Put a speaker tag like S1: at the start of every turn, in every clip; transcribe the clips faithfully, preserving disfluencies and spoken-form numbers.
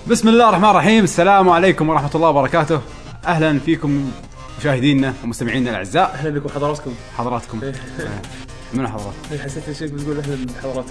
S1: بسم الله الرحمن الرحيم. السلام عليكم ورحمة الله وبركاته. أهلا فيكم مشاهدينا ومستمعينا الأعزاء.
S2: أهلا بكم حضراتكم
S1: حضراتكم من حضرات؟
S2: حسيت شيء بتقول أهلا بحضراتكم.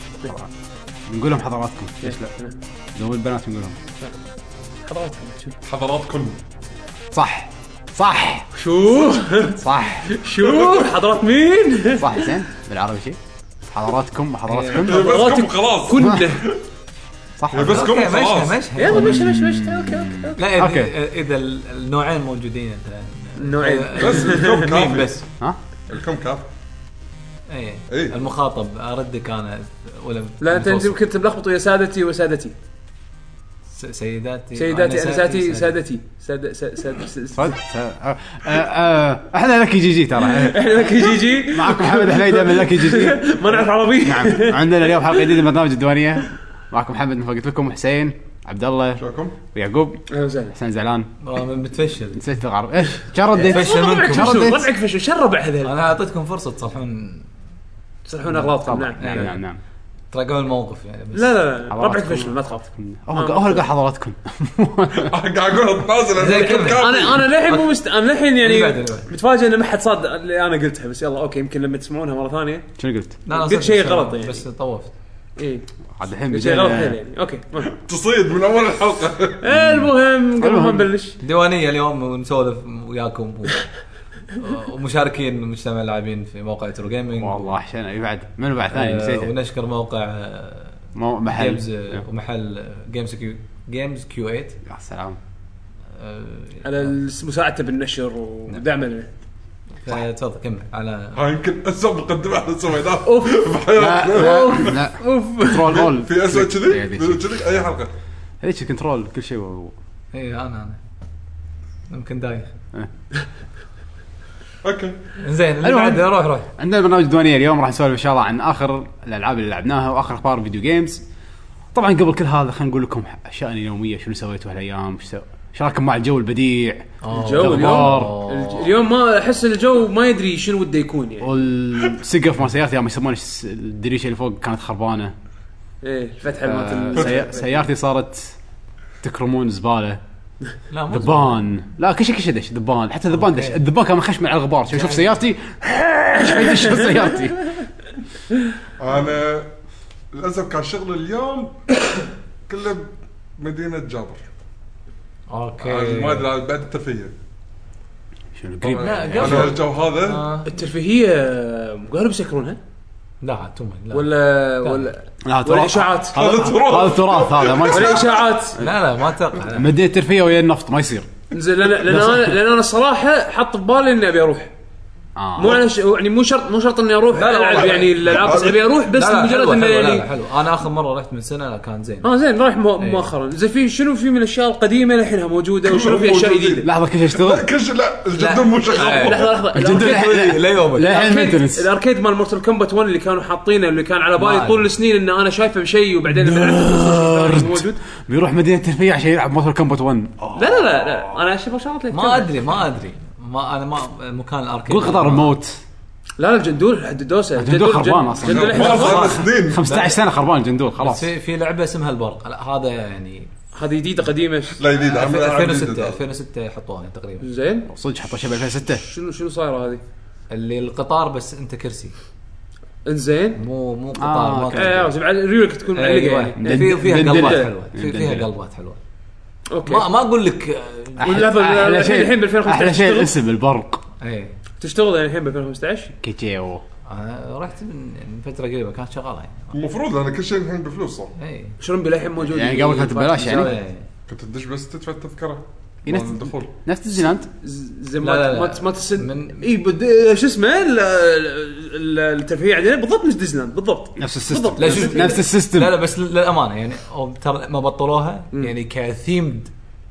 S1: نقول لهم حضراتكم. ليش لا؟ لو البنات نقول لهم
S2: حضراتكم.
S3: حضراتكم
S1: صح صح
S2: شو
S1: صح
S2: شو حضرات مين؟
S1: صح زين بالعربي شيء حضراتكم وحضراتكم
S3: بسكم خلاص
S2: كله
S1: صح
S3: بسكم خلاص.
S4: مشي
S2: يلا مش مش مش اوكي اوكي
S4: لا
S1: أوكي.
S4: إذا, اذا النوعين موجودين مثلا
S2: النوعين
S3: بس الكم
S4: مين
S3: كافي
S4: بس
S1: ها
S3: الكم كافي.
S4: اي
S3: إيه.
S4: المخاطب اردك انا ولا
S2: لا انت انت كنت ملخبط ويا سادتي وسادتي
S4: س- سيداتي
S2: سيداتي انساتي سادتي ساد ساد ساد
S1: صد آه، آه، آه، احنا لك جي جي ترى
S2: احنا لك جي جي
S1: معكم محمد حميدة من لك جي جي.
S2: ما نعرف عربي.
S1: نعم عندنا اليوم حلقة جديدة من برنامج الديوانية. معكم محمد من قلت لكم حسين عبد الله
S3: شلونكم؟
S1: ويعقوب.
S2: اهلا وسهلا.
S1: حسين زعلان
S4: متفشل.
S1: نسيت العرب ايش كان رديت
S4: فشل منكم.
S1: كان
S2: شو
S1: رديت
S2: ربعك فشل شرب هذا
S4: انا اعطيتكم فرصه تصلحون
S2: تصلحون اغلاطكم. نعم
S1: نعم نعم نعم
S4: تراجعون الموقف يعني بس
S2: لا لا لا
S1: حضراتكم.
S2: ربعك فشل ما تخاف.
S1: هو هو قال حضراتكم.
S3: قاعد اقول تنازل
S4: زي كذا.
S3: الكم كافي.
S2: انا انا للحين مو مست... انا للحين
S4: اللي بعده،
S2: يعني
S4: اللي بعده.
S2: متفاجئ ان ما حد صادق اللي انا قلتها. بس يلا اوكي يمكن لما تسمعونها مره ثانيه
S1: شنو قلت؟
S4: لا لا
S2: قلت
S4: صدق
S2: شيء
S4: بس-
S2: غلط يعني.
S4: بس طوفت.
S2: ايه
S1: عاد الحين
S2: قلت شيء غلط حيل
S1: بدينا
S2: يعني. اوكي
S3: تصيد من اول الحلقه.
S2: المهم قبل ما
S1: المهم.
S2: نبلش
S4: ديوانيه اليوم ونسولف وياكم و... ومشاركين مجتمع اللاعبين في موقع ترو جيمنج.
S1: والله وحشنا اي بعد منو بعد ثاني
S4: آه،
S1: نسيته
S4: ونشكر موقع آه،
S1: مو محل
S4: جيمز
S1: يا
S4: ومحل جيمز كيو جيمز كيو ثمانية.
S1: سلام.
S4: آه،
S2: على مساعدته بالنشر ودعمه لنا.
S4: فتفضل كمل على
S3: ها يمكن اسوء مقدمه احنا سويناها
S2: اوف
S1: لا
S3: بحياتنا.
S1: لا لا
S2: اوف
S1: كنترول اول
S3: في اسوء كذي كذي اي حلقه.
S1: هذيك كنترول كل شيء و...
S4: اي انا انا ممكن دايخ.
S3: اوكي
S4: زين اللي
S1: المهم.
S4: بعده روح روح.
S1: عندنا برنامج الديوانية اليوم راح نسولف ان شاء الله عن اخر الالعاب اللي لعبناها واخر اخبار الفيديو جيمز. طبعا قبل كل هذا خلينا نقول لكم اشياء اليوميه شنو سويتوا هالايام وش سو... ايش رايكم مع الجو البديع
S2: الجو
S1: الأخبار.
S2: اليوم الج- اليوم ما احس الجو ما يدري شنو وده يكون يعني.
S1: والسقف ما سيارتي يوم يسمونه الس- الدريشه اللي فوق كانت خربانه.
S2: ايه الفتحه
S1: آه،
S2: مالت
S1: سي... سيارتي صارت تكرمون زباله.
S4: لا مو
S1: ذبان لا كل شيء كل شيء دش ذبان حتى ذبان دش الذبان كان مخش مع الغبار شوف شوف سيارتي ايش يدش سيارتي.
S3: انا للاسف كان شغل اليوم كله مدينه جابر.
S4: اوكي.
S3: ما ادري بعد الترفيه.
S1: شنو قريب
S4: لا،
S3: انا
S4: قبل.
S3: الجو هذا
S4: آه.
S2: الترفيهيه قالوا بيسكرونها
S4: لا توم لا
S2: ولا ولا
S1: لا
S2: ولا
S1: تراث
S2: اشاعات
S1: هذا هذا تراث هذا ما
S2: ولا
S1: يصير
S2: اشاعات.
S4: لا لا ما اتوقع.
S1: مدينه الترفيه ويا النفط ما يصير.
S2: زين لان لان انا لان انا الصراحه حط ببالي اني ابي اروح.
S1: آه.
S2: مو على ش... يعني مو شرط مو شرط اني اروح
S4: لا، لا،
S2: العب
S4: والله.
S2: يعني الالعاب بس ابي اروح بس
S4: لا لا
S2: مجرد
S4: حلو
S2: انه
S4: حلو, لا لا
S2: يعني
S4: حلو. انا اخر مره رحت من سنه كان زين.
S2: اه زين رايح مو- مؤخرا. زين في شنو في من الاشياء القديمه الحينها موجوده وشنو في اشياء جديده.
S1: لحظه كل شيء يشتغل
S3: كل شيء لا الجدول مو شغال.
S2: لحظه لحظه
S1: الجندول
S2: الأركيد-
S4: لا يومك.
S1: لا الحين
S2: الأركيد-
S1: مينتنس
S2: الاركيد مال مورتال كومبات واحد اللي كانوا حاطينه اللي كان على بالي
S4: ما
S2: طول السنين ان انا شايفه بشيء وبعدين لما لعبت البلاي ستيشن موجود.
S1: بيروح مدينه الترفيه عشان يلعب موتور كومبات واحد.
S2: لا لا لا لا انا اشوف شغلات لك
S4: ما ادري ما ادري ما انا ما مكان الاركيد.
S1: قول قطار الموت
S2: لا لا الجندول حد دوسه
S1: الجندول خربان أصلاً.
S2: الجندول الحين
S3: ما
S2: خربان.
S3: صار سنين.
S1: خمسة عشر سنه خربان الجندول خلاص.
S4: في في لعبه اسمها البرق. لا هذا يعني
S2: هذه جديده قديمه.
S3: لا جديد
S4: ألفين وستة ألفين وستة حطوها تقريبا.
S2: زين
S1: صدق حطوا شبه ألفين وستة.
S2: شنو شنو صايره هذه.
S4: اللي القطار بس انت كرسي
S2: انزين
S4: مو مو
S1: آه،
S4: قطار ما
S1: أوكي.
S2: ايه
S4: تقدر.
S2: بعد ريولك تكون معلقه
S4: أيوة.
S2: يعني.
S4: في فيها
S1: دندنة.
S4: قلبات حلوه في
S1: دندنة.
S4: فيها قلبات حلوه.
S2: اوكي
S4: ما ما اقول لك
S2: واللعبة
S1: احلى
S2: الحين-
S1: شيء
S2: الحين ب ألفين وخمسة عشر
S1: احلى شيء
S2: تشتغل؟
S1: الاسم البرق
S4: اي
S2: تشتغل يعني الحين ب ألفين وخمسة عشر.
S1: كيتشيو.
S4: أنا رحت من من فتره قريبه كانت شغاله يعني.
S3: المفروض انا كل شيء الحين بفلوس صار.
S4: اي
S2: شلون بالحين موجود
S1: يعني قبل كانت ببلاش يعني
S4: إيه.
S3: كنت تدش بس تدفع التذكره.
S1: إيه، نفس-
S3: مال الدخول.
S1: نفس ديزنيلاند.
S2: زي
S4: لا،
S2: ما
S4: لا، لا.
S2: ما ما تسد
S4: من-
S2: اي بد... شو اسمه ال- ال- الترفيه عندنا بالضبط مش ديزنيلاند بالضبط
S1: نفس السيستم
S2: بالضبط.
S4: لا شوف
S1: نفس السيستم.
S4: لا لا بس للامانه يعني أو ترى ما بطلوها يعني كثيمد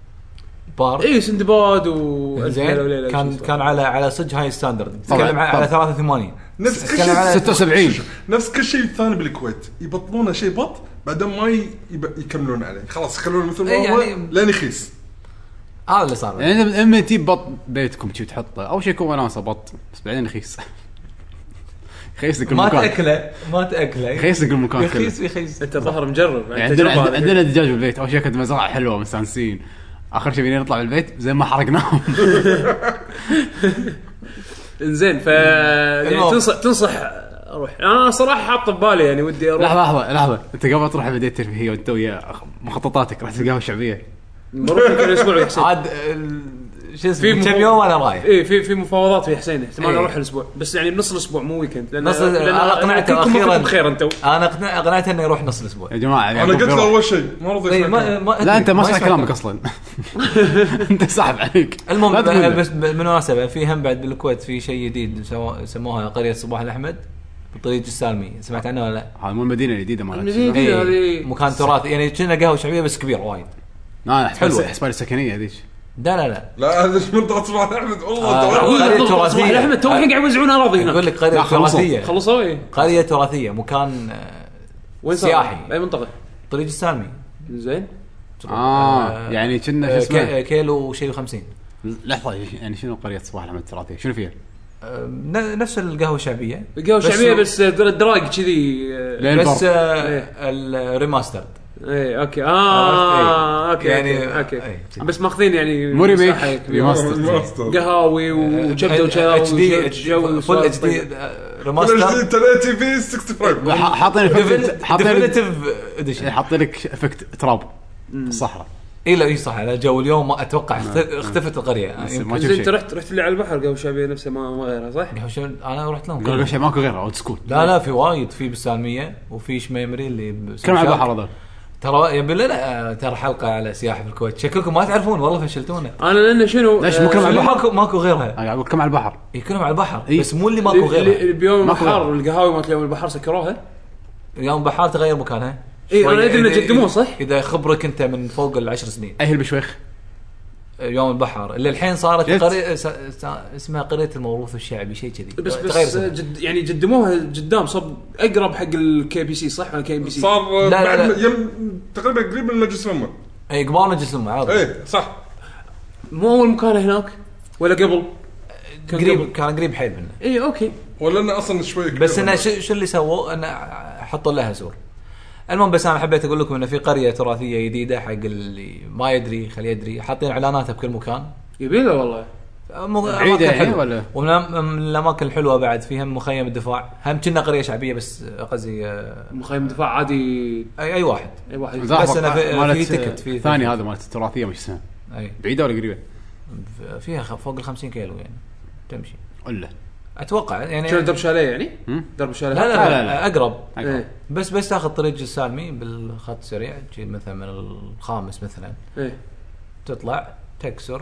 S4: بار.
S2: اي سندباد و
S4: زين كان كان على على صج هاي ستاندرد.
S1: طبعاً،
S4: تكلم على
S1: طبعاً.
S4: ثلاثة وثمانين.
S3: نفس كل
S4: أتكلم على
S3: شيء
S1: ستة وسبعين.
S3: نفس كل شيء الثاني بالكويت يبطلونه شيء بط بعدين ما ي- يب- يكملون عليه خلاص يخلونه مثل ما
S4: إيه
S3: هو
S4: يعني-
S3: لين يخيس.
S4: هذا اللي صار.
S1: يعني اما تجيب بط بيتكم شي تحطه اول شيء يكون وناسه بط بس بعدين رخيص خيسك
S4: ما
S1: المكان
S4: تاكله ما تاكله
S1: خيسك المكان كله.
S4: يخيس يخيس.
S2: انت ظهر مجرب
S1: يعني عندنا عندنا, عندنا دجاج بالبيت. اول شيء كانت مزرعه حلوه مستانسين. اخر شيء بينا نطلع من البيت زي ما حرقناهم.
S2: انزين ف يعني تنصح تنصح اروح. انا صراحه حاط ببالي يعني ودي اروح.
S1: لحظه لحظه لحظه انت قبل تروح بديت ترفيهيه وانت ويا مخططاتك راح القهوه الشعبيه
S2: بروح يمكن اسبوع يا حسين.
S4: عاد شو اسمه كم يوم انا رايح.
S2: ايه في في مفاوضات في حسين احتمال
S4: إيه.
S2: اروح الاسبوع بس يعني بنص الاسبوع مو ويكند لان
S4: نص انا اقنعته اخيرا
S2: بخير انت.
S4: انا اقنعته انه يروح نص الاسبوع
S1: يا جماعه.
S3: انا قلت له اول شيء ما رضيت
S4: إيه
S3: اسمع
S4: ما ما
S1: لا انت ما
S4: يسمع
S1: سمع كلامك اصلا. انت صاحب عليك.
S4: المهم
S1: لا تقول له.
S4: بس بالمناسبه في هم بعد بالكويت في شيء جديد سمو- سموها قريه صباح الاحمد بطريق السالمي. سمعت عنه ولا لا؟
S1: هذا مو المدينه الجديده مالت
S2: المدينة
S1: شباب.
S2: إيه.
S4: إيه،
S2: هذه-
S4: مكان تراثي يعني كنا قهوه شعبيه بس كبير وايد.
S1: لا حلوه
S4: حلوة.
S1: حسبالي السكنيه هذيك.
S4: لا لا لا
S3: لا هذا ايش منطقه صباح احمد والله
S4: آه.
S3: آه.
S2: أقول لك
S4: قرية
S2: بالضبط،
S4: تراثية.
S2: صباح الأحمد تو الحين قاعد يوزعون اراضي
S4: اقول
S2: هناك.
S4: لك قريه
S1: لا، خلصوا.
S4: تراثيه.
S2: خلصوا ايه
S4: قريه تراثيه مكان آه،
S2: وين صار؟
S4: سياحي.
S2: اي منطقه؟
S4: طريق السالمي.
S2: زين
S1: اه يعني كنا شو
S4: آه،
S1: اسمه
S4: كي- كيلو وشيء وخمسين.
S1: لحظه يعني شنو قريه صباح الاحمد التراثيه شنو فيها؟
S4: آه، ن- نفس القهوه الشعبيه
S2: القهوه الشعبيه
S4: بس-
S2: بس دراج كذي.
S1: لين
S4: بس
S1: البر.
S4: آه، الريماستر.
S2: ايه اوكي
S4: عرفت؟
S2: اه
S4: إيه.
S2: اوكي
S4: يعني-
S2: يعني اوكي
S4: إيه.
S2: بس ماخذين يعني
S1: مو ريميك،
S2: مساحة كبيرة.
S1: ريماستر.
S3: ماستر
S2: قهاوي وجبده
S4: اتش دي
S2: وشاو
S4: فول اتش دي
S3: كل
S4: ريماستر
S3: جديد ثلاثين في ستين فريم
S1: ح- حاطين افكت حاطين
S4: ديفينيتيف اديشن.
S1: حاطين لك افكت تراب في الصحراء.
S4: اي لا اي صح. على جو اليوم ما اتوقع اخت- اختفت القريه.
S1: بس
S4: يمكن-
S1: ما شفت
S2: زين انت
S1: شيء.
S2: رحت رحت اللي على البحر قهوه شعبيه نفسها ما ما غيرها صح؟
S4: قهوة شو- انا رحت لهم
S1: قالوا شيء ماكو غيره اولد سكول.
S4: لا لا في وايد في بالسالميه وفي شميمري اللي بس-
S1: كم على البحر هذا؟
S4: ترى يا بالله لا ترى حلقه على سياحه في الكويت شكلكم ما تعرفون والله فشلتونا.
S2: انا لانه شنو
S1: ليش مو كلام على
S4: اللي
S1: البحر؟
S4: ماكو ماكو غيرها.
S1: انا قاعد اقول كم على البحر.
S4: يكونوا على البحر
S1: إيه.
S4: بس مو اللي ماكو
S2: اللي-
S4: غيرها.
S2: اللي بيوم
S1: ماكو
S2: البحر
S1: غيرها.
S2: القهاوي مالت يوم البحر سكروها.
S4: يوم بحار تغير مكانها.
S2: إيه،
S4: شوي.
S2: أنا أدري إنه
S4: إذا-
S2: جدموه، صح؟
S4: اذا خبرك انت من فوق العشر سنين.
S1: اهل بشويخ.
S4: يوم البحر اللي الحين صارت
S1: جد؟
S4: قرية س... س... اسمها قرية الموروث الشعبي شيء كذي.
S2: بس
S4: تغير
S2: بس
S4: اسمها.
S2: جد يعني قدموها قدام صب اقرب حق الكي بي سي صح ولا كي بي سي؟
S3: صار
S4: لا، لا،
S3: بعد
S4: لا.
S3: يم تقريبا قريب من المجلس الامه.
S4: اي قبال مجلس الامه عادي.
S3: ايه صح
S2: مو اول مكان هناك ولا قبل؟ كان
S4: قريب
S2: قبل.
S4: كان قريب حيل منه.
S2: اي اوكي.
S3: ولا انه اصلا شوي كبير.
S4: بس انه شو شو اللي سووا انه حطوا لها سور. المهم بس انا حبيت اقول لكم انه في قريه تراثيه جديده حق اللي ما يدري خليه يدري حاطين اعلاناتها بكل مكان.
S2: يبيله والله.
S4: مو-
S1: بعيدة
S4: أماكن
S1: يعني
S4: حلوة.
S1: ولا؟
S4: ومن من الاماكن الحلوه بعد فيها مخيم الدفاع. هم كنا قريه شعبيه بس قصدي آه،
S2: مخيم دفاع عادي
S4: اي اي واحد.
S2: اي واحد.
S1: زاحف
S4: بس أنا في-
S1: مالت-
S4: في تيكت، في-
S1: ثاني
S4: في-
S1: هذا مالت التراثيه مش اسمها
S4: اي
S1: بعيده ولا قريبه؟
S4: فيها خ- فوق ال خمسين كيلو يعني تمشي
S1: ولا
S4: اتوقع يعني.
S2: شنو درب شاليه يعني؟
S1: هم؟
S2: درب شاليه.
S4: لا لا,
S1: لا،
S4: لا,
S1: لا، لا.
S4: اقرب.
S2: إيه.
S4: بس بس تاخذ طريق السالمي بالخط السريع تجي مثلا من الخامس مثلا
S2: ايه
S4: تطلع تكسر.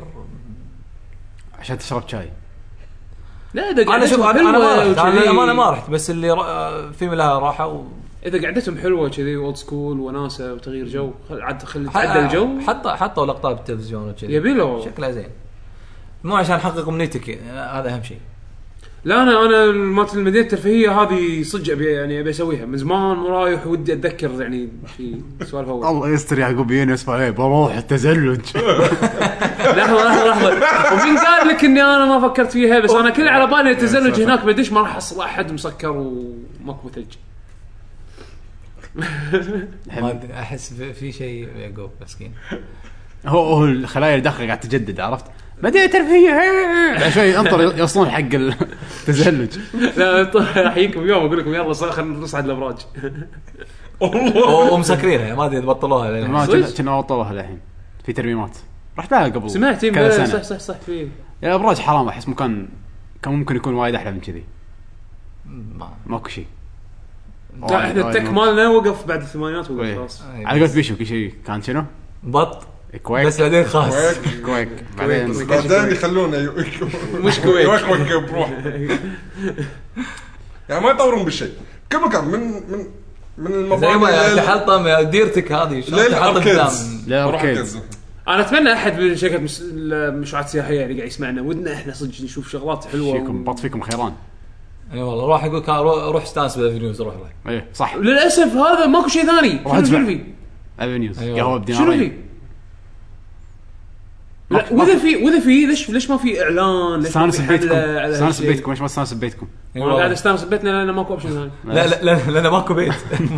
S1: عشان تشرب شاي.
S2: لا اذا
S4: انا شوف
S2: قعدتهم
S4: انا, أنا ما
S2: حلوة
S4: رحت. انا
S2: وكذي-
S4: للامانه ما رحت بس اللي را- في لها راحه و...
S2: اذا قعدتهم حلوه كذي اولد سكول وناسه وتغيير جو خل- عاد خلي تعدل الجو.
S4: حط حطوا لقطات بالتلفزيون وكذي
S2: يبيله.
S4: شكلها زين مو عشان احقق امنيتك هذا اهم شيء.
S2: لا انا انا مالت المدينه الترفيهيه هذه صدق ابي يعني ابي اسويها من زمان ورايح ودي اتذكر يعني في سوالف اول.
S1: الله يستر يعقوب يجيني اسمع عليه بروح التزلج.
S2: لحظه لحظه لحظه ومين قال لك اني انا ما فكرت فيها بس انا كل على بالي التزلج هناك بديش ما راح احصل احد مسكر وماكو ثلج.
S4: ما أدري، احس في- في شيء يعقوب مسكين.
S1: هو هو الخلايا الداخل قاعد تجدد عرفت مدينه ترفيهيه. بعد شوي انطر يوصلون حق التزلج.
S2: لا راح يجيكم يوم اقول لكم يلا خلينا نصعد الابراج.
S4: ومسكرينها ما ادري بطلوها لين
S1: ما
S2: صدق؟
S1: كنا كنا وطوها الحين في ترميمات. رحت لها قبل
S2: سمعت
S1: كذا
S2: صح
S1: سنة.
S2: صح صح في
S1: يا ابراج حرام احس مكان كان ممكن يكون وايد احلى من كذي.
S4: ما-
S1: ماكو شيء.
S2: لا احنا التك مالنا وقف بعد الثمانينات وقف
S1: كويس.
S2: خلاص.
S1: على قولت بيشو كل شيء كان شنو؟
S4: بط
S1: كويك
S4: بس بعدين خاص.
S1: كويك بعدين
S2: كويك.
S3: بعدين يخلونه يو-
S2: مش كويك.
S3: يوك بروح يعني ما يطورون بالشيء كل مكان من من من
S4: زي
S3: المباني
S4: ما
S3: لل-
S4: تحطم يا ديرتك هذه شلون
S3: ليل
S4: تحط
S3: أركيدز.
S4: قدام.
S1: لا
S3: بروح
S1: أركيدز.
S3: أركيدز.
S2: انا اتمنى احد من شركه مش... المشروعات السياحيه اللي قاعد يسمعنا ودنا احنا صدق نشوف شغلات حلوه
S1: فيكم بط فيكم خيران.
S4: اي والله روح يقول كان روح روح استانس بالافنيوز روح له.
S1: ايه صح.
S2: للاسف هذا ماكو شيء ثاني.
S1: واحد
S2: شنو
S1: شبع.
S2: فيه؟
S1: افنيوز
S4: أيوة.
S1: قهوه
S2: شنو
S1: بدينارين.
S2: فيه؟ لا واذا في واذا في ليش ليش ما في اعلان؟ ليش ما
S1: استانس
S2: في
S1: ببيتكم
S2: حملة على
S1: استانس
S2: هالشيء؟
S1: ببيتكم ليش ما استانس ببيتكم
S2: انا قاعد استانس ببيتنا لان ماكو اوبشن ثاني.
S4: لا لا لا لأن ماكو بيت.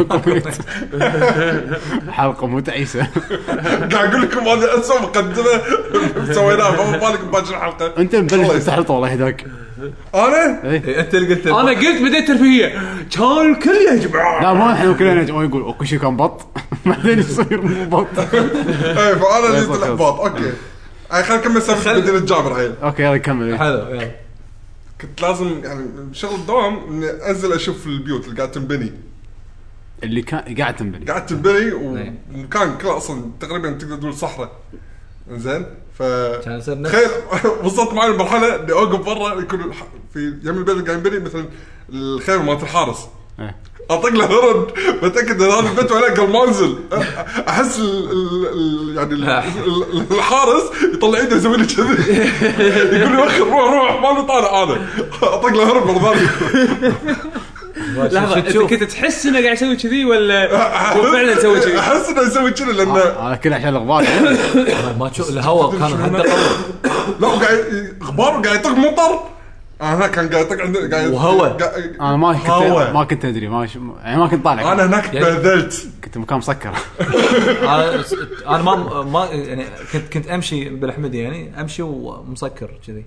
S1: حلقه مو تعيسه.
S3: قاعد اقول لكم هذه اسوء مقدمه سويناها فما بالك بباقي الحلقه.
S1: انت مبلش تستحلط والله هداك.
S3: انا
S1: إيه؟
S4: انت اللي قلت
S2: انا قلت بديت ترفيه كان الكل يهجم.
S1: لا ما احنا كلنا نجم يقول اوكي شيء كان بط بعدين يصير مو بط.
S3: ايه فانا اللي
S1: خلاص.
S3: الاحباط. اوكي اي خلينا نكمل سالفه مدينه جابر الحين.
S1: اوكي يلا كمل.
S4: حلو يلا.
S3: كنت لازم يعني شغل الدوام اني انزل اشوف البيوت اللي قاعد تنبني.
S1: اللي كان قاعد تنبني
S3: قاعد تنبني ومكان كله اصلا تقريبا تقدر تقول صحراء. زين ف
S4: كان يصير نفس-
S3: تخيل وصلت معي المرحله اللي اوقف برا يكون الح- في يم البيت اللي قاعد ينبني مثلا الخيمه مالت الحارس.
S1: إيه.
S3: اطق له هرد بتاكد ان هذا البيت ولا قبل ما انزل احس ال ال ال يعني ال ال الحارس يطلع ايده يسوي لي كذي يقول لي وخر روح روح ما له طالع انا اطق له هرب مره ثانيه.
S2: لحظه انت
S4: تشوف.
S2: كنت تحس انه قاعد يسوي كذي ولا هو فعلا يسوي كذي؟
S3: احس انه يسوي كذي لانه
S1: هذا كله عشان الغبار.
S4: ما تشوف الهواء كان هدا قوي
S3: لا وقاعد غبار وقاعد يطق مطر. انا كان قاعد يطق عندنا قاعد
S4: وهواء.
S3: قاعد-
S1: انا ما كنت
S3: هوا.
S1: ما كنت ادري ما ش... يعني ما كنت طالع.
S3: انا هناك تبهدلت.
S1: كنت مكان مسكر.
S4: انا انا ما ما يعني كنت كنت امشي بالحمدي يعني امشي ومسكر كذي.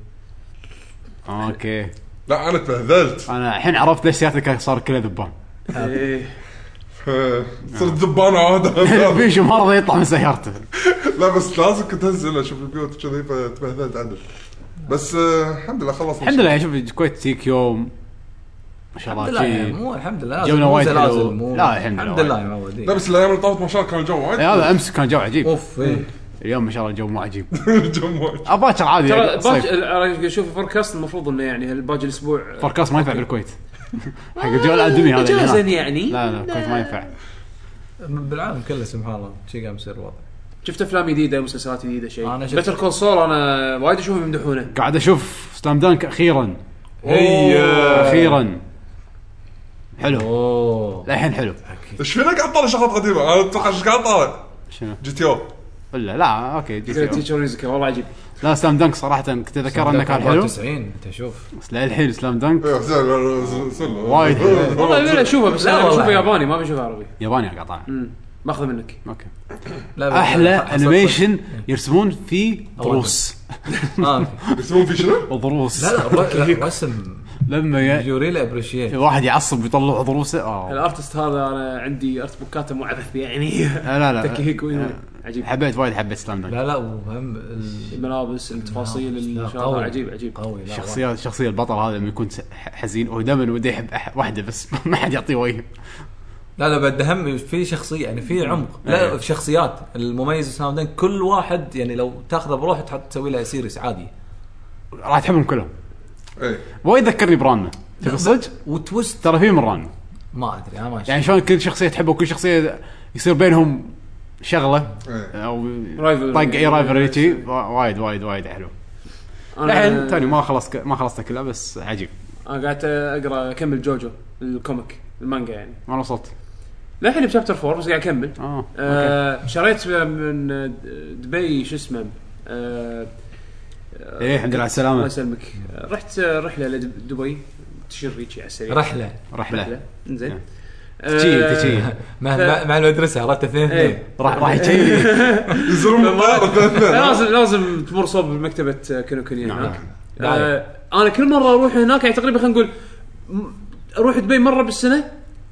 S1: اوكي
S3: لا انا تبهدلت.
S1: انا الحين عرفت ليش سيارتي كان صار كله ذبان.
S2: ايه
S3: صرت ذبان عاده.
S1: بيشو ما رضى يطلع من سيارته.
S3: لا بس لازم كنت انزل اشوف البيوت كذي فتبهدلت عدل. بس آه، الحمد لله خلصنا.
S1: الحمد لله شوف الكويت تيك يوم ما شاء
S4: الحمد
S1: الله
S4: لله يعني
S1: شيء.
S4: مو الحمد لله
S1: جونا
S4: مو
S1: وايد
S4: زلازل،
S1: حلو.
S4: مو-
S1: لا، الحمد لله
S4: الحمد لله
S1: وايد.
S4: يا معودين.
S3: لا بس الايام اللي طافت ما شاء الله كان الجو وايد.
S1: هذا امس كان جو عجيب.
S4: اوف إيه.
S1: اليوم ما شاء الله الجو مو عجيب.
S3: الجو وايد.
S1: اباكر عادي
S2: ترى
S1: يعني صيف.
S2: باج شوف الفوركاست المفروض انه يعني باقي الاسبوع
S1: فوركاست ما ينفع بالكويت. حق الجو الادمي هذا اللي
S2: مجازا
S1: هناك.
S2: يعني.
S1: لا لا الكويت ما ينفع.
S4: بالعالم كله سبحان الله شيء قام يصير الوضع.
S2: شفت افلام جديده مسلسلات جديده شيء.
S4: أنا شفت-
S2: بيتر كول سول انا وايد اشوفهم يمدحونه.
S1: قاعد اشوف سلام دانك اخيرا
S4: هي
S1: اخيرا حلو.
S4: اوه
S1: الحين حلو.
S3: ايش فينا قاعد طالع شغلات قديمه. انا اتوقع ايش قاعد طالع
S1: شنو
S3: جي تي او.
S1: ولا لا اوكي جي تي أو.
S2: تيتشر ميوزك والله عجيب.
S1: لا سلام دانك صراحه كنت اتذكر انه كان حلو
S4: تسعين انت شوف
S1: بس للحين سلام دانك
S3: ايه زين زين
S1: وايد حلو.
S2: والله لا اشوفه بس
S4: لا
S2: انا
S4: والله.
S2: اشوفه ياباني ما بشوفه عربي.
S1: ياباني قاعد طالع.
S2: امم باخذه منك.
S1: اوكي
S4: لا بس-
S1: احلى
S4: حصلت-
S1: انيميشن يرسمون فيه ضروس.
S4: آه.
S3: يسمون في شنو؟
S1: ضروس
S4: لا لا الر- الرسم
S1: لما ي...
S4: يوري له ابريشيت.
S1: واحد يعصب يطلع ضروسه اه
S2: الارتست هذا انا عندي ارت بوكاته مو عبث يعني.
S1: لا لا لا
S2: تكيهيكو عجيب.
S1: حبيت وايد حبيت سلام دانك.
S4: لا لا وهم ال-
S2: الملابس التفاصيل
S4: لا،
S2: الشغله
S4: قوي.
S2: عجيب عجيب.
S4: قوي لا
S1: الشخصيات الشخصيه البطل هذا لما يكون س- حزين هو دائما وده يحب أح- واحده بس ما حد يعطيه وجه.
S4: لا لا بعد هم في شخصيه يعني في عمق. لا
S1: أيه.
S4: في شخصيات المميز سلام دانك كل واحد يعني لو تاخذه بروح تحط تسوي له سيريس عادي.
S1: راح تحبهم كلهم.
S3: ايه
S1: وايد ذكرني برانا تبي صدق
S4: وتويست
S1: ترى في من رانا
S4: ما ادري انا ما
S1: يعني شلون كل شخصيه تحبه وكل شخصيه يصير بينهم شغله
S3: ايه
S1: او
S2: رايفل-
S1: طق اي رايفريتي وايد وايد وايد حلو. الحين توني ما خلص ما خلصته كله بس عجيب.
S2: انا قاعد اقرا اكمل جوجو الكوميك المانجا يعني.
S1: ما وصلت
S2: للحين بشابتر فور بس قاعد اكمل.
S1: اه
S2: آه شريت من دبي شو اسمه آه
S1: ايه الحمد لله على
S2: الله
S1: السلامه.
S2: يسلمك. رحت رحله لدبي تشريكي على السريع.
S4: رحله
S1: رحله
S2: زين.
S1: تجي تجي
S4: مع مع- مع المدرسه عرفت اثنين اثنين
S2: ايه
S1: راح راح يجي.
S3: يزورون بالطياره.
S2: لازم لازم تمر صوب مكتبه كينوكوني
S1: نعم.
S2: هناك. آه انا كل مره اروح هناك يعني تقريبا خلينا نقول م- اروح دبي مره بالسنه.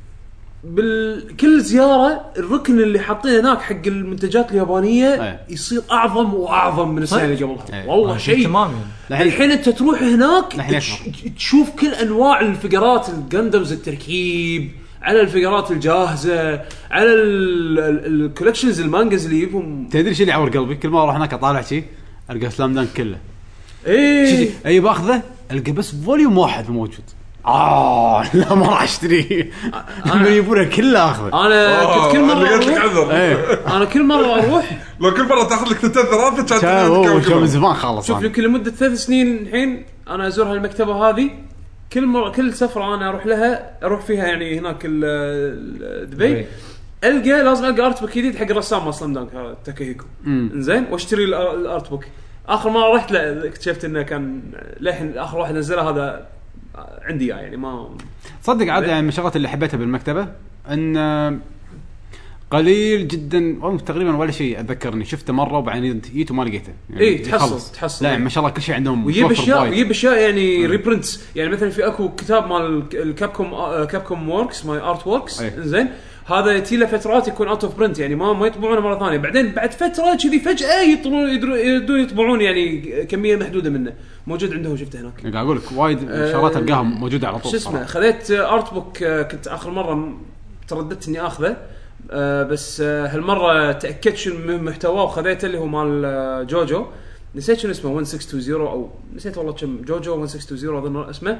S2: بالكل زياره الركن اللي حاطينه هناك حق المنتجات اليابانيه
S1: أيه.
S2: يصير اعظم واعظم من السنه اللي قبلها.
S1: أيه.
S2: والله شيء
S4: تمام يعني.
S2: الحين انت تروح هناك
S1: الحين
S2: تش- تشوف كل انواع الفقرات الجندمز التركيب على الفقرات الجاهزه على الكولكشنز المانجاز اللي يجيبهم.
S1: تدري شو اللي يعور قلبي كل ما اروح هناك اطالع شيء القى سلام دانك كله
S2: ايه
S1: اي باخذه القى بس فوليوم واحد موجود. اه لا ما راح اشتريه. لما يبونه كله اخذه.
S2: انا كنت كل مره
S3: لقيت لك
S2: أروح
S3: عذر.
S1: ايه
S2: انا كل مره اروح
S3: لو كل مره تاخذ لك ثلاث ثلاثه
S1: شا- هو
S3: كان
S1: شو من زمان خلص
S2: شوف
S1: أنا.
S2: يمكن لمده ثلاث سنين الحين انا ازور هالمكتبه هذه. كل مره كل سفره انا اروح لها اروح فيها يعني هناك ال- ال- دبي
S4: دبي.
S2: القى لازم القى ارت بوك جديد حق الرسام اصلا دانك هذا تاكيهيكو.
S1: مم.
S2: انزين واشتري الأ- الارت بوك. اخر مره رحت لا اكتشفت انه كان للحين اخر واحد نزله هذا عندي يعني ما
S1: صدق عاد يعني من الشغلات اللي حبيتها بالمكتبه ان قليل جدا او تقريبا ولا شيء اتذكر اني شفته مره وبعدين جيت وما لقيته
S2: يعني اي تحصل تحصل
S1: لا ما شاء الله كل شيء عندهم
S2: ويجيب اشياء ويجيب اشياء يعني ريبرنتس يعني مثلا في اكو كتاب مال الكابكوم كابكوم ووركس ماي ارت ووركس زين هذا يتي له فترات يكون اوت اوف برنت يعني ما ما يطبعونه مره ثانيه بعدين بعد فتره كذي فجاه يطلعون يدرون يطبعون يعني كميه محدوده منه موجود عندهم شفته هناك
S1: قاعد اقول لك وايد شغلات القاها موجوده على طول
S2: شو اسمه خذيت ارت بوك كنت اخر مره ترددت اني اخذه أه بس أه هالمره تاكدت شو محتواه وخذيته اللي هو مال جوجو نسيت شنو اسمه واحد ستة عشرين او نسيت والله كم جوجو واحد ستة عشرين اظن اسمه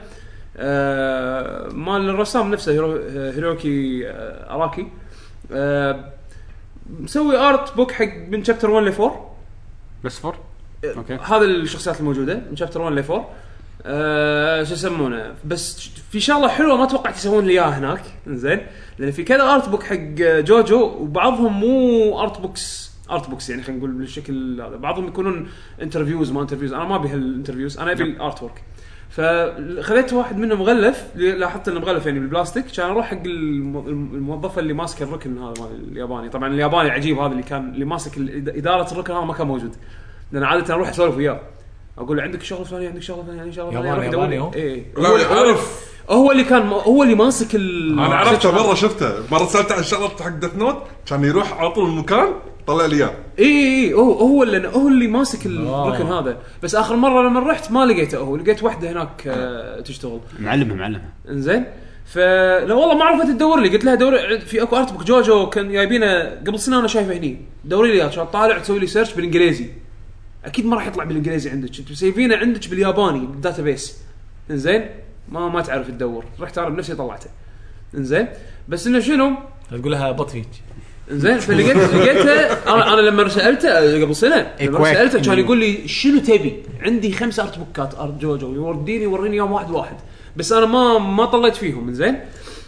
S2: أه مال الرسام نفسه هيرو هيروكي أه اراكي أه مسوي ارت بوك حق من شابتر واحد ل أربعة
S1: بس فور
S2: اوكي هذا الشخصيات الموجوده من شابتر واحد ل أربعة أه شو يسمونه بس في شغله حلوه ما توقعت يسوون لي اياها هناك زين لان في كذا ارت بوك حق جوجو وبعضهم مو ارت بوكس ارت بوكس يعني خلينا نقول بالشكل هذا بعضهم يكونون انترفيوز ما انترفيوز انا ما ابي هالانترفيوز انا ابي الارت ورك فخذيت واحد منه مغلف لاحظت انه مغلف يعني بالبلاستيك كان اروح حق الموظفه اللي ماسكه الركن هذا مال الياباني طبعا الياباني عجيب هذا اللي كان اللي ماسك اداره الركن هذا ما كان موجود لان عاده اروح اسولف وياه اقول له عندك شغل فلاني عندك شغل فلاني شغله فلاني
S4: ياباني هو
S2: اي هو عارف هو اللي كان هو اللي ماسك
S3: انا عرفته مره شفته مره سالته عن شغله حق دث نوت كان يروح على طول المكان طلع لي اياه
S2: اي اي هو هو اللي هو اللي ماسك الركن هذا بس اخر مره لما رحت ما لقيته هو لقيت واحده هناك آه تشتغل
S1: معلمه معلمه
S2: انزين فلا والله ما عرفت تدور لي قلت لها دور في اكو ارت بوك جوجو كان جايبينه قبل سنه انا شايفه هني دوري لي عشان طالع تسوي لي سيرش بالانجليزي اكيد ما راح يطلع بالانجليزي عندك انت مسيفينه عندك بالياباني بالداتابيس انزين ما ما تعرف تدور رحت انا بنفسي طلعته انزين بس انه شنو
S4: تقول لها بط فيك
S2: انزين فلقيت لقيته انا انا لما سالته قبل سنه لما سالته كان يقول لي شنو تبي عندي خمس ارت بوكات ارت جوجو يورديني يوريني يوم واحد واحد بس انا ما ما طلعت فيهم انزين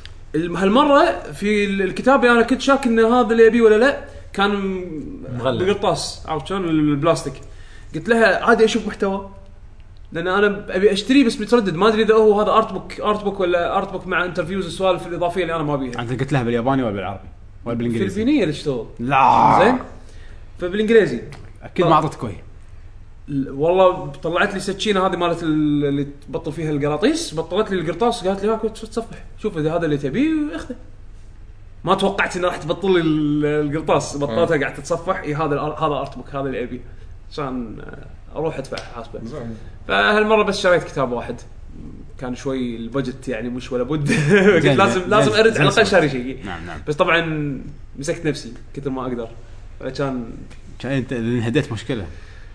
S2: هالمره في الكتاب انا كنت شاك ان هذا اللي ابي ولا لا كان بقرطاس عرفت شلون البلاستيك قلت لها عادي اشوف محتوى لان انا ابي اشتري بس متردد ما ادري اذا هو هذا ارت بوك ارت بوك ولا ارت بوك مع انترفيوز السوالف الاضافيه اللي انا ما ابيها.
S1: انت قلت لها بالياباني ولا بالعربي ولا بالانجليزي؟
S2: بالفلبينيه اللي تشتغل
S1: لا
S2: زين فبالانجليزي
S1: اكيد ما اعطتك كوي
S2: والله طلعت لي سكينه هذه مالت اللي تبطل فيها القراطيس بطلت لي القرطاس قالت لي هاك تصفح شوف اذا هذا اللي تبيه اخذه ما توقعت انه راح تبطل لي القرطاس بطلتها قاعده تتصفح اي هذا هذا ارت بوك هذا اللي ابي عشان اروح ادفع حاسبه فهالمره بس شريت كتاب واحد كان شوي البجت يعني مش ولا بد لازم لازم ارد على الاقل شاري شيء
S1: نعم نعم
S2: بس طبعا مسكت نفسي كثر ما اقدر عشان
S1: كان انت هديت مشكله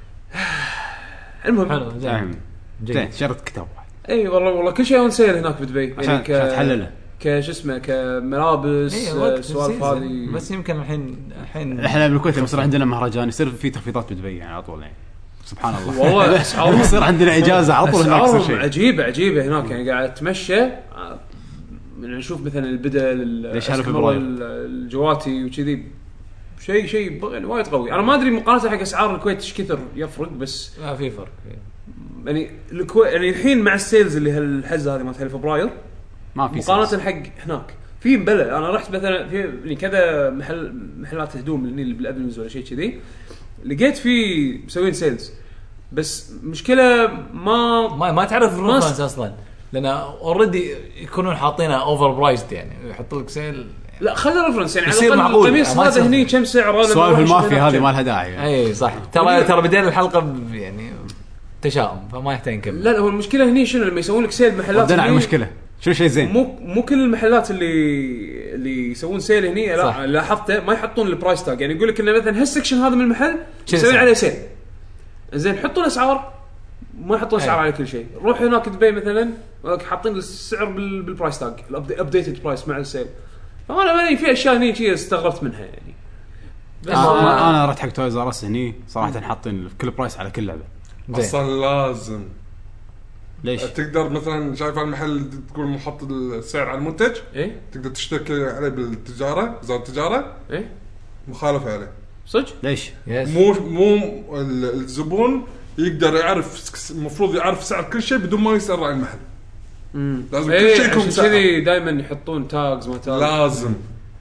S2: المهم
S4: حلو زين
S1: زين شريت كتاب واحد
S2: اي والله والله كل شيء اون سيل هناك بدبي
S1: يعني ك... تحلله
S2: كش اسمه كملابس سوالف هذه
S4: بس يمكن الحين الحين
S1: احنا بالكويت يصير عندنا مهرجان يصير في تخفيضات بدبي يعني على طول يعني سبحان الله
S2: والله اسعار
S1: يصير عندنا اجازه على طول هناك يصير شيء
S2: عجيبه عجيبه هناك يعني قاعد اتمشى من نشوف مثلا البدل الجواتي وكذي شيء شيء يعني وايد قوي انا ما ادري مقارنه حق اسعار الكويت ايش كثر يفرق بس
S4: ما في فرق
S2: يعني الكويت يعني الحين مع السيلز اللي هالحزه هذه مالت فبراير
S1: ما في
S2: مقارنه حق هناك في مبلى انا رحت مثلا في يعني كذا محل محلات هدوم اللي بالابنز ولا شيء كذي لقيت في مسوين سيلز بس مشكله ما
S4: ما, ما تعرف الريفرنس اصلا لان اوريدي يكونون حاطينها اوفر برايسد يعني يحط لك سيل
S2: لا خلي ريفرنس يعني على الاقل القميص هذا هني كم سعره
S1: سوالف المافيا هذه ما لها داعي
S4: اي صح ترى ترى بدينا الحلقه يعني تشاؤم فما يحتاج نكمل
S2: لا هو المشكله هني شنو لما يسوون لك سيل محلات
S1: بدنا على المشكله شو شيء زين
S2: مو مو كل المحلات اللي اللي يسوون سيل هني لا لاحظته ما يحطون البرايس تاج يعني يقول لك انه مثلا هالسكشن هذا من المحل يسوون عليه سيل زين حطوا الاسعار ما يحطون اسعار على كل شيء روح هناك دبي مثلا حاطين السعر بالبرايس تاج الابديتد برايس مع السيل فانا ماني في اشياء هني شيء استغربت منها يعني
S1: بس آه انا رحت حق تويز ار اس هني صراحه حاطين كل برايس على كل لعبه
S3: اصلا لازم
S1: ليش
S3: تقدر مثلا شايف المحل تقول محط السعر على المنتج
S2: ايه
S3: تقدر تشترك عليه بالتجاره وزاره التجاره
S2: ايه
S3: مخالفه عليه
S2: صدق
S1: ليش
S3: مو مو الزبون يقدر يعرف المفروض يعرف سعر كل شيء بدون ما يسرع المحل.
S2: امم
S3: لازم
S2: ايه
S3: كل شيء يكون
S2: عشان كذي دائما يحطون تاجز ما تاجز
S3: لازم.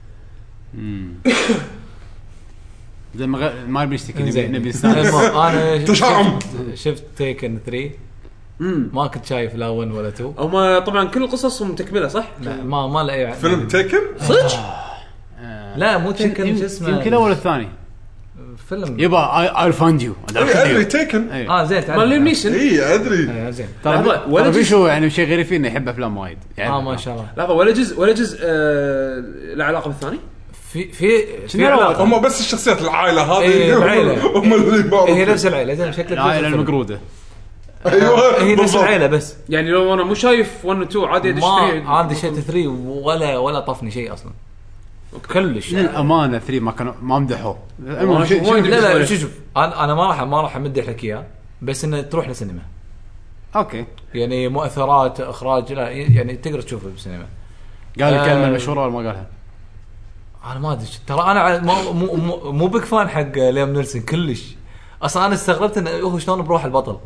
S1: زي ما غ... ما بنشتكي نبي
S4: زين.
S1: نبي نستانس.
S4: انا
S3: تشعم.
S4: شفت, شفت تيكن ثري
S2: امم
S4: ما كنت شايف لا ون ولا تو.
S2: هم طبعا كل القصص متكمله صح؟
S4: لا ما ما لا يعني
S3: فيلم تيكن
S2: صدق؟
S4: لا مو تيكن شو اسمه
S1: يمكن اول الثاني
S4: فيلم
S1: يبا اي فاند يو
S3: ادري تيكن
S4: اه زين
S2: مال ليم نيسون.
S3: اي ادري
S4: آه زين
S1: ترى
S2: لحظة، ولا
S1: ولا
S2: جزء-
S1: شو يعني شيء غريب فيه انه يحب افلام وايد يعني.
S4: اه ما شاء الله.
S2: لحظه ولا جزء ولا جزء آه له علاقه بالثاني؟
S4: في في في
S1: شنو
S4: علاقة.
S3: هم بس الشخصيات العائله هذه
S4: إيه، العائلة.
S3: هم اللي
S4: هي
S3: يبارك
S4: نفس العيله زين شكلك
S1: العائله المقروده.
S3: ايوه
S4: هي نفس
S3: بالضبط.
S4: العيله بس
S2: يعني لو انا مو شايف واحد و اثنين عادي ادش
S4: ما
S2: ثري.
S4: عندي شيء ثري ولا ولا طفني شيء اصلا كلش.
S1: للامانه ثري ما كانوا ما مدحوه. المهم
S2: شوف
S1: شيء-
S2: وايد
S1: شيء-
S4: لا لا
S2: بالنسبة
S4: شوف شوف انا انا ما راح ما راح امدح لك اياه بس انه تروح للسينما
S1: اوكي
S4: يعني مؤثرات اخراج لا يعني تقدر تشوفه بالسينما.
S1: قال الكلمه
S4: آه.
S1: المشهوره ولا ما قالها؟
S4: انا ما ادري ترى انا ع- مو مو مو, مو بيك فان حق ليام نيلسون كلش اصلا. انا استغربت انه هو شلون بروح البطل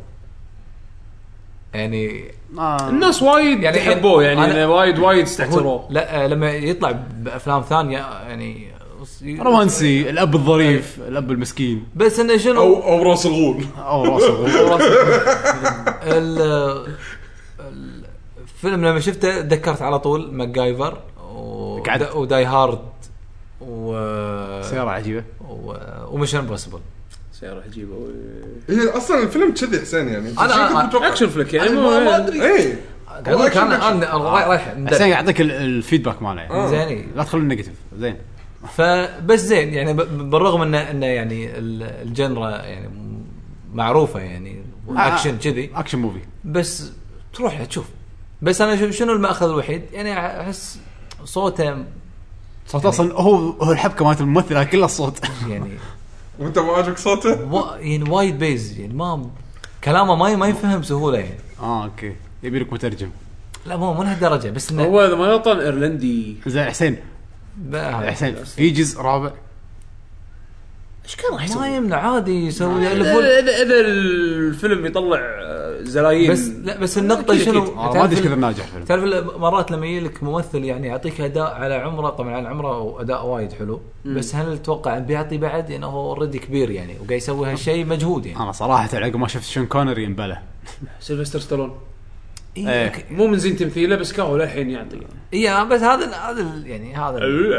S4: يعني
S1: آه.
S2: الناس وايد
S4: يعني
S2: يعني يحبوه يعني
S4: أنا-
S2: أنا وايد وايد
S4: هو
S2: استحتروه.
S4: لا لما يطلع بافلام ثانيه يعني
S1: رومانسي الاب الظريف الاب المسكين
S4: بس انه شنو
S3: او او راس الغول.
S1: او راسه
S4: ال- الفيلم لما شفته تذكرت على طول ماكجايفر و...
S1: قعدت.
S4: وداي هارد و...
S1: سياره عجيبه.
S4: و... ومش امبوسيبل.
S2: سياره عجيبه
S3: هي اصلا الفيلم كذي حسين يعني
S4: أنا- أنا-
S2: اكشن فليك يعني
S3: ما ما ادري ايه
S4: قاعد اقول لك انا انا رايح رايح
S1: حسين يعطيك ال- الفيدباك ماله يعني.
S4: زين
S1: لا تخلوا النيجاتيف زين.
S4: فبس زين يعني ب- بالرغم انه انه يعني ال- الجنرا يعني معروفه يعني اكشن كذي
S1: اكشن موفي.
S4: بس تروح تشوف. بس انا شوف شنو المأخذ الوحيد يعني احس صوته
S1: صوت اصلا هو هو الحبكه مالت الممثل كلها الصوت.
S4: يعني
S3: وانت ما عجبك صوته؟
S4: و... يعني وايد بيز يعني ما كلامه ما ما يفهم سهوله يعني.
S1: اه اوكي يبي لك مترجم.
S4: لا مو من هالدرجه بس انه
S2: هو اذا ما يطن ايرلندي.
S1: زين حسين
S4: ب-
S1: حسين في جزء رابع
S2: ايش كان راح
S4: ما
S2: يسوي؟
S4: يمنع عادي يسوي
S2: اذا
S4: يالفون
S2: اذا إذا الفيلم يطلع آه، زلايين
S4: بس لا بس النقطه
S2: أكيد
S4: شنو
S2: أكيد.
S1: آه ما
S4: تعرف
S1: ادري
S4: ال-
S1: كذا ناجح فيلم.
S4: تعرف مرات لما يجيلك ممثل يعني يعطيك اداء على عمره طبعا على عمره واداء وايد حلو بس هل تتوقع ان بيعطي بعد يعني هو اوريدي كبير يعني وقاعد يسوي هالشيء مجهود يعني.
S1: انا صراحه عقب ما شفت شون كونري ينبله.
S2: سيلفستر ستالون
S4: إيه
S1: إيه.
S4: أوكي.
S2: مو من زين تمثيله بس كاهو للحين يعطي
S4: إيه بس هذا هذا ال- يعني هذا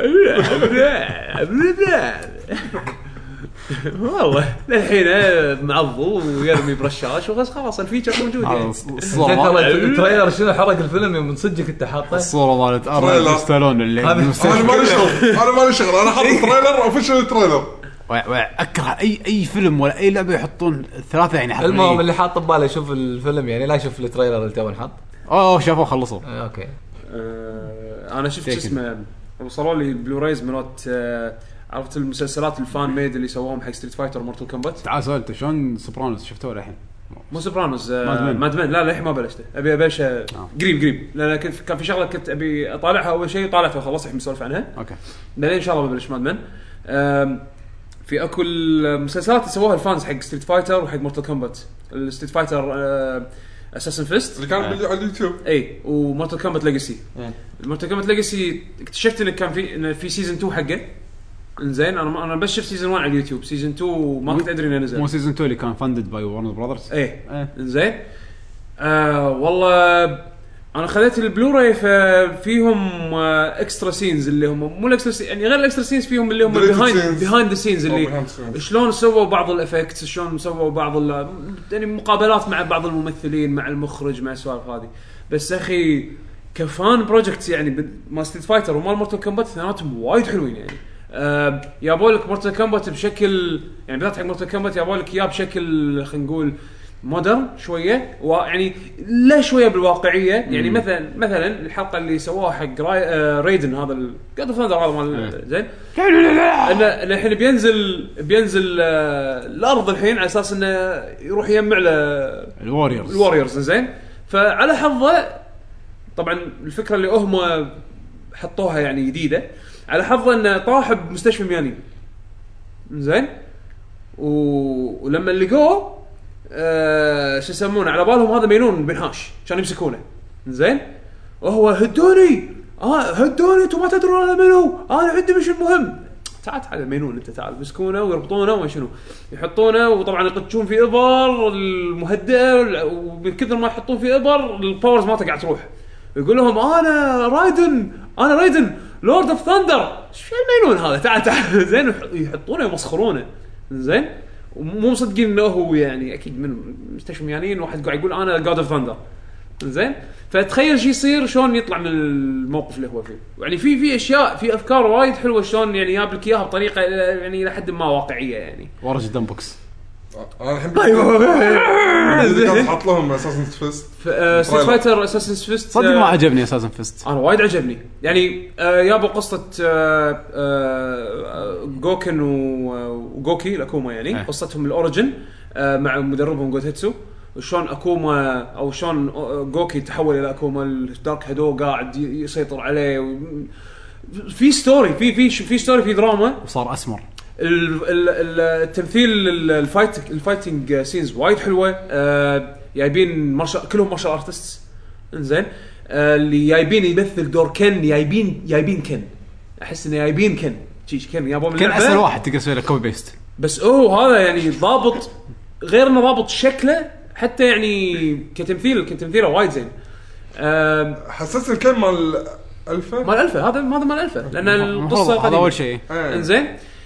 S2: والله للحين معضو ويرمي برشاش وخلاص خلاص الفيتشر موجود
S1: هذا
S2: يعني.
S1: الصوره
S4: ترى
S1: مال-
S4: التريلر شنو حرق الفيلم يوم من صدق انت حاطه.
S1: الصوره مالت
S3: تريلر.
S1: ارنولد ستالون اللي
S4: هذا-
S3: انا مالي شغل انا مالي شغل انا حاط تريلر اوفيشال تريلر.
S1: اكره اي اي فيلم ولا اي لعبه يحطون ثلاثه يعني حرفيا.
S4: المهم اللي حاط بباله يشوف الفيلم يعني لا يشوف التريلر اللي تو نحط.
S1: اوه شافوه خلصوا.
S4: آه، اوكي
S2: آه، انا شفت شو
S1: تيكن.
S2: اسمه وصلوا لي البلورايز مالت آه، عرفت المسلسلات الفان ميد اللي سووهم حق ستريت فايتر ومورتال كومبات.
S1: تعال سؤال شلون سوبرانوس شفتوه الحين؟
S2: مو سوبرانوس
S1: ماد
S2: آه
S1: مين.
S2: ماد مين لا للحين ما بلشته ابي ابلشه قريب قريب لان كنت كان في شغله كنت ابي اطالعها اول شيء طالعتها وخلصت الحين بسولف عنها
S1: اوكي
S2: بعدين ان شاء الله ببلش ماد مين. آم، في اكو المسلسلات اللي سووها الفانز حق ستريت فايتر وحق مورتال كومبات. الستريت فايتر اساسن فيست
S3: اللي كان باللي على اليوتيوب
S2: اي ومورتال كومبات ليجاسي. المورتال كومبات ليجاسي اكتشفت انه كان في انه في سيزون تو حقه انزين. انا انا بس شفت سيزون واحد على اليوتيوب سيزون تو ما كنت ادري انه نزل.
S1: مو سيزون اثنين اللي كان فاندد باي ورنر براذرز.
S2: ايه
S1: إيه.
S2: انزين آه والله انا خذيت البلوراي فيهم آه اكسترا سينز اللي هم مو الاكسترا يعني غير الاكسترا سينز فيهم اللي هم
S3: Deleted
S2: بيهايند
S3: scenes.
S2: بيهايند ذا سينز اللي
S3: behind the scenes.
S2: شلون سووا بعض الافكتس شلون سووا بعض ال- يعني مقابلات مع بعض الممثلين مع المخرج مع السوالف هذه. بس اخي كفان بروجكتس يعني ما ستريت فايتر ومال مورتال كومبات اثنيناتهم وايد حلوين يعني. آه يابوا لك مورتال كومبات بشكل يعني بالذات حق مورتال كومبات يابوا لك اياه بشكل خلينا نقول مودرن شويه ويعني لا شويه بالواقعيه يعني
S1: مم.
S2: مثلا مثلا الحلقه اللي سووها حق راي آه ريدن هذا الجاد اوف ثاندر هذا مال زين انه الحين بينزل بينزل آه الارض الحين على اساس انه يروح يجمع له
S1: الوريورز
S2: الوريورز زين. فعلى حظه طبعا الفكره اللي هم حطوها يعني جديده على حظه انه طاح بمستشفى ميانين زين و... ولما لقوه آه شو يسمونه على بالهم هذا مينون بنهاش عشان يمسكونه زين وهو هدوني اه هدوني انتم ما تدرون انا منو انا عندي مش المهم تعال تعال مينون انت تعال مسكونه ويربطونه وما شنو يحطونه وطبعا يقطشون في ابر المهدئه ومن كثر ما يحطون في ابر الباورز ما تقعد تروح يقول لهم انا رايدن انا رايدن لورد اوف ثاندر شو المينون هذا تعال تعال زين يحطونه ويمسخرونه زين ومو مصدقين انه هو يعني اكيد من مستشفى ميانين واحد قاعد يقول انا جاد اوف ثاندر زين فتخيل شو يصير شلون يطلع من الموقف اللي هو فيه يعني في في اشياء في افكار وايد حلوه شلون يعني جاب لك اياها بطريقه يعني الى حد ما واقعيه يعني
S1: ورا جدا بوكس
S3: انا الحين ايوه حط لهم اساسن فيست
S2: ستريت فايتر اساسن فيست
S1: صدق ما عجبني اساسن فيست
S2: انا وايد عجبني يعني يابو قصه جوكن وجوكي الاكوما يعني
S1: أه.
S2: قصتهم الاوريجن مع مدربهم جوتيتسو وشون اكوما او شون جوكي تحول الى اكوما الدارك هدو قاعد يسيطر عليه في ستوري في في في ستوري في دراما
S1: وصار اسمر
S2: التمثيل الفايت الفايتنج سينز وايد حلوه جايبين مارشال كلهم مارشال ارتستس انزين اللي جايبين يمثل دور كن جايبين جايبين كن احس انه جايبين كن شيء كن يابون
S1: كان اسهل واحد تقدر تسوي له كوبي بيست
S2: بس اوه هذا يعني ضابط غير انه ضابط شكله حتى يعني كتمثيل كتمثيله وايد زين
S3: حسيت الكلام مال الفا
S2: مال الفا هذا هذا مال الفا لان القصه
S1: هذا اول شيء
S2: انزين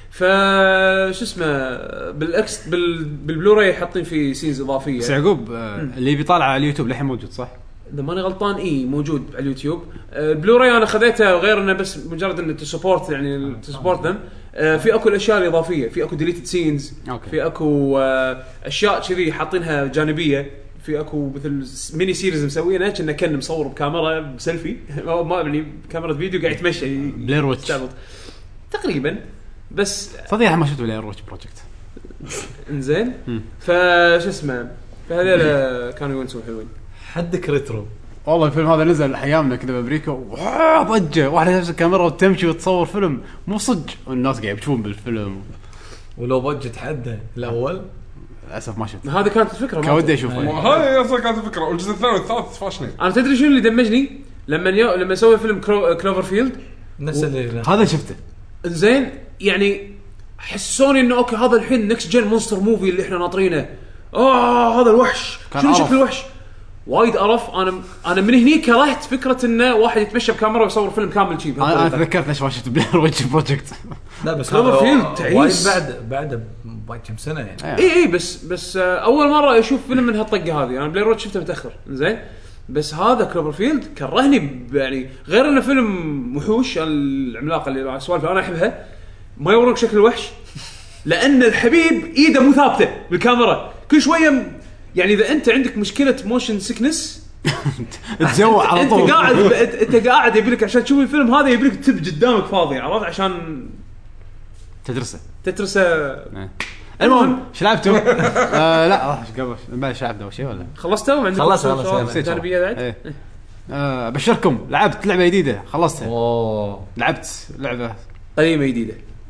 S2: فشو اسمه بالاكس بال بالبلوراي حاطين فيه سينز اضافيه
S1: بس يعقوب اللي بيطالع على اليوتيوب لحين موجود صح
S2: اذا ماني غلطان اي موجود على اليوتيوب البلوراي انا خذيته غير انه بس مجرد انه تسبورت يعني تسبورت ذم في اكو الاشياء الاضافيه في اكو ديليتد سينز في اكو اشياء كذي حاطينها جانبيه في اكو مثل ميني سيريز مسوينها كنا كان مصور بكاميرا بسيلفي ما ادري بكاميرا فيديو قاعد يتمشى
S1: بلاير ويتش
S2: تقريبا بس
S1: صدق ما شفت بلاير ويتش بروجكت
S2: انزين فش اسمه فهذول كانوا يونسون حلوين
S4: حدك ريترو
S1: والله الفيلم هذا نزل ايامنا كذا بامريكا ضجه واحده تمسك الكاميرا وتمشي وتصور فيلم مو صدق والناس قاعد يشوفون بالفيلم
S4: ولو بجت حده الاول
S1: للاسف ما شفت
S2: هذه كانت الفكره
S1: كان ودي اشوفها
S3: هذه اصلا كانت الفكره والجزء الثاني والثالث فاشلين
S2: انا تدري شنو اللي دمجني لما يو... لما سوى فيلم كلو... كلوفر فيلد
S4: نفس اللي
S1: هذا شفته
S2: زين يعني حسوني انه اوكي هذا الحين نكست جن مونستر موفي اللي احنا ناطرينه اه هذا الوحش شنو شكل الوحش وايد قرف انا انا من هني كرهت فكره انه واحد يتمشى بكاميرا ويصور فيلم كامل شيء
S1: انا تذكرت ليش ما شفت بلاير ويتش بروجكت
S4: لا بس
S2: كلوفر فيلد تعيس
S4: بعد بعد بعد كم سنه يعني
S2: اي اي بس بس اول مره اشوف فيلم من هالطقه هذه انا بلاير ويتش شفته متاخر زين بس هذا كلوفر فيلد كرهني يعني غير انه فيلم وحوش العملاقه اللي سوالف انا احبها ما يورونك شكل الوحش لان الحبيب ايده مو ثابته بالكاميرا كل شويه يعني اذا انت عندك مشكله موشن سيكنس
S1: تجوع على طول
S2: انت قاعد انت قاعد يبيلك عشان تشوف الفيلم هذا يبيلك تب قدامك فاضي عرفت عشان
S1: تدرسه
S2: تدرسه
S1: المهم ايش لعبتوا آه لا راح قبل نبلش لعبنا اول شيء ولا
S2: خلصتوا عندكم
S4: خلص خلص
S2: جانبيه بعد
S1: ايه. آه بشركم لعبت لعبه جديده خلصتها
S4: اوه
S1: لعبت لعبه
S2: قديمه جديده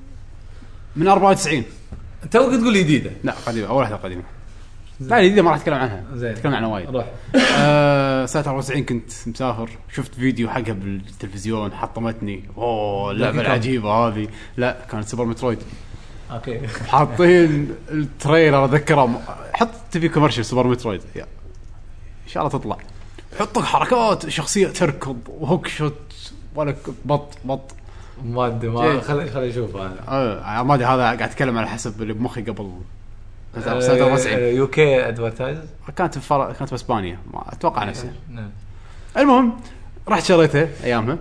S1: من أربعة وتسعين
S4: انت وقت تقول جديده
S1: لا قديمه اول واحده قديمه لا جديده ما راح اتكلم عنها
S4: زين
S1: اتكلم عنها وايد
S4: روح
S1: آه سنه أربعة وتسعين كنت مسافر شفت فيديو حقها بالتلفزيون حطمتني اوه اللعبه العجيبه هذه لا كانت سوبر مترويد
S4: اوكي
S1: حاطين التريلر اذكره حط تبي كوميرشال سوبر مترويد يا ان شاء الله تطلع حطك حركات شخصيه تركض وهوك شوت ولا بط بط
S4: ما ادري ما خلي خلي اشوف انا
S1: اه ما ادري هذا قاعد اتكلم على حسب اللي بمخي قبل سنه أربعة وتسعين
S4: يو كي ادفرتايز
S1: كانت في كانت باسبانيا ما اتوقع نفسها
S4: نعم
S1: المهم رحت شريتها ايامها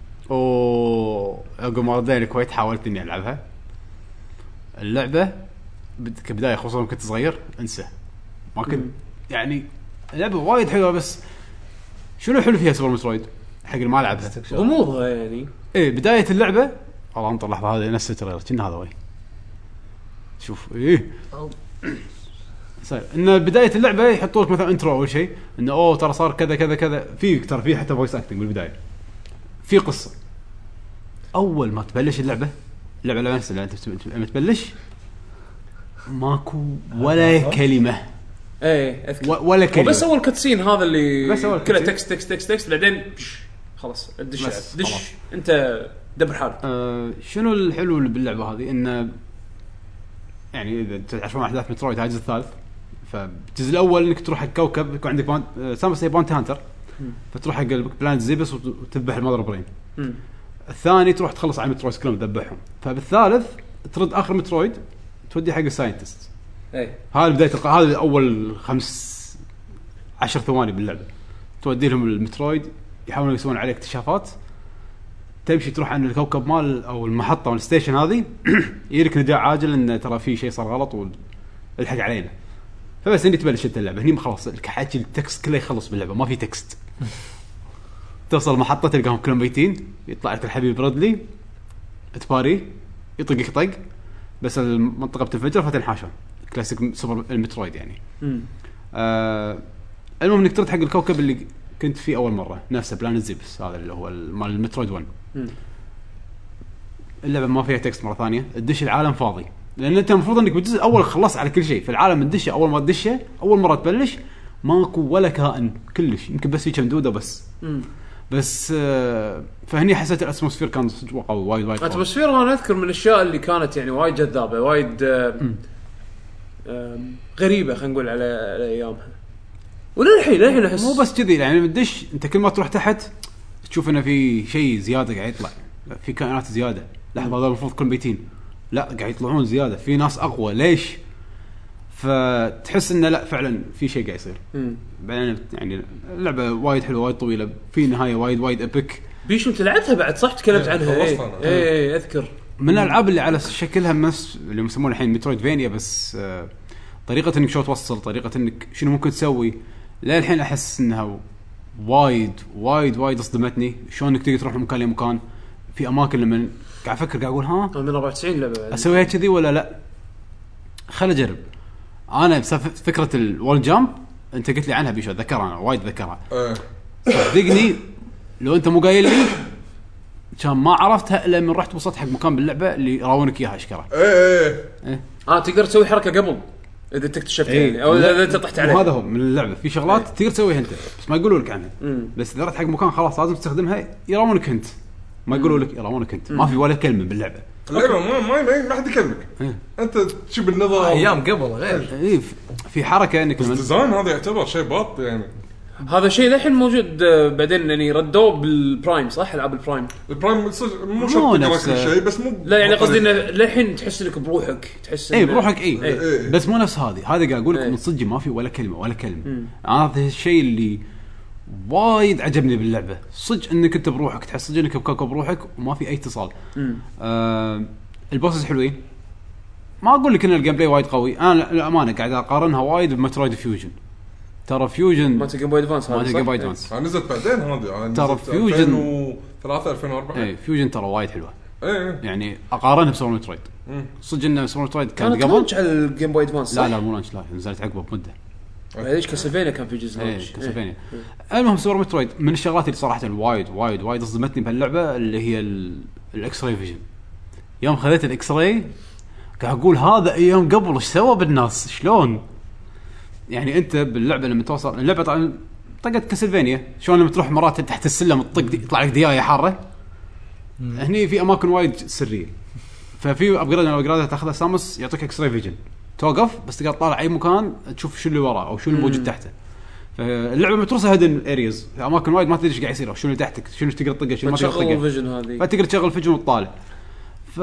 S1: وعقب ما رديت الكويت حاولت اني العبها اللعبه كبدايه خصوصا كنت صغير انسى ما كنت يعني اللعبه وايد حلوه بس شنو حلو فيها سوبر مترويد حق اللي ما لعبها
S2: غموضها يعني
S1: ايه بدايه اللعبه والله انطر لحظه هذه نفس التريلر كنا هذا وين شوف ايه صار ان بدايه اللعبه يحطوا لك مثلا انترو اول شيء انه اوه ترى صار كذا كذا كذا في ترى في حتى فويس اكتنج بالبدايه في قصه اول ما تبلش اللعبه اللعبه لما انت لما تبلش ماكو ولا كلمه
S2: ايه اذكر
S1: و- ولا كلمه
S2: وبس اول كاتسين هذا اللي
S1: بس أول
S2: كله
S1: كاتسين.
S2: تكست تكست تكست تكست بعدين بش، خلاص الدش
S1: بس
S2: دش
S1: خلاص.
S2: انت دبر حالك.
S1: آه شنو الحلو اللي باللعبه هذه انه يعني اذا تعرفون احداث مترويد هاي الجزء الثالث فالجزء الاول انك تروح حق كوكب يكون عندك بان... سامس سي بانت هانتر فتروح حق بلانت زيبس وتذبح المذر برين.
S2: مم.
S1: الثاني تروح تخلص على مترويد كلهم تذبحهم. فبالثالث ترد اخر مترويد تودي حق الساينتست.
S2: ايه
S1: هذا بدايه الق... هذا اول خمس عشر ثواني باللعبه تودي لهم المترويد يحاولون يسوون عليه اكتشافات. تمشي تروح عند الكوكب مال او المحطه او الستيشن هذه يجيك نداء عاجل ان ترى في شيء صار غلط والحق علينا. فبس اني تبلش انت اللعبه هني خلاص الحكي التكست كله يخلص باللعبه ما في تكست. توصل المحطه تلقاهم كلهم ميتين يطلع لك الحبيب برادلي تباري يطقك طق بس المنطقه بتنفجر فتنحاشون كلاسيك سوبر المترويد يعني.
S2: امم
S1: آه المهم انك ترد حق الكوكب اللي كنت فيه اول مره نفسه بلانت زيبس هذا اللي هو مال المترويد واحد.
S2: مم.
S1: اللعبه ما فيها تكست مره ثانيه الدش العالم فاضي لان انت المفروض انك بالجزء الاول خلصت على كل شيء في العالم الدشه اول ما تدشه اول مره تبلش ماكو ولا كائن كلش يمكن بس في كم دوده بس
S2: امم
S1: بس آه فهني حسيت الاتموسفير كان قوي وايد وايد قوي.
S2: اتموسفير انا اذكر من الاشياء اللي كانت يعني وايد جذابه وايد آه آه غريبه خلينا نقول على, على ايامها وللحين للحين احس
S1: مو بس كذي يعني بالدش انت كل ما تروح تحت تشوف انه في شيء زياده قاعد يطلع في كائنات زياده لحظه هذول المفروض كلهم بيتين لا قاعد يطلعون زياده في ناس اقوى ليش فتحس انه لا فعلا في شيء قاعد يصير.
S2: مم.
S1: بعدين يعني اللعبه وايد حلوه وايد طويله في نهايه وايد وايد ابيك.
S2: بيشو انت لعبتها بعد صح تكلمت
S3: إيه،
S2: عنها ايه
S3: خلصتها أنا.
S2: ايه, ايه اذكر
S1: من الالعاب اللي على شكلها مس اللي يسمونه الحين مترويد فينيا بس آه طريقه انك شو توصل طريقه انك شنو ممكن تسوي لا الحين احس انها وايد وايد وايد اصدمتني شلون انك تقدر تروح من مكان لمكان في اماكن لما قاعد افكر قاعد اقول ها
S2: من أربعة وتسعين لعبه بعد
S1: اسويها كذي ولا لا خل اجرب. انا بسبب فكره الوول جامب انت قلت لي عنها بيشو ذكرها انا وايد ذكرها
S3: ايه
S1: صدقني لو انت مو قايل لي كان ما عرفتها الا من رحت وصلت حق مكان باللعبه اللي راونك اياها اشكره.
S3: ايه ايه
S2: اه تقدر تسوي حركه قبل اذا انت اكتشفت
S1: إيه.
S2: يعني او اذا انت طحت عليه
S1: هذا هو من اللعبه في شغلات تقدر تسويها انت بس ما يقولوا لك عنها.
S2: مم.
S1: بس اذا رحت حق مكان خلاص لازم تستخدمها يراونك انت ما يقولوا لك يراونك انت ما في ولا كلمه باللعبه.
S3: لا ما ما ما- ما حد يكلمك
S1: إيه.
S3: انت تشوف النظام
S4: ايام قبل غير
S1: اي في حركه انك
S3: بس
S1: لما
S3: الديزاين هذا يعتبر شيء باط يعني.
S2: هذا شيء للحين موجود آه، بعدين يعني ردوه بالبرايم صح العاب البرايم
S3: البرايم صدق مو
S1: مو
S3: شرط تقرا
S1: نفس-
S3: كل شيء بس مو
S2: لا يعني قصدي انه للحين تحس انك بروحك تحس
S1: اي
S2: إنه-
S1: بروحك اي
S2: إيه.
S3: إيه.
S1: بس مو نفس هذه هذه قاعد اقول لك
S2: إيه.
S1: من صدق ما في ولا كلمه ولا كلمه.
S2: مم.
S1: هذا الشيء اللي وايد عجبني باللعبه صدق انك انت بروحك تحس صدق انك بكوكب بروحك وما في اي اتصال.
S2: مم.
S1: آه البوسز حلوين ما اقول لك ان الجيم بلاي وايد قوي انا للامانه قاعد اقارنها وايد بمترويد فيوجن ترى فيوجن
S2: ما تجيب باي ادفانس
S1: ما
S2: هذا
S1: تلقى
S2: صح؟
S1: باي ادفانس
S3: انا نزلت بعدين هذه
S1: ترى فيوجن-
S3: ألفين وثلاثة ألفين وأربعة
S1: اي فيوجن ترى وايد حلوه
S3: ايه
S1: يعني اقارنها بسوبر مترويد
S3: مم.
S1: صدق ان سوبر مترويد
S2: كانت
S1: كانت قبل
S2: لونش على الجيم باي ادفانس صح؟
S1: لا لا مو لانش لا نزلت عقبه بمده.
S2: ليش كاسلفينيا كان في جزء
S1: ايه
S2: لونش
S1: كاسلفينيا. المهم سوبر مترويد من الشغلات اللي صراحه وايد وايد وايد اصدمتني بهاللعبه اللي هي الاكس راي فيجن. يوم خذيت الاكس راي قاعد اقول هذا ايام قبل ايش سوى بالناس شلون يعني انت باللعبه لما توصل اللعبه طبعا طقت كاسلفينيا شلون لما تروح مرات تحت السلم تطق دي- يطلع لك ديايه حاره هني في اماكن وايد سريه ففي ابجريد من الابجريدات تاخذها سامس يعطيك اكس راي فيجن توقف بس تقدر تطالع اي مكان تشوف شو اللي وراه او شو اللي موجود تحته. فاللعبه متروسه هيدن ارياز في اماكن وايد ما تدري ايش قاعد يصير او شو اللي تحتك شو اللي تقدر تطقه شو ما تقدر
S2: تشغل
S1: تطقه
S2: الفيجن هذه
S1: فتقدر تشغل فيجن وتطالع. ف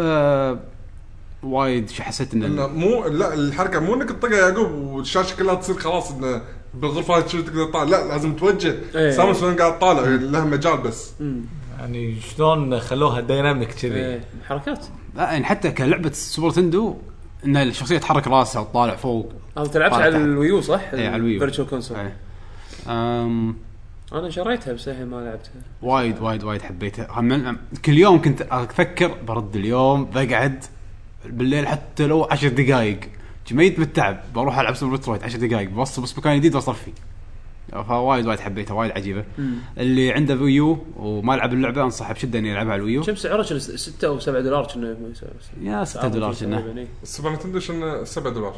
S1: وايد شو حسيت ان
S3: انه مو لا الحركه مو انك تطقها يا يعقوب والشاشه كلها تصير خلاص انه بالغرفه هاي شو تقدر تطالع لا لازم توجه
S2: إيه.
S3: سامس وين قاعد طالع له مجال بس
S2: مم.
S4: يعني شلون خلوها دايناميك كذي.
S2: ايه حركات
S1: لا يعني حتى كلعبه سوبر تندو ان الشخصيه تحرك راسها وتطالع فوق.
S2: هذا تلعبت
S1: طالع
S2: على
S1: تحت.
S2: الويو صح؟
S1: إيه، على الويو.
S2: فيرتشوال كونسول
S1: أي. أم
S2: انا شريتها بس الحين ما لعبتها
S1: وايد وايد وايد حبيتها هم- كل يوم كنت افكر برد اليوم بقعد بالليل حتى لو عشر دقائق جميت بالتعب بروح العب سوبر مترويد عشر دقائق بوصل بس مكان جديد واصرف فيه. فوايد وايد حبيتها وايد عجيبه.
S2: مم.
S1: اللي عنده ويو وما لعب اللعبه انصح بشده انه يلعبها على الويو.
S2: كم سعرها؟ كان ستة او سبعة دولار كنا
S1: يا ستة دولار كنا
S3: السوبر نتندو شنو سبعة دولار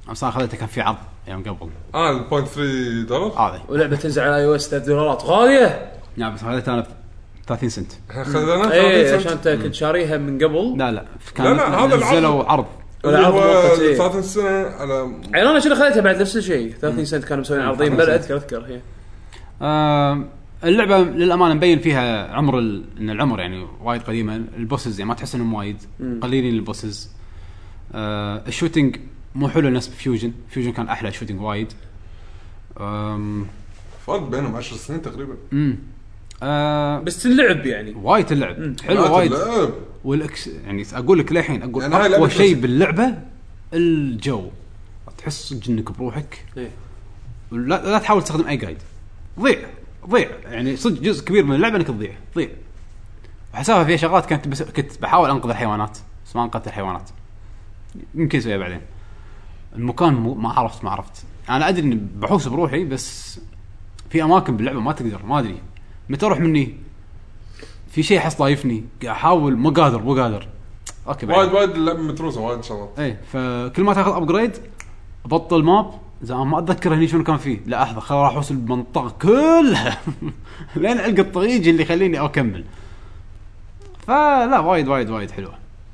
S1: انا اخذته كان في عرض يوم قبل
S3: اه ال صفر ثلاثة دولار
S1: هذا
S2: ولعبه تنزل على اي او اس ثلاثة دولارات غاليه.
S1: نعم بس اخذته انا ثلاثين سنت.
S3: خذنا
S2: اي عشان انت كنت شاريها من قبل.
S1: لا لا
S3: لا لا هذا
S1: نزلوا عرض
S2: ولا عرض مؤقت، إيه.
S3: ثلاثين سنه على
S2: يعني انا شنو خذيتها بعد نفس الشيء ثلاثين سنت كانوا مسوين عرضين بل اذكر اذكر هي
S1: آه اللعبه للامانه مبين فيها عمر ال... ان العمر يعني وايد قديمه. البوسز يعني ما تحس انهم وايد قليلين البوسز. آه الشوتينج مو حلو نفس فيوجن. فيوجن كان احلى شوتينج وايد. امم
S3: فرق بينهم عشر سنين تقريبا.
S1: امم آه
S2: بس اللعب يعني
S1: وايد اللعب حلو وايد. والاكس يعني اقول لك للحين اقول يعني اقوى شيء باللعبه الجو. تحس انك بروحك
S2: إيه؟
S1: لا لا تحاول تستخدم اي جايد. ضيع ضيع يعني صدق جزء كبير من اللعبه انك تضيع ضيع. وحسابها فيها شغلات كنت بس كنت بحاول انقذ الحيوانات بس ما انقذت الحيوانات. يمكن اسويها بعدين. المكان ما عرفت ما عرفت انا ادري اني بحوس بروحي بس في اماكن باللعبه ما تقدر ما ادري متى اروح مني. في شيء حس ضايفني احاول مو قادر مو قادر. اوكي
S3: وايد وايد اللعبه متروسه وايد شغلات.
S1: ايه فكل ما تاخذ ابجريد ابطل ماب زي ما اتذكر هني شنو كان فيه. لا احظى خل راح اوصل المنطقه كلها لين القى الطريق اللي يخليني اكمل. فلا وايد وايد وايد حلوه.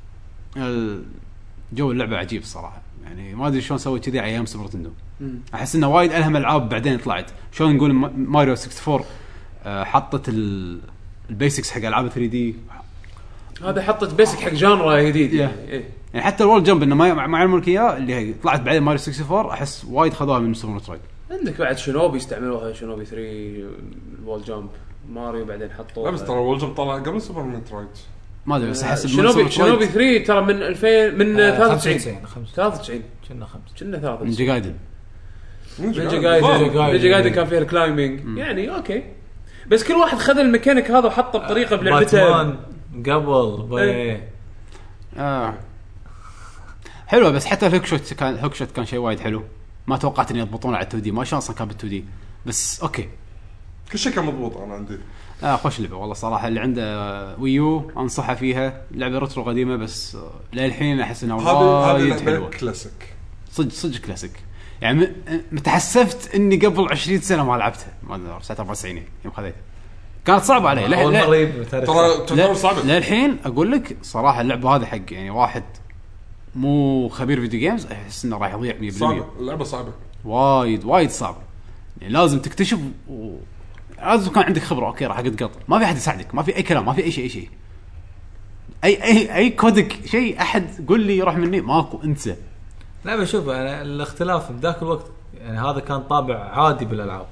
S1: الجو اللعبه عجيب الصراحه يعني ما ادري شلون سووا كذي على ايام سوبر نتندو. احس انه وايد الهم العاب بعدين طلعت شلون نقول ماريو أربعة وستين حطت البيسكس حق العاب ثري دي.
S2: هذا حطت بيسك حق جانرا جديد
S1: yeah.
S2: يعني. إيه؟
S1: يعني حتى الورلد جمب انه ما ما يعلمون لك اياه اللي هي طلعت بعدين ماريو أربعة وستين احس وايد خذوها من سوبر مترويد.
S2: عندك بعد شنوبي استعملوها شنوبي ثري الورلد جامب ماريو بعدين حطوا.
S3: لا بس ترى الورلد جامب طلع قبل سوبر مترويد
S1: ما ادري بس احس
S2: شنوبي شنوبي ثري ترى من ألفين من ثلاثة وتسعين ثلاثة وتسعين
S4: كنا خمسة
S2: كنا ثلاثة
S1: نينجا جايدن.
S2: نينجا جايدن نينجا جايدن كان فيها الكلايمينج يعني اوكي بس كل واحد خذ الميكانيك هذا وحطه بطريقه بلعبته
S4: قبل
S2: ايه.
S1: اه حلوه بس حتى الهوك شوت كان هوك شوت كان شيء وايد حلو. ما توقعت ان يضبطون على تو دي ما شاء الله كان بالتو دي بس اوكي
S3: كل شيء كان مضبوط. انا عندي
S1: اه خوش لعبه والله صراحه اللي عنده ويو انصحها فيها. لعبه ريترو قديمه بس للحين احس انها وايد حلوه
S3: كلاسيك
S1: صدق صدق كلاسيك يعني متحسفت اني قبل عشرين سنه ما لعبتها ما ادري سنه أربعة وتسعين يوم خذيتها كانت صعبه علي. لا
S4: لا
S3: ترى ترى صعبه
S1: للحين اقول لك صراحه اللعبه هذه حق يعني واحد مو خبير فيديو جيمز احس انه راح يضيع مية بالمية.
S3: صعبه اللعبه صعبه
S1: وايد وايد صعبه يعني لازم تكتشف و... لازم كان عندك خبره. اوكي راح اقط قط ما في احد يساعدك ما في اي كلام ما في اي شيء اي شيء اي اي اي كودك شيء احد قول لي يروح مني ماكو انسى.
S4: لا بشوف انا الاختلاف بذاك الوقت يعني هذا كان طابع عادي بالالعاب.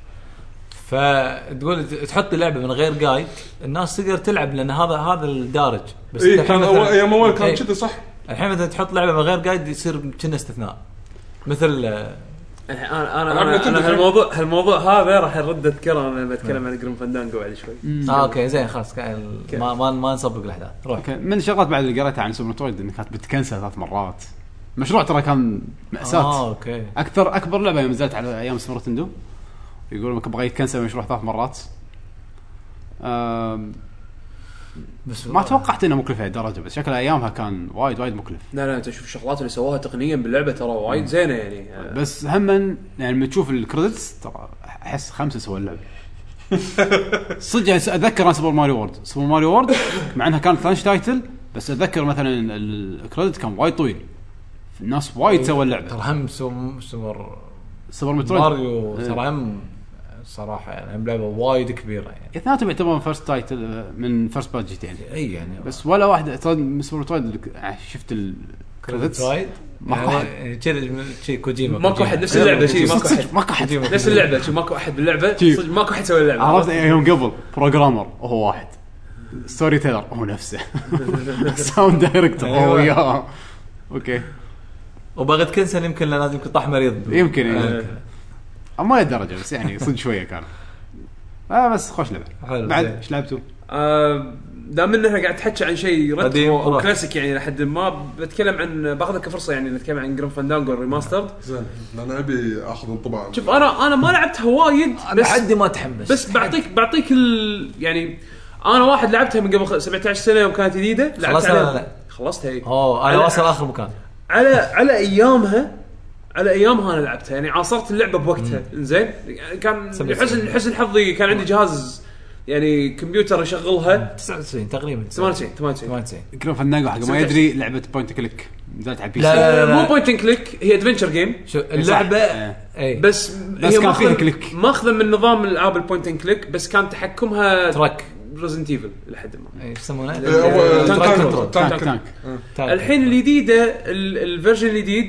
S4: فتقول تحط لعبه من غير جايد الناس تقدر تلعب لان هذا هذا الدارج.
S3: بس إيه كان اول ايام اول كان كذا صح.
S4: الحين مثلا تحط لعبه من غير جايد يصير كنا استثناء مثل
S2: انا انا انا, أنا هالموضوع هالموضوع هذا راح ارد اذكره انا بتكلم عن جريم فاندانجو بعد شوي.
S4: اه اوكي زين خلاص ما ما ما نسبق الاحداث.
S1: روح من الشغلات بعد اللي قريتها عن سوبر مترويد انها كانت بتكنسل ثلاث مرات. مشروع ترى كان مأساة.
S4: اه اوكي
S1: اكثر اكبر لعبه يوم نزلت على ايام سوبر نتندو يقولون انك بغيت تكنسل المشروع ثلاث مرات. بس ما توقعت انه مكلف هالدرجه بس شكلها ايامها كان وايد وايد مكلف.
S2: لا لا انت شوف الشغلات اللي سووها تقنيا باللعبه ترى وايد زينه يعني.
S1: بس هم يعني لما تشوف الكريدتس ترى احس خمسه سووا اللعبه صدق. اتذكر انا سوبر ماريو وورد سوبر ماريو وورد مع انها كانت ثاني تايتل بس اتذكر مثلا الكريدت كان وايد طويل. الناس وايد سووا اللعبه
S4: ترى هم سوبر
S1: سوبر مترويد
S4: ماريو ترى هم صراحه يعني هم لعبه وايد كبيره يعني
S1: اثنيناتهم يعتبرون فيرست تايتل من فيرست بادجت يعني.
S4: اي يعني
S1: بس ولا واحده صار سوبر مترويد شفت الكريدتس
S4: ماكو شيء شيء كوجيما
S2: ماكو احد نفس اللعبه شيء ماكو احد
S1: ماكو احد
S2: نفس اللعبه شيء ماكو احد باللعبه صدق ماكو احد سوى اللعبه.
S1: عرفت يوم قبل بروجرامر وهو واحد ستوري تيلر هو نفسه ساوند دايركتور هو وياه اوكي
S4: وبغيت كنسل يمكن لازم يمكن طاح مريض
S1: يمكن يعني. اما الدرجه بس يعني صدق شويه كان اه بس خوش لعبه. بعد ايش لعبتوا؟
S2: آه دام ان احنا قاعد تحكي عن شيء ريترو او كلاسيك يعني لحد ما بتكلم عن باخذك فرصه يعني نتكلم عن جريم فاندانجو ريماسترد.
S3: زين انا ابي اخذ انطباع.
S2: شوف انا انا ما لعبتها وايد
S4: بس حد ما تحمس
S2: بس بعطيك بعطيك ال يعني انا واحد لعبتها من قبل سبعة عشر سنه يوم كانت جديده لعبتها
S4: خلصتها. لا
S2: خلصتها هي
S4: اوه انا واصل اخر مكان
S2: على على ايامها على ايامها انا لعبتها يعني عاصرت اللعبه بوقتها زين كان لحسن حسن حظي كان عندي جهاز يعني كمبيوتر يشغلها
S4: تسعة وتسعين تقريبا
S2: ثمانية وتسعين ثمانية وتسعين
S1: يقولون فناقو حق ما يدري لعبه بوينت كليك نزلت على البي سي.
S4: لا لا لا
S2: مو بوينت كليك هي ادفنتشر جيم
S4: اللعبه
S1: ايه.
S2: بس
S1: بس كان فيها كليك
S2: ماخذه من نظام الالعاب البوينت اند كليك بس كان تحكمها
S4: تراك
S2: ريزنت ايفل لحد ما
S4: ايش يسمونه
S3: تانك
S1: تانك تانك
S2: الحين الجديده الفيرجن الجديد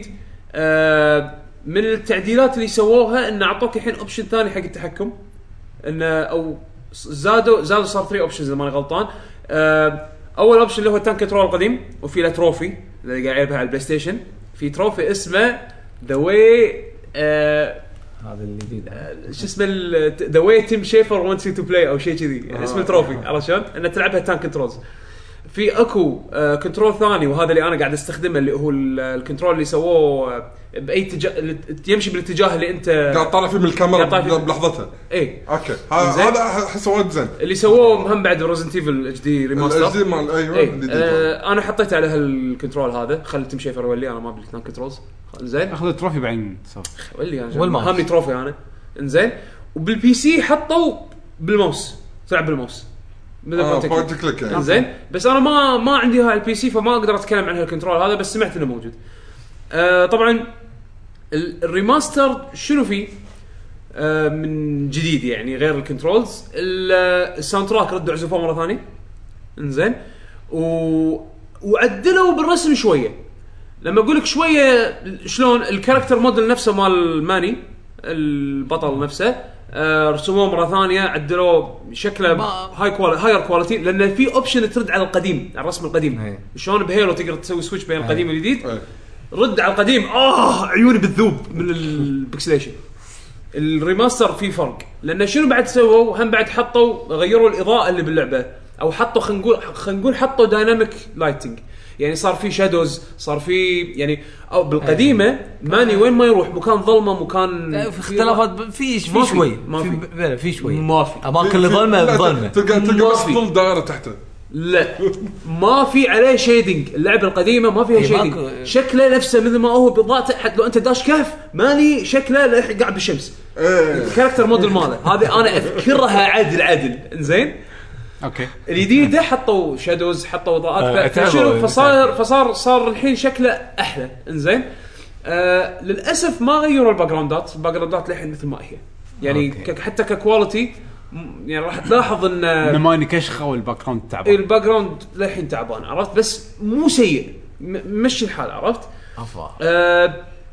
S2: آه من التعديلات اللي سووها ان اعطوك الحين اوبشن ثاني حق التحكم ان او زادوا زادوا صار ثلاثة اوبشنز اذا ماني غلطان. آه اول اوبشن اللي هو التانك كنترول القديم وفي له تروفي اللي قاعد يلعبها على البلاي ستيشن في تروفي اسمه ذا واي آه
S4: هذا الجديد
S2: شو اسمه ذا واي تيم شيفر وانت تو بلاي او شيء كذي يعني اسمه تروفي عرفت شلون انك تلعبها تانك كنترولز. في اكو آه كنترول ثاني وهذا اللي انا قاعد استخدمه اللي هو الكنترول اللي سووه باي اتجاه يمشي بالاتجاه اللي انت
S3: قاعد طالع فيه من الكاميرا بلحظتها
S2: اي
S3: اوكي هذا احس وايد زين
S2: اللي سووه مهم بعد ريزنت ايفل اتش دي ريماستر
S3: الاتش دي مال ايوه
S2: ايه. آه انا حطيت على هالكنترول هذا خليت تمشي فرولي انا ما ابي تانك كنترولز زين
S1: اخذ التروفي بعدين صار
S2: ولي انا هامي تروفي انا انزين وبالبي سي حطوا بالماوس تلعب بالماوس مثل
S3: آه بوينت كليك يعني
S2: زين بس انا ما ما عندي هاي البي سي فما اقدر اتكلم عن هالكنترول هذا بس سمعت انه موجود. آه طبعا الريماستر شنو فيه آه من جديد يعني غير الكنترولز الساوند تراك ردوا عزفوه مره ثانيه انزين و... وعدلوا بالرسم شويه. لما اقول لك شويه شلون الكاركتر موديل نفسه مال ماني البطل نفسه آه رسموه مره ثانيه عدلوا شكله هاي كواليتي هاير كواليتي لان في اوبشن ترد على القديم على الرسم القديم شلون بهيرو تقدر تسوي سويتش بين القديم والجديد رد على القديم اه عيوني بالذوب من البكسليشن. الريماستر فيه فرق لان شنو بعد سووا هم بعد حطوا غيروا الاضاءه اللي باللعبه او حطوا خلينا نقول خلينا نقول حطوا دايناميك لايتنج يعني صار في شادوز صار في يعني او بالقديمه ماني وين ما يروح مكان ظلمه مكان
S4: في اختلافات في في شوي في في شوي
S2: ما في
S4: اماكن الظلمه ظلمه
S3: تلقى تلقى بس ظل دائره تحته
S2: لا ما في عليه شيدنج. اللعبه القديمه ما فيها شيدنج شكله نفسه مثل ما هو بالضبط حتى لو انت داش كهف ماني شكله قاعد بالشمس الكاركتر موديل ماله هذه انا اذكرها عدل عدل انزين
S1: اوكي.
S2: الجديده حطوا شادوز حطوا اضاءات فشنو فصار فصار صار الحين شكله احلى انزين. آه للاسف ما غيروا الباك جراوندات الباك جراوندات للحين مثل ما هي يعني ك- حتى ككواليتي يعني راح تلاحظ ان
S1: انه ما نكشخوا الباك جراوند تعبان
S2: الباك جراوند للحين تعبان عرفت بس مو سيء مشي الحال عرفت
S4: افا.
S2: آه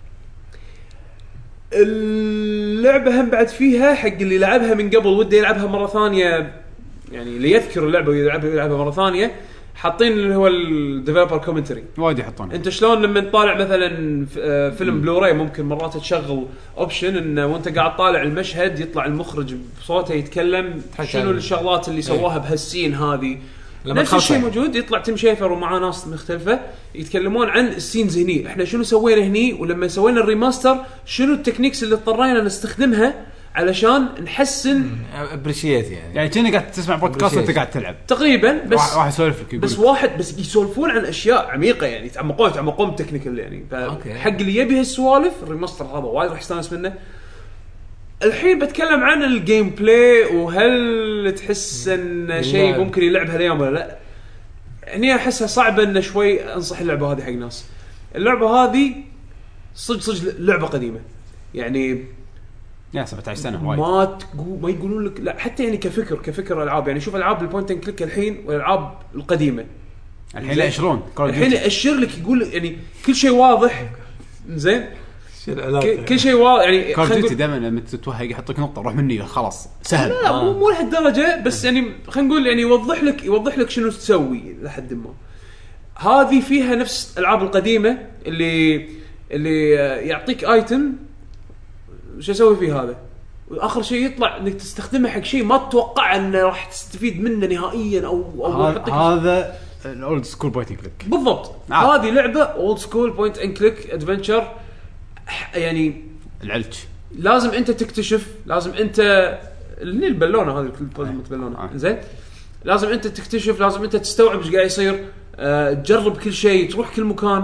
S2: اللعبه هم بعد فيها حق اللي لعبها من قبل وده يلعبها مره ثانيه يعني اللي يذكر اللعبه ويلعبها يلعبها مره ثانيه حاطين اللي هو الديفلوبر كومنتري
S1: وايد يحطونه.
S2: انت شلون لما تطالع مثلا فيلم بلوراي ممكن مرات تشغل اوبشن انه وانت قاعد طالع المشهد يطلع المخرج بصوته يتكلم شنو الشغلات اللي سواها بهالسين هذه نفس الشيء موجود يطلع تيم شيفر ومعاه ناس مختلفه يتكلمون عن السينز هني احنا شنو سوينا هني ولما سوينا الريماستر شنو التكنيكس اللي اضطرينا نستخدمها علشان نحسن
S4: ابريشيت يعني
S1: يعني كأنك قاعد تسمع بودكاست وانت قاعد تلعب
S2: تقريبا بس
S1: واحد يسولف لك
S2: بس واحد بس يسولفون عن اشياء عميقه يعني يتعمقون يتعمقون بالتكنيكال يعني حق اللي يبي هالسوالف الريماستر هذا وايد راح يستانس منه. الحين بتكلم عن الجيم بلاي وهل تحس ان شيء ممكن يلعب هاليوم ولا لا. يعني احسها صعبه ان شوي انصح اللعبه هذه حق ناس. اللعبه هذه صدق صدق لعبه قديمه يعني
S1: يا سبعة عشر سنه وايد
S2: ما تقول ما يقولون لك لا حتى يعني كفكر كفكر العاب يعني شوف العاب البوينت اند كليك الحين والالعاب القديمه
S1: الحين يأشرون
S2: الحين يأشر لك يقول يعني كل شيء واضح زين كل شيء واضح يعني
S1: كول ديوتي دائما لما تتوهق يحطك نقطه روح مني خلاص سهل
S2: لا مو مو لهالدرجه بس يعني خلينا نقول يعني يوضح لك يوضح لك شنو تسوي لحد ما. هذه فيها نفس الالعاب القديمه اللي اللي يعطيك ايتم شو اسوي فيه هذا واخر شيء يطلع انك تستخدمه حق شيء ما تتوقع انه راح تستفيد منه نهائيا او او
S1: هذا الاولد سكول بوينت اند كليك
S2: بالضبط. آه. هذه لعبه اولد سكول بوينت اند كليك ادفنتشر يعني
S1: العلج
S2: لازم انت تكتشف لازم انت اللي البالونه هذه البوزمه بالونه آه. زين لازم انت تكتشف لازم انت تستوعب ايش قاعد يصير. أه تجرب كل شيء تروح كل مكان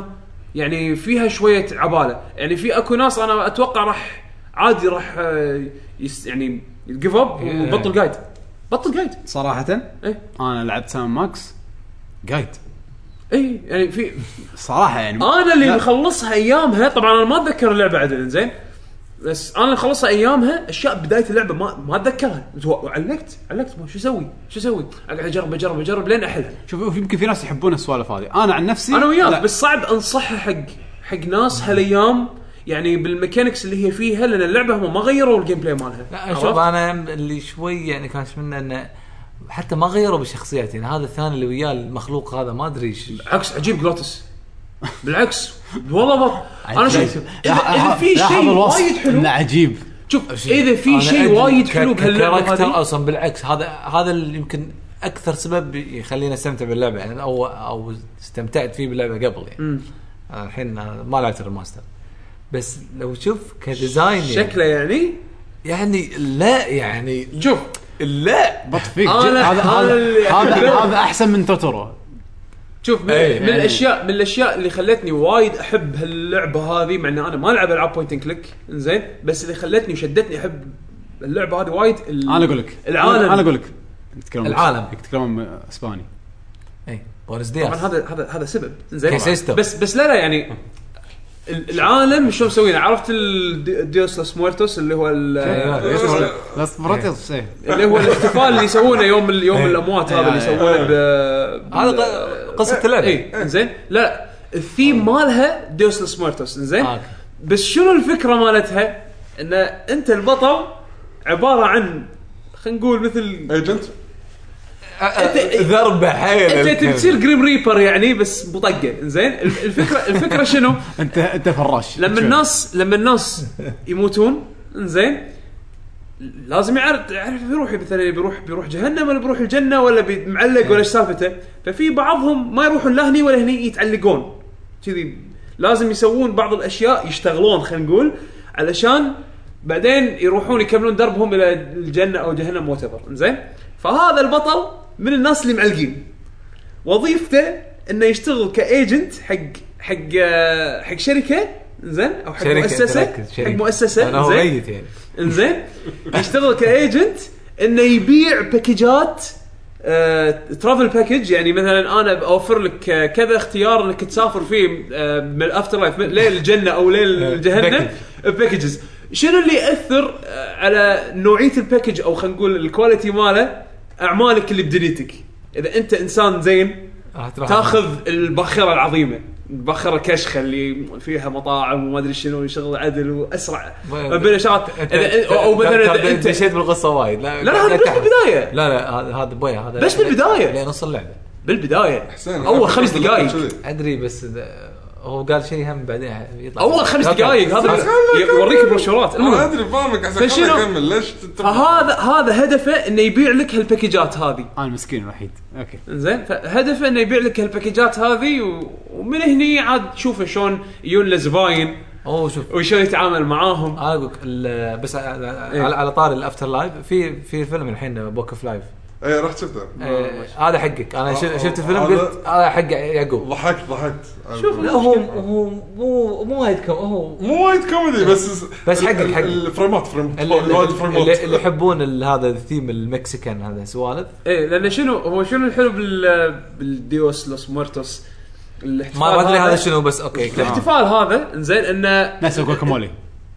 S2: يعني فيها شويه عباله. يعني في اكو ناس انا اتوقع راح عادي راح آه، يس يعني يجيف اب وبطل جايد بطل جايد
S1: صراحه
S2: ايه.
S1: انا لعبت سام ماكس جايد
S2: اي يعني في
S1: صراحه يعني
S2: انا اللي
S1: لا.
S2: مخلصها ايامها. طبعا انا ما اتذكر اللعبه عدل زين، بس انا اللي خلصها ايامها. اشياء بدايه اللعبه ما ما اتذكرها. علقت علقت ما شو اسوي شو اسوي اقعد اجرب اجرب اجرب لين احلها.
S1: شوف يمكن في ناس يحبون السوالف هذه، انا عن نفسي
S2: انا وياك
S1: لا.
S2: بس صعب انصحها حق حق ناس هالايام يعني بالميكانكس اللي هي فيها، لان اللعبه هم ما غيروا الجيم بلاي مالها.
S4: لا شوف انا اللي شوي يعني كانش منه انه حتى ما غيروا بالشخصيات. يعني هذا الثاني اللي وياه المخلوق هذا ما ادري ايش
S2: عكس عجيب جلوتس بالعكس والله بط... انا شوف اذا,
S1: لا-
S2: إذا في
S1: لا، هذا
S2: شيء
S1: الوصف
S2: وايد حلو
S1: إنه عجيب.
S2: شوف اذا في شيء وايد حلو بهاللعبه
S4: كاركتر
S2: هذه
S4: اصلا بالعكس هذا هذا اللي يمكن اكثر سبب يخلينا استمتع باللعبه يعني او او استمتعت فيه باللعبه قبل يعني الحين ما لعبت الريماستر. بس لو تشوف كديزاين يعني
S2: شكله يعني
S4: يعني لا يعني
S2: شوف
S4: لا
S1: بط فيك
S2: أنا-
S1: هذا
S2: أنا
S1: هذا
S2: اللي
S1: هذا
S2: أحبه.
S1: هذا احسن من توتورو.
S2: شوف من,
S4: أي
S2: من
S1: يعني-
S2: الاشياء من الاشياء اللي خلتني وايد احب هاللعبه هذه، مع ان انا ما العب العاب بوينت اند كليك زين، بس اللي خلتني وشدتني احب اللعبه هذه وايد ال...
S1: انا اقول لك
S2: العالم.
S1: انا اقول لك تتكلم
S4: العالم.
S1: يتكلم اسباني.
S4: اي بونس
S2: طبعا
S4: دياس
S2: هذا هذا هذا سبب زين،
S4: كيسيستم.
S2: بس بس لا لا يعني ال- العالم شلون مسوينه. عرفت الديوس لوس مورتوس اللي هو ال-
S1: بس براتيس ايه
S2: اللي هو الاحتفال اللي يسوونه يوم ال- يوم الاموات هذا اللي يسوونه ب
S4: هذا ق- قصة اللعبة.
S2: اي زين. لا الثيم مالها ديوس لوس مورتوس زين.
S4: آه.
S2: بس شنو الفكره مالتها؟ ان انت البطل عباره عن خلينا نقول مثل
S3: ايجنت
S4: ذربة حيل
S2: انت تصير جريم ريبر يعني بس بطقه زين. الفكره الفكره شنو؟
S1: انت انت فراش
S2: لما الناس لما الناس يموتون زين لازم يعرف يعرف يروح مثلا بيروح بيروح جهنم ولا بيروح الجنه ولا معلق ولا ايش سالفته. ففي بعضهم ما يروحون لا هني ولا هني يتعلقون كذي. لازم يسوون بعض الاشياء يشتغلون خلينا نقول علشان بعدين يروحون يكملون دربهم الى الجنه او جهنم واتفر زين. فهذا البطل من الناس اللي معلقين وظيفته انه يشتغل كايجنت حق حق حق شركه زين او حق
S4: شركة
S2: مؤسسه
S4: تركز،
S2: حق مؤسسه
S4: أنا هو
S2: زين
S4: ميت يعني
S2: انزين. يشتغل كايجنت انه يبيع باكجات آه، ترافل باكج. يعني مثلا انا اوفر لك آه، كذا اختيار انك تسافر فيه آه، من الافتر لايف لين الجنه او لين الجهنم باكجز. شنو اللي ياثر آه، على نوعيه الباكج او خلينا نقول الكواليتي ماله؟ اعمالك اللي بدنيتك. اذا انت انسان زين تاخذ الباخره العظيمه، الباخره كشخه اللي فيها مطاعم وما ادري شنو شغل عدل واسرع بين شغلات. او مثلا
S4: انت
S2: انت
S4: دشيت بالقصه وايد. لا
S2: لا هذا بس بالبدايه.
S4: لا لا هذا هذا بوي هذا
S2: بس بالبداية.
S4: لين نص اللعبه
S2: بالبدايه
S3: حسين
S2: اول خمس دقائق.
S4: ادري بس هو قال شيء هم بعدين يطلع
S2: اول خمس دقائق هذا يوريك بروشورات.
S3: انا
S2: المهم
S3: ادري فاهمك عشان
S2: فشنو؟
S3: كذا اكمل ليش تت-
S2: هذا هذا هدفه انه يبيع لك هالباكجات هذه
S1: انا المسكين الوحيد. اوكي
S2: زين. فهدفه انه يبيع لك هالباكجات هذه و- ومن هني عاد تشوفه شلون يجون لزباين
S4: اوه شوف
S2: وشلون يتعامل معاهم.
S4: انا اقول بس على على, على طار الافتر لايف في في فيلم الحين بوك اوف لايف
S3: ايه رحت شفته
S4: هذا حقك. انا ش- شفت الفيلم
S3: هذا-
S4: قلت هذا حق يعقوب.
S3: ضحكت ضحكت
S2: شوف
S4: لا هو هو مو مو وايد كم هو
S3: مو وايد كوميدي بس
S4: بس حق-
S3: ال-
S4: حق.
S3: الفريمات فريمات
S4: اللي,
S3: وايد
S4: اللي,
S3: فريمات
S4: اللي, اللي يحبون ال- هذا الثيم المكسيكان هذا سوالف
S2: ايه لان شنو هو شنو الحلو بال بالديوس لوس مورتوس الاحتفال
S4: ما ادري هذا شنو بس اوكي
S2: الاحتفال هذا زين انه
S1: ناس جواكامولي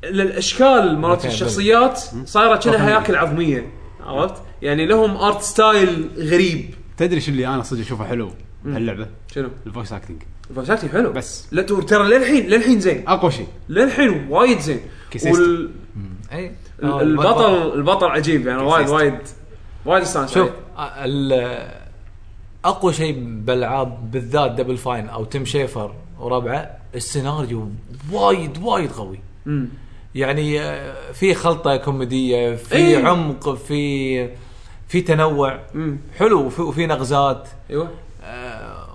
S2: الاشكال مالت
S4: أوكي،
S2: الشخصيات صايره كأنها هياكل عظميه. عرفت يعني لهم ارت ستايل غريب.
S1: تدري شو اللي انا صدق اشوفه حلو بهاللعبه؟
S2: شنو
S1: الفويس اكتنج
S2: الفويس اكتنج حلو
S1: بس.
S2: لا ترى للحين للحين زين
S1: اقوى شيء
S2: للحين وايد زين.
S1: كيسيستم.
S4: اي
S2: ال- البطل البطل عجيب يعني وايد وايد وايد استانس.
S4: شوف ال- اقوى شيء بالالعاب بالذات دبل فاين او تيم شيفر وربعه السيناريو وايد وايد قوي.
S2: امم
S4: يعني آه، في خلطه كوميديه في
S2: إيه.
S4: عمق في في تنوع
S2: امم
S4: حلو وفي, وفي نغزات
S2: ايوه
S4: آه،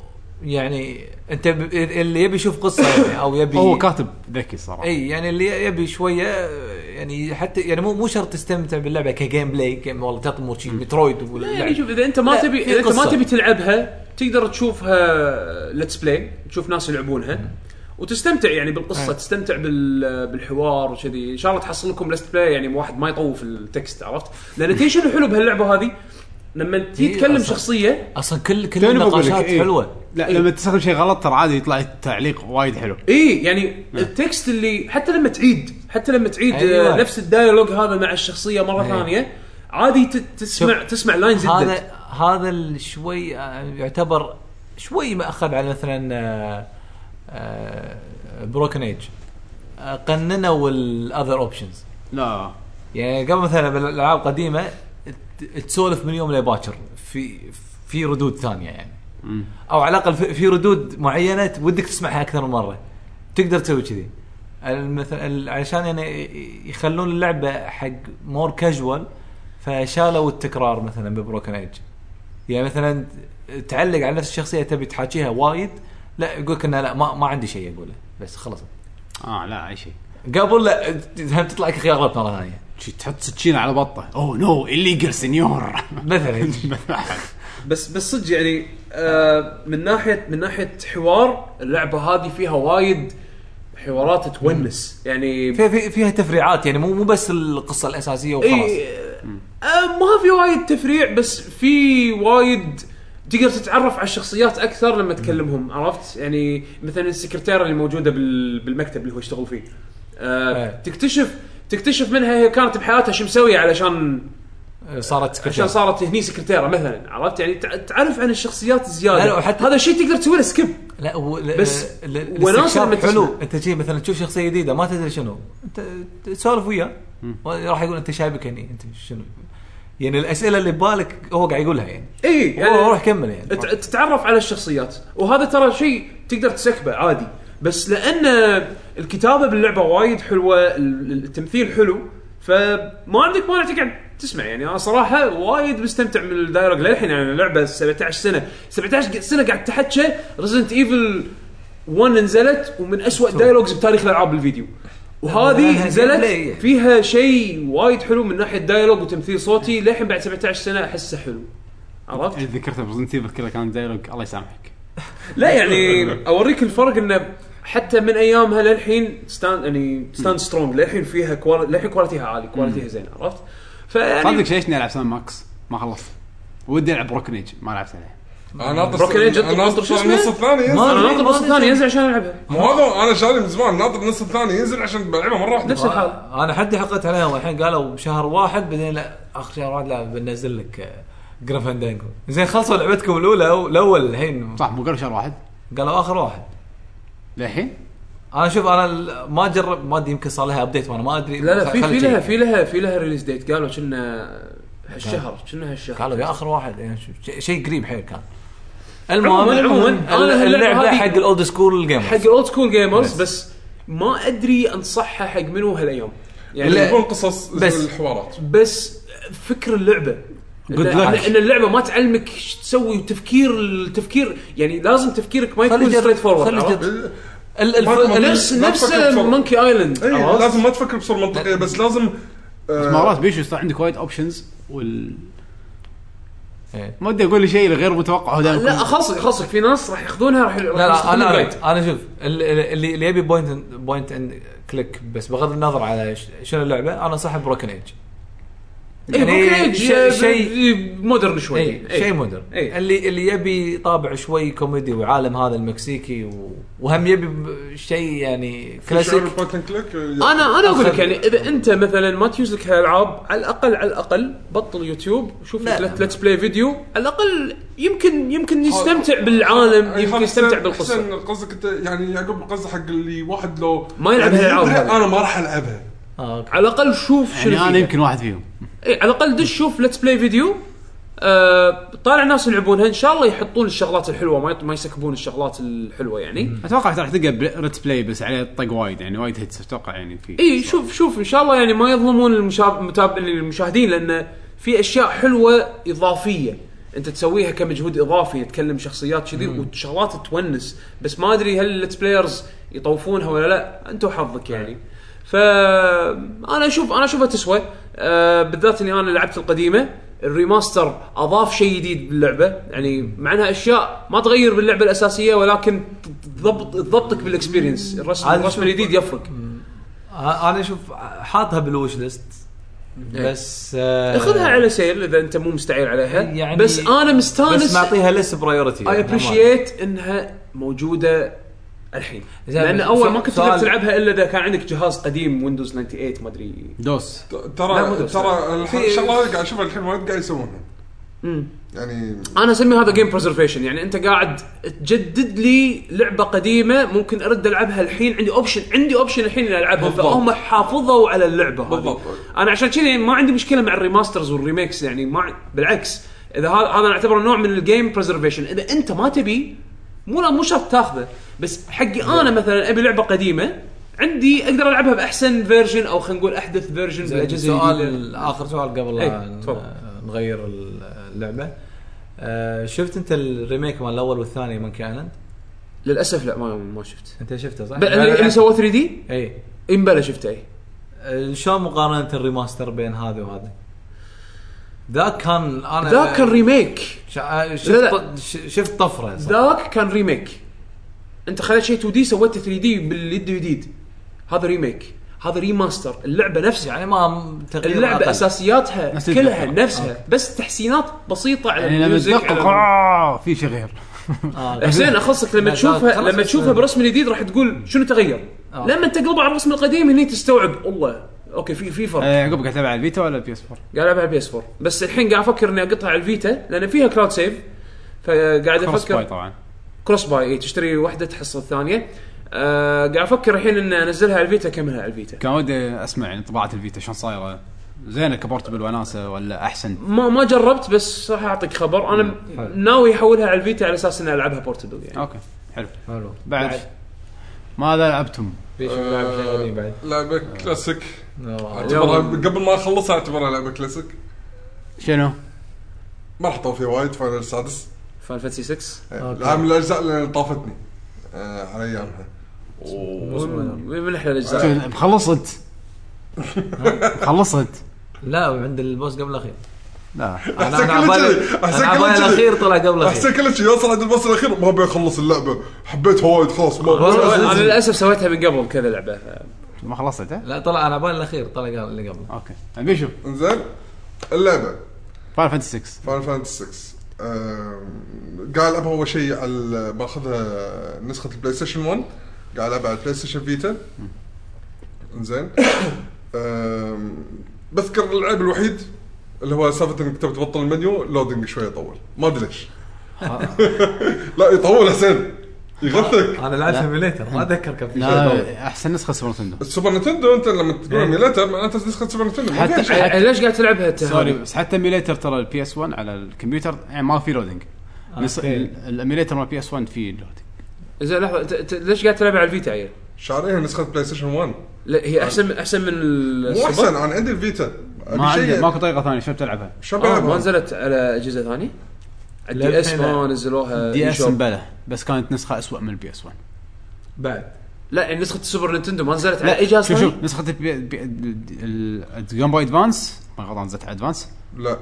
S4: يعني انت ب- اللي يبي يشوف قصه يعني او يبي
S1: هو كاتب ذكي صراحه.
S4: اي يعني اللي يبي شويه يعني حتى يعني مو مو شرط تستمتع باللعبه كجيم بلاي كم والله تطمو شيء مترويد ولا
S2: يعني شوف اذا انت ما
S4: لا،
S2: تبي
S4: في
S2: اذا انت ما
S4: قصة.
S2: تبي تلعبها تقدر تشوفها ليتس بلاي تشوف ناس يلعبونها وتستمتع يعني بالقصه، تستمتع بال بالحوار وكذي. ان شاء الله تحصل لكم ليست بلاي يعني واحد ما يطوف التكست، عرفت؟ لان تيجي شنو حلو بهاللعبه هذه لما تيجي تتكلم شخصيه
S4: اصلا كل كل النقاشات
S1: إيه؟
S4: حلوه.
S1: لا إيه؟ لما تستخدم شيء غلط ترى عادي يطلع تعليق وايد حلو.
S2: اي يعني م. التكست اللي حتى لما تعيد حتى لما تعيد
S4: أيوة.
S2: نفس الديالوج هذا مع الشخصيه مره أيوة. ثانيه عادي تسمع تسمع لاين زد.
S4: هذا هذا شوي يعتبر شوي مأخذ على مثلا بروكن ايج قننوا الاذر اوبشنز.
S1: لا
S4: يعني قبل مثلا بالالعاب قديمه تسولف من يوم لباكر في في ردود ثانيه يعني م. او على الاقل في ردود معينه ودك تسمعها اكثر من مره تقدر تسوي كذي مثلا علشان يعني يخلون اللعبه حق مور كاجوال. فشالوا التكرار مثلا ببروكن ايج، يعني مثلا تعلق على نفس الشخصيه تبي تحاكيها وايد، لا يقولك انه لا ما, ما عندي شيء اقوله بس خلص.
S1: اه لا اي شيء
S4: قبل لا هم تطلع لك خيارات مره ثانيه
S1: تحط سكينه على بطه اوه نو الليجل سنيور
S4: مثلا.
S2: بس بس صدق يعني آه من ناحيه من ناحيه حوار اللعبه هذه فيها وايد حوارات تونس يعني
S4: فيها في فيها تفريعات يعني مو مو بس القصه الاساسيه وخلاص.
S2: إيه آه ما في وايد تفريع بس في وايد تقدر تتعرف على الشخصيات اكثر لما تكلمهم، عرفت؟ يعني مثلا السكرتيره اللي موجوده بالمكتب اللي هو يشتغل فيه آه تكتشف تكتشف منها هي كانت بحياتها شو مسويه علشان
S4: صارت سكرتيرة.
S2: عشان صارت هني سكرتيره مثلا، عرفت؟ يعني تعرف عن الشخصيات زياده. هذا شيء تقدر تسوي له سكيب.
S4: لا و...
S2: بس
S4: وناس حلو انت جاي مثلا تشوف شخصيه جديده ما تدري شنو انت تسولف وياه راح يقول انت شايبك هني انت شنو يعني الاسئله اللي ببالك هو قاعد يقولها يعني
S2: اي يعني
S4: روح كمل يعني
S2: تتعرف على الشخصيات. وهذا ترى شيء تقدر تسكبه عادي، بس لان الكتابه باللعبه وايد حلوه التمثيل حلو فما عندك مانع تقعد تسمع. يعني انا صراحه وايد مستمتع من الدايلوج للحين. يعني اللعبه سبعة عشر سنه سبعة عشر سنه قاعد تحكي ريزنت ايفل واحد نزلت ومن أسوأ دايلوجز بتاريخ الالعاب الفيديو، وهذه نزلت فيها شيء وايد حلو من ناحيه دايلوج وتمثيل صوتي للحين بعد سبعة عشر سنه احسه حلو، عرفت؟
S1: ذكرت ريزنت ايفل كله كان دايلوج الله يسامحك.
S2: لا يعني اوريك الفرق انه حتى من ايامها للحين ستاند يعني ستاند سترونج للحين فيها كوال... للحين كواليتيها عالي كواليتيها زين، عرفت؟
S1: فيعني صدق شيشني العب سان ماكس ما خلصت ودي العب بروكن ايج ما لعبت عليه.
S3: انا ناطر انا ناطر النص الثاني ينزل.
S2: انا ناطر النص الثاني ينزل عشان العبها.
S3: مو هذا انا شاري من زمان ناطر النص الثاني ينزل عشان بلعبها مره واحده.
S2: نفس الحال
S4: انا حدي حقت عليهم والحين قالوا بشهر واحد بعدين لا اخر شهر واحد لا بنزل لك جرافاندانجو. زين خلصوا لعبتكم الاولى او الاول الحين
S1: صح مو قالوا شهر واحد
S4: قالوا اخر واحد
S1: للحين.
S2: انا
S4: شوف انا ما جرب ما ادري يمكن صار لها ابديت وانا ما ادري.
S2: لا لا في في لها في لها في لها ريليز ديت قالوا كنا هالشهر كنا هالشهر
S4: قالوا يا اخر واحد يعني شيء قريب حيل كان.
S2: المهم عموما
S4: اللعبه حق الاولد سكول جيمرز
S2: حق الاولد سكول جيمرز بس ما ادري انصحها حق منو هالايام
S3: يعني يكون قصص الحوارات
S2: بس فكر اللعبه ان اللعبه ما تعلمك ايش تسوي وتفكير التفكير يعني لازم تفكيرك ما يكون ستريت فورورد. نفس نفس مونكي ايلاند
S3: لازم ما تفكر بصوره منطقيه بس لازم
S1: مرات بيشو يصير عندك وايد اوبشنز وال ما ودي اقول شيء غير متوقع. هذا
S2: لا خلصك خلصك في ناس راح ياخذونها راح
S4: لا, لا انا رايت. انا شوف اللي اللي يبي بوينت بوينت اند كليك بس بغض النظر على شنو اللعبه انا صاحب بروكن ايج
S2: يعني شيء شيء مودرن شوي
S4: ايه شيء مودرن ايه. اللي اللي يبي طابع شوي كوميدي وعالم هذا المكسيكي وهم يبي شيء يعني كلاسيك
S2: انا انا اقول لك يعني اذا انت مثلا ما تيوز لك هالالعاب على الاقل على الاقل بطل يوتيوب شوف ليتس بلاي فيديو على الاقل يمكن يمكن يستمتع بالعالم يمكن يستمتع بالقصه.
S3: قصدك انت يعني يعقوب قصدك حق اللي واحد لو
S2: ما يلعب هالالعاب
S3: انا ما راح العبها
S2: آه. على الاقل شوف
S1: شنو يعني انا يمكن واحد فيهم
S2: اي على الاقل دش شوف ليتس بلاي فيديو آه، طالع ناس يلعبونها ان شاء الله يحطون الشغلات الحلوه ما ما يسكبون الشغلات الحلوه يعني.
S1: اتوقع راح تلقى ليتس بلاي بس عليه طق وايد يعني وايد هيتس اتوقع يعني في
S2: اي شوف شوف ان شاء الله يعني ما يظلمون المتابعين المشاهدين لان في اشياء حلوه اضافيه انت تسويها كمجهود اضافي تكلم شخصيات كذي وشغلات تونس بس ما ادري هل الليتس بلايرز يطوفونها ولا لا انتو حظك يعني. فانا اشوف انا اشوفها تسوى أه بالذات اني انا لعبت القديمه الريماستر اضاف شيء جديد باللعبه، يعني مع انها اشياء ما تغير باللعبه الاساسيه ولكن تضبط تضبطك بالاكسبيرينس. الرسم الرسم الجديد يفرق.
S4: انا اشوف حاطها بالوش ليست بس
S2: آه اخذها على سيل اذا انت مو مستعير عليها
S4: يعني،
S2: بس انا مستانس
S4: بس معطيها لس برايورتي.
S2: اي ابريشيت انها موجوده الحين، لان اول ما كنت تقدر تلعبها الا اذا كان عندك جهاز قديم ويندوز ثمانية وتسعين ما ادري
S1: دوس.
S3: ترى ترى الشغله قاعد اشوفها الحين وايد قاعد يسوونها. امم يعني
S2: انا اسمي هذا جيم بريزرفيشن، يعني انت قاعد تجدد لي لعبه قديمه ممكن ارد العبها الحين، عندي اوبشن عندي اوبشن الحين اني العبها، فهم حافظوا على اللعبه هذه. انا عشان كذا ما عندي مشكله مع الريماسترز والريميكس، يعني ما بالعكس، اذا هذا هذا نعتبره نوع من الجيم بريزرفيشن. اذا انت ما تبي مو لا مو شرط تاخذه، بس حقي انا مثلا ابي لعبه قديمه عندي اقدر العبها باحسن فيرجن او خلينا نقول احدث فيرجن بالاجهزه.
S4: سؤال اخر سؤال قبل لا نغير اللعبه، أه شفت انت الريميك مال الاول والثاني من كايلاند؟
S2: للاسف لا ما ما شفت.
S4: انت شفته صح؟
S2: اللي, اللي سووا ثري دي
S4: اي
S2: امبلا شفته. اي
S4: أه شلون مقارنه الريماستر بين هذا وهذا؟ ذاك كان انا
S2: ذاك كان ريميك.
S4: شفت لا لا. شفت طفره.
S2: ذاك كان ريميك، انت خليت شيء تو دي سويته ثري دي باليد الجديد. هذا ريميك، هذا ريماستر. اللعبه نفسها يعني ما تغيير، اللعبه أقل. اساسياتها نفس كلها نفسها آه. بس تحسينات بسيطه على
S1: يعني
S2: الميوزك على
S1: آه في شيء غير.
S2: آه. حسين اخلصك لما تشوفها لما تشوفها برسم الجديد راح تقول شنو تغير. آه. لما تقلب على الرسم القديم هني تستوعب الله اوكي في في فرق.
S1: يعقوب قاعد تلعب على الفيتا ولا بي اس فور؟
S2: قاعد العب على البي اس فور، بس الحين قاعد افكر اني اقطع على الفيتا لان فيها كلاود سيف، فقاعد افكر
S1: كروس باي طبعا
S2: كروس باي إيه تشتري واحده تحصل الثانيه. أه قاعد افكر الحين ان انزلها على الفيتا كملها على الفيتا.
S1: كان ودي اسمع يعني طباعه الفيتا شلون صايره، زينه كبورتبل وناسه ولا احسن؟
S2: ما ما جربت بس راح اعطيك خبر. انا ناوي احولها على الفيتا على اساس اني العبها بورتبل يعني.
S1: اوكي حلو
S4: حلو.
S1: بعد, بعد. ماذا لعبتم؟
S4: في شيء لعب شيء قديم بعد؟
S3: لعبه كلاسيك اعتبرها قبل ما اخلصها اعتبرها لعبه كلاسيك.
S1: شنو؟
S3: ما حطوا فيه وايد. فاينل السادس
S2: فاينل فانتسي ستة
S3: العام الاجزاء اللي طافتني آه على ايامها.
S2: من احلى الاجزاء.
S1: خلصت خلصت
S4: لا عند البوس قبل الاخير.
S1: لا
S4: انا انا عبالي انا الاخير طلع قبل الاخير.
S3: احسن كل شيء يوصل عند البوس الاخير ما بيخلص اللعبه. حبيتها وايد خلاص.
S2: انا للاسف سويتها من قبل كذا لعبه
S1: ما خلصتها.
S4: لا طلع انا عبالي الاخير طلع اللي قبل.
S1: اوكي ابي اشوف.
S3: انزين اللعبه
S1: فاينل فانتسي ستة
S3: فاينل فانتسي ستة قاعد العبها اول شيء على باخذها نسخه البلاي ستيشن واحد، قاعد العبها على البلاي ستيشن فيتا. انزين بذكر اللعب الوحيد اللي هو سالفه انك تبي تبطل المنيو لودنج شويه يطول ما ادري ليش. لا يطول حسين يغثك.
S4: انا لعبت ايميليتر ما اتذكر كم في
S1: شيء. احسن نسخه سوبر نتندو.
S3: السوبر نتندو انت لما تقول ايميليتر معناته نسخه سوبر نتندو.
S2: حتى ليش قاعد تلعبها
S1: سوري بس حتى ايميليتر ترى البي اس واحد على الكمبيوتر يعني ما في لودنج. الايميليتر مال بي اس واحد في لودنج.
S2: اذا لحظه ليش قاعد تلعب على الفيتا عيل؟
S3: شاريها نسخه بلاي ستيشن واحد.
S2: لا هي احسن احسن من
S3: مو احسن. انا عندي الفيتا
S1: ما عندي ماكو طريقه ثانيه شو بتلعبها.
S2: آه ما نزلت على اجهزه ثانيه. الدي اس ما نزلوها.
S1: دي اس بلا بس كانت نسخه اسوأ من البي اس واحد
S2: بعد. لا يعني نسخه السوبر نينتندو ما نزلت على اي جهاز ثاني.
S1: شوف نسخه الجيم بوي ادفانس ما غلطان نزلت على ادفانس.
S3: لا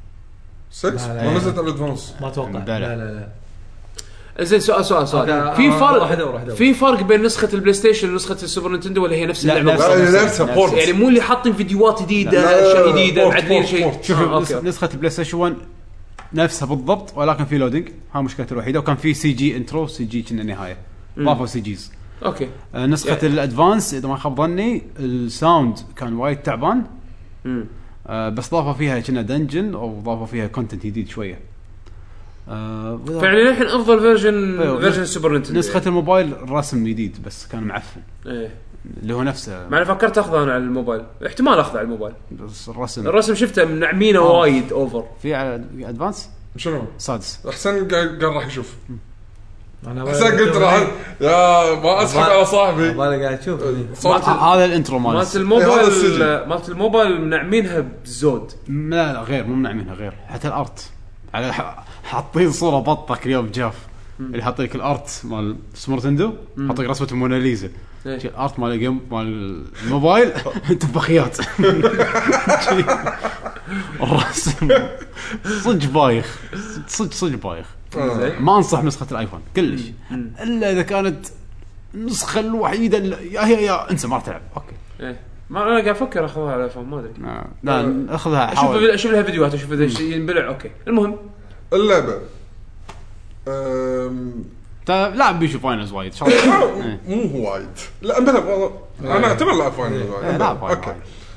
S3: ستة ما نزلت على ادفانس
S4: ما اتوقع. لا لا لا
S2: زين سؤال سؤال سؤال في فرق في فرق بين نسخه البلاي ستيشن ونسخه السوبر نينتندو ولا هي نفس اللعبه؟
S3: لا نفسها بورت
S2: يعني مو اللي حاطين فيديوهات جديده اشياء جديده معدلين شيء.
S1: شوف آه نسخه البلاي ستيشن واحد نفسها بالضبط ولكن في لودينج. ها مشكلته الوحيده. وكان في سي جي انترو سي جي كنا نهايه ضافوا سي جيز.
S2: اوكي
S1: آه نسخه يعني الادفانس اذا ما خاب ظني الساوند كان وايد تعبان. آه بس ضافوا فيها كنا دنجن او ضافوا فيها كونتنت جديد شويه.
S2: آه فعلا الحين افضل فيرجن فيرجن السوبر نينتندو.
S1: نسخه الموبايل الرسم جديد بس كان معفن.
S2: ايه
S1: اللي هو نفسه.
S2: ما انا فكرت اخذه انا على الموبايل احتمال اخذه على الموبايل
S1: بس الرسم
S2: الرسم شفته منعمينه آه. وايد اوفر.
S1: في على ادفانس
S3: شنو
S1: سادس
S3: احسن قال راح يشوف. انا احسن قلت راح يا ما اسحب على صاحبي
S4: بالي قاعد اشوف
S1: هذا الانترو مال
S2: مالت الموبايل مالت الموبايل منعمينها بزود.
S1: لا لا غير مو منعمينها غير حتى الارت على حاطين صوره بطه اليوم جاف اللي حاط لك الارت مال سوبر نينتندو حاط لك رسمه الموناليزا. الارت مال الجيم مال الموبايل تفخيات الرسم صدق بايخ صدق صدق بايخ. ما انصح نسخه الايفون كلش الا اذا كانت النسخه الوحيده اللي يا هي يا انسى ما راح تلعب. اوكي
S2: ايه ما انا قاعد افكر اخذها على الايفون ما ادري.
S1: لا اخذها
S2: اشوف اشوف لها فيديوهات اشوف اذا شيء ينبلع. اوكي المهم
S3: اللعبه امم
S1: لعب بيشو فاينلز وايد
S3: مو هو وايد. لا انا انا اعتبر لا فاينلز وايد. اوكي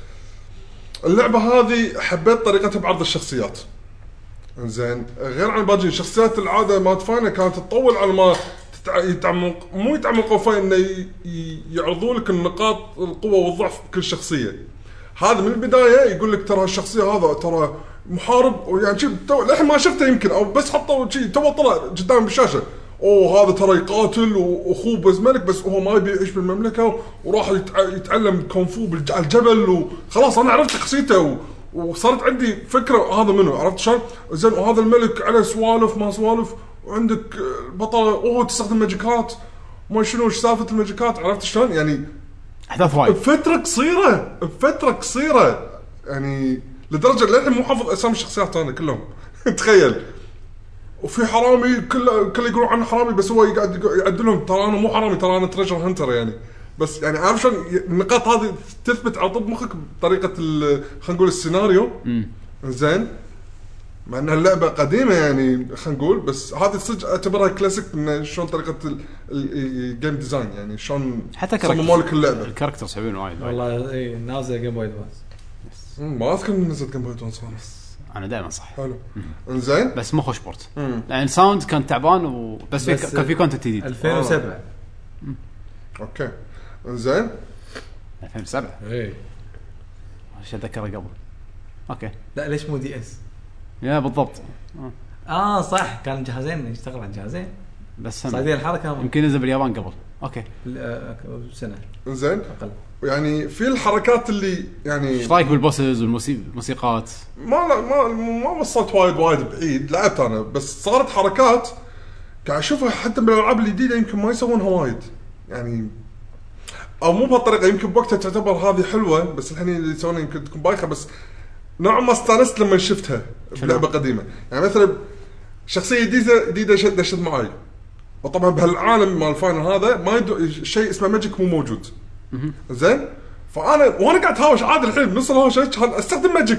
S3: اللعبه هذه حبيت طريقتها بعرض الشخصيات زين غير عن باقي الشخصيات. العاده ما تفاينل كانت تطول على ما يتعمق مو يتعمقوا في انه يعرضوا لك النقاط القوه والضعف بكل شخصيه. هذا من البدايه يقول لك ترى الشخصيه هذا ترى محارب ويعني شيء الحين ما شفته يمكن او بس حطوا شيء تو طلع قدام بالشاشه. اوه هذا ترى يقاتل واخوه بس ملك بس هو ما يبي يعيش بالمملكه وراح يتعلم كونفو بالجبل وخلاص انا عرفت شخصيته وصارت عندي فكره هذا منه عرفت شلون زين. وهذا الملك عليه سوالف ما سوالف وعندك بطل وهو تستخدم ماجيكات ما شنو ايش سالفه الماجيكات عرفت شلون يعني
S1: احداث وايد
S3: بفتره قصيره بفتره قصيره يعني لدرجه اللي الحين مو حافظ اسامي الشخصيات انا كلهم تخيل. وفي حرامي كله كله يقولون عنه حرامي بس هو يقعد يعدلهم ترى انا مو حرامي ترى انا تريجر هانتر يعني. بس يعني عارف شلون النقاط هذه تثبت على طب مخك بطريقه خلينا نقول السيناريو زين. مع ان اللعبه قديمه يعني خلينا نقول بس هذه صدق اعتبرها كلاسيك من شلون طريقه الجيم ديزاين يعني شلون
S1: حتى
S3: صمموا لك اللعبه.
S1: الكاركترز حلوين وايد
S4: والله اي نازل جيم بوي ادفانس
S3: ما اذكر نزلت جيم بوي ادفانس
S1: انا دائما صح
S3: حلو انزين
S1: بس مو خوش بورت يعني الساوند كان تعبان وبس في كان في كونتنت جديد
S4: ألفين وسبعة
S3: اوكي انزين
S1: ألفين وسبعة
S4: اي
S1: ايش اتذكره قبل. اوكي
S4: لا ليش مو دي اس
S1: يا بالضبط
S4: اه, آه صح كان جهازين يشتغل على جهازين
S1: بس
S4: صايدين الحركه
S1: يمكن نزل باليابان قبل. اوكي
S4: سنه
S3: انزين يعني في الحركات اللي يعني
S1: ايش رايك بالبوسز والموسيقات؟
S3: ما لا ما ما وصلت وايد وايد بعيد لعبت انا بس صارت حركات قاعد اشوفها حتى بالالعاب الجديده يمكن ما يسوونها وايد يعني او مو بهالطريقه يمكن بوقتها تعتبر هذه حلوه بس الحين اللي يسوونها يمكن تكون بايخه بس نوعا ما استانست لما شفتها بلعبه قديمه. يعني مثلا شخصيه جديده جديده شد دشت معي وطبعا بهالعالم مال الفاينل هذا ما يدو شيء اسمه ماجيك مو موجود زين. فانا وانا قاعد هاوش عادي الحين نص الهوشه استخدم ماجيك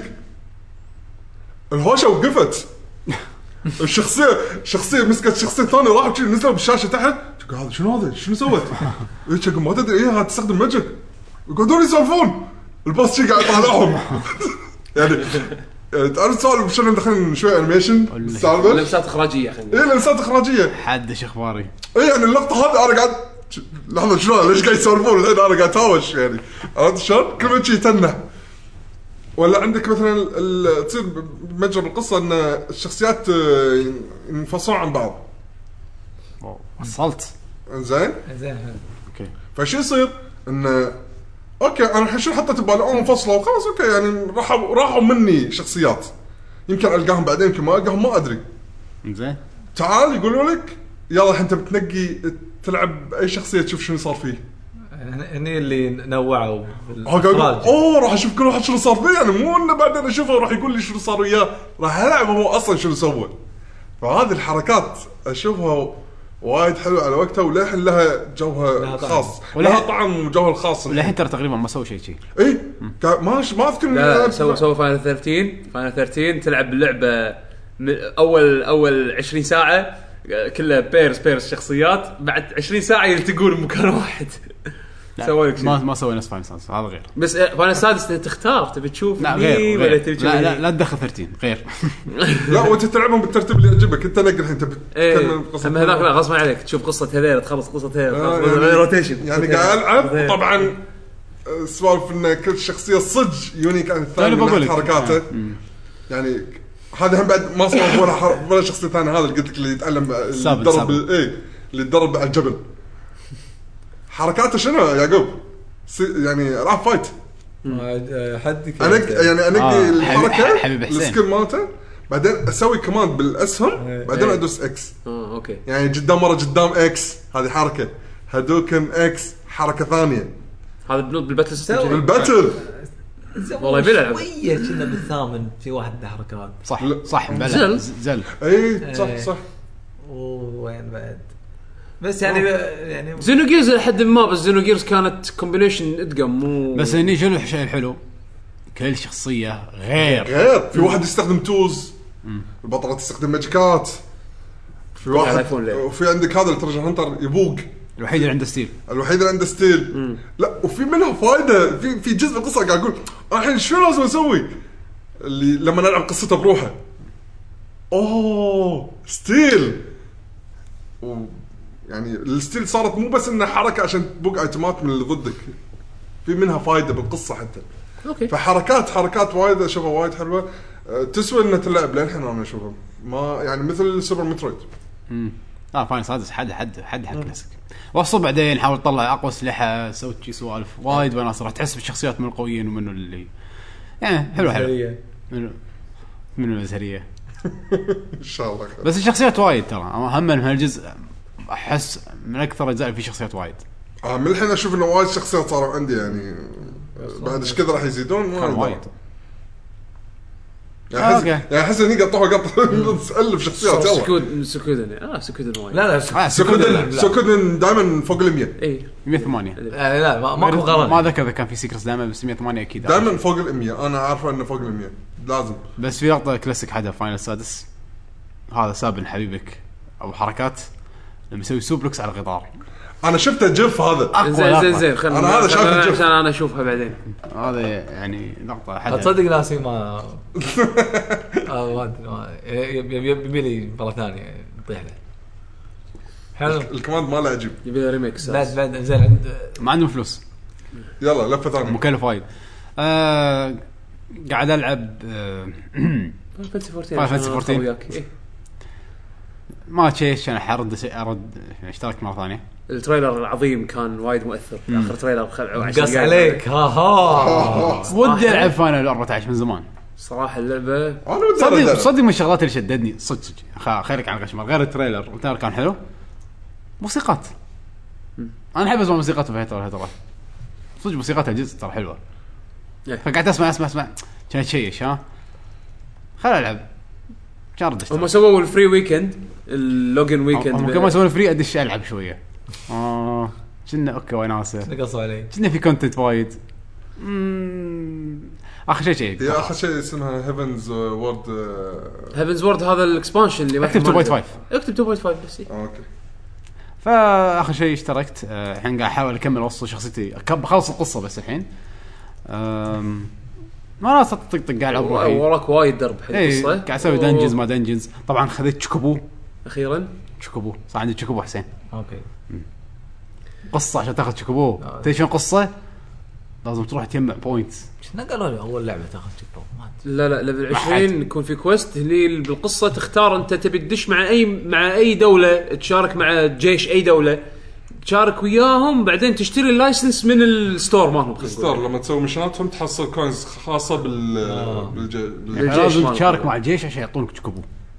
S3: الهوشه وقفت الشخصيه شخصيه مسكت شخصيه ثانيه راحت نزلوا بالشاشه تحت قال هذا شنو هذا شنو سوت ايش ما تدري ايه هذا تستخدم ماجيك يقعدون يسولفون الباص شي قاعد يطالعهم يعني تعرف سؤال شنو ندخل شوي انيميشن السالفه
S2: لمسات اخراجيه خلينا
S3: ايه لمسات اخراجيه
S1: حدش اخباري
S3: ايه يعني اللقطه هذه انا قاعد لحظه شلون ليش قاعد يسولفون الحين انا قاعد تهاوش يعني عرفت شلون كل ما شيء تنه. ولا عندك مثلا تصير مجرى القصه ان الشخصيات ينفصلون عن بعض
S1: وصلت
S3: زين
S4: زين
S1: اوكي.
S3: فشو يصير انه اوكي انا الحين شو حطيت ببالي او منفصله وخلاص اوكي يعني راحوا راحوا مني شخصيات يمكن القاهم بعدين يمكن ما القاهم ما ادري
S1: زين.
S3: تعال يقولوا لك يلا انت بتنقي تلعب اي شخصيه تشوف شنو صار فيه
S4: هني اللي نوعوا
S3: بالاخراج اوه راح اشوف كل واحد شنو صار فيه يعني مو انه بعدين اشوفه راح يقول لي شنو صار وياه راح العب هو اصلا شنو سوى. فهذه الحركات اشوفها وايد حلو على وقتها وللحين لها جوها خاص لها طعم وجوها الخاص
S1: وللحين ترى تقريبا ما سووا شيء شيء
S3: اي ما ما اذكر
S2: لا سووا سووا فاينل ثلاثة عشر فاينل ثلاثة عشر تلعب اللعبه اول اول عشرين ساعه كلها بيرز بيرز شخصيات بعد عشرين ساعه يلتقون بمكان واحد.
S1: سووا لك ما ما سوينا فاينل سادس هذا غير
S2: بس فاينل سادس تختار تبي تشوف
S1: لا غير, غير. لا لا لا تدخل ثلاثة عشر غير
S3: لا وانت تلعبهم بالترتيب اللي يعجبك انت نقل الحين تبي
S2: تكمل قصه اما هذاك لا غصب عليك تشوف قصه هذيل تخلص قصه هذيل
S3: آه يعني روتيشن يعني قاعد العب طبعا سوالف ان كل شخصيه صج يونيك عن الثاني من حركاته يعني هذا هم بعد ما صار ولا حرب ولا شخصيه ثانيه هذا اللي قلت لك اللي يتعلم الضرب ايه اللي يتدرب على الجبل حركاته شنو يا يعقوب يعني راح فايت
S4: حد
S3: انا يعني انقي آه الحركه السكيل مالته بعدين اسوي كمان بالاسهم بعدين ادوس اكس
S2: اه اوكي
S3: يعني قدام مره قدام اكس هذه حركه هدوكن اكس حركه ثانيه
S2: هذا بنود بالباتل سيستم
S3: بالباتل
S2: والله يبلع
S4: شويه كنا بالثامن في واحد عنده حركات
S1: صح
S3: لا.
S1: صح بلع
S2: زل.
S1: زل
S3: اي صح صح
S4: وين بعد بس يعني يعني
S2: زينو جيرز لحد ما بس زينو جيرز كانت كومبينيشن ادقم مو
S1: بس هني شنو الشيء الحلو كل شخصيه غير
S3: غير في واحد يستخدم توز البطلة تستخدم ماجيكات في
S2: على
S3: واحد
S2: الايفون ليه.
S3: وفي عندك هذا التريجر هانتر يبوق
S1: الوحيد اللي عنده ستيل
S3: الوحيد اللي عنده ستيل لا وفي منها فائده في في جزء القصه قاعد اقول الحين شو لازم اسوي اللي لما نلعب قصته بروحه اوه ستيل و يعني الستيل صارت مو بس انها حركه عشان تبوق ايتمات من اللي ضدك في منها فائده بالقصه حتى
S2: اوكي
S3: فحركات حركات وايد اشوفها وايد حلوه أه، تسوى انها تلعب للحين انا اشوفها ما يعني مثل سوبر مترويد
S1: امم اه فاين سادس حد حد حد حق كلاسيك وصل بعدين حاول تطلع اقوى اسلحه سويت شي سوالف وايد وناس راح تحس بالشخصيات من القويين ومنه اللي يعني حلو حلو منو منو الازهريه
S3: ان شاء الله خير.
S1: بس الشخصيات وايد ترى هم من هالجزء احس من اكثر اجزاء في شخصيات وايد
S3: اه من الحين اشوف انه وايد شخصيات صاروا عندي يعني بعد ايش كذا راح يزيدون
S1: كان وايد
S3: يعني احس
S1: أوكي.
S3: يعني احس اني قطعوا قط تسالف شخصيات يلا
S2: سكود سكودن اه سكودن وايد
S4: لا لا
S1: آه
S3: سكودن سكودن دائما فوق المية
S2: اي
S1: مية وثمانية
S4: لا لا ما- ماكو غلط
S1: ما ذكر اذا كان في سيكرس دائما بس مية وثمانية اكيد
S3: دائما فوق المية انا عارفه انه فوق المية لازم
S1: بس في لقطه كلاسيك حدا فاينل السادس هذا سابن حبيبك او حركات لما يسوي سوبلوكس على الغطار
S3: انا شفته جف هذا
S1: أقوى
S2: زين
S1: لقطة.
S2: زين زين خلنا
S3: أنا هذا شايف الجو.
S2: عشان انا اشوفها بعدين
S1: هذا يعني لقطه حدا
S4: تصدق ناسي ما اه ما ادري ما- يبي يبي يبي لي مره ثانيه نطيح له حلو
S3: الكوماند ماله عجيب
S2: يبي له ريميكس
S4: بعد بعد زين عند
S1: ما عندهم فلوس
S3: يلا لفه ثانيه
S1: مكلف وايد آه قاعد العب آه
S2: فانتسي
S1: Final Fantasy
S2: فورتين
S1: فورتين.
S2: وياك إيه.
S1: ما تشيش انا حرد ارد اشترك مره ثانيه
S2: التريلر العظيم كان وايد مؤثر اخر تريلر خلعوا عشر
S4: قص
S2: دقايق.
S4: عليك ها ها
S1: ودي العب فاينل أربعة عشر من زمان
S2: صراحه اللعبه
S3: انا ودي
S1: صدق
S3: ألعب.
S1: صدق من الشغلات اللي شددني صدق صدق خ- خيرك عن الغشمر غير التريلر التريلر كان حلو موسيقات انا احب اسمع موسيقات في هيتر هيتر صدق موسيقات الجزء ترى حلوه
S2: إيه.
S1: فقعدت اسمع اسمع اسمع كانت شيش ها خل العب كان رد
S2: هم سووا الفري ويكند اللوجن ويكند
S1: هم كمان يسوون فري ادش العب شويه اه كنا اوكي وناسه
S4: قصوا علي
S1: كنا في كونتنت وايد امم اخر شيء شيء
S3: هي اخر شيء اسمها هيفنز وورد
S2: هيفنز وورد هذا الاكسبانشن اللي ما
S1: اكتب اثنين فاصلة خمسة
S2: اكتب اثنين فاصلة خمسة بس إيه.
S3: اوكي
S1: فاخر شيء اشتركت آه، الحين قاعد احاول اكمل وصل شخصيتي أكب- بخلص القصه بس الحين أم، ما راس طق قاعد العب روحي
S2: وراك وايد درب حق
S1: اي
S2: القصه
S1: قاعد اسوي دنجنز ما دنجنز طبعا خذيت تشوكوبو
S2: اخيرا
S1: تشوكوبو صار عندي تشوكوبو حسين
S4: اوكي
S1: قصه عشان تاخذ تشوكوبو
S4: آه.
S1: تدري شلون قصه لازم تروح تجمع بوينتس
S4: شنو قالوا لي اول لعبه تاخذ تشوكو ما أدري.
S2: لا لا ليفل
S1: ما حد.
S2: عشرين يكون في كويست هني بالقصه تختار انت تبي تدش مع اي مع اي دوله تشارك مع جيش اي دوله تشارك وياهم بعدين تشتري اللايسنس من الستور مالهم خلينا
S3: ستار
S2: نقول.
S3: لما تسوي مشاناتهم تحصل كوينز خاصه بال بالج... بال...
S2: الجيش
S1: لازم
S2: مالهم.
S1: تشارك مع الجيش عشان يعطونك تشوكوبو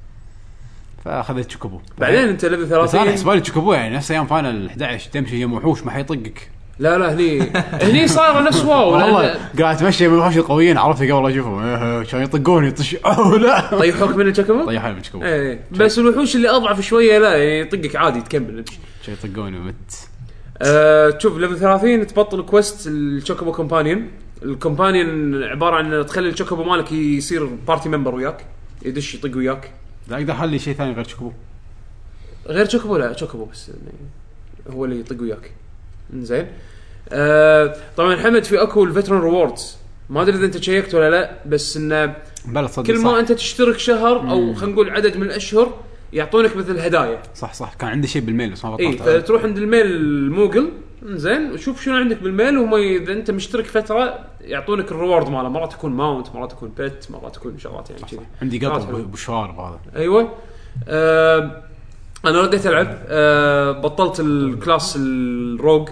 S1: فاخذت تشوكوبو
S2: بعدين انت ليفل
S1: بس انا
S2: ثلاثين
S1: حسبالي تشوكوبو يعني نفس ايام فاينل احد عشر تمشي يم وحوش ما حيطقك
S2: لا لا هني هني صايره نفس واو
S1: والله
S2: لأن-
S1: قاعد اتمشى من الوحوش القويين عرفت قبل اشوفهم إيه، عشان يطقوني يطش أوه لا
S2: طيحوك من الشكمه
S1: طيح من تشوكوبو
S2: ايه بس الوحوش اللي اضعف شويه لا يعني يطقك عادي تكمل
S1: شي يطقوني ومت
S2: أه تشوف ليفل ثلاثين تبطل كويست الشوكوبو كومبانيون الكومبانيون عباره عن تخلي الشوكوبو مالك يصير بارتي ممبر وياك يدش يطق وياك
S1: لا اقدر اخلي شيء ثاني غير تشوكوبو
S2: غير شوكوبو لا شوكوبو بس يعني هو اللي يطق وياك زين أه طبعا حمد في اكو الفيترن ريوردز ما ادري اذا انت شيكت ولا لا بس انه
S1: بلا صدق
S2: كل
S1: صح.
S2: ما انت تشترك شهر او خلينا نقول عدد من الاشهر يعطونك مثل هدايا
S1: صح صح كان عندي شيء بالميل بس ما
S2: اي
S1: بطلت
S2: فتروح عند الميل موجل زين وشوف شنو عندك بالميل وهم اذا انت مشترك فتره يعطونك الريورد ماله مرات تكون ماونت مرات تكون بيت مرات تكون شغلات يعني كذي
S1: عندي
S2: مرات
S1: قطع
S2: حلو.
S1: بشوارب هذا
S2: ايوه آه انا رديت العب آه بطلت الكلاس الروج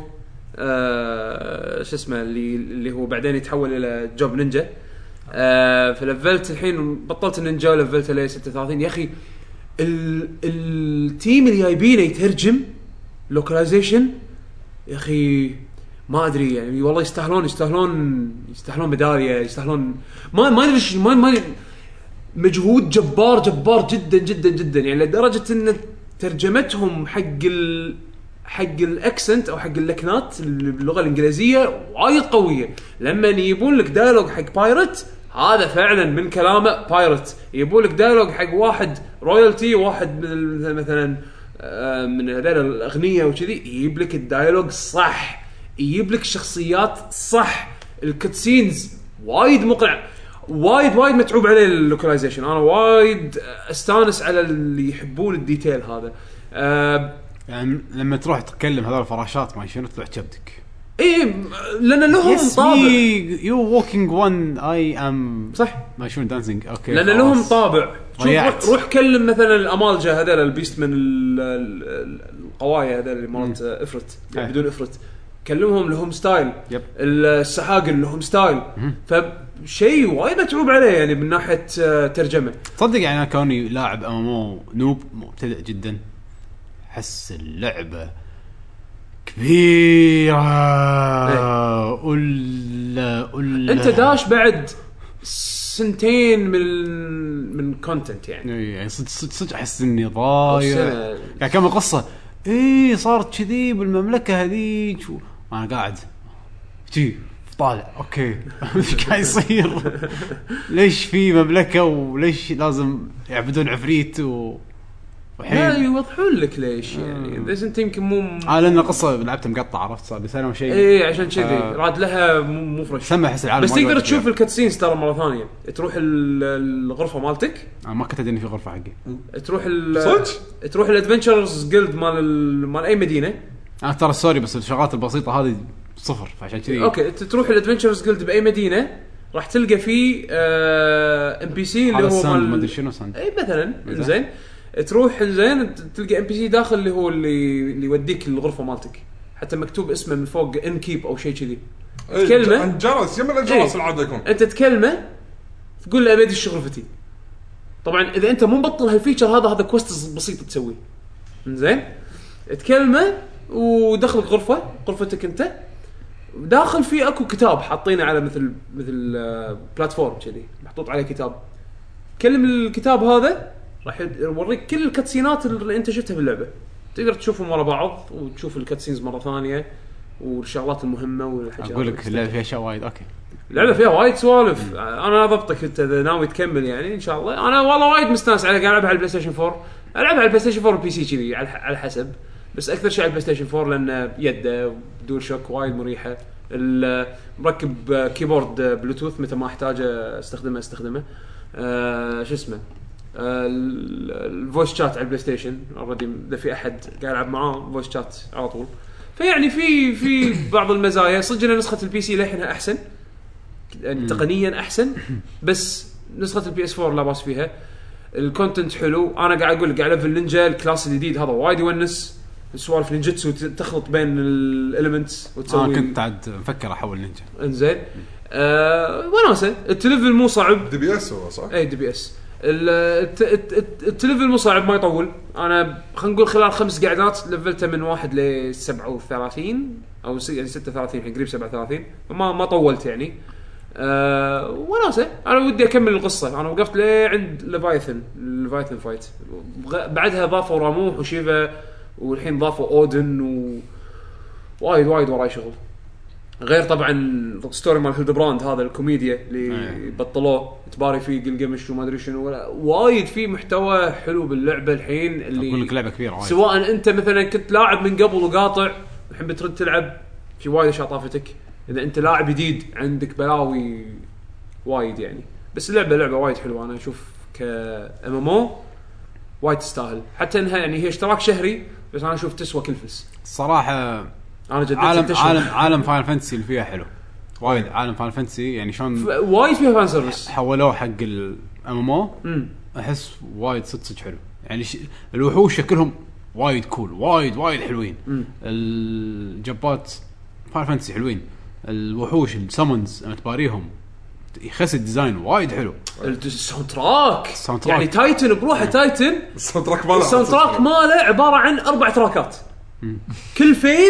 S2: آه شو اسمه اللي اللي هو بعدين يتحول الى جوب نينجا آه فلفلت الحين بطلت النينجا لفلت ل ستة وثلاثين يا اخي ال التيم اللي جايبينه يترجم لوكاليزيشن يا اخي ما ادري يعني والله يستاهلون يستاهلون يستاهلون ميداليه يستاهلون ما ما ادري ايش ما ما مجهود جبار جبار جدا جدا جدا يعني لدرجه ان ترجمتهم حق ال حق الاكسنت او حق اللكنات باللغه الانجليزيه وايد قويه. لما يجيبون لك دايلوج حق بايرت هذا فعلا من كلامه بايرت، يجيبون لك دايلوج حق واحد رويالتي واحد من مثلا من هذول الاغنياء وكذي يجيب لك الدايلوج صح، يجيب لك الشخصيات صح، الكاتسينز وايد مقنع وايد وايد متعوب عليه اللوكاليزيشن. انا وايد استانس على اللي يحبون الديتيل هذا. أه
S1: يعني لما تروح تتكلم هذول الفراشات ما شنو تطلع كبدك
S2: ايه لان لهم
S1: yes,
S2: طابع
S1: يو ووكينج وان اي ام
S2: صح
S1: ما شنو دانسينج اوكي
S2: لان لهم طابع. شوف
S1: ضيعت.
S2: روح كلم مثلا الامالجه هذول البيست من ال- ال- القوايا هذول اللي مالت افرت يعني بدون افرت كلمهم لهم ستايل
S1: يب.
S2: السحاقل لهم ستايل فشيء وايد متعوب عليه يعني من ناحيه آه، ترجمه.
S1: تصدق يعني انا كوني لاعب امامو نوب مبتدئ جدا حس اللعبه كبيره ولا ولا
S2: انت داش بعد سنتين من من كونتنت يعني
S1: يعني صدق صدق صدق احس اني ضايع
S2: سنة.
S1: يعني كم قصه ايه صارت كذي بالمملكه هذيك وانا قاعد تي طالع اوكي ايش قاعد يصير ليش في مملكه وليش لازم يعبدون عفريت و
S2: لا يوضحون لك ليش يعني بس انت يمكن مو
S1: اه لان القصه لعبتها مقطع عرفت صار لي سنه وشيء
S2: ايه عشان كذي
S1: آه.
S2: راد لها مو مو فرش
S1: سمع احس العالم
S2: بس
S1: وايد
S2: تقدر
S1: وايد
S2: تشوف
S1: كبير.
S2: الكاتسينز ترى مره ثانيه تروح ال- الغرفه مالتك
S1: انا ما كنت ادري إن في غرفه حقي
S2: تروح ال
S3: صدق؟
S2: تروح الادفنتشرز جيلد مال ال- مال اي مدينه.
S1: انا ترى سوري بس الشغلات البسيطه هذه صفر فعشان كذي
S2: اوكي انت تروح الادفنتشرز جيلد باي مدينه راح تلقى فيه ام بي سي اللي
S1: هذا
S2: هو
S1: الساند ما
S2: مال
S1: ادري شنو ساند
S2: اي مثلا زين تروح زين تلقى ام بي سي داخل اللي هو اللي اللي يوديك الغرفه مالتك حتى مكتوب اسمه من فوق ان كيب او شيء كذي تكلمه
S3: عن جرس يم الجرس
S2: إيه.
S3: العاده يكون
S2: انت تكلمه تقول له ابي غرفتي. طبعا اذا انت مو مبطل هالفيتشر هذا هذا كويست بسيط تسويه زين تكلمه ودخلك غرفه غرفتك انت داخل فيه اكو كتاب حاطينه على مثل مثل بلاتفورم كذي محطوط عليه كتاب. كلم الكتاب هذا راح يوريك كل الكاتسينات اللي انت شفتها باللعبه تقدر تشوفهم ورا بعض وتشوف الكاتسينز مره ثانيه والشغلات المهمه والحاجات.
S1: اقول لك اللعبه فيها اشياء وايد اوكي
S2: اللعبه فيها وايد سوالف. انا ضبطك انت اذا ناوي تكمل يعني ان شاء الله. انا والله وايد مستانس على قاعد العبها على البلاي ستيشن فور العبها على البلاي ستيشن فور والبي سي كذي على حسب بس اكثر شيء على البلاي ستيشن فور لان يده دول شوك وايد مريحه. مركب كيبورد بلوتوث متى ما احتاجه استخدمه استخدمه أه شو اسمه أه الفويس شات على البلاي ستيشن اوريدي اذا في احد قاعد يلعب معاه فويس شات على طول. فيعني في في بعض المزايا صدق ان نسخه البي سي للحين احسن يعني تقنيا احسن بس نسخه البي اس فور لا باس فيها. الكونتنت حلو. انا قاعد اقول لك قاعد العب النينجا الكلاس الجديد هذا وايد يونس السوالف نينجتسو تخلط بين الاليمنتس وتسوي.
S1: انا كنت قاعد مفكر احول نينجا
S2: انزين أه وناسه التليفل مو صعب
S3: دي بي اس هو صح
S2: اي دي بي اس التليفل مو صعب ما يطول. انا خلينا نقول خلال خمس قعدات لفلته من واحد ل سبعة وثلاثين او يعني ستة وثلاثين قريب سبعة وثلاثين فما ما طولت يعني. أه وناسه انا ودي اكمل القصه. انا وقفت ليه عند ليفايثن ليفايثن فايت بعدها ضافوا راموح وشيفا والحين ضافوا اودن و وايد وايد وراي شغل غير طبعا ستوري مال هيلدبراند هذا الكوميديا اللي بطلوه تباري فيه قلقمش وما ادري شنو ولا وايد في محتوى حلو باللعبه الحين اللي
S1: اقول لك لعبه كبيره وايد.
S2: سواء انت مثلا كنت لاعب من قبل وقاطع الحين بترد تلعب في وايد اشياء طافتك. اذا انت لاعب جديد عندك بلاوي وايد يعني. بس اللعبه لعبه وايد حلوه. انا اشوف ك ام ام او وايد تستاهل حتى انها يعني هي اشتراك شهري بس انا اشوف تسوى كل فلس
S1: الصراحه.
S2: انا جددت
S1: عالم
S2: تشهر.
S1: عالم عالم فاينل فانتسي اللي فيها حلو وايد. عالم فاينل فانتسي يعني شلون
S2: وايد فيها فان سيرفيس
S1: حولوه حق الام ام او احس وايد صدق صدق حلو يعني ش... الوحوش شكلهم وايد كول وايد وايد حلوين. مم. الجبات فاينل فانتسي حلوين. الوحوش السامونز انا تباريهم يخس الديزاين وايد حلو.
S2: الساوند تراك
S1: الساوند
S2: يعني
S1: تراك.
S2: تايتن بروحه تايتن
S3: الساوند تراك ماله
S2: الساوند تراك ماله عباره عن اربع تراكات كل فيز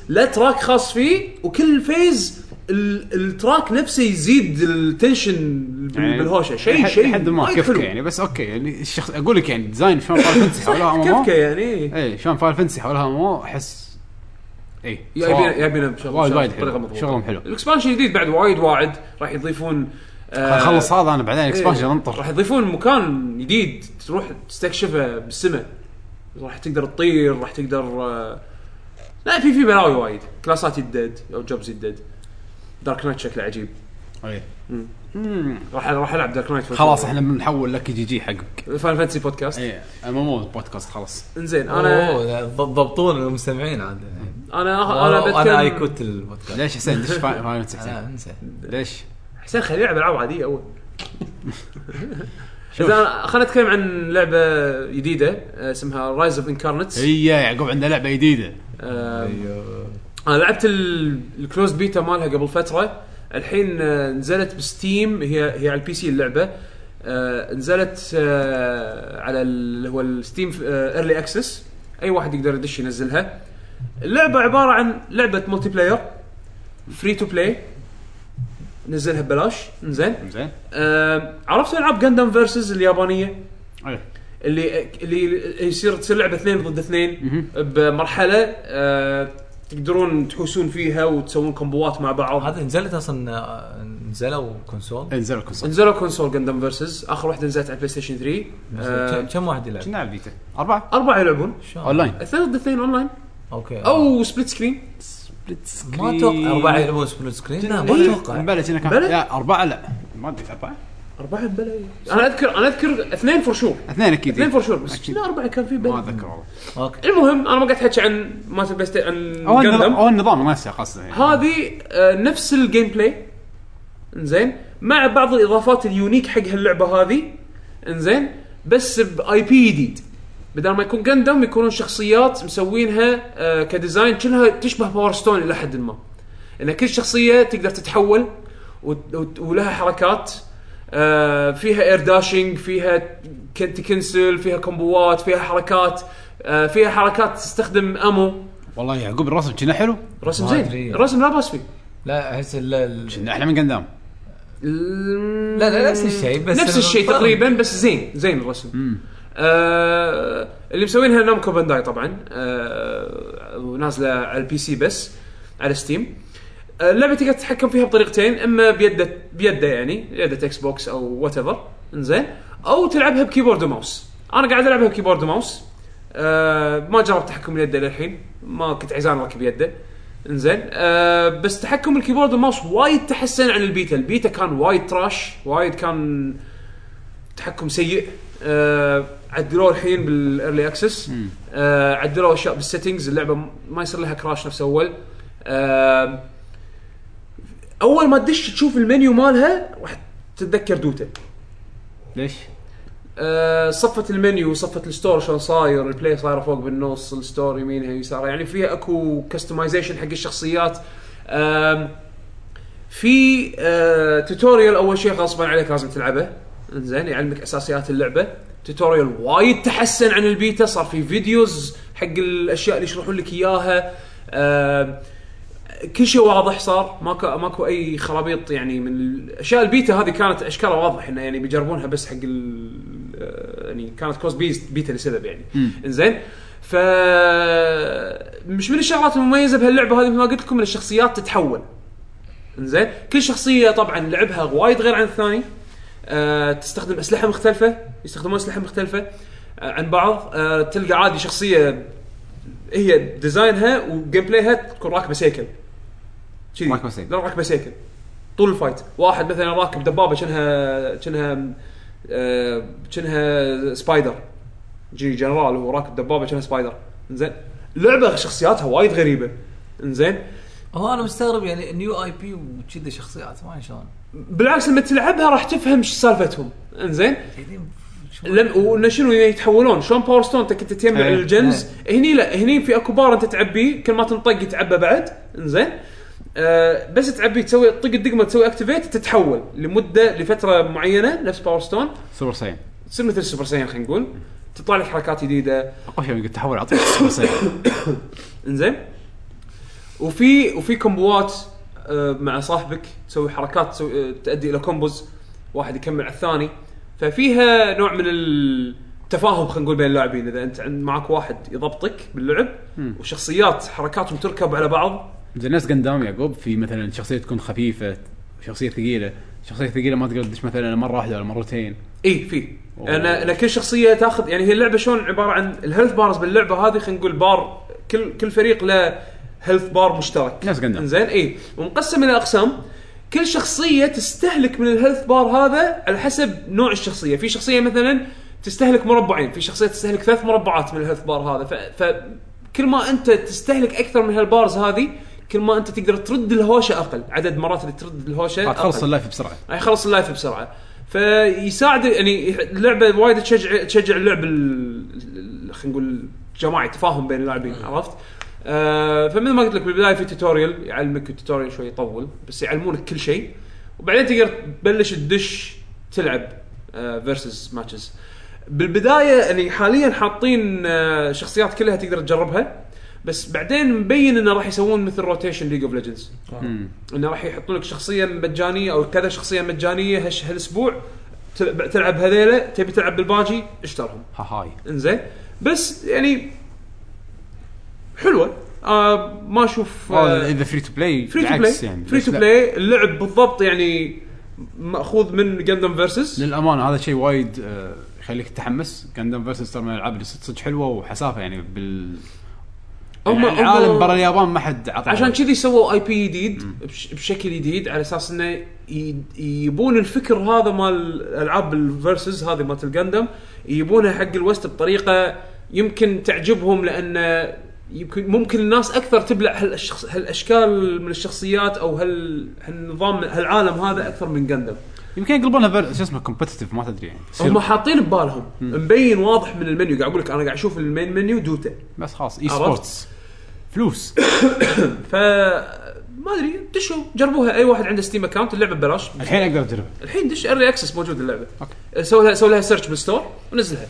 S2: لا تراك خاص فيه، وكل فيز التراك نفسه يزيد التنشن
S1: يعني
S2: بالهوشه. شيء شيء
S1: لحد ما كيف يعني. بس اوكي يعني الشخص اقول لك يعني ديزاين شلون فاينل فانتسي حولها مو
S2: كيف يعني
S1: اي شلون فاينل فانتسي حولها مو احس اي
S2: يبينا يبينا
S1: وايد وايد شغلهم حلو.
S2: الاكسبانشن الجديد بعد وايد واعد راح يضيفون
S1: آه خلص هذا انا بعدين اكسبانشن
S2: ايه
S1: انطر.
S2: راح يضيفون مكان جديد تروح تستكشفه بالسماء، راح تقدر تطير، راح تقدر آه لا في في بلاوي وايد، كلاسات يدد او جوبز يدد. دارك نايت شكله عجيب.
S1: اي
S2: راح راح العب دارك نايت.
S1: خلاص احنا بنحول لك جي جي حقك
S2: فان فانتسي بودكاست.
S1: اي مو مو بودكاست خلاص.
S2: انزين انا
S4: ضبطون المستمعين عاد.
S2: انا انا بتكلم
S4: انا ايكوت البودكاست.
S1: ليش حسين ليش فاين فانتسي حسين ليش
S2: حسين خليه يلعب العاب عاديه اول. اذا خلينا نتكلم عن لعبه جديده اسمها رايز اوف انكارنتس.
S1: هي يعقوب عنده لعبه جديده.
S4: ايوه
S2: انا لعبت الكلوز بيتا مالها قبل فتره، الحين نزلت بستيم. هي هي على البي سي اللعبه. نزلت على اللي هو الستيم ايرلي اكسس، اي واحد يقدر يدش ينزلها. اللعبه عباره عن لعبه ملتي بلاير فري تو بلاي، نزلها ببلاش. زين
S1: زين
S2: آه عرفت العاب غاندام فيرسز اليابانيه
S1: أيه.
S2: اللي اللي يصير تصير لعبه اثنين ضد اثنين بمرحله آه تقدرون تحوسون فيها وتسوون كومبوات مع بعض.
S4: هذا نزلت اصلا نزلوا كونسول
S1: نزلوا كونسول
S2: نزلوا كونسول غاندام فيرسز. اخر واحده نزلت على بلاي ستيشن ثري.
S4: آه كم واحد يلعب؟
S1: كنا على البيتا اربعه
S2: اربعه يلعبون
S1: اونلاين،
S2: اثنين ضد اثنين اونلاين
S4: اوكي
S2: او سبليت سكرين.
S4: ما اتوقع اربعه يلعبون سبليت سكرين. لا ما اتوقع
S1: بلش انا كان لا اربعه لا ما ادري اربعه
S2: اربعه بلا. انا اذكر انا اذكر اثنين فور شور
S1: اثنين اكيد
S2: اثنين فور شور بس لا اربعه كان في بلا
S1: ما اذكر والله.
S4: اوكي
S2: المهم انا ما قاعد احكي عن ما تبست عن
S1: او النظام او النظام ما قصده يعني.
S2: هذه آه نفس الجيم بلاي انزين مع بعض الاضافات اليونيك حق هاللعبه هذه انزين بس باي بي جديد. بدل ما يكون غاندام يكونون شخصيات مسوينها آه كديزاين كلها تشبه باور ستون الى حد ما، ان كل شخصيه تقدر تتحول ولها حركات آه فيها اير داشينج، فيها كنت كنسل، فيها كومبوات، فيها حركات آه فيها حركات تستخدم امو.
S1: والله يعقوب الرسم كنا حلو،
S2: رسم زين، الرسم لا باس فيه.
S4: لا احس ال
S1: كنا احلى من غاندام.
S4: لا لا نفس الشيء بس
S2: نفس الشيء تقريبا بس زين زين الرسم. آه اللي مسوينها نامكو بانداي طبعا آه ونازله على البي سي بس على ستيم. آه اللعبه تقدر تتحكم فيها بطريقتين، اما بيده بيده يعني يده اكس بوكس او وات ايفر انزين، او تلعبها بكيبورد وماوس. انا قاعد العبها بكيبورد وماوس. آه ما جربت تحكم اليد للحين، ما كنت عايزان راكب يده انزين. آه بس تحكم الكيبورد والماوس وايد تحسن عن البيتا. البيتا كان وايد تراش، وايد كان تحكم سيء. آه عدلوا الحين بالايرلي اكسس آه عدلوا اشياء بالسيتنجز، اللعبه ما يصير لها كراش نفس اول. آه اول ما تدش تشوف المنيو مالها راح تتذكر دوتا.
S1: ليش؟
S2: آه صفة المنيو، صفة الستور شلون صاير، البلاي صايره فوق بالنص، الستور يمينها يسار، يعني فيها اكو كستمايزيشن حق الشخصيات. آه في آه توتوريال اول شيء غصبا عليك لازم تلعبه انزين، يعلمك اساسيات اللعبه. توتوريال وايد تحسن عن البيتا، صار في فيديوز حق الاشياء اللي يشرحون لك اياها. آه كل شيء واضح صار، ماكو ماكو اي خرابيط يعني. من الاشياء البيتا هذه كانت اشكالها واضح انه يعني بيجربونها بس حق يعني كانت كوز بيتا لسبب يعني انزين. ف مش من الشغلات المميزه بهاللعبه هذه مثل ما قلت لكم، من الشخصيات تتحول انزين. كل شخصيه طبعا لعبها وايد غير عن الثاني. أه تستخدم اسلحه مختلفه، يستخدمون اسلحه مختلفه أه عن بعض. أه تلقى عادي شخصيه هي ديزاينها وجيم بلايها تكون راكبه سيكل كذي، لا راكبه سيكل طول الفايت. واحد مثلا راكب دبابه كأنها كأنها أه كأنها سبايدر، جي جنرال وهو راكب دبابه كأنها سبايدر انزين. لعبه شخصياتها وايد غريبه انزين.
S4: هو انا مستغرب يعني نيو اي بي وكذا شخصيات ما شلون.
S2: بالعكس لما تلعبها راح تفهم ايش سالفتهم انزين. لم ونشنو يتحولون شلون باور ستون انت كنت تجمع الجنز هني، لا هني في اكو بار انت تعبيه، كل ما تنطق يتعبى بعد انزين. آه بس تعبي تسوي طق الدقمه تسوي اكتيفيت تتحول لمده لفتره معينه نفس باور ستون
S1: سوبر ساين،
S2: تصير مثل سوبر ساين خلينا نقول، تطلع لك حركات جديده.
S1: اقوى شيء قلت تحول اعطيك سوبر ساين انزين.
S2: وفي وفي كومبوات آه، مع صاحبك تسوي حركات تسوي آه، تؤدي الى كومبوز واحد يكمل على الثاني. ففيها نوع من التفاهم خلينا نقول بين اللاعبين. اذا انت عند معك واحد يضبطك باللعب وشخصيات حركاتهم تركب على بعض
S1: زي الناس قندام يعقوب في مثلا شخصيه تكون خفيفه شخصيه ثقيله شخصيه ثقيله ما تقدر تدش مثلا مره واحده ولا مرتين.
S2: اي في انا انا كل شخصيه تاخذ يعني هي اللعبه شلون عباره عن الهيلث بارز باللعبه هذه خلينا نقول بار كل كل فريق له هيلث بار مشترك
S1: ناس قندام
S2: زين. اي ومقسم الى اقسام كل شخصيه تستهلك من الهيلث بار هذا على حسب نوع الشخصيه. في شخصيه مثلا تستهلك مربعين في شخصيه تستهلك ثلاث مربعات من الهيلث بار هذا. فكل ما انت تستهلك اكثر من هالبارز هذه كل ما انت تقدر ترد الهوشه اقل عدد مرات اللي ترد الهوشه
S1: تخلص اللايف بسرعه
S2: راح يخلص اللايف بسرعه. فيساعد يعني اللعبه وايد تشجع تشجع اللعب خلينا نقول جماعي تفاهم بين اللاعبين عرفت. آه فمثل ما قلت لك بالبدايه في توتوريال يعلمك التوتوريال شوي يطول بس يعلمونك كل شيء وبعدين تقدر تبلش تدش تلعب فيرسز آه ماتشز. بالبدايه يعني حاليا حاطين آه شخصيات كلها تقدر تجربها بس بعدين مبين انه راح يسوون مثل روتيشن ليج اوف ليجندز انه راح يحطون لك شخصيه مجانيه او كذا شخصيه مجانيه هش هالاسبوع تلعب هذيله تبي تلعب بالباجي اشترهم
S1: هاي
S2: انزين. بس يعني حلوه آه ما اشوف
S1: آه اذا فري تو بلاي
S2: فري تو بلاي
S1: يعني
S2: فري تو بلاي اللعب بالضبط يعني ماخوذ من جاندم فيرسز.
S1: للامانه هذا شيء وايد آه يخليك تتحمس. جاندم فيرسز ترى من الالعاب اللي صدق حلوه وحسافه يعني بال
S2: هم
S1: العالم برا اليابان ما حد عطى
S2: عشان كذي سووا اي بي جديد بشكل جديد على اساس انه يبون الفكر هذا مال الالعاب الفيرسز هذه مال الجاندم يبونها حق الوست بطريقه يمكن تعجبهم لان يمكن ممكن الناس اكثر تبلع هالشخص هالاشكال من الشخصيات او هال هالنظام هالعالم هذا اكثر من جاندم.
S1: يمكن يقلبونها شو اسمه كومبتيتيف ما تدري يعني
S2: هم حاطين ببالهم مبين واضح من المنيو قاعد اقول لك انا قاعد اشوف المين منيو دوتا
S1: بس خلاص اي سبورتس فلوس.
S2: ف ما ادري دشوا جربوها اي واحد عنده ستيم اكاونت اللعبه ببلاش
S1: الحين اقدر اجربها
S2: الحين دش اري اكسس موجود اللعبه اوكي سوي لها سوي لها سيرش بالستور ونزلها.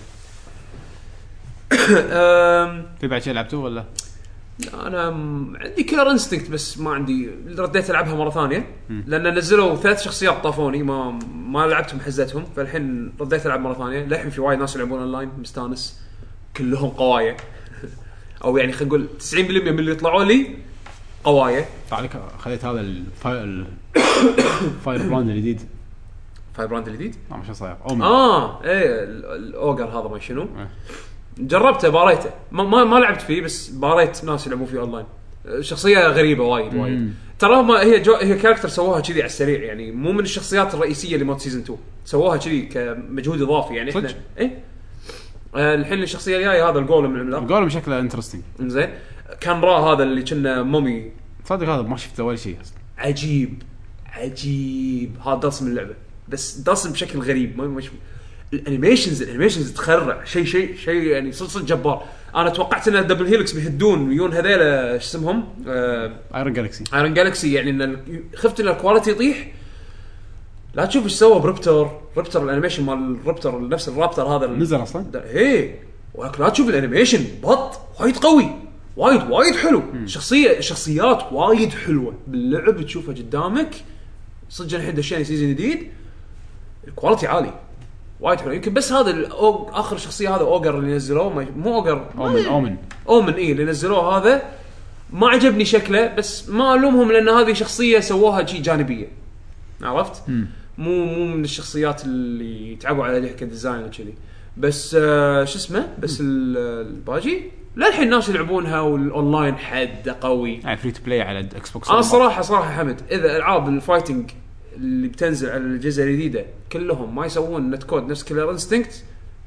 S1: في بعد شيء لعبته ولا
S2: انا عندي كيلر انستنكت بس ما عندي رديت العبها مره ثانيه لان نزلوا ثلاث شخصيات طافوني ما ما لعبتهم حزتهم فالحين رديت العب مره ثانيه. للحين في وايد ناس يلعبون اونلاين مستانس كلهم قوايه او يعني خلينا نقول تسعين بالمية من اللي يطلعوا لي قوايه.
S1: تعالك خليت هذا الفاير فاير براند الجديد
S2: فاير براند الجديد
S1: ما مش صاير
S2: اه ايه الاوجر هذا ما شنو جربته باريته ما, ما ما لعبت فيه بس باريت ناس يلعبون فيه اونلاين. شخصيه غريبه وايد وايد ترى ما هي جو هي كاركتر سووها كذي على السريع يعني مو من الشخصيات الرئيسيه اللي مود سيزون اثنين سووها كذي كمجهود اضافي يعني احنا ايه آه الحين الشخصيه الجايه هذا الجولم العملاق
S1: الجولم شكله انترستينج
S2: زين. كان را هذا اللي كنا مومي
S1: صدق هذا ما شفته ولا شيء اصلا
S2: عجيب عجيب هذا داس من اللعبه بس داس بشكل غريب ما مش الانيميشنز الانيميشنز تخرع شيء شيء شيء يعني صدق جبار. انا توقعت ان دبل هيلكس بيهدون ويون هذيلا ايش اسمهم
S1: ايرون جالكسي
S2: ايرون جالكسي يعني ان خفت ان الكواليتي يطيح. لا تشوف ايش سوى بريبتور ريبتور الانيميشن مال الريبتور نفس الرابتر هذا
S1: نزل اصلا
S2: ايه ولكن لا تشوف الانيميشن بط وايد قوي وايد وايد حلو. شخصيه شخصيات وايد حلوه باللعب تشوفها قدامك صدق الحين دشينا سيزون جديد الكواليتي عالي وايد حلو. يمكن بس هذا الأوج... اخر شخصيه هذا اوجر اللي نزلوه مو اوجر
S1: اومن اومن
S2: اومن ايه اللي نزلوه هذا ما عجبني شكله بس ما الومهم لان هذه شخصيه سووها شيء جانبيه عرفت مم. مو مو من الشخصيات اللي تعبوا عليها كديزاين وكذي بس آه شو اسمه بس الباجي لا الحين الناس يلعبونها والاونلاين حد قوي
S1: يعني فري تو بلاي على اكس بوكس.
S2: انا صراحه صراحه حمد اذا العاب الفايتنج اللي بتنزل على الجزء الجديده كلهم ما يسوون نت كود نفس كيلر انستنكت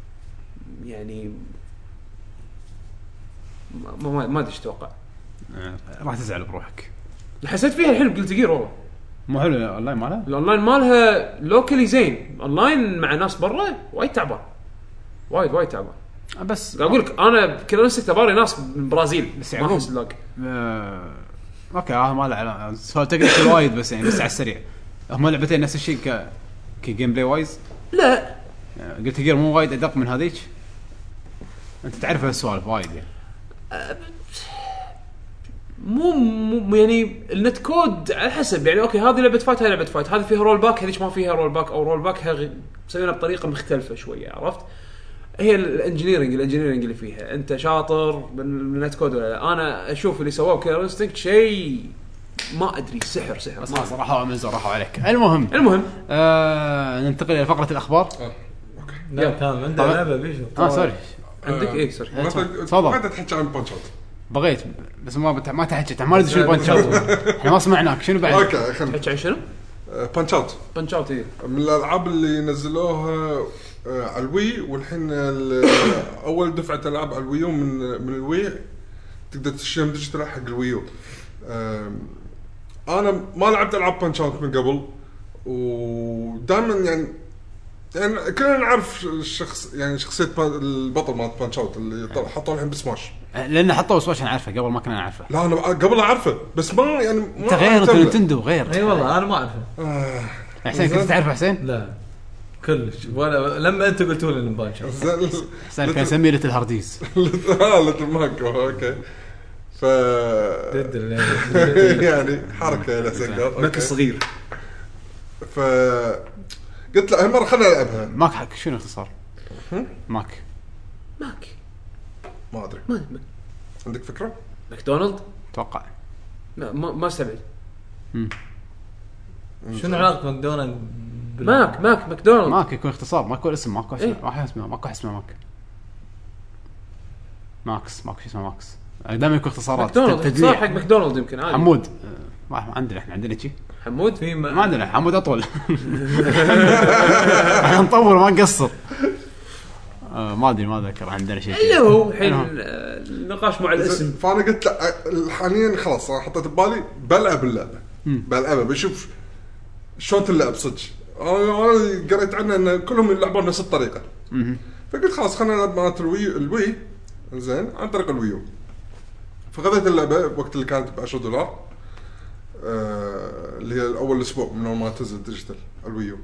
S2: يعني ما ما ما ادري ايش اتوقع
S1: راح تزعل بروحك.
S2: حسيت فيها الحين قلت جير والله
S1: مو حلو الاونلاين مالها
S2: الاونلاين مالها لوكالي زين اونلاين مع ناس برا وايد تعبان وايد وايد تعبان.
S1: بس
S2: اقول لك انا كيلر انستنكت تباري ناس من البرازيل
S1: بس
S2: ما احس لاق
S1: آه... اوكي هذا ما له سؤال تقدر وايد بس يعني بس على السريع هم لعبتين نفس الشيء ك كي جيم بلاي وايز
S2: لا
S1: قلت جير مو وايد ادق من هذيك انت تعرف هالسوالف وايد يعني
S2: مو, مو يعني النت كود على حسب يعني اوكي هذه لعبه فايت هاي لعبه فايت هذه فيها رول باك هذيك ما فيها رول باك او رول باك مسوينها بطريقه مختلفه شويه عرفت هي الانجينيرنج الانجينيرنج اللي فيها انت شاطر بالنت كود ولا لا انا اشوف اللي سووه كيلر انستنكت شيء ما ادري سحر سحر
S1: بس خلاص راحوا من راحوا عليك. المهم
S2: المهم
S1: آه ننتقل الى فقره الاخبار.
S4: لا كان عنده لعبه بيشو
S1: اه سوري
S2: عندك ايه سوري
S1: تفضل.
S3: ما تحكي عن بانش اوت.
S1: بغيت بس ما بت... ما تحكي ما ادري شنو بانش اوت احنا ما سمعناك شنو بعد.
S3: اوكي خلينا
S2: تحكي عن شنو
S3: بانش اوت.
S2: بانش اوت ايه
S3: من الالعاب اللي نزلوها على الوي والحين اول دفعه العاب على الويو من من الوي تقدر تشتريهم ديجيتال حق الويو. انا ما لعبت العاب بانش اوت من قبل ودائما يعني يعني كلنا نعرف الشخص يعني شخصيه البطل مال بانش اوت اللي حطوا الحين بسماش
S1: لان حطوا سماش انا عارفه قبل ما كنا نعرفه.
S3: لا انا قبل اعرفه بس ما يعني ما
S1: تغير نينتندو غير.
S4: اي والله انا ما اعرفه.
S3: آه.
S1: حسين كنت تعرف حسين؟
S4: لا كلش ولا لما انت قلتوا لي نبانش
S1: حسين كان يسميه ليتل هارديز.
S3: اه ليتل ماكو اوكي ف يعني حركه لسنجر
S2: ماك صغير
S3: ف قلت له هالمره خلينا نلعبها.
S1: ماك حق شنو اختصار ماك
S2: ماك
S3: ما ادري
S2: ما
S3: عندك فكره
S2: ماكدونالد
S1: اتوقع
S2: ما ما استبعد
S4: شنو علاقه ماكدونالد
S2: ماك ماك ماكدونالد
S1: ماك يكون اختصار ماكو اسم ماكو اسم
S2: إيه؟
S1: ما اسمه ماكو اسمه ماك ماكس ماكو اسمه ماكس دائما يكون اختصارات
S2: تدليع حق ماكدونالد يمكن عادي.
S1: حمود ما عندنا احنا عندنا شيء
S2: حمود
S4: في
S1: ما عندنا حمود اطول. احنا نطور ما نقصر. آه ما ادري ما ذكر عندنا شيء
S2: اللي هو الحين النقاش مع الاسم.
S3: فانا قلت لا حاليا خلاص انا حطيت ببالي بلعب اللعبه بلعبها بشوف شلون تلعب صدق. انا قريت عنها ان كلهم يلعبون نفس الطريقه فقلت خلاص خلينا نلعب مع الوي الوي زين عن طريق الويو. فخذيت اللعبه وقت اللي كانت ب عشرة دولار آه اللي هي اول اسبوع من اول ما تنزل ديجيتال الويو.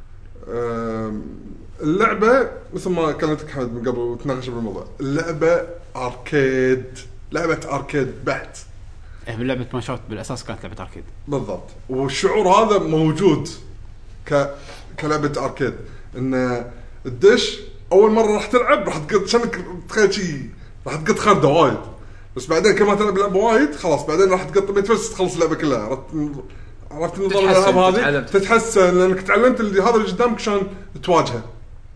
S3: آه اللعبه مثل ما كلمتك حمد من قبل وتناقش بالموضوع اللعبه اركيد لعبه اركيد بحت.
S1: ايه باللعبه ما شوت بالاساس كانت لعبه اركيد
S3: بالضبط والشعور هذا موجود ك كلعبه اركيد ان الدش اول مره راح تلعب راح تقط شنك تخيل شيء راح تقط خرده وايد بس بعدين كل تلعب لعبه وايد خلاص بعدين راح تقط متفلس تخلص اللعبه كلها. عرفت عرفت نظام الالعاب هذه تتحسن لانك تعلمت اللي هذا اللي قدامك شلون تواجهه.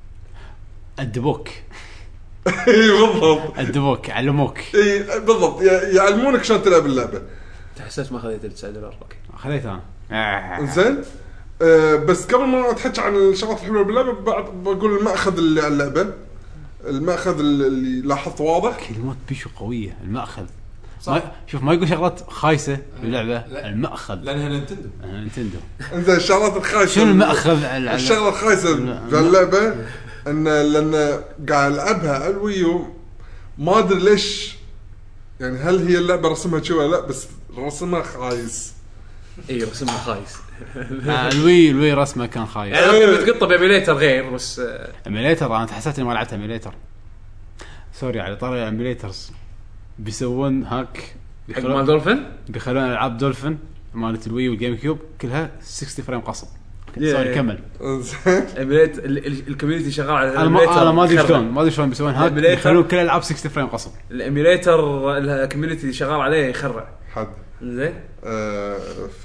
S1: الدبوك
S3: اي بالضبط
S1: الدبوك علموك
S3: اي بالضبط يعلمونك شلون تلعب اللعبه.
S2: تحسست ما خذيت تسعة دولار اوكي
S1: خذيت انا
S3: زين أه بس قبل ما اتحكي عن الشغلات الحلوه باللعبه بقول المأخذ اللي على اللعبه. المأخذ اللي لاحظت واضح
S1: كلمات بيشو قويه. المأخذ ما شوف ما يقول شغلات خايسه باللعبه المأخذ
S4: لانها نينتندو
S1: نينتندو.
S3: انزين الشغلات الخايسه
S1: شنو المأخذ
S3: الشغله الخايسه باللعبه ان لان قاعد العبها على الويو ما ادري ليش يعني هل هي اللعبه رسمها شو ولا لا بس رسمها خايس.
S2: اي رسمها خايس.
S1: الوي الوي رسمه كان خايس
S2: يعني ممكن تقطه بإيميليتر غير بس
S1: إيميليتر انا تحسيت اني ما لعبت إيميليتر سوري على طاري إيميليترز بيسوون هاك
S2: حق مال دولفين
S1: بيخلون العاب دولفين مالت الوي والجيم كيوب كلها ستين فريم قصب. سوري كمل.
S2: إيميليتر الكوميونتي شغال على
S1: الإيميليتر. انا ما ادري شلون ما ادري شلون بيسوون هاك بيخلون كل الالعاب ستين فريم قصب.
S2: الإيميليتر الكوميونتي شغال عليه يخرع
S3: حد
S2: زين.
S3: آه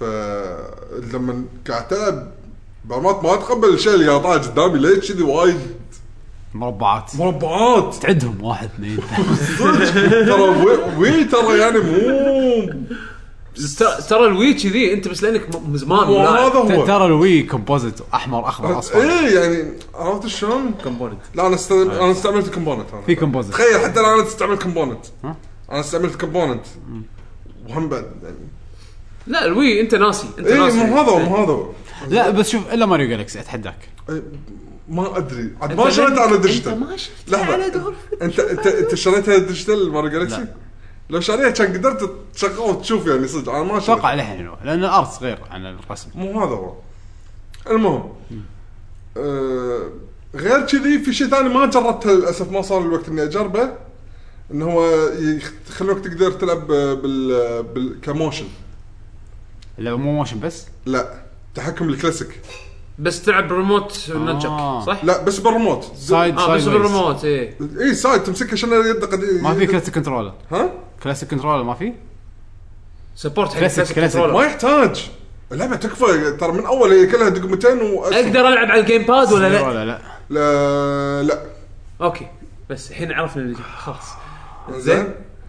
S3: فلما قاعد تلعب برمات ما تقبل الشيء اللي قاطع قدامي ليش كذي وايد
S1: مربعات
S3: مربعات
S1: تعدهم واحد اثنين
S3: ترى وي ترى يعني مو
S2: ترى الوي كذي انت بس لانك من زمان
S3: هذا
S1: ترى الوي كومبوزيت احمر اخضر اصفر.
S3: ايه يعني عرفت شلون
S2: كومبوننت.
S3: لا انا استخدم انا استعملت كومبوننت
S1: في كومبوزيت
S3: تخيل حتى انا استعملت كومبوننت انا استعملت كومبوننت وهم بعد يعني
S2: لا الوي انت ناسي انت
S3: إيه
S2: ناسي
S3: مو هذا مو هذا
S1: لا بس شوف الا ماريو جالكسي اتحداك.
S3: ما ادري عاد ما شريت على ديجيتال.
S2: انت ما شفت على دور
S3: انت انت انت شريتها ديجيتال ماريو جالكسي لو شاريها كان قدرت تشغل وتشوف يعني صدق انا ما شفت
S1: اتوقع الحين لان الارت غير عن الرسم
S3: مو هذا هو. المهم آه غير كذي في شيء ثاني ما جربته للاسف ما صار الوقت اني اجربه انه هو يخلوك تقدر تلعب بال بالكموشن.
S1: لا مو موشن بس،
S3: لا تحكم الكلاسيك
S2: بس تلعب بالريموت ننشك
S1: آه.
S2: صح؟
S3: لا بس بالريموت
S1: سايد
S2: اه بس
S1: سايد
S2: بالريموت ايه
S3: اي سايد تمسكه عشان يدق
S1: ما في كلاسيك كنترولر.
S3: ها
S1: كلاسيك كنترولر ما في
S2: سبورت حق
S1: كلاسيك-
S2: كلاسيك
S1: كلاسيك.
S2: كنترولر.
S3: ما يحتاج اللعبه تكفى ترى من اول هي كلها دقمتين وأسف.
S2: اقدر العب على الجيم باد ولا لا؟
S1: ولا لا
S3: لا لا
S2: اوكي بس الحين عرفنا اللي خلاص
S3: زين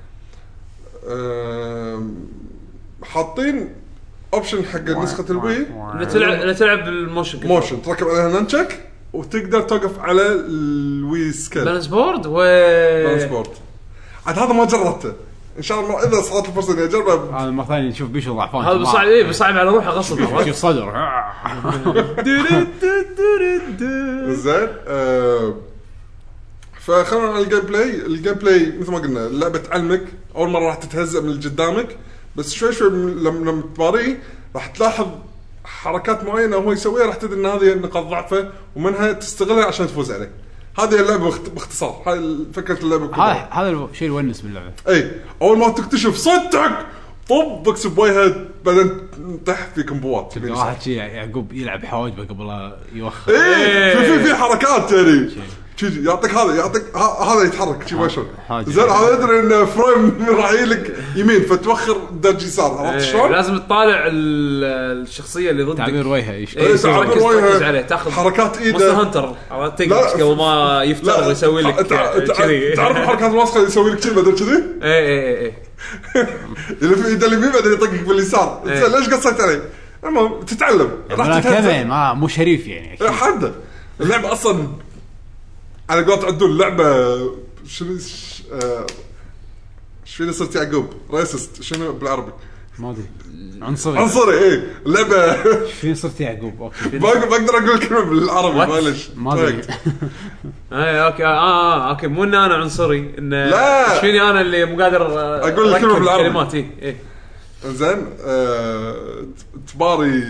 S3: أم... حاطين اوبشن حق نسخه الوي
S2: لا تلعب لا تلعب بالموشن كنترول.
S3: موشن تركب عليها ننشك وتقدر توقف على الوي سكيل
S2: بالانس بورد و
S3: ترانسبورت. عاد هذا ما جربته ان شاء الله اذا صارت الفرصه اني اجربه.
S1: هذا مرة ثانية نشوف بيشو ضعفان
S2: هذا بصعب ايه بصعب على روحه غصب
S1: شوف صدر
S3: زين أه... فخلونا على الجيم بلاي. الجيم بلاي مثل ما قلنا اللعبه تعلمك اول مره راح تتهزأ من اللي قدامك بس شوي شوي لما لما تباريه راح تلاحظ حركات معينه هو يسويها راح تدري ان هذه نقاط ضعفه ومنها تستغلها عشان تفوز عليه. هذه اللعبه باختصار هاي فكره اللعبه.
S1: هذا هذا الشيء الونس باللعبه.
S3: اي اول ما تكتشف صدق طب بكس بوجهه بعدين طح في كمبوات.
S1: واحد شيء يعقوب يلعب حواجبه قبل لا يوخر.
S3: ايه في في في حركات يعني تيجي يعطيك هذا يعطيك هذا يتحرك شي وشو زين هذا يدري ان فريم راح يلك يمين فتوخر درج يسار. عرفت شلون؟
S2: لازم تطالع الشخصيه اللي ضدك
S1: تعبير وجهه ايش
S3: ايه تعبير وجهه
S2: عليه تاخذ
S3: حركات ايده
S2: مونستر هنتر عرفت قبل ما يفتر يسوي لك
S3: كذي. تعرف الحركات الوسخه يسوي لك كذي بدل كذي
S2: اي اي اي
S3: اللي في ايده اليمين بعدين يطقك باليسار. زين ليش قصيت عليه؟ المهم تتعلم
S1: راح تتهزم ما مو شريف يعني
S3: اكيد حده. اللعبه اصلا انا قلت عدول اللعبه شنو شنو صرت يعقوب ريسست شنو بالعربي
S1: ما ادري عنصري
S3: عنصري ايه اللعبه
S1: شنو صرت يعقوب اوكي
S3: بقدر اقول كلمه بالعربي معلش
S1: ما ادري
S2: اي اوكي اه اه اوكي مو ان انا عنصري ان
S3: لا.
S2: فيني انا اللي مو قادر
S3: اقول الكلمه بالعربي
S2: كلمات ايه
S3: زين آه تباري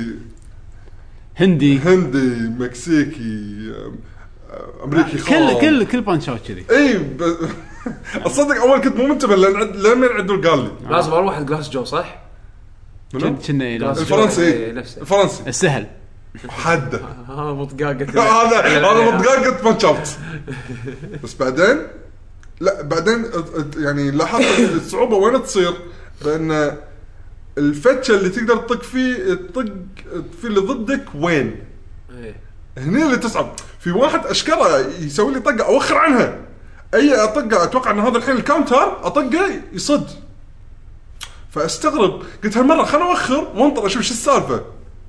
S1: هندي
S3: هندي مكسيكي امريكي
S1: كل كل كل بانشات كذي.
S3: اي ب... اصدق اول كنت مو منتبه لان لما عدول قال لي
S2: لازم اروح جلاس جو صح
S3: منو
S1: كنا
S3: الفرنسي الفرنسي
S1: السهل
S3: حده
S2: هذا مطقاقه
S3: هذا هذا مطقاقه بانشات بس بعدين لا بعدين يعني لاحظت الصعوبه وين تصير بان الفتشه اللي تقدر تطق فيه تطق في اللي ضدك وين هني اللي تصعب. في واحد اشكره يسوي لي طقه اوخر عنها اي اطقه اتوقع ان هذا الحين الكاونتر اطقه يصد فاستغرب قلت هالمره خلنا اوخر وانطر اشوف شو السالفه.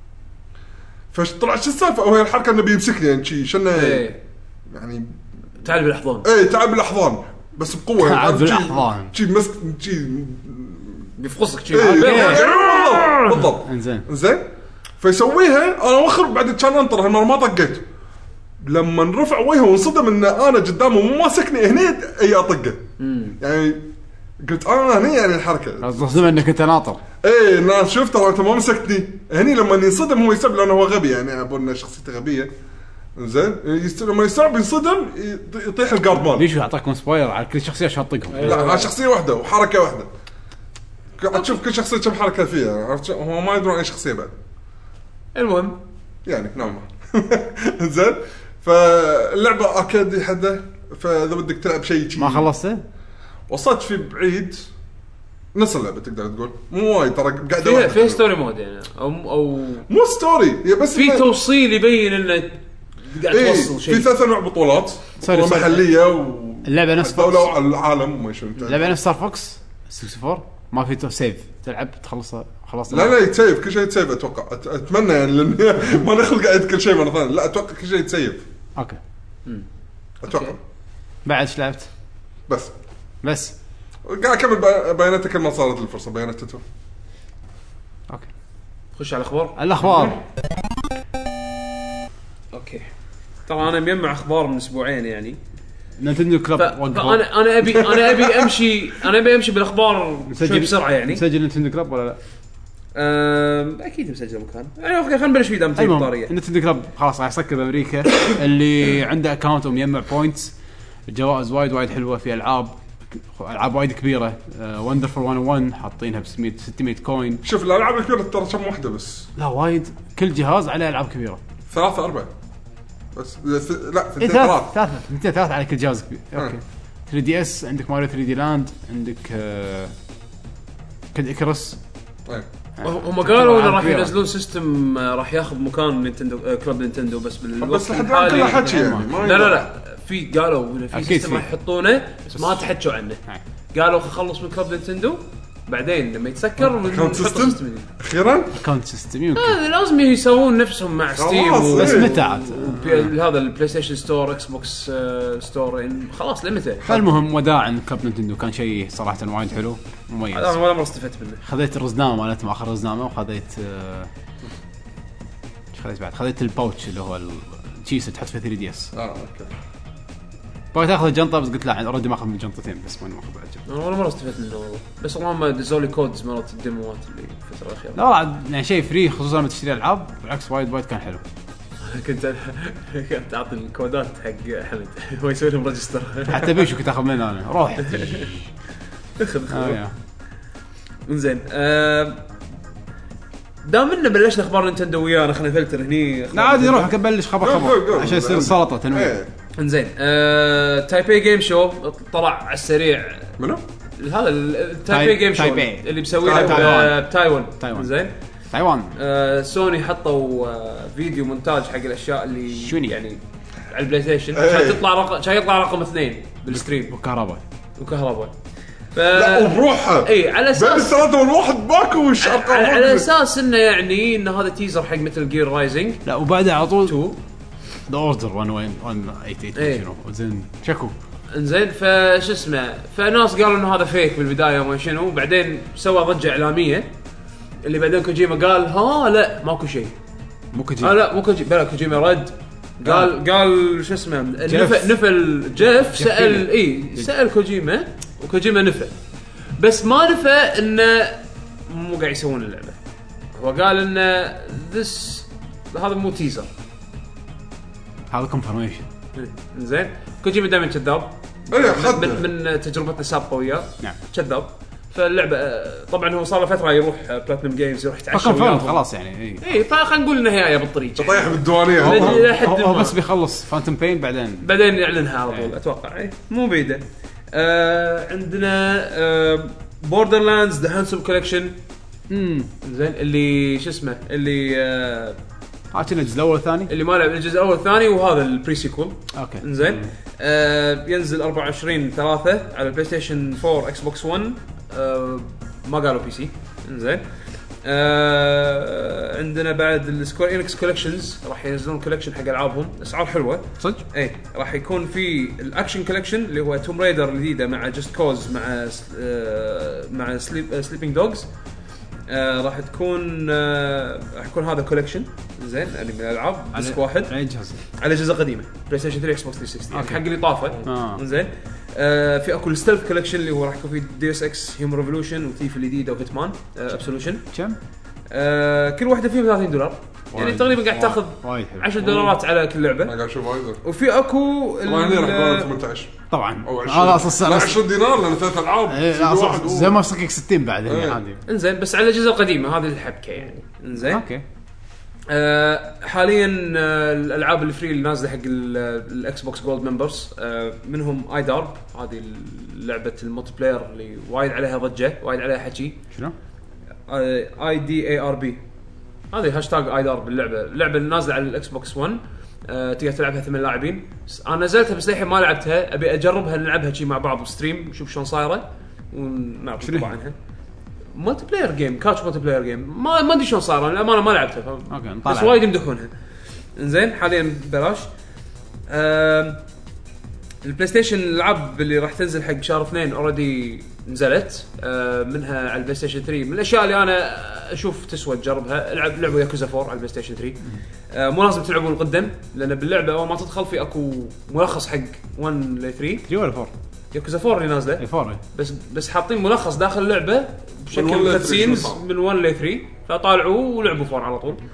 S3: فطلع شو السالفه وهي الحركه انه بيمسكني يعني شي شنو يعني
S2: تعال بالاحضان
S3: اي تعال بالاحضان بس بقوه
S1: تعال بالاحضان
S3: شي مسك شي
S2: بيفقصك شي
S3: بالضبط.
S1: انزين
S3: زين فيسويها انا اوخر بعد كان انطر هالمره ما طقيت لما نرفع وجهه وانصدم ان انا قدامه مو ماسكني هني اي اطقه يعني قلت انا هني يعني الحركه
S1: تصدم انك انت ناطر.
S3: ايه الناس شفت ترى انت ما مسكتني هني لما ينصدم هو يسبب لانه هو غبي يعني ابونا شخصيته غبيه. زين لما يستوعب ينصدم يطيح الجارد مال.
S1: ليش يعطيكم سبويلر على كل شخصيه عشان اطقهم؟
S3: لا على شخصيه واحده وحركه واحده قاعد تشوف كل شخصيه كم حركه فيها عرفت هو ما يدرون اي شخصيه بعد
S2: المهم
S3: يعني نعم زين فاللعبه اركادي حده فاذا بدك تلعب شيء
S1: ما خلصته
S3: وصلت في بعيد نص اللعبه تقدر تقول مو وايد ترى قاعد
S2: فيها فيها ستوري مود يعني او او
S3: مو ستوري هي بس
S2: في توصيل يبين انه قاعد
S3: ايه
S2: توصل شيء.
S3: في ثلاث انواع بطولات بطوله محليه و
S1: اللعبه نفس
S3: الدوله وعلى العالم وما شنو
S1: اللعبه نفس ستار فوكس ستة وستين ما في تو سيف تلعب تخلصها خلاص.
S3: لا لا يتسيف كل شيء يتسيف اتوقع اتمنى يعني لان ما نخلق قاعد كل شيء مره ثانيه لا اتوقع كل شيء يتسيف
S1: اوكي
S3: اتوقع
S2: أوكي.
S1: بعد ايش لعبت
S3: بس
S1: بس
S3: قاعد اكمل بياناتك ما صارت الفرصه بيانات تتو.
S1: اوكي
S2: خش على الاخبار
S1: الاخبار
S2: اوكي ترى انا مجمع اخبار من اسبوعين يعني
S1: نينتندو كلاب.
S2: انا انا ابي انا ابي امشي انا ابي امشي بالاخبار شوي بسرعه يعني.
S1: مسجل نينتندو كلاب ولا لا؟
S2: أم... اكيد مسجل مكان يعني اوكي خلينا نبلش فيه دام تجي الطاريه.
S1: نينتندو كلاب خلاص راح يسكر بامريكا اللي عنده اكونت ومجمع بوينتس الجوائز وايد وايد حلوه في العاب العاب وايد كبيره. وندرفul مية وواحد حاطينها ب ستمية كوين.
S3: شوف الالعاب الكبيره ترى كم واحدة بس.
S1: لا وايد، كل جهاز عليه العاب كبيره.
S3: ثلاثة أربعة بس. لا في
S1: إيه
S3: ثلاثة
S1: ثلاثة ثلاثة ثلاثة على كل جهاز كبير. اوكي. ثري دي اس عندك ماريو ثري دي لاند، عندك آه كد اكرس.
S2: هم قالوا انه راح ينزلون سيستم راح ياخذ مكان نينتندو كلوب نينتندو بس بالوقت
S3: بس لحد الان كله حكي يعني.
S2: لا لا لا في قالوا انه في سيستم راح يحطونه بس ما تحكوا عنه. قالوا خلص من كلوب نينتندو بعدين لما يتسكر
S3: نحط سيستم اخيرا
S1: اكونت سيستم يمكن
S2: هذا لازم يسوون نفسهم مع ستيم
S1: بس متى عاد
S2: هذا البلاي ستيشن ستور اكس بوكس ستور خلاص لمتى.
S1: المهم وداعا كلوب نينتندو كان شيء صراحه وايد حلو مميز.
S2: انا ولا مره استفدت منه.
S1: خذيت الرزنامه مالتهم اخر رزنامه وخذيت ايش خذيت بعد خذيت الباوتش اللي هو الكيس تحط فيه ثري دي اس.
S3: اه اوكي
S1: بغيت اخذ الجنطه بس قلت لا اوريدي ما اخذ من جنطتين بس ما اخذ بعد جنطه.
S2: انا ولا مره استفدت منه والله بس اللهم دزولي كودز مالت الديموات اللي الفتره الاخيره.
S1: لا يعني شيء فري خصوصا لما تشتري العاب بالعكس وايد وايد كان حلو.
S2: كنت كنت اعطي الكودات حق حمد هو يسوي لهم ريجستر
S1: حتى بيشو كنت اخذ منه انا روح
S2: اخذ
S1: اه
S2: من زين أه دام إننا بلشنا اخبار نينتندو ويانا خلينا نفلتر هني.
S1: لا عادي نروح نبلش خبر خبر عشان يصير سلطه تنويع.
S2: انزين أه... تايبي جيم شو طلع على السريع.
S3: منو
S2: هذا التايبي جيم شو اللي مسوينه بتايوان. انزين
S1: تايوان
S2: أه... سوني حطوا أه... فيديو مونتاج حق الاشياء اللي
S1: شوني.
S2: يعني على البلاي ستيشن عشان تطلع رقم عشان يطلع رقم اثنين بالستريم
S1: وكهرباء
S2: وكهرباء ف...
S3: لا وبروحها
S2: اي على اساس
S3: بين الثلاثة والواحد باكو وش ارقام
S2: على, على اساس انه يعني ان هذا تيزر حق مثل جير رايزنج.
S1: لا وبعدها على طول
S2: تو
S1: ذا اوردر واحد واحد ثمانية ثمانية شنو زين شكو
S2: انزين فش اسمه فناس قالوا انه هذا فيك بالبدايه وما شنو وبعدين سوى ضجه اعلاميه اللي بعدين كوجيما قال ها لا ماكو شيء
S1: مو كوجيما.
S2: آه لا مو كوجيما بلا كوجيما رد قال قال شو اسمه نفى نفى الجيف سال اي سال كوجيما وكوجيما نفى بس ما نفى انه مو قاعد يسوون اللعبه. هو قال انه ذس هذا مو تيزر
S1: هذا كونفرميشن.
S2: زين كوجيما دائما كذاب من, من تجربتنا السابقه وياه.
S1: نعم
S2: كذاب. فاللعبه طبعا هو صار له فتره يروح بلاتنم جيمز يروح يتعشى وياهم
S1: خلاص يعني اي
S2: اي فخلينا نقول النهايه بالطريق
S3: طيح بالديوانيه
S1: هو, هو بس بيخلص فانتوم بين بعدين
S2: بعدين يعلنها على طول اتوقع اي مو بعيده. آه عندنا آه بوردرلاندز ذا هانسوم كولكشن.
S1: امم
S2: زين اللي شو اسمه اللي آه
S1: عاطينا الجزء الاول والثاني
S2: اللي ما لعب الجزء الاول والثاني وهذا البري سيكول.
S1: اوكي
S2: زين آه ينزل أربعة وعشرين ثلاثة على البلاي ستيشن فور اكس بوكس ون. آه ما قالوا بي سي. زين آه عندنا بعد السكوير انكس كولكشنز راح ينزلون كولكشن حق العابهم اسعار حلوه
S1: صدق.
S2: اي راح يكون في الاكشن كولكشن اللي هو توم رايدر الجديده مع جست كوز مع آه مع سليب سليبينج دوجز. آه راح تكون آه راح يكون هذا كولكشن زين يعني من الالعاب ديسك واحد
S1: على جهاز
S2: على اجهزه قديمه بلاي ستيشن ثري اكس بوكس ثري سيكستي يعني حق اللي طافه.
S1: آه.
S2: زين آه في اكو الستيلث كولكشن اللي هو راح يكون في ديوس اكس هيومن ريفولوشن وثيف الجديده وهيتمان ابسولوشن.
S1: كم
S2: آه كل واحده فيهم ثلاثين دولار يعني تقريبا قاعد تاخذ عشرة دولارات على كل لعبه.
S3: ما قاعد اشوف وايد
S2: وفي اكو
S3: ثمانية عشر
S1: طبعا
S3: هذا اصلا عشرة دينار لان ثلاث العاب
S1: واحد زي ما صكك ستين بعد هنا عادي.
S2: انزين بس على الاجهزه القديمه هذه الحبكه يعني. انزين
S1: اوكي
S2: آه حاليا آه الالعاب الفري اللي نازله حق الاكس بوكس جولد ممبرز آه منهم اي دارب هذه لعبه الملتي بلاير اللي وايد عليها ضجه وايد عليها حكي.
S1: شنو
S2: اي دي اي ار بي هذه هاشتاج اي دارب اللعبه اللعبه اللي نازله على الاكس بوكس ون. أه تقدر تلعبها ثمان لاعبين. انا نزلتها بس للحين ما لعبتها ابي اجربها نلعبها شي مع بعض بستريم نشوف شلون صايره ونعرف طبعا عنها. ملتي بلاير جيم كاتش ملتي بلاير جيم ما ما ادري شلون صار انا ما ما لعبتها بس وايد يمدحونها. انزين حاليا ببلاش. أه البلاي ستيشن الالعاب اللي راح تنزل حق شهر اثنين اوريدي نزلت أه منها على البلاي ستيشن ثري. من الاشياء اللي انا اشوف تسوى تجربها العب لعبه ياكوزا فور على البلاي ستيشن ثري. أه مو لازم تلعبون القدم لان باللعبه اول ما تدخل في اكو ملخص حق واحد ل ثري
S1: ثري ولا فور
S2: ياكوزا فور اللي نازله
S1: فور
S2: بس بس حاطين ملخص داخل اللعبه بشكل كاتسينز من واحد ل ثري فطالعوا ولعبوا فور على طول.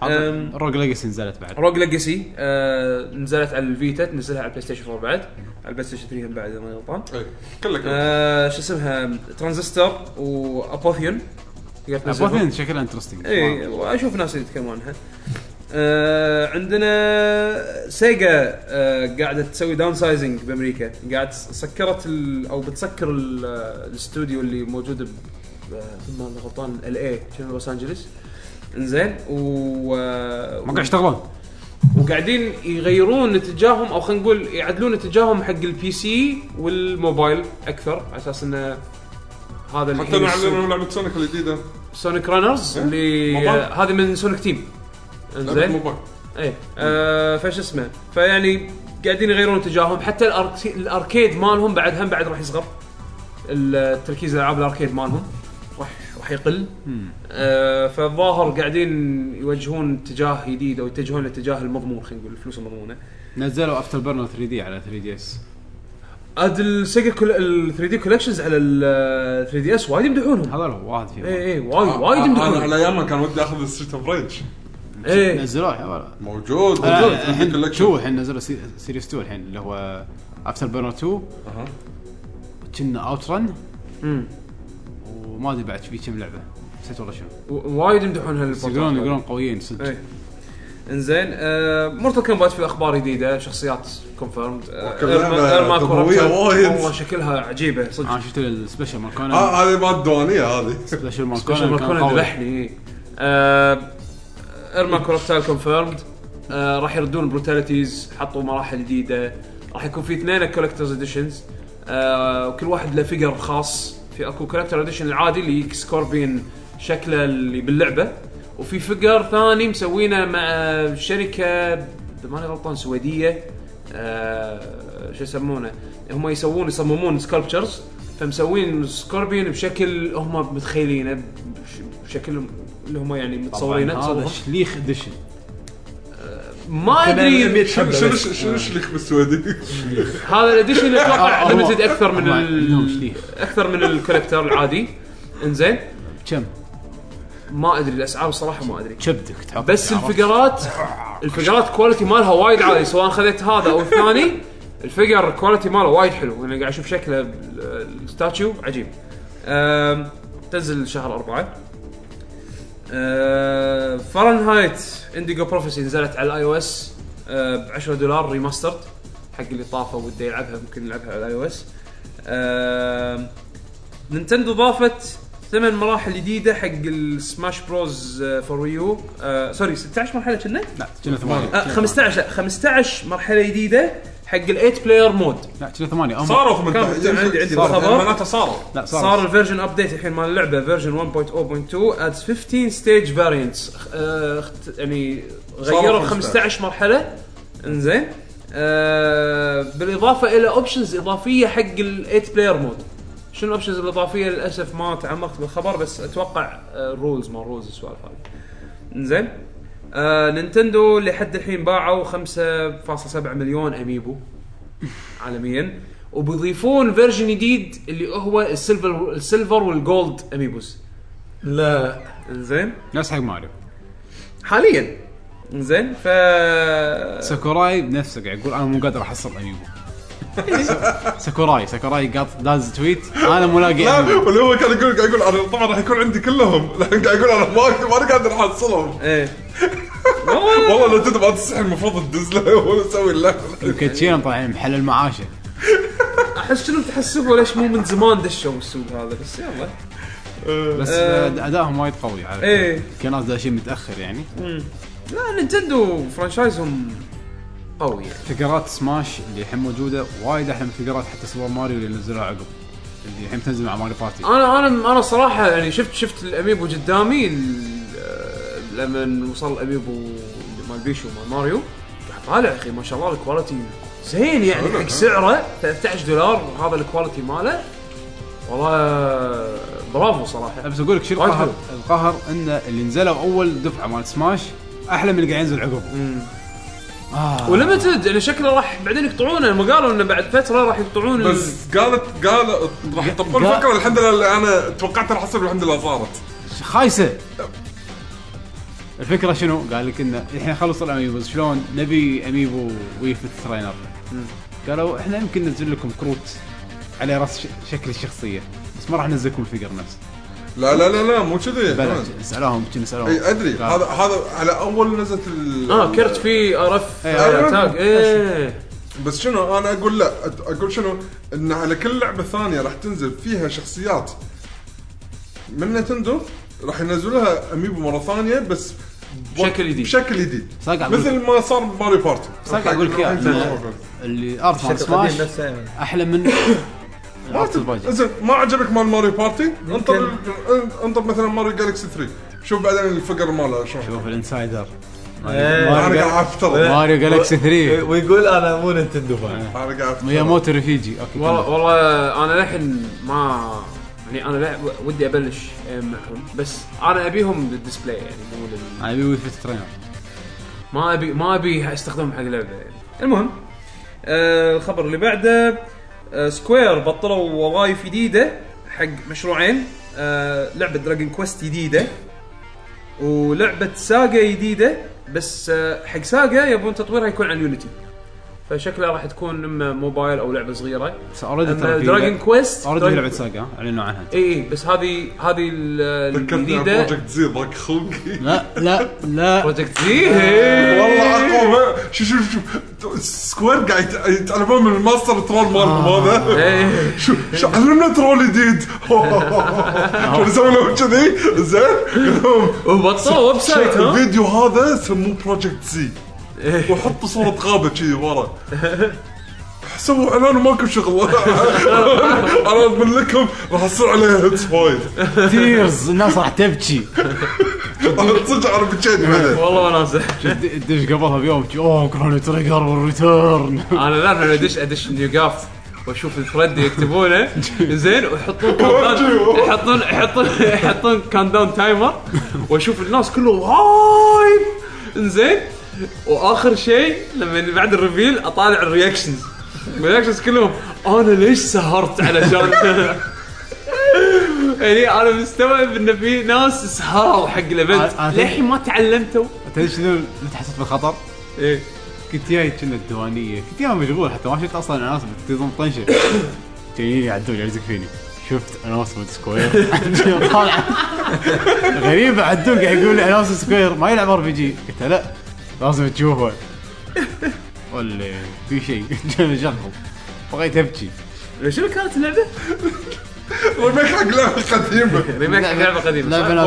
S2: أم،
S1: روج ليجاسي نزلت بعد.
S2: روج ليجاسي آه نزلت على الفيتا، تنزلها على البلاي ستيشن فور بعد، على البلاي ستيشن ثري هم بعد ما غلطان.
S3: اي كله كله
S2: آه شو اسمها ترانزستور وابوثيون.
S1: ابوثين شكلها انترستنج.
S2: اي واشوف ناس يتكلمون عنها. آه عندنا سيجا آه قاعده تسوي داون سايزنج بامريكا، قاعد سكرت ال او بتسكر ال- الاستوديو اللي موجود ب ما أنا غلطان ال اي شنو لوس انجلوس. انزين و
S1: ما قاعد يشتغلون
S2: وقاعدين يغيرون اتجاههم او خلينا نقول يعدلون اتجاههم حق البي سي والموبايل اكثر على اساس انه هذا
S3: حتى نعلنوا لعبه سونيك الجديده
S2: سونيك رانرز
S3: إيه؟
S2: اللي
S3: موبايل.
S2: آه هذه من سونيك تيم.
S3: لعبه
S2: انزين
S3: موبايل.
S2: ايه آه فايش اسمه فيعني قاعدين يغيرون اتجاههم، حتى الأرك... الاركيد مالهم بعد هم بعد راح يصغر، التركيز الالعاب الاركيد مالهم راح راح يقل. آه فالظاهر قاعدين يوجهون اتجاه جديد او يتجهون لاتجاه المضمون، خلينا نقول الفلوس المضمونه.
S1: نزلوا افتر بيرنر ثري دي على ثري دي اس.
S2: اد السيجا كل ال ثري دي كولكشنز على ال ثري دي اس وايد يمدحونهم.
S1: هذا هو واحد فيهم.
S2: اي اي وايد وايد
S3: انا
S2: يمدحونهم.
S3: على ايام كان ودي اخذ ستريت اوف ريج
S2: ايه
S1: نزلوه يا ولد.
S3: موجود موجود
S1: آه، الحين
S3: الحين
S1: شو الحين نزلوا سي- سيريس تو الحين اللي هو افتر بيرنر تو
S3: اها
S1: كنا اوت رن
S2: امم
S1: وما ادري بعد في كم لعبه نسيت والله شنو.
S2: وايد يمدحون
S1: بس يقولون
S2: هالبورتات.
S1: يقولون قويين صدق.
S2: ايه انزين آه مورتال كومبات في اخبار جديده، شخصيات كونفيرمد.
S3: وكلها دموية وايد.
S2: والله شكلها عجيبه صدق.
S1: انا شفت السبيشل مال كونان.
S3: اه هذه ما الديوانيه هذه
S1: سبيشل مال
S2: سبيشال
S1: كونان
S2: مال
S1: كان
S2: كونان
S1: قوي.
S2: ذبحني. آه ارما كوربتال كونفيرمد. آه راح يردون بروتاليتيز، حطوا مراحل جديده، راح يكون في اثنين كولكترز اديشنز آه وكل واحد له فيجر خاص. في اكو كولكتر اديشن العادي اللي سكوربين شكله اللي باللعبه، وفي فيجر ثاني مسوينه مع شركه اذا ماني غلطان سويديه آه شو يسمونه، هم يسوون يصممون سكالبتشرز، فمسوين سكوربين بشكل هم متخيلينه بش- بشكل اللي هم يعني متصورينه.
S1: هذا
S2: تصور
S1: شليخ اديشن.
S2: ما ادري
S3: شنو شنو شنو شليك بالسويدي
S2: هذا الاديشن اتوقع
S1: هو-
S2: ليمتد اكثر من
S1: هم
S2: ال-
S1: عندهم شليخ.
S2: اكثر من الكولكتر العادي. انزين
S1: كم
S2: ما ادري الاسعار الصراحه ما ادري،
S1: كبدك تحط
S2: بس
S1: عرفت؟
S2: الفيجرات الفيجرات كواليتي مالها وايد عالي، سواء خذيت هذا او الثاني الفيجر كواليتي ماله وايد حلو. انا قاعد اشوف شكله الستاتيو عجيب. أم، تنزل شهر أربعة. أه، فahrenheit انديجو بروفيسي نزلت على الاي او اس ب عشرة دولار ريماسترد، حق اللي طافه وده يلعبها ممكن يلعبها على الاي او اس. أه، نينتندو ضافت ثمان مراحل جديده حق السماش بروز فور ويو. أه، سوري ستة عشر مرحله كنا
S1: لا كنا ثمانية.
S2: أه، خمسة عشر خمسة عشر مرحله جديده حق الايت بلاير مود.
S1: لا كنا ثمانية. أم-
S3: صاروا
S2: كان
S3: ثمانية
S2: عندي عندي
S3: صاروا.
S2: بالخبر.
S3: معناته صاروا
S1: لا صار,
S2: صار الفيرجن ابديت الحين مال اللعبه فيرجن واحد نقطة صفر نقطة اثنين adds خمستاشر ستيج فاريانتس. يعني غيروا
S3: صاروا
S2: خمسة عشر مرحله. انزين آه بالاضافه الى اوبشنز اضافيه حق ال8 بلاير مود. شنو الاوبشنز الاضافيه؟ للاسف ما تعمقت بالخبر، بس اتوقع الرولز ما رولز السوالف هذه. انزين آه نينتندو لحد الحين باعوا خمسة فاصلة سبعة مليون اميبو عالميا، وبيضيفون فيرجن جديد اللي هو السيلفر السيلفر والجولد اميبوس.
S4: لا
S2: انزين
S1: نفس حق ماريو.
S2: حاليا انزين ف
S1: ساكوراي بنفسه قاعد يقول انا مو قادر احصل اميبو. ساكوراي ساكوراي قاط داز تويت انا مو لاقي
S3: لا
S1: أميبو.
S3: واللي هو كان يقول قاعد يقول انا طبعا راح يكون عندي كلهم لكن قاعد يقول انا ما ما قادر احصلهم.
S2: ايه
S3: والله لو تدري ما تستحي المفروض تدز له ولا تسوي له
S1: الكاتشين طالعين محل المعاشه.
S2: احس شنو تحسبوا ليش مو من زمان دشوا السوق هذا، بس يلا.
S1: بس
S2: آه.
S1: ادائهم وايد قوي عارف.
S2: إيه.
S1: كان ناس داشين متاخر يعني.
S2: لا نينتندو فرانشايزهم قوي يعني.
S1: فقرات سماش اللي الحين موجوده وايد احلى من فقرات حتى سوبر ماريو اللي نزلوها عقب اللي الحين تنزل مع ماريو بارتي.
S2: انا انا انا صراحه يعني شفت شفت الاميبو قدامي ال- آه، لما وصل الاميبو مال بيشو مال ماريو قاعد طالع يا اخي ما شاء الله الكواليتي زين يعني حق سعره ثلاثة عشر دولار هذا الكواليتي ماله والله برافو صراحه.
S1: بس اقول لك شو
S2: وايد
S1: القهر
S2: حلو.
S1: القهر ان اللي نزلوا اول دفعه مال سماش احلى من اللي قاعد ينزل عقب. اه
S2: وليمتد يعني شكله راح بعدين يقطعونه، لما قالوا انه بعد فتره راح يقطعون ال-
S3: بس قالت قال راح يطبقون
S1: قال-
S3: الفكره الحمد لله اللي انا توقعت راح تصير الحمد لله صارت.
S1: خايسه. الفكره شنو؟ قال لك ان الحين خلص الاميبو، شلون نبي اميبو ويفت ترينر؟ قالوا احنا يمكن ننزل لكم كروت على راس ش... شكل الشخصيه، بس ما راح ننزل لكم الفيجر نفسه.
S3: لا لا لا لا مو كذي.
S1: بلى سالوهم كنا سالوهم
S3: اي ادري هذا هذا على اول نزلت ال
S2: اه كرت في ارف
S3: أيوة.
S2: تاج ايه.
S3: بس شنو انا اقول لا اقول شنو ان على كل لعبه ثانيه راح تنزل فيها شخصيات من نتندو راح ينزلوها اميبو مره ثانيه بس
S2: بشكل جديد
S3: بشكل جديد
S1: صقع
S3: مثل ما صار بماريو بارتي.
S1: صقع اقول لك يا اللي ارت مال سماش احلى من ارت الباجي.
S3: زين ما عجبك مال ماريو بارتي انطر انطر مثلا ماريو جالكسي ثلاثة شوف بعدين الفقر ماله شلون.
S1: شوف الانسايدر
S3: انا قاعد افترض
S1: ماريو جالكسي ثلاثة
S4: ويقول انا مو نينتندو فان.
S3: انا قاعد افترض
S1: مياموتو ريفيجي. اوكي
S2: والله والله انا للحين ما يعني انا لا ودي ابلش معهم بس انا ابيهم للديسبلاي يعني مو لل...
S1: انا ابي ويفت ترينر
S2: ما ابي ما ابي استخدمهم حق اللعبه يعني. المهم آه الخبر اللي بعده آه سكوير بطلوا وظائف جديده حق مشروعين آه لعبه دراجون كويست جديده ولعبه ساغا جديده بس آه حق ساغا يبون تطويرها يكون عن يونيتي فشكلها راح تكون اما موبايل او لعبه صغيره. دراجون كويست
S1: اوريدي لعبه ساغا اعلنوا عنها.
S2: اي بس هذه هذه الجديده
S3: بروجكت زي ضاق خلقي.
S1: لا لا لا
S2: بروجكت زي
S3: والله اقوى. شوف شوف شوف سكوير قاعد يتعلمون من الماستر ترول مالهم هذا. شو شو علمنا ترول جديد شو يسوون لهم كذي زين
S2: وبطلوا ويب سايت. ها
S3: الفيديو هذا سموه بروجكت زي وحطوا صورة غابة كذي ورا سووا اعلان وماكو شغل. انا اضمن لكم راح يصير عليها هيتس وايد
S1: تيرز الناس راح تبكي.
S3: انا تصدق انا بكيت بعدين
S2: والله وناسه.
S1: دش قبلها بيوم اوه كروني تريجر والريتيرن.
S2: انا لا انا ادش ادش نيوغاف واشوف الثريد يكتبونه زين ويحطون يحطون يحطون يحطون كان داون تايمر واشوف الناس كله هايب زين واخر شيء لما بعد الريفيل اطالع الرياكشنز الرياكشنز كلهم انا ليش سهرت علشان يعني انا مستوعب ان في ناس سهروا حق الايفنت للحين ما تعلمتوا.
S1: تدري شنو اللي تحسب بالخطر؟
S2: ايه
S1: كنت جاي كنا الديوانيه كنت جاي مشغول حتى ما شفت اصلا ناس بتنظم طنشه جايين يعدون يعزق فيني شفت اناونسمنت سكوير طالع غريبه عدون قاعد يقول لي اناونسمنت سكوير ما يلعب ار بي جي قلت لا لازم تشوفه ولا في شيء شغل بغيت ابكي.
S2: شنو كانت اللعبه؟
S3: ريميك حق لعبه قديمه.
S2: ريميك حق لعبه قديمه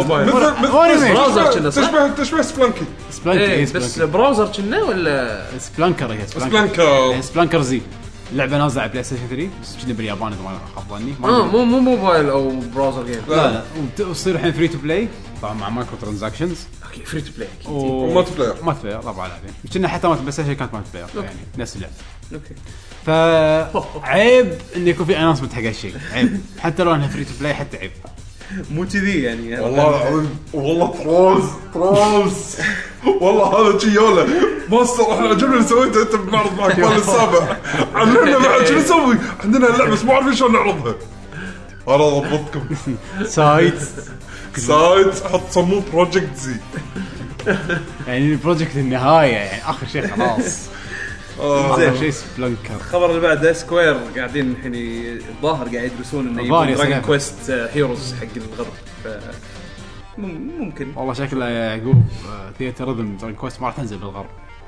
S3: مثل براوزر كنا تشبه تشبه سبلانكي
S2: سبلانكي بس براوزر كنا ولا
S1: سبلانكر هي
S3: سبلانكر
S1: سبلانكر زي لعبه نازله على بلاي ستيشن ثلاثة بس كنا باليابان اذا ما خاب ظني.
S2: اه مو مو موبايل او براوزر جيم.
S1: لا لا وتصير الحين فري تو بلاي طبعا مع مايكرو ترانزاكشنز.
S2: اوكي فري تو بلاي
S3: ومالتي بلاير
S1: مالتي بلاير طبعا العادي كنا حتى مالتي بلاي ستيشن كانت مالتي بلاير يعني نفس اللعبه.
S2: اوكي
S1: فعيب انه يكون في اناونسمنت حق هالشيء عيب حتى لو انها فري تو بلاي حتى عيب
S2: مو كذي يعني.
S3: والله والله ترولز ترولز والله هذا شيء يولا ماستر احنا عجبنا اللي سويته انت بنعرض معك مال السابع علمنا بعد شو نسوي عندنا اللعبه بس ما عارفين شلون نعرضها. انا ضبطكم
S1: سايت
S3: سايت حط سموه بروجكت زي
S1: يعني البروجكت النهايه يعني اخر شيء خلاص. اخر شيء سبلانكر.
S2: الخبر اللي بعده سكوير قاعدين الحين الظاهر قاعد يدرسون انه يبون دراجون كويست هيروز حق الغرب ف ممكن
S1: والله شكله يعقوب ثياتر ريذم دراجون كويست ما راح تنزل بالغرب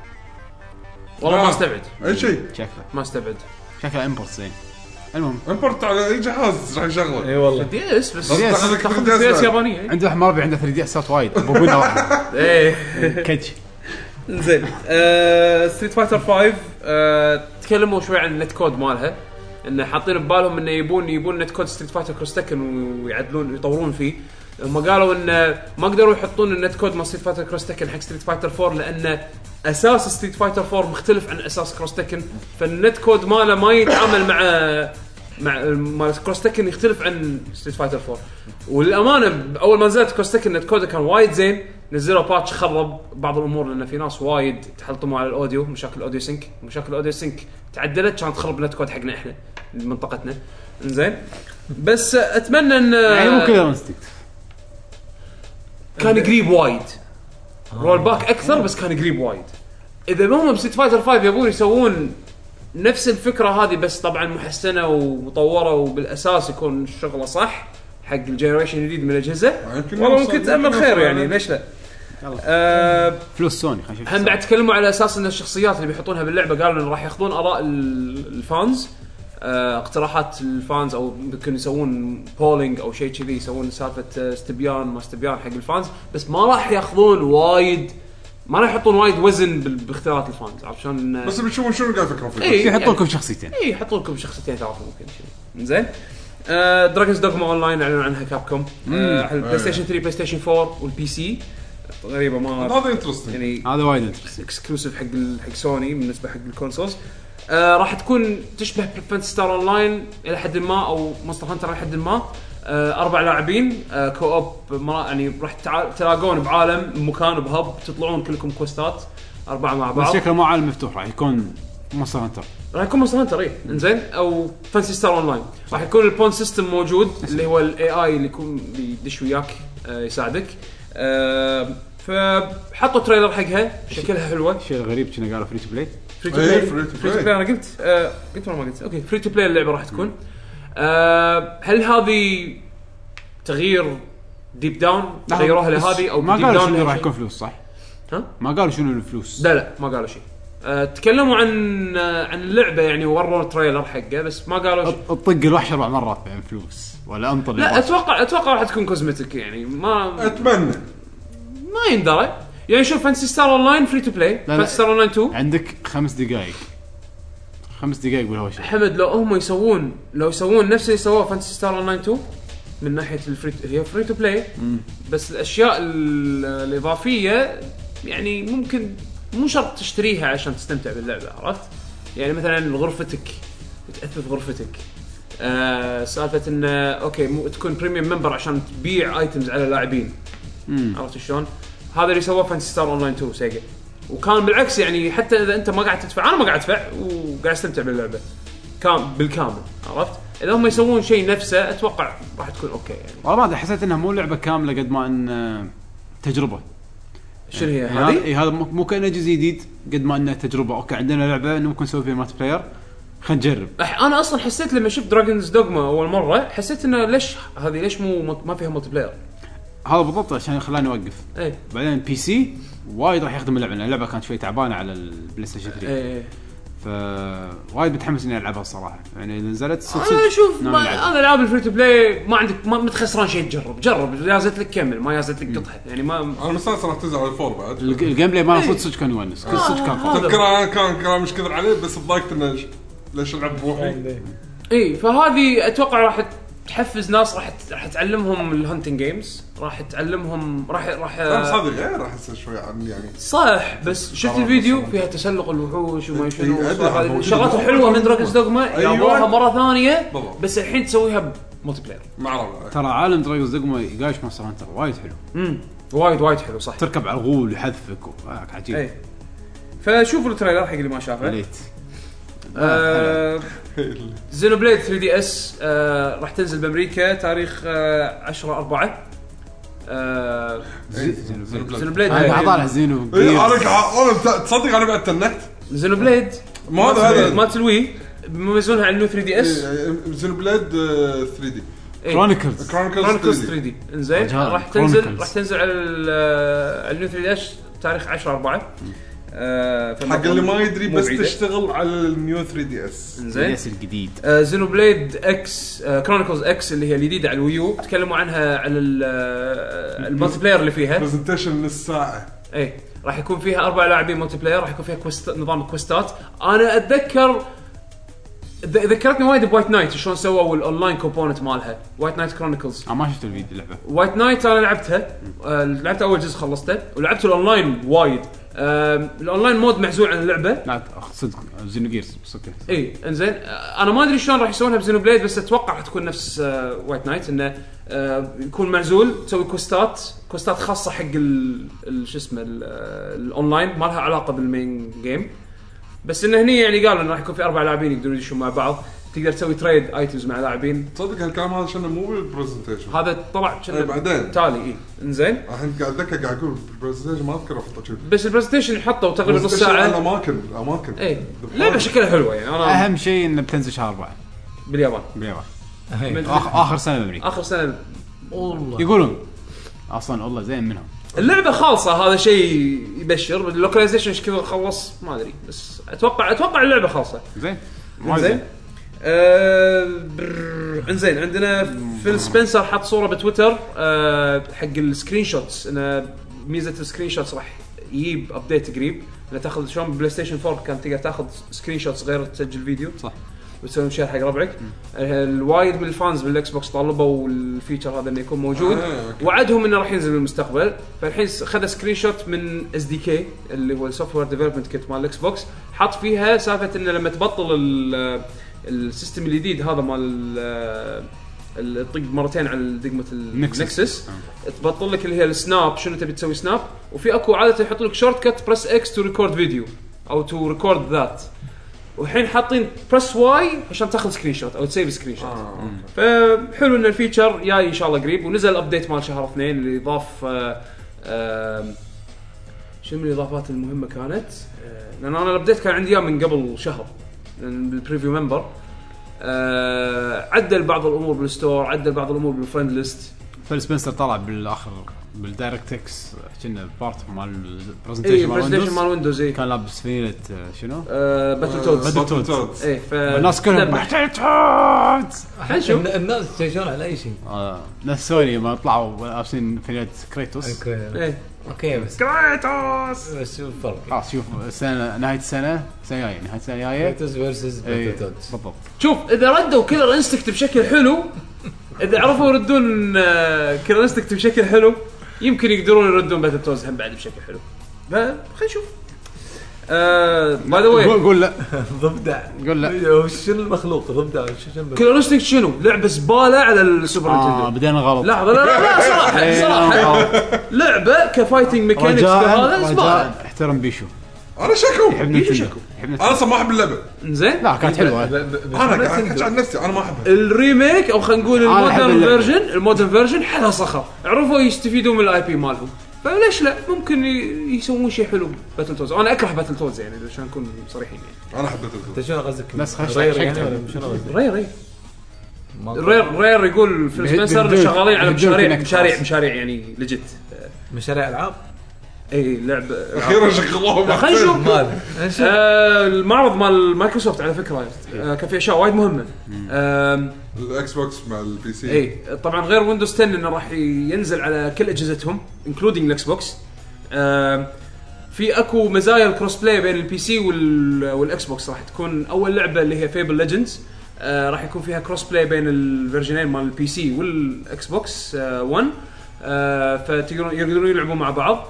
S2: والله ما استبعد
S3: اي شيء
S1: شكله
S2: ما استبعد
S1: شكله امبورت زين. المهم
S3: امبورت على اي جهاز راح يشغله.
S4: اي والله
S2: دي اس بس
S3: تاخذ
S2: دي اس يابانيه
S1: عنده واحد مربي عنده ثري دي اسات وايد بقولنا واحد
S2: ايه
S1: كتش
S2: زين. ستريت فايتر خمسة أه تكلموا شوي عن النت كود مالها انه حاطين ببالهم انه يبون يبون نت كود ستريت فايتر كروس تكن ويعدلون ويطورون فيه. هم قالوا انه ما قدروا يحطون النت كود مال ستريت فايتر كروس تكن حق ستريت فايتر فور لان اساس ستريت فايتر فور مختلف عن اساس كروس تكن فالنت كود ماله ما يتعامل مع مع مال كروس تكن يختلف عن ستريت فايتر فور. والامانه اول ما نزلت كروس تكن النت كود كان وايد زين نزلوا باتش خرب بعض الامور لان في ناس وايد تحلطموا على الاوديو مشاكل الاوديو سينك مشاكل الاوديو سينك تعدلت كانت تخرب نت كود حقنا احنا منطقتنا زين. بس اتمنى ان
S1: يعني مو كذا مستك
S2: كان قريب وايد رول باك اكثر بس كان قريب وايد. اذا هم بستريت فايتر خمسة يبون يسوون نفس الفكره هذه بس طبعا محسنه ومطوره وبالاساس يكون الشغله صح حق الجنريشن الجديد من الاجهزه، والله ممكن تامل خير يعني ليش لا. آه
S1: فلوس سوني خلينا
S2: هم بعد تكلموا على اساس ان الشخصيات اللي بيحطونها باللعبه قالوا انه راح ياخذون اراء الفانز، آه اقتراحات الفانز، او ممكن يسوون بولينج او شيء كذي، يسوون سالفه استبيان ما استبيان حق الفانز، بس ما راح ياخذون وايد، ما راح يحطون وايد وزن باختيارات الفانز عشان
S3: بس بنشوفون شنو قاعد يفكرون فيه.
S2: إيه
S1: يحطوا لكم شخصيتين
S2: اي يحطوا لكم شخصيتين ثلاثه ممكن شيء. زين آه دراجونز دوغما اون لاين اعلنوا عنها كابكوم آه على البلاي ستيشن ثري بلاي ستيشن فور والبي سي. غريبه ما
S3: هذا انترستنج
S2: يعني
S1: هذا وايد انترستنج
S2: اكسكلوسيف حق حق سوني بالنسبه حق الكونسولز. آه راح تكون تشبه فانتسي ستار اون لاين الى حد ما او مونستر هانتر الى حد ما. آه اربع لاعبين آه كو اوب يعني راح تلاقون بعالم بمكان بهب تطلعون كلكم كوستات اربعه مع بعض.
S1: بس شكله مو عالم مفتوح، راح يكون مونستر هانتر،
S2: راح يكون مونستر هانتر اي انزين او فانتسي ستار اون لاين. راح يكون البون سيستم موجود اللي هو الاي اي اللي يكون بيدش وياك آه يساعدك. آه فحطوا تريلر حقها شكلها حلوه.
S1: شيء غريب كنا قالوا فري تو بلاي.
S2: فري تو بلاي فري تو بلاي انا قلت آه قلت ولا ما قلت؟ اوكي فري تو بلاي اللعبه راح تكون. آه هل هذه تغيير ديب داون غيروها لهذه او
S1: ما
S2: ديب
S1: قالوا
S2: داون
S1: شنو راح يكون فلوس صح؟
S2: ها
S1: ما قالوا شنو الفلوس؟
S2: لا لا ما قالوا شيء. أه تكلموا عن أه عن اللعبه يعني وروا التريلر حقه بس ما قالوا شيء.
S1: اطق الوحش اربع مرات بعين فلوس ولا انطر؟
S2: لا اتوقع اتوقع راح تكون كوزمتيك يعني ما
S3: اتمنى
S2: ما يندرى يعني. شوف فانتسي ستار اون لاين فري تو بلاي، فانتسي ستار اون لاين تو
S1: عندك خمس دقائق خمس دقائق بالهوشه
S2: حمد. لو هم يسوون لو يسوون نفس اللي سووه فانتسي ستار اون لاين تو من ناحيه الفري هي فري تو بلاي بس الاشياء الاضافيه يعني ممكن مو شرط تشتريها عشان تستمتع باللعبه، عرفت يعني؟ مثلا غرفتك تأثث غرفتك آه سالفه ان اوكي مو تكون بريميوم ممبر عشان تبيع ايتمز على اللاعبين، عرفت شلون؟ هذا اللي سواه فانتسي ستار اون لاين تو سيجا، وكان بالعكس يعني حتى اذا انت ما قاعد تدفع انا ما قاعد ادفع وقاعد استمتع باللعبه كان بالكامل، عرفت؟ اذا هم يسوون شيء نفسه اتوقع راح تكون اوكي يعني.
S1: والله ما حسيت انها مو لعبه كامله قد ما ان تجربه.
S2: شنو هي
S1: يعني
S2: هذه؟
S1: اي هذا مو كأنه جزء جديد قد ما انه تجربه. اوكي عندنا لعبه انه ممكن نسوي فيها مالتي بلاير، خلينا نجرب.
S2: انا اصلا حسيت لما شفت دراجونز دوغما اول مره حسيت انه ليش هذه ليش مو ما فيها مالتي بلاير.
S1: هذا بالضبط عشان خلاني اوقف.
S2: ايه
S1: بعدين بي سي وايد راح يخدم اللعبه، اللعبه كانت شوي تعبانه على البلاي ستيشن ثري.
S2: ايه
S1: ف وايد متحمس اني العبها الصراحه يعني. نزلت صدق
S2: انا شوف
S1: نعم
S2: انا العاب الفري تو بلاي ما عندك ما متخسران شيء. تجرب جرب يازت لك كمل، ما يازت لك قطعه يعني. ما
S3: انا مستانس راح تنزل على الفور بعد.
S1: الجيم بلاي ما صدق صدق كان يونس، كل صدق كان فاضي.
S3: تذكر كان كلام مش كثر عليه بس بضايقت انه ليش العب بروحي.
S2: اي فهذه اتوقع راح تحفز ناس، راح راح تعلمهم الهانتنج جيمز، راح تعلمهم راح راح
S3: بس هذه غير راح احس شوي عن يعني
S2: صح. بس شفت الفيديو فيها تسلق الوحوش وما شنو
S3: إيه
S2: الشغلات الحلوه من دراجونز دوغما يابوها مره ثانيه
S3: بالضبط.
S2: بس الحين تسويها بملتي بلاير
S3: مع ربع.
S1: ترى عالم دراجونز دوغما يقايش مونستر هانتر وايد حلو.
S2: امم وايد وايد حلو صح.
S1: تركب على الغول يحذفك وهاك عجيب.
S2: اي فشوفوا التريلر حق اللي ما شافه.
S1: ليت
S2: آه زينوبليد ثري دي اس آه راح تنزل بامريكا تاريخ آه عشرة أربعة. آه زينوبليد
S1: انا حاطالها زينو.
S3: انا انا تصدق انا بعد تنكت
S2: زينوبليد
S3: ما هذا هذا
S2: مالت الوي منزلونها على النيو ثري دي اس.
S3: زينوبليد ثري دي
S1: كرونيكلز
S3: كرونيكلز
S2: ثري دي انزين راح تنزل راح تنزل على النيو ثري دي اس تاريخ عشرة أربعة. آه
S3: حق اللي ما يدري بس تشتغل على النيو ثري دي اس
S2: زين
S1: الجديد.
S2: آه زينوبليد اكس آه كرونيكلز اكس اللي هي الجديده على الويو. تكلموا عنها على المالتي بلاير اللي فيها
S3: برزنتيشن نص ساعه.
S2: اي راح يكون فيها اربع لاعبين مالتي بلاير، راح يكون فيها كويست نظام كويستات. انا اتذكر ذكرتني وايد بوايت نايت شلون سووا الاونلاين كومبوننت مالها وايت نايت كرونيكلز.
S1: انا ما شفت الفيديو اللعبه
S2: وايت نايت انا لعبتها آه لعبت اول جزء خلصته ولعبت الاونلاين وايد. آه الاونلاين مود معزول عن اللعبه.
S1: لا صدق زينو جيرز بس اوكي.
S2: اي انزين آه انا ما ادري شلون راح يسوونها بزينو بليد بس اتوقع راح تكون نفس آه وايت نايت انه آه يكون معزول تسوي كوستات كوستات خاصه حق ال شو اسمه الاونلاين ما لها علاقه بالمين جيم. بس انه هني يعني قالوا انه راح يكون في اربع لاعبين يقدرون يدشون مع بعض. تقدر تسوي تريد ايتمز مع لاعبين.
S3: تصدق هالكلام هذا شنو مو بالبرزنتيشن
S2: هذا طلع
S3: أي بعدين.
S2: تالي اي انزين.
S3: الحين قاعد اتذكر قاعد اقول بالبرزنتيشن ما اذكر افضل شيء
S2: بس البرزنتيشن حطوا تقريبا نص ساعه.
S3: الاماكن الاماكن
S2: اي لعبه شكلها حلوه يعني. انا
S1: اهم شيء انه بتنزل شهر أربعة
S2: باليابان
S1: باليابان
S4: هي.
S1: آخ- اخر سنه بامريكا
S2: اخر سنه.
S4: والله
S1: يقولون اصلا والله زين منهم.
S2: اللعبه خالصه هذا شيء يبشر. اللوكاليزيشن ايش كذا خلص ما ادري بس اتوقع اتوقع اللعبه خالصه
S1: زين
S2: زين. آه انزين عندنا فيل سبنسر حط صوره بتويتر آه حق السكرين شوتس. انه ميزه السكرين شوتس راح يجيب ابديت قريب. لا تاخذ شلون بلاي ستيشن فور كان تقدر تاخذ سكرين شوتس غير تسجل فيديو
S1: صح
S2: وتسوي شير حق ربعك. الوايد من الفانز بالاكس بوكس طالبوا الفيتشر هذا انه يكون موجود.
S3: آه،
S2: وعدهم انه راح ينزل بالمستقبل. فالحين خذ سكرين شوت من اس دي كي اللي هو السوفت وير ديفلوبمنت كيت مال الاكس بوكس. حط فيها سالفه انه لما تبطل السيستم الجديد هذا مال الطق مرتين على دقمه النكسس تبطل لك اللي هي السناب. شنو تبي تسوي سناب وفي اكو عاده يحط لك شورت كت بريس اكس تو ريكورد فيديو او تو ريكورد ذات. والحين حاطين بريس واي عشان تاخذ سكرين شوت او تسيف سكرين شوت.
S3: آه.
S2: فحلو ان الفيتشر جاي ان شاء الله قريب. ونزل ابديت مال شهر اثنين اللي ضاف آه آه شنو من الاضافات المهمه كانت آه لان انا الابديت كان عندي من قبل شهر بالبريفيو ممبر. آه عدل بعض الامور بالستور عدل بعض الامور بالفريند ليست.
S1: فيل سبنسر طلع بالاخر بالدايركت اكس كنا بارت مال
S2: اي
S1: البرزنتيشن
S2: برزنتيشن مال ويندوز اي
S1: كان لابس فينة شنو
S2: آه باتل تودز.
S1: باتل تودز.
S2: اي
S1: الناس كلهم باتل تودز.
S2: نشوف
S4: الناس يشجعون على اي شيء.
S1: آه ناس سوني ما طلعوا لابسين فينة كريتوس.
S2: اي
S4: اوكي بس
S2: كريتوس.
S4: بس شو الفرق؟
S1: خلاص شوف السنه نهايه السنه السنه الجايه نهايه السنه الجايه
S4: كريتوس فيرسز
S1: إيه،
S4: باتل تودز.
S1: بالضبط.
S2: شوف اذا ردوا كيلر انستكت بشكل حلو اذا عرفوا يردون كيلر انستكت بشكل حلو يمكن يقدرون يردون باتل توز هم بعد بشكل حلو. خلينا نشوف. باي ذا واي
S1: قول قول لا
S4: ضفدع
S1: قول لا.
S4: شنو المخلوق ضفدع شنو
S2: كيلر انستكت شنو لعبه زباله على السوبر
S1: اه
S2: نينتندو.
S1: بدينا غلط.
S2: لحظه لا لا لا صراحه
S1: إيه،
S2: صراحه
S1: آه.
S2: لعبه كفايتنج ميكانكس
S1: رجاء
S2: هذا زباله.
S1: رجاء احترم بيشو.
S3: انا شكو
S1: يحب
S2: بيشو
S1: نتندو.
S2: شكو.
S1: يحب
S3: انا
S1: نتندو.
S3: اصلا ما احب اللعبه.
S2: زين
S1: لا كانت حلوه.
S3: انا قاعد احكي عن نفسي انا ما احبها.
S2: الريميك او خلينا نقول
S1: أنا أحب
S2: المودرن
S1: اللعبة.
S2: فيرجن المودرن فيرجن حلا صخر. عرفوا يستفيدوا من الاي بي مالهم فليش لا ممكن يسوون شيء حلو باتل توز. انا اكره باتل توز يعني عشان نكون صريحين يعني.
S3: انا حبيت
S4: انت شنو قصدك؟
S1: بس خش-
S4: رير
S1: خش-
S4: يعني
S1: خش-
S4: ولا شنو قصدك؟
S2: ري ري
S4: ما-
S2: رير رير يقول فيل
S1: بهد-
S2: سبنسر
S1: بهدول-
S2: شغالين على
S1: بهدول
S2: مشاريع
S1: كونكت
S2: مشاريع
S1: خلاص.
S2: مشاريع يعني لجت.
S4: مشاريع العاب
S2: اي لعبه
S3: اخيرا شغلوهم
S2: لا، خلينا نشوف.
S4: مال
S2: آه المعرض مال مايكروسوفت على فكره آه كان في اشياء وايد مهمه. آه
S3: الاكس بوكس مع البي سي.
S2: اي طبعا غير ويندوز عشرة انه راح ينزل على كل اجهزتهم انكلودينج الاكس بوكس. آه في اكو مزايا الكروس بلاي بين البي سي وال والاكس بوكس. راح تكون اول لعبه اللي هي فيبل ليجندز آه راح يكون فيها كروس بلاي بين الفيرجنين مال البي سي والاكس بوكس آه واحد. آه فتقدرون يقدرون يلعبوا مع بعض.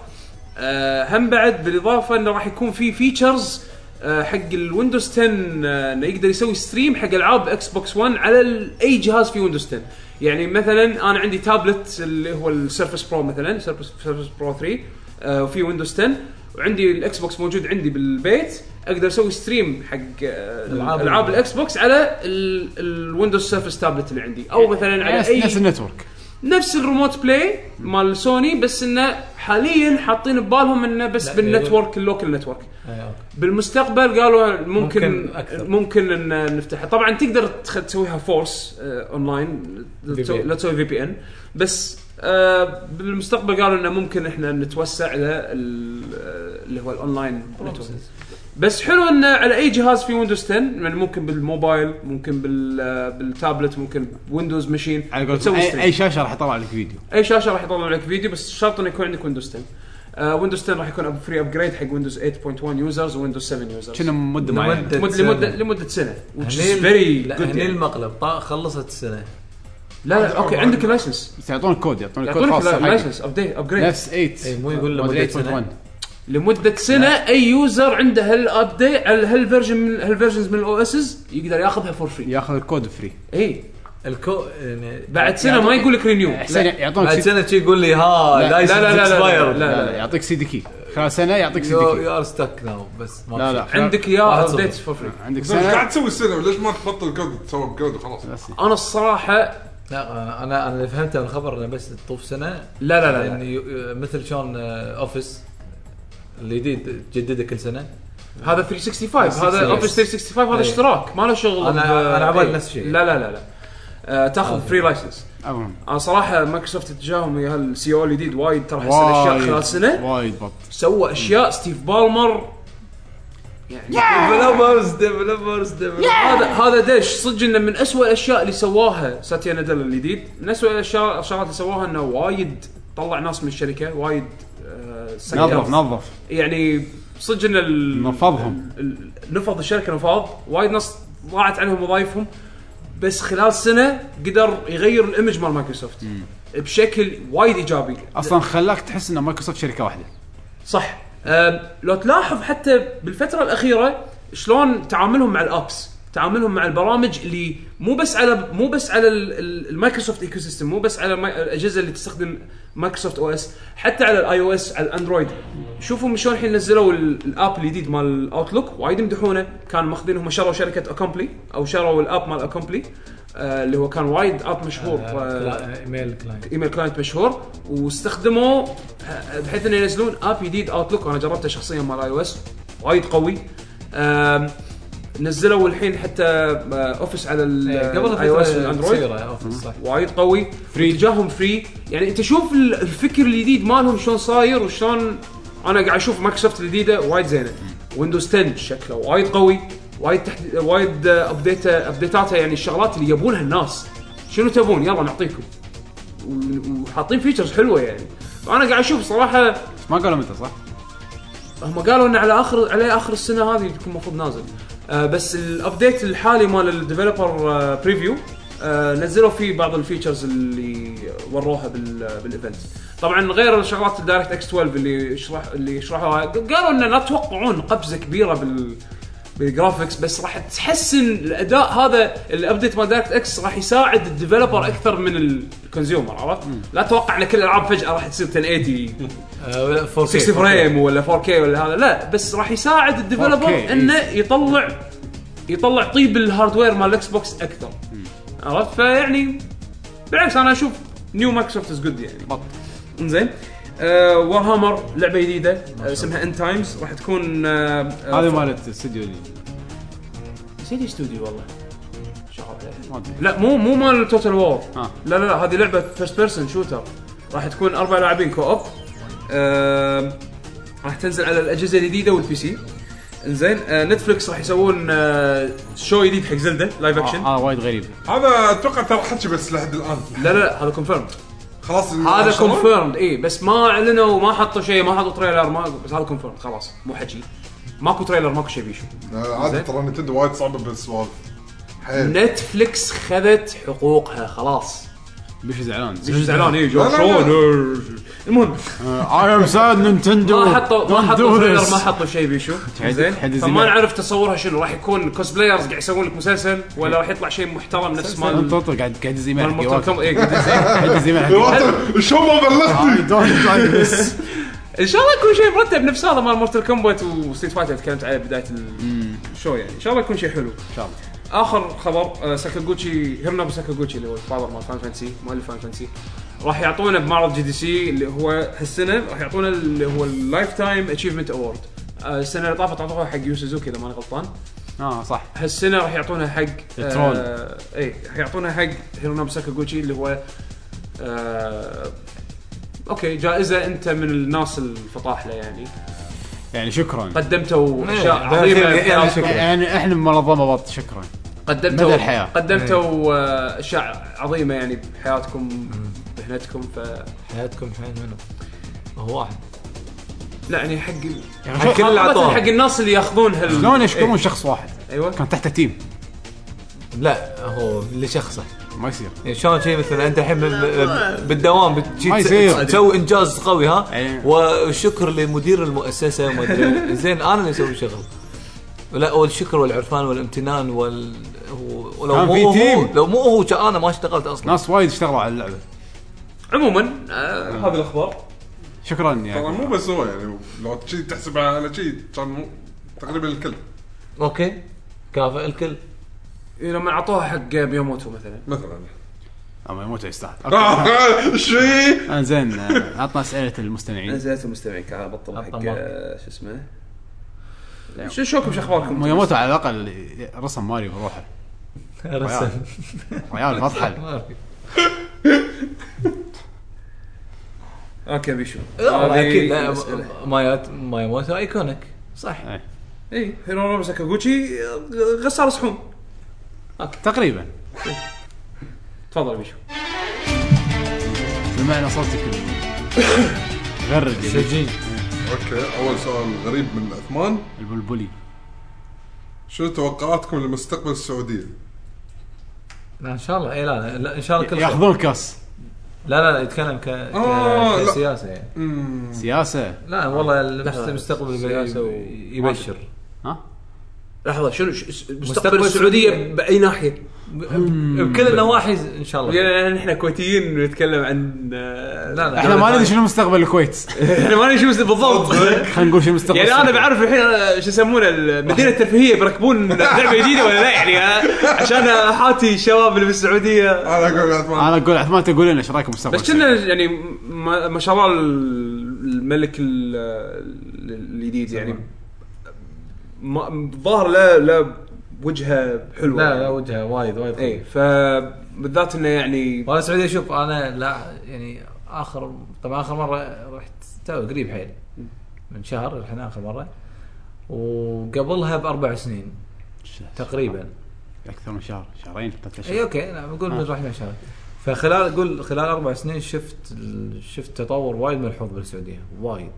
S2: آه هم بعد بالاضافه انه راح يكون في فيتشرز آه حق الويندوز عشرة آه انه يقدر يسوي ستريم حق العاب اكس بوكس واحد على اي جهاز في ويندوز عشرة. يعني مثلا انا عندي تابلت اللي هو السيرفس برو مثلا سيرفس برو ثلاثة آه وفي ويندوز عشرة وعندي الاكس بوكس موجود عندي بالبيت اقدر اسوي ستريم حق آه العاب الاكس بوكس على الويندوز سيرفس تابلت اللي عندي او مثلا على اي
S1: نفس النتورك
S2: نفس الريموت بلاي مال سوني بس انه حاليا حاطين ببالهم انه بس بالنتورك اللوكل نتورك. بالمستقبل قالوا ممكن
S4: ممكن أكثر.
S2: ممكن ان نفتحها. طبعا تقدر تخ- تسويها فورس آه اونلاين تسوي- لا تسوي في بي ان بس آه بالمستقبل قالوا انه ممكن احنا نتوسع الى ال- آه، اللي هو الاونلاين نتورك. بس حلو انه على اي جهاز في ويندوز عشرة يعني ممكن بالموبايل ممكن بال آه، بالتابلت ممكن ويندوز ماشين
S1: على قولتهم
S2: تسوي
S1: اي,
S2: ستريم.
S1: أي شاشه راح يطلع لك فيديو.
S2: اي شاشه راح يطلع لك فيديو بس شرط انه يكون عندك ويندوز عشرة. آه ويندوز عشرة راح يكون فري ابجريد حق ويندوز ثمانية فاصلة واحد يوزرز ويندوز سبعة يوزرز
S1: كنا مده معينه
S4: لمدة
S2: لمده لمده لمده سنه which is
S4: هني
S2: very
S4: لا
S2: good
S4: هني
S2: يعني.
S4: المقلب طا خلصت السنه.
S2: لا لا اوكي عندك اللايسنس
S1: بس يعطونك كود يعطونك كود
S2: يعطونك
S1: خاص حقك.
S2: لايسنس ابديت ابجريد
S1: نفس ثمانية
S4: اي مو يقول
S1: موديل
S4: لمده
S1: ثمانية فاصلة واحد.
S4: سنه
S2: لمده سنه اي يوزر عنده هالابديت على هالفيرجن من هالفيرجنز من الاو اسز يقدر ياخذها فور فري.
S1: ياخذ الكود فري.
S2: اي
S4: الكو يعني
S2: بعد سنه ما يقول لك رينيو
S1: احسن يعطونك
S4: بعد
S1: سي...
S4: سنه شي يقول لي ها
S1: لا،
S4: لايسنس
S2: لا، لا، لا، لا،
S4: اكسباير
S2: لا،
S1: لا لا يعطيك سي دي كي خلال سنه يعطيك سي دي
S4: يو
S1: كي
S4: يو ار ستك ناو بس ما
S1: لا
S4: في
S1: لا
S4: شيء.
S2: عندك اياه
S4: واحد
S2: ابديت
S4: صفر.
S2: فور فري.
S1: عندك
S3: زين، ايش
S1: سنه
S3: قاعد تسوي السنه ليش ما تبطل كود تسوي كود وخلاص؟
S2: انا الصراحه
S4: لا انا انا اللي فهمته من الخبر انه بس تطوف سنه
S2: لا لا لا,
S4: لان
S2: لا.
S4: يو- مثل شلون اوفيس الجديد تجدده كل سنه.
S2: هذا ثلاثمية وخمسة وخمسين هذا اوفيس ثلاثمية وخمسة وخمسين هذا
S4: أي.
S2: اشتراك ما له شغل
S4: أنا-
S2: ب-
S4: أنا عبالي
S2: أي.
S4: نفس الشيء.
S2: لا لا لا لا آه تاخذ فري لايسنس.
S1: أبون.
S2: انا صراحه مايكروسوفت اتجاههم ويا هالسي او الجديد وايد ترى حسن اشياء خلال سنه
S1: وايد بط
S2: سوى اشياء ستيف بالمر يعني
S4: ديفلوبرز ديفلوبرز
S2: هذا هذا دش صدق انه من أسوأ الاشياء اللي سواها ساتيا ناديلا الجديد. من أسوأ الاشياء الشغلات اللي سواها انه وايد طلع ناس من الشركه وايد آه سكر.
S1: نظف نظف
S2: يعني صدق ان ال-
S1: نفضهم.
S2: ال- نفض الشركه نفاض وايد ناس ضاعت عليهم وظائفهم بس خلال سنه قدر يغير الايمج مال مايكروسوفت بشكل وايد ايجابي
S1: اصلا خلاك تحس ان مايكروسوفت شركه واحده.
S2: صح. أم، لو تلاحظ حتى بالفتره الاخيره شلون تعاملهم مع الابس تعاملهم مع البرامج اللي مو بس على مو بس على ال- ال- المايكروسوفت ايكو سيستم مو بس على الماي- الاجهزه اللي تستخدم مايكروسوفت او اس حتى على الاي او اس على الاندرويد. شوفوا شلون الحين نزلوا ال- الاب الجديد مال الاوتلوك وايد يمدحونه. كانوا ماخذينهم شروا شركه اكومبلي او شروا الاب مال اكومبلي آه اللي هو كان وايد اب مشهور آه
S4: ايميل كلاينت
S2: ايميل كلاينت مشهور واستخدموا بحيث انه ينزلون اب جديد اوتلوك. انا جربته شخصيا مال اي او اس وايد قوي. آم، نزلوا الحين حتى اوفيس على الاي او اس والاندرويد
S4: صح
S2: وايد قوي فري تجاههم فري. يعني انت شوف ال- الفكر الجديد مالهم شلون صاير وشلون انا قاعد اشوف مايكروسوفت الجديده وايد زينه. ويندوز عشرة شكله وايد قوي وايد تحت وايد ابديت ابديتاتها يعني الشغلات اللي يبونها الناس شنو تبون يلا نعطيكم و- وحاطين فيتشرز حلوه يعني. وانا قاعد اشوف صراحه
S1: ما قالوا متى صح؟
S2: هم قالوا ان على اخر على اخر السنه هذه يكون المفروض نازل. آه بس الابديت الحالي مال الديفلوبر آه بريفيو آه نزلوا فيه بعض الفيتشرز اللي وروها بال بالايفنت. طبعا غير الشغلات الدايركت اكس اثنا عشر اللي يشرح اللي يشرحوها قالوا ان لا تتوقعون قفزه كبيره بال بالجرافيكس بس راح تحسن الاداء. هذا الابديت مال دايركت اكس راح يساعد الديفلوبر اكثر من الكونسيومر. عرفت؟ لا تتوقع ان كل الالعاب فجاه راح تصير عشرة ثمانين ستين فريم ولا فور كي ولا هذا لا بس راح يساعد الديفلوبر انه يطلع يطلع طيب الهاردوير مال الاكس بوكس اكثر. عرفت؟ فيعني بالعكس انا اشوف نيو مايكروسوفت از جود يعني.
S1: بط
S2: انزين آه وارهامر لعبه جديده آه اسمها ان تايمز راح تكون آه
S1: هذه مالت الاستوديو اللي
S2: سيدي استوديو والله شغال عليه.
S1: ما ادري.
S2: لا مو مو مال توتال وور
S1: آه.
S2: لا لا لا هذه لعبه فيرست بيرسون شوتر راح تكون اربع لاعبين كو اوب. آه راح تنزل على الاجهزه الجديده والبي سي. انزين آه نتفلكس راح يسوون آه شو جديد حق زلدة لايف اكشن.
S1: هذا وايد غريب.
S3: هذا اتوقع ترى حكي بس لحد الان
S2: لا لا لا هذا كونفيرم
S3: خلاص
S2: هذا كونفيرمد اي بس ما اعلنوا ما حطوا شيء ما حطوا تريلر ما بس هذا كونفيرمد خلاص مو حكي ماكو تريلر ماكو شيء بيشو.
S3: عادي ترى نتندو وايد صعبه بالسوالف حيل.
S2: نتفلكس خذت حقوقها خلاص.
S1: بيش زعلان
S2: مش زعلان ايه جو
S3: لا، لا،
S2: شلون المهم
S1: اي ام ساد نينتندو
S2: ما حطوا ما حطوا تريلر ما حطوا شيء بيشو زين
S1: حد
S2: فما
S1: زمان.
S2: نعرف تصورها شنو راح يكون كوسبلايرز قاعد يسوون لك مسلسل ولا راح يطلع شيء محترم نفس مال
S1: انت طول قاعد قاعد زي
S2: مال
S1: ما
S2: مورتال كومبات. ايه قاعد
S1: حد زي
S3: يا
S1: ما
S3: وطن شو ما بلغتني
S1: دونت
S2: ان شاء الله يكون شيء مرتب نفس هذا مال مورتال كومبات وستريت فايتر تكلمت عليه بدايه الشو يعني ان شاء الله يكون شيء حلو.
S1: ان شاء الله.
S2: اخر خبر آه ساكاغوتشي هيرونوبو ساكاغوتشي اللي هو الفاذر مال فان فانسي مؤلف فان فانسي راح يعطونا بمعرض جي دي سي اللي هو هالسنه راح يعطونا اللي هو اللايف تايم اتشيفمنت اوورد. السنه اللي طافت اعطوها حق يو سوزوكي اذا ماني غلطان.
S1: اه صح.
S2: هالسنه راح يعطونا حق
S1: الترول.
S2: آه اي راح يعطونا حق هيرونوبو ساكاغوتشي اللي هو آه اوكي جائزه انت من الناس الفطاحله يعني
S1: يعني شكرا
S2: قدمتوا
S4: إيه،
S2: اشياء
S4: ده
S2: عظيمه
S4: خير، يعني
S2: بحياتكم.
S4: شكراً.
S1: يعني احنا منظمه بط شكرا
S2: قدمتوا
S1: مدى الحياة.
S2: قدمتوا آه، اشياء عظيمه يعني بحياتكم مهنتكم ف
S4: حياتكم حين منو هو واحد
S2: لا يعني حق
S1: يعني
S4: حق كل اللي
S2: حق
S4: عطوه.
S2: حق الناس اللي ياخذون هال
S1: شلون يشكرون
S2: إيه.
S1: شخص واحد
S2: ايوه
S1: كان تحته تيم
S4: لا هو لشخصه
S1: ما يصير.
S4: يعني شلون شيء مثلا انت الحين بال- بالدوام بتجي
S1: ما يصير.
S4: تسوي انجاز قوي ها
S1: أيه.
S4: والشكر لمدير المؤسسه وما ادري زين انا اللي اسوي شغل لا والشكر والعرفان والامتنان وال هو- ولو
S1: كان
S4: مو
S1: في
S4: هو
S1: تيم.
S4: لو مو هو كان انا ما اشتغلت اصلا.
S1: ناس وايد اشتغلوا على اللعبه.
S2: عموما آه هذه الاخبار.
S1: شكرا
S3: طبعا
S1: يعني.
S3: مو بس هو يعني لو تجي تحسب على شيء كان مو- تقريبا الكل
S4: اوكي كافئ الكل.
S2: لما اعطوها حق مياموتو مثلا
S3: مثلا.
S1: اما يموت يستاهل.
S3: شو هي؟
S1: آه، زين آه، عطنا اسئله المستمعين.
S2: نزلت المستمعين كان بطل حق
S4: أطمع.
S2: آه، شو اسمه شو شوكم شو اخباركم؟
S1: مياموتو على الاقل رسم ماريو بروحه.
S4: رسم
S1: ريال فضحل.
S2: اوكي بيشو
S4: لا اكيد لا
S2: مسألة.
S4: مايات ماياموتو ايكونيك صح.
S1: إيه.
S2: اي هيرونورو ساكاغوتشي غسال صحون.
S1: تقريبا.
S2: تفضل بيشو.
S1: سمعنا صوتك غرد يعني.
S4: سجين.
S3: اوكي اول سؤال غريب من عثمان،
S1: البلبلي.
S3: شو توقعاتكم لمستقبل السعوديه؟
S4: لا ان شاء الله اي لا, لا, لا ان شاء الله كل خير.
S1: ياخذون كاس
S4: لا لا لا يتكلم ك...
S3: آه،
S4: ك...
S3: لا.
S4: كسياسه يعني.
S3: امم
S1: سياسه.
S4: لا والله
S2: لحظة.
S4: المستقبل
S2: سياسة و-
S4: يبشر.
S1: ها
S2: لحظه شنو ش- مستقبل
S4: مستقبل
S2: السعوديه
S4: السعودية.
S2: باي ناحيه؟
S4: بكل النواحي ان شاء الله.
S2: يعني احنا كويتيين نتكلم عن لا
S4: لا.
S1: احنا ما ندري شنو مستقبل الكويت.
S2: احنا ما ندري شو بالضبط.
S1: خلينا نقول شنو المستقبل.
S2: يعني انا بعرف الحين شو يسمونه المدينه الترفيهيه بركبون لعبه جديده ولا لا يعني ها؟ عشان احاتي الشباب اللي بالسعوديه.
S3: انا اقول عثمان
S1: انا اقول عثمان تقول لنا ايش رايكم مستقبل
S2: بس كنا يعني ما ما شاء الله الملك ال- الجديد يعني ما- الظاهر لا لا وجهه حلوه
S4: لا
S2: يعني.
S4: لا وجهه وايد وايد.
S2: اي فبالذات انه يعني
S4: والله السعوديه شوف انا لا يعني اخر طبعا اخر مره رحت تو قريب حيل من شهر رحنا اخر مره وقبلها باربع سنين تقريبا.
S1: اكثر من شهر شهرين ثلاث
S4: اي
S1: اشهر.
S4: اوكي انا بقول من رحنا شهر. فخلال قول خلال اربع سنين شفت ال- شفت تطور وايد ملحوظ بالسعوديه وايد.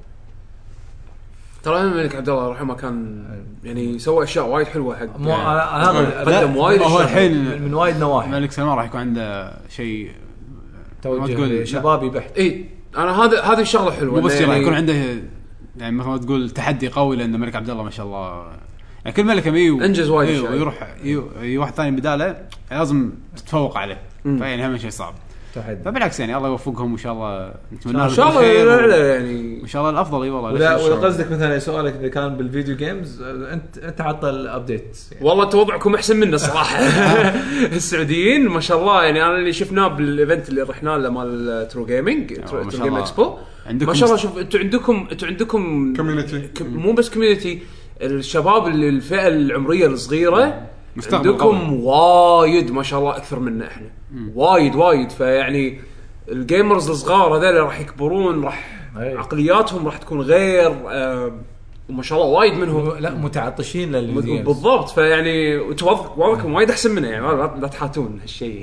S2: ترى الملك عبد الله رحمه كان يعني سوى اشياء وايد حلوه حق
S4: مو انا هذا
S2: قدم وايد
S1: هو
S2: أشياء.
S1: الحين
S4: من, من وايد نواحي
S1: الملك سلمان راح يكون عنده شيء ما
S4: توجه
S1: تقول-
S4: شبابي بحت.
S2: اي انا هذا هذه الشغله حلوه
S1: مو بس
S2: إنه
S1: راح
S2: يعني
S1: يكون عنده يعني مثل ما تقول تحدي قوي لان الملك عبد الله ما شاء الله يعني كل ملك يجي
S2: أنجز وايد أشياء.
S1: ويروح يجي واحد ثاني بداله لازم تتفوق عليه. فيعني هم شيء صعب.
S4: تحدي.
S1: فبالعكس يعني الله يوفقهم وان شاء الله نتمنى
S2: ان شاء الله يعلى يعني
S1: ان شاء الله الافضل اي والله.
S4: ولا
S1: ليش؟
S4: ولا قصدك مثلا سؤالك اذا كان بالفيديو جيمز انت انت عطى الابديت يعني.
S2: والله انت وضعكم احسن منا صراحه. السعوديين ما شاء الله يعني انا اللي شفناه بالايفنت اللي رحنا له مال ترو جيمنج ترو
S1: ما شاء
S2: جيم
S1: الله.
S2: اكسبو ما شاء الله. شوف انتم عندكم انتم عندكم
S3: كوميونتي
S2: ك- مو بس كوميونتي الشباب اللي الفئه العمريه الصغيره
S1: مستقبل
S2: عندكم وايد ما شاء الله اكثر منا احنا وايد وايد. فيعني الجيمرز الصغار هذول راح يكبرون راح
S4: أي.
S2: عقلياتهم راح تكون غير آه وما شاء الله وايد منهم
S4: لا متعطشين للفيديو جيمز.
S2: بالضبط. فيعني وضعكم وايد احسن منه يعني لا, لا تحاتون هالشيء.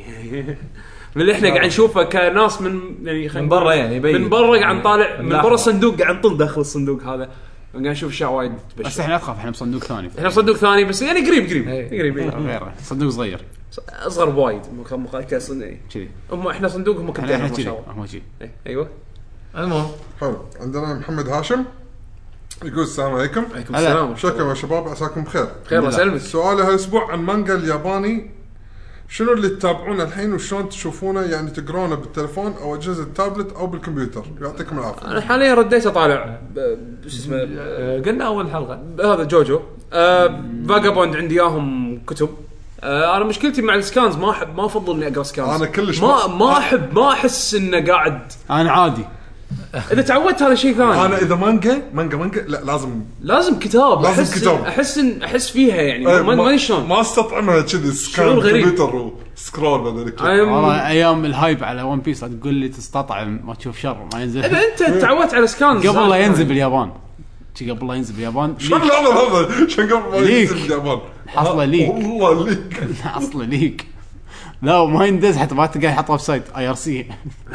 S2: من اللي احنا قاعد نشوفه كناس من يعني
S4: من برا يعني يبين.
S2: من برا قاعد نطالع من
S4: نلاحظ.
S2: برا الصندوق قاعد نطل داخل الصندوق هذا قاعد نشوف اشياء وايد
S1: بس
S2: تبشر.
S1: احنا لا تخاف احنا بصندوق ثاني
S2: احنا صندوق ثاني بس يعني قريب قريب
S4: أي.
S2: قريب إيه.
S1: غير صندوق صغير
S2: اصغر بوايد مو مو كصندوق
S1: كذي.
S2: هم احنا صندوق هم
S1: احنا
S2: كنتين
S1: احنا
S2: ما
S1: كذي
S2: شاء الله.
S1: هو شيء.
S2: إيه، ايوه
S4: المهم
S3: حلو. عندنا محمد هاشم يقول السلام عليكم.
S2: عليكم
S1: هلا.
S2: السلام
S3: شكرا يا شباب عساكم بخير.
S2: خير الله يسلمك.
S3: سؤالي هالاسبوع عن مانجا الياباني، شنو اللي تتابعونه الحين وشلون تشوفونه؟ يعني تقرونه بالتلفون او اجهزه التابلت او بالكمبيوتر؟ يعطيكم العافيه.
S2: انا حاليا رديت اطالع ب- شو اسمه
S4: آه، قلنا اول حلقه
S2: هذا جوجو آه فاجابوند عندي اياهم كتب. آه انا مشكلتي مع السكانز ما احب ما افضل اني اقرا سكانز.
S3: أنا كلش
S2: ما
S3: ما-
S2: ما احب ما احس انه قاعد
S1: انا عادي
S2: اذا تعودت هذا شيء ثاني.
S3: انا اذا مانجا مانجا مانجا لا لازم
S2: لازم كتاب
S3: لازم
S2: احس
S3: كتاب.
S2: احس إن احس فيها يعني
S3: آه،
S2: ما ما شلون
S3: ما استطعمها كذي سكان
S2: شعور غريب.
S3: كمبيوتر وسكرول بدل كذا.
S1: والله ايام الهايب على ون بيس تقول لي تستطعم ما تشوف شر ما ينزل
S2: اذا انت تعودت على سكانز
S1: قبل لا ينزل باليابان شي قبل لا ينزل باليابان
S3: شلون العمل هذا؟ شلون قبل ما
S1: ليك.
S3: ينزل باليابان؟
S1: حصله ليك
S3: والله ليك.
S1: اصله ليك لا ما يندز حتى ما تلقاه يحط ويب سايت اي ار سي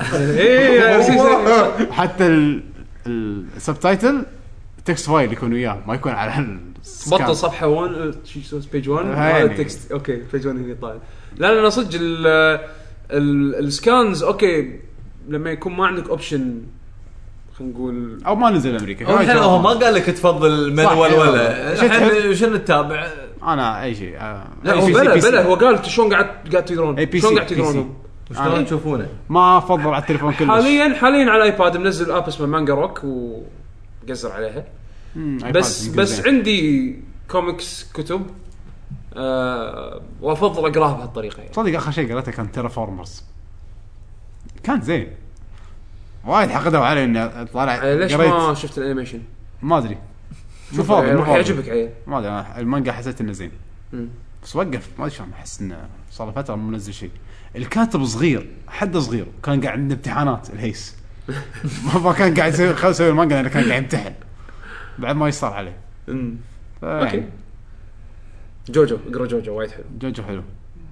S2: ايه
S1: حتى السبتايتل تكست فايل يكون وياه ما يكون على السكان.
S2: بطل صفحه واحد شو اسمه بيج واحد
S1: هاي
S2: هذا
S1: يعني.
S2: التكست اوكي بيج واحد هنا طالع. لا لا انا صدق ال ال- السكانز اوكي لما يكون ما عندك اوبشن خلينا نقول
S1: او ما نزل امريكا.
S4: هو الحين هو ما قال لك تفضل المانوال ولا
S1: شو تحب؟
S4: الحين شنو تتابع؟
S1: انا اي شيء آه،
S2: لا
S1: أي
S2: هو
S1: شيء
S2: بلا
S1: بي سي.
S2: بلا هو قال شلون قاعد قاعد تقدرون
S1: أي بي
S2: شلون
S1: سي،
S2: قاعد
S1: بي
S2: تقدرونهم
S4: وشلون تشوفونه؟
S1: ما افضل على التليفون كلش
S2: حاليا حاليا على الايباد منزل اب اسمه مانجا روك وقزر عليها.
S1: مم، آيباد
S2: بس
S1: يمكن
S2: بس
S1: زين.
S2: عندي كوميكس كتب أه وافضل اقراها بهالطريقه يعني.
S1: صدق اخر شيء قريته كان تيرافورمرز كان زين وايد حقدوا علي اني طالع
S2: أه ليش
S1: قريت.
S2: ما شفت الانيميشن؟
S1: ما ادري مو
S2: شوف
S1: فاضي مو
S2: راح
S1: فاضي.
S2: يعجبك عيل.
S1: ما ادري أنا المانجا حسيت انه زين
S2: مم.
S1: بس وقف ما ادري شلون احس انه صار له فتره مو منزل شيء. الكاتب صغير حد صغير كان قاعد عنده امتحانات الهيس ما كان قاعد يسوي خلص يسوي المانجا لانه كان قاعد يمتحن بعد ما يصار عليه.
S2: مم.
S1: اوكي
S2: اوكي جوجو اقرا جوجو وايد حلو.
S1: جوجو حلو.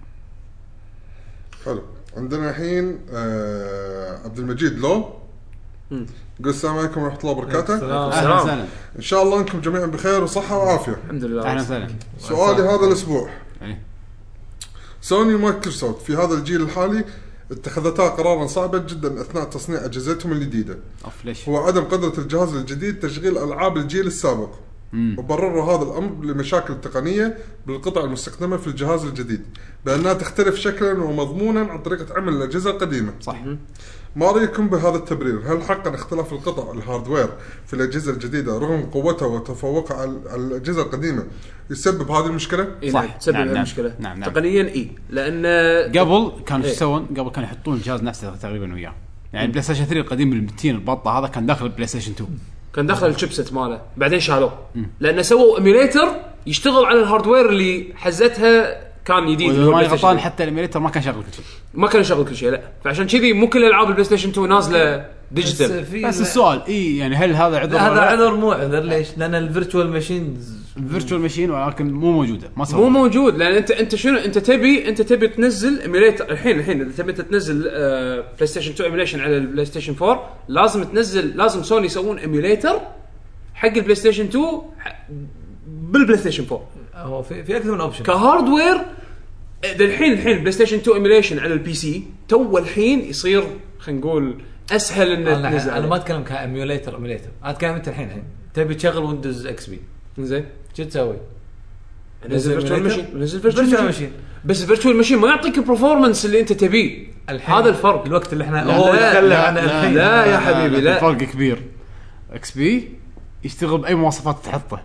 S3: حلو. عندنا الحين آه عبد المجيد لو
S2: مم.
S3: قل السلام عليكم ورحمه الله وبركاته.
S1: اهلا وسهلا.
S3: ان شاء الله انكم جميعا بخير وصحه وعافيه.
S2: الحمد لله.
S1: اهلا وسهلا.
S3: سؤالي هذا الاسبوع
S1: إيه.
S3: سوني ومايكروسوفت في هذا الجيل الحالي اتخذتا قرارا صعبا جدا اثناء تصنيع اجهزتهم الجديده
S1: اوف ليش؟
S3: هو عدم قدره الجهاز الجديد تشغيل العاب الجيل السابق. وبرروا هذا الامر لمشاكل تقنيه بالقطع المستخدمه في الجهاز الجديد بانها تختلف شكلا ومضمونا عن طريقه عمل الاجهزه القديمه.
S1: صح.
S3: ما رايكم بهذا التبرير؟ هل حقا اختلاف القطع الهاردوير في الاجهزه الجديده رغم قوتها وتفوقها على الاجهزه القديمه يسبب هذه المشكله؟
S2: إيه
S1: صح.
S2: نعم. تسبب
S1: نعم، نعم.
S2: المشكله
S1: نعم، نعم.
S2: تقنيا اي لان
S1: قبل كانوا
S2: إيه.
S1: ايش يسوون؟ قبل كانوا يحطون الجهاز نفسه تقريبا وياه. يعني البلاي ستيشن ثري القديم المتين البطه هذا كان داخل البلاي ستيشن تو.
S2: كان داخل الشيبسيت ماله بعدين شالوه لانه سووا ايميليتر يشتغل على الهاردوير اللي حزتها كان جديد اللي هو
S1: ما
S2: البلاي ستيشن.
S1: غلطان حتى الايميليتر ما كان شغال كل شيء.
S2: ما كان يشغل كل شيء لا فعشان كذي مو كل العاب البلاي ستيشن تو نازله ديجيتال.
S1: بس السؤال اي يعني هل هذا عذر؟
S4: هذا عذر مو عذر. ليش؟ لان الفيرتشوال ماشينز
S1: الفيرتشوال ماشين ولكن مو موجوده ما سووا.
S2: مو موجود لان انت انت شنو انت تبي انت تبي تنزل ايميليتر الحين الحين اذا تبي تنزل آه بلاي ستيشن تو ايميليشن على البلاي ستيشن فور لازم تنزل لازم سوني يسوون ايميليتر حق البلاي ستيشن تو بالبلاي ستيشن فور.
S4: هو في في اكثر من اوبشن
S2: كهاردوير الحين الحين بلاي ستيشن تو ايميليشن على البي سي تو الحين يصير خلينا نقول اسهل ان
S4: انا,
S2: تنزل.
S4: أنا ما اتكلم كايميوليتر ايميوليتر انا اتكلم انت الحين الحين تبي تشغل ويندوز اكس بي
S2: زين
S4: شو تسوي؟
S2: نزل فيرتشوال ماشين نزل
S4: فيرتشوال
S2: فيرتشوال
S4: ماشين
S2: بس الفيرتشوال ماشين ما يعطيك البرفورمانس اللي انت تبيه. هذا الفرق.
S4: الوقت اللي احنا
S1: لا
S4: هو
S2: لا
S4: يتكلم
S2: لا
S4: عن
S2: لا,
S4: الحين
S2: لا يا حبيبي لا
S1: فرق كبير. اكس بي يشتغل باي مواصفات تحطه.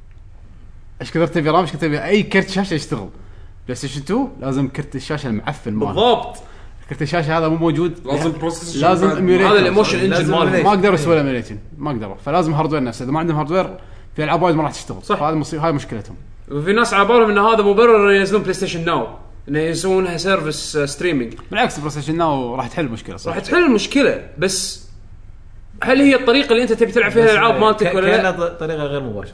S1: ايش كثر تبي رام ايش كثر تبي اي كرت شاشه يشتغل. بلاي ستيشن تو لازم كرت الشاشه المعفن ماله.
S2: بالضبط.
S1: كرت الشاشه هذا مو موجود.
S3: لازم بروسيسور
S1: لازم ايميوليتر.
S2: هذا الايموشن انجن ماله
S1: ما اقدر اسوي ايميوليشن ما اقدر فلازم هاردوير نفسه. اذا ما عندهم هاردوير في العاب وايد ما راح تشتغل.
S2: صح.
S1: هذا مصيبه هاي مشكلتهم.
S2: وفي ناس على بالهم ان هذا مبرر ينزلون بلاي ستيشن ناو انه يسوونها سيرفيس ستريمينج.
S1: بالعكس بلاي ستيشن ناو راح تحل المشكله صح.
S2: راح تحل المشكله بس هل هي الطريقه اللي انت تبي تلعب فيها الالعاب مالتك ولا لا؟
S4: كانت طريقه غير مباشره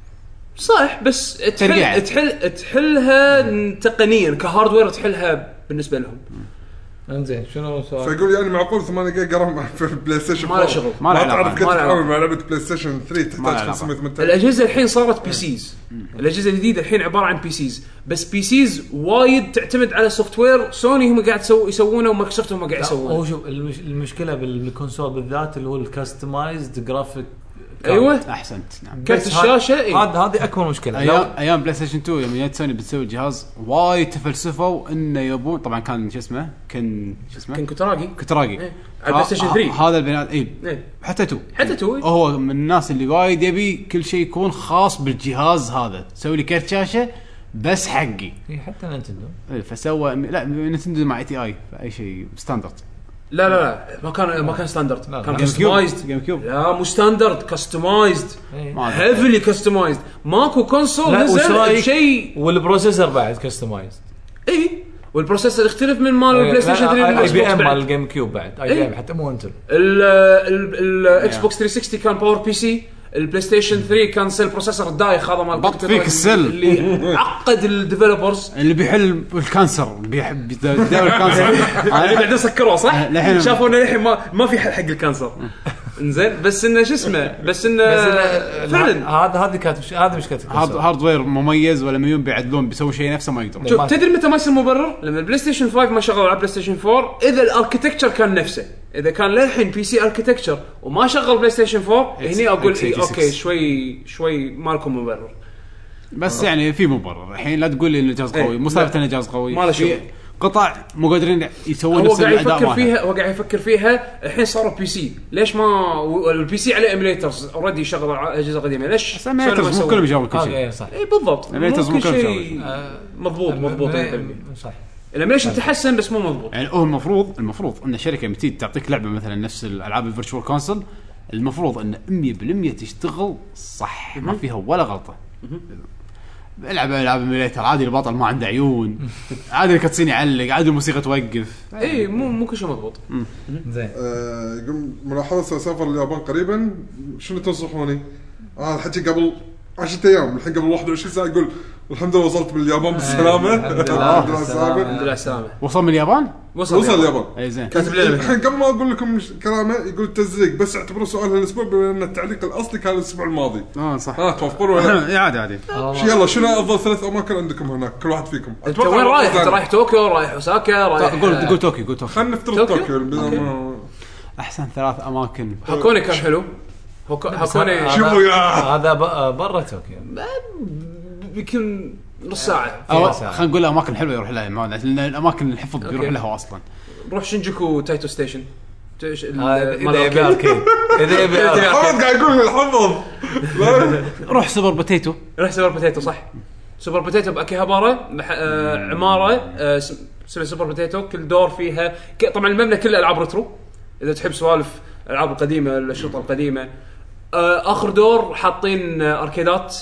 S2: صح بس تحل
S1: ترقيع.
S2: تحل تحلها تقنيا كهاردوير تحلها بالنسبه لهم.
S4: انزين شنو سؤال؟
S3: فيقول يعني معقول ثمانية جيجا رام في البلاي ستيشن
S2: ما له شغل.
S1: ما
S3: ما
S1: له
S3: تعرف
S1: علاقة.
S3: كيف
S2: ما له
S3: تتعامل
S2: علاقة.
S3: مع لعبه بلاي ستيشن ثري
S1: ما له
S3: تحتاج
S1: علاقة.
S3: خمسمية وثمانية
S2: الاجهزه الحين صارت بي سيز. الاجهزه الجديده الحين عباره عن بي سيز بس بي سيز وايد تعتمد على سوفت وير سوني هم قاعد يسوون يسوونه ومايكروسوفت هم قاعد
S4: هو
S2: يسوونه.
S4: شوف المش... المشكله بالكونسول بالذات اللي هو الكاستمايزد جرافيك.
S2: ايوه
S1: احسنت نعم.
S2: كرت الشاشه اي
S4: هذا هذه اكبر مشكله.
S1: ايام ايام بلاي ستيشن تو يوم جت سوني بتسوي الجهاز وايد تفلسفوا انه يبون طبعا كان شو اسمه كان شو اسمه
S2: كان كوتراجي
S1: كتراجي
S2: إيه. على بلاي ستيشن ثري.
S1: هذا البنات اي
S2: إيه.
S1: حتى تو
S2: حتى تو إيه.
S1: هو من الناس اللي وايد يبي كل شيء يكون خاص بالجهاز هذا. سوي لي كرت شاشه بس حقي.
S4: إيه حتى نينتندو
S1: إيه، فسوى لا نتندو مع اي تي اي فاي شيء ستاندرد.
S2: لا لا لا ما كان ما كان ستاندرد
S4: لا،
S2: كان
S4: لا.
S2: كاستمايزد.
S1: جيم كيوب
S2: لا مو ستاندرد كاستمايزد
S4: إيه.
S1: ما أدري.
S2: هيفلي كاستمايزد ماكو كونسول
S4: لا، وش
S2: نزل
S4: رأيك؟
S2: بشيء
S4: والبروسيسور بعد كاستمايزد.
S2: اي والبروسيسور يختلف من مال البلاي ستيشن ثري
S4: اي بي ام مال
S2: بعد.
S4: الجيم كيوب بعد اي بي ام حتى مو انتل.
S2: الاكس بوكس ثري سيكستي كان باور بي سي. البلاي ستيشن ثري كان سيل بروسيسور دايخ هذا مال
S1: بط فيك السل.
S2: اللي عقد الديفلوبرز
S1: اللي بيحل الكانسر بيحب يداوي الكانسر.
S2: يعني بعدين سكروه صح
S1: لحين-
S2: شافوا انه الحين ما ما في حل حق الكانسر انزين بس انه شو اسمه بس انه فعلا
S4: هذا هذه كانت هذه مشكلتك.
S1: هارد هاردوير مميز ولا مليون بيعدلون بيسوي شيء نفسه ما يقدرون.
S2: شوف تدري متى ما يصير مبرر؟ لما البلاي ستيشن خمسة ما شغل على بلاي ستيشن فور، اذا الاركتكتشر كان نفسه، اذا كان للحين بي سي اركتكتشر وما شغل بلاي ستيشن فور، هني اقول إيه اوكي شوي شوي مالكم مبرر.
S1: بس أوه. يعني في مبرر الحين، لا تقول لي انه جهاز قوي، مو صارت انه جهاز قوي،
S2: ما له شغل،
S1: قطع مو قادرين يسوون
S2: نفس الاداء. هو قاعد يفكر فيها، هو قاعد يفكر فيها الحين صاروا بي سي، ليش ما البي سي عليه ايميليترز اوريدي يشغل على اجهزه قديمه، ليش
S1: ايميليترز مو كلهم يجاوبون كل شيء؟
S4: اي صح،
S2: اي بالضبط،
S1: ايميليترز مو كلهم يجاوبون
S2: مضبوط مضبوط
S4: صح.
S2: الايميليشن تحسن بس مو مضبوط.
S1: يعني هو المفروض المفروض ان الشركه متى تعطيك لعبه مثلا نفس الالعاب الفيرتشوال كونسول، المفروض ان مية بالمية تشتغل صح، ما فيها ولا غلطه. العب العاب ايميليتر عادي، البطل ما عنده عيون عادي، الكاتسين يعلق عادي، الموسيقى توقف،
S2: اي مو مو كل شيء مضبوط.
S4: زين
S3: آه، يقول ملاحظه سافر اليابان قريبا، شنو تنصحوني؟ اه الحكي قبل عشرة ايام، الحين قبل واحد وعشرين ساعه يقول الحمد لله وصلت باليابان بالسلامه.
S4: الحمد لله بالسلامه.
S2: الحمد لله سلامه.
S1: وصل من اليابان،
S2: وصل,
S3: وصل اليابان.
S1: اي زين.
S2: كاتب لنا
S3: الحين قبل ما اقول لكم كلامه يقول تزريق، بس اعتبروا سؤال هالاسبوع بما ان التعليق الاصلي كان الاسبوع الماضي.
S1: اه صح.
S3: ها توافقون ولا؟
S1: عادي عادي.
S3: شو يلا شنو افضل ثلاث اماكن عندكم هناك كل واحد فيكم؟
S2: انت وين رايح؟ انت رايح طوكيو، رايح اوساكا، رايح
S1: قول قول طوكيو، قول طوكيو.
S3: خلينا نفترض طوكيو.
S1: احسن ثلاث اماكن.
S2: هاكوني كان حلو. هاكوني
S3: شوفوا يا
S4: هذا برا طوكيو
S2: بيكون نص ساعه.
S1: خلينا نقول اماكن حلوه يروح لها، لان الاماكن الحفظ بيروح لها اصلا.
S2: روح شينجوكو تايتو ستيشن.
S4: اذا يبي اركيد، اذا يبي اركيد
S3: قاعد يقول الحفظ.
S1: روح سوبر بوتيتو.
S2: روح سوبر بوتيتو صح. سوبر بوتيتو باكيهابارا عماره اسمها سوبر بوتيتو، كل دور فيها طبعا المبنى كله العاب ريترو، اذا تحب سوالف الالعاب القديمه الشرطه القديمه. اخر دور حاطين اركيدات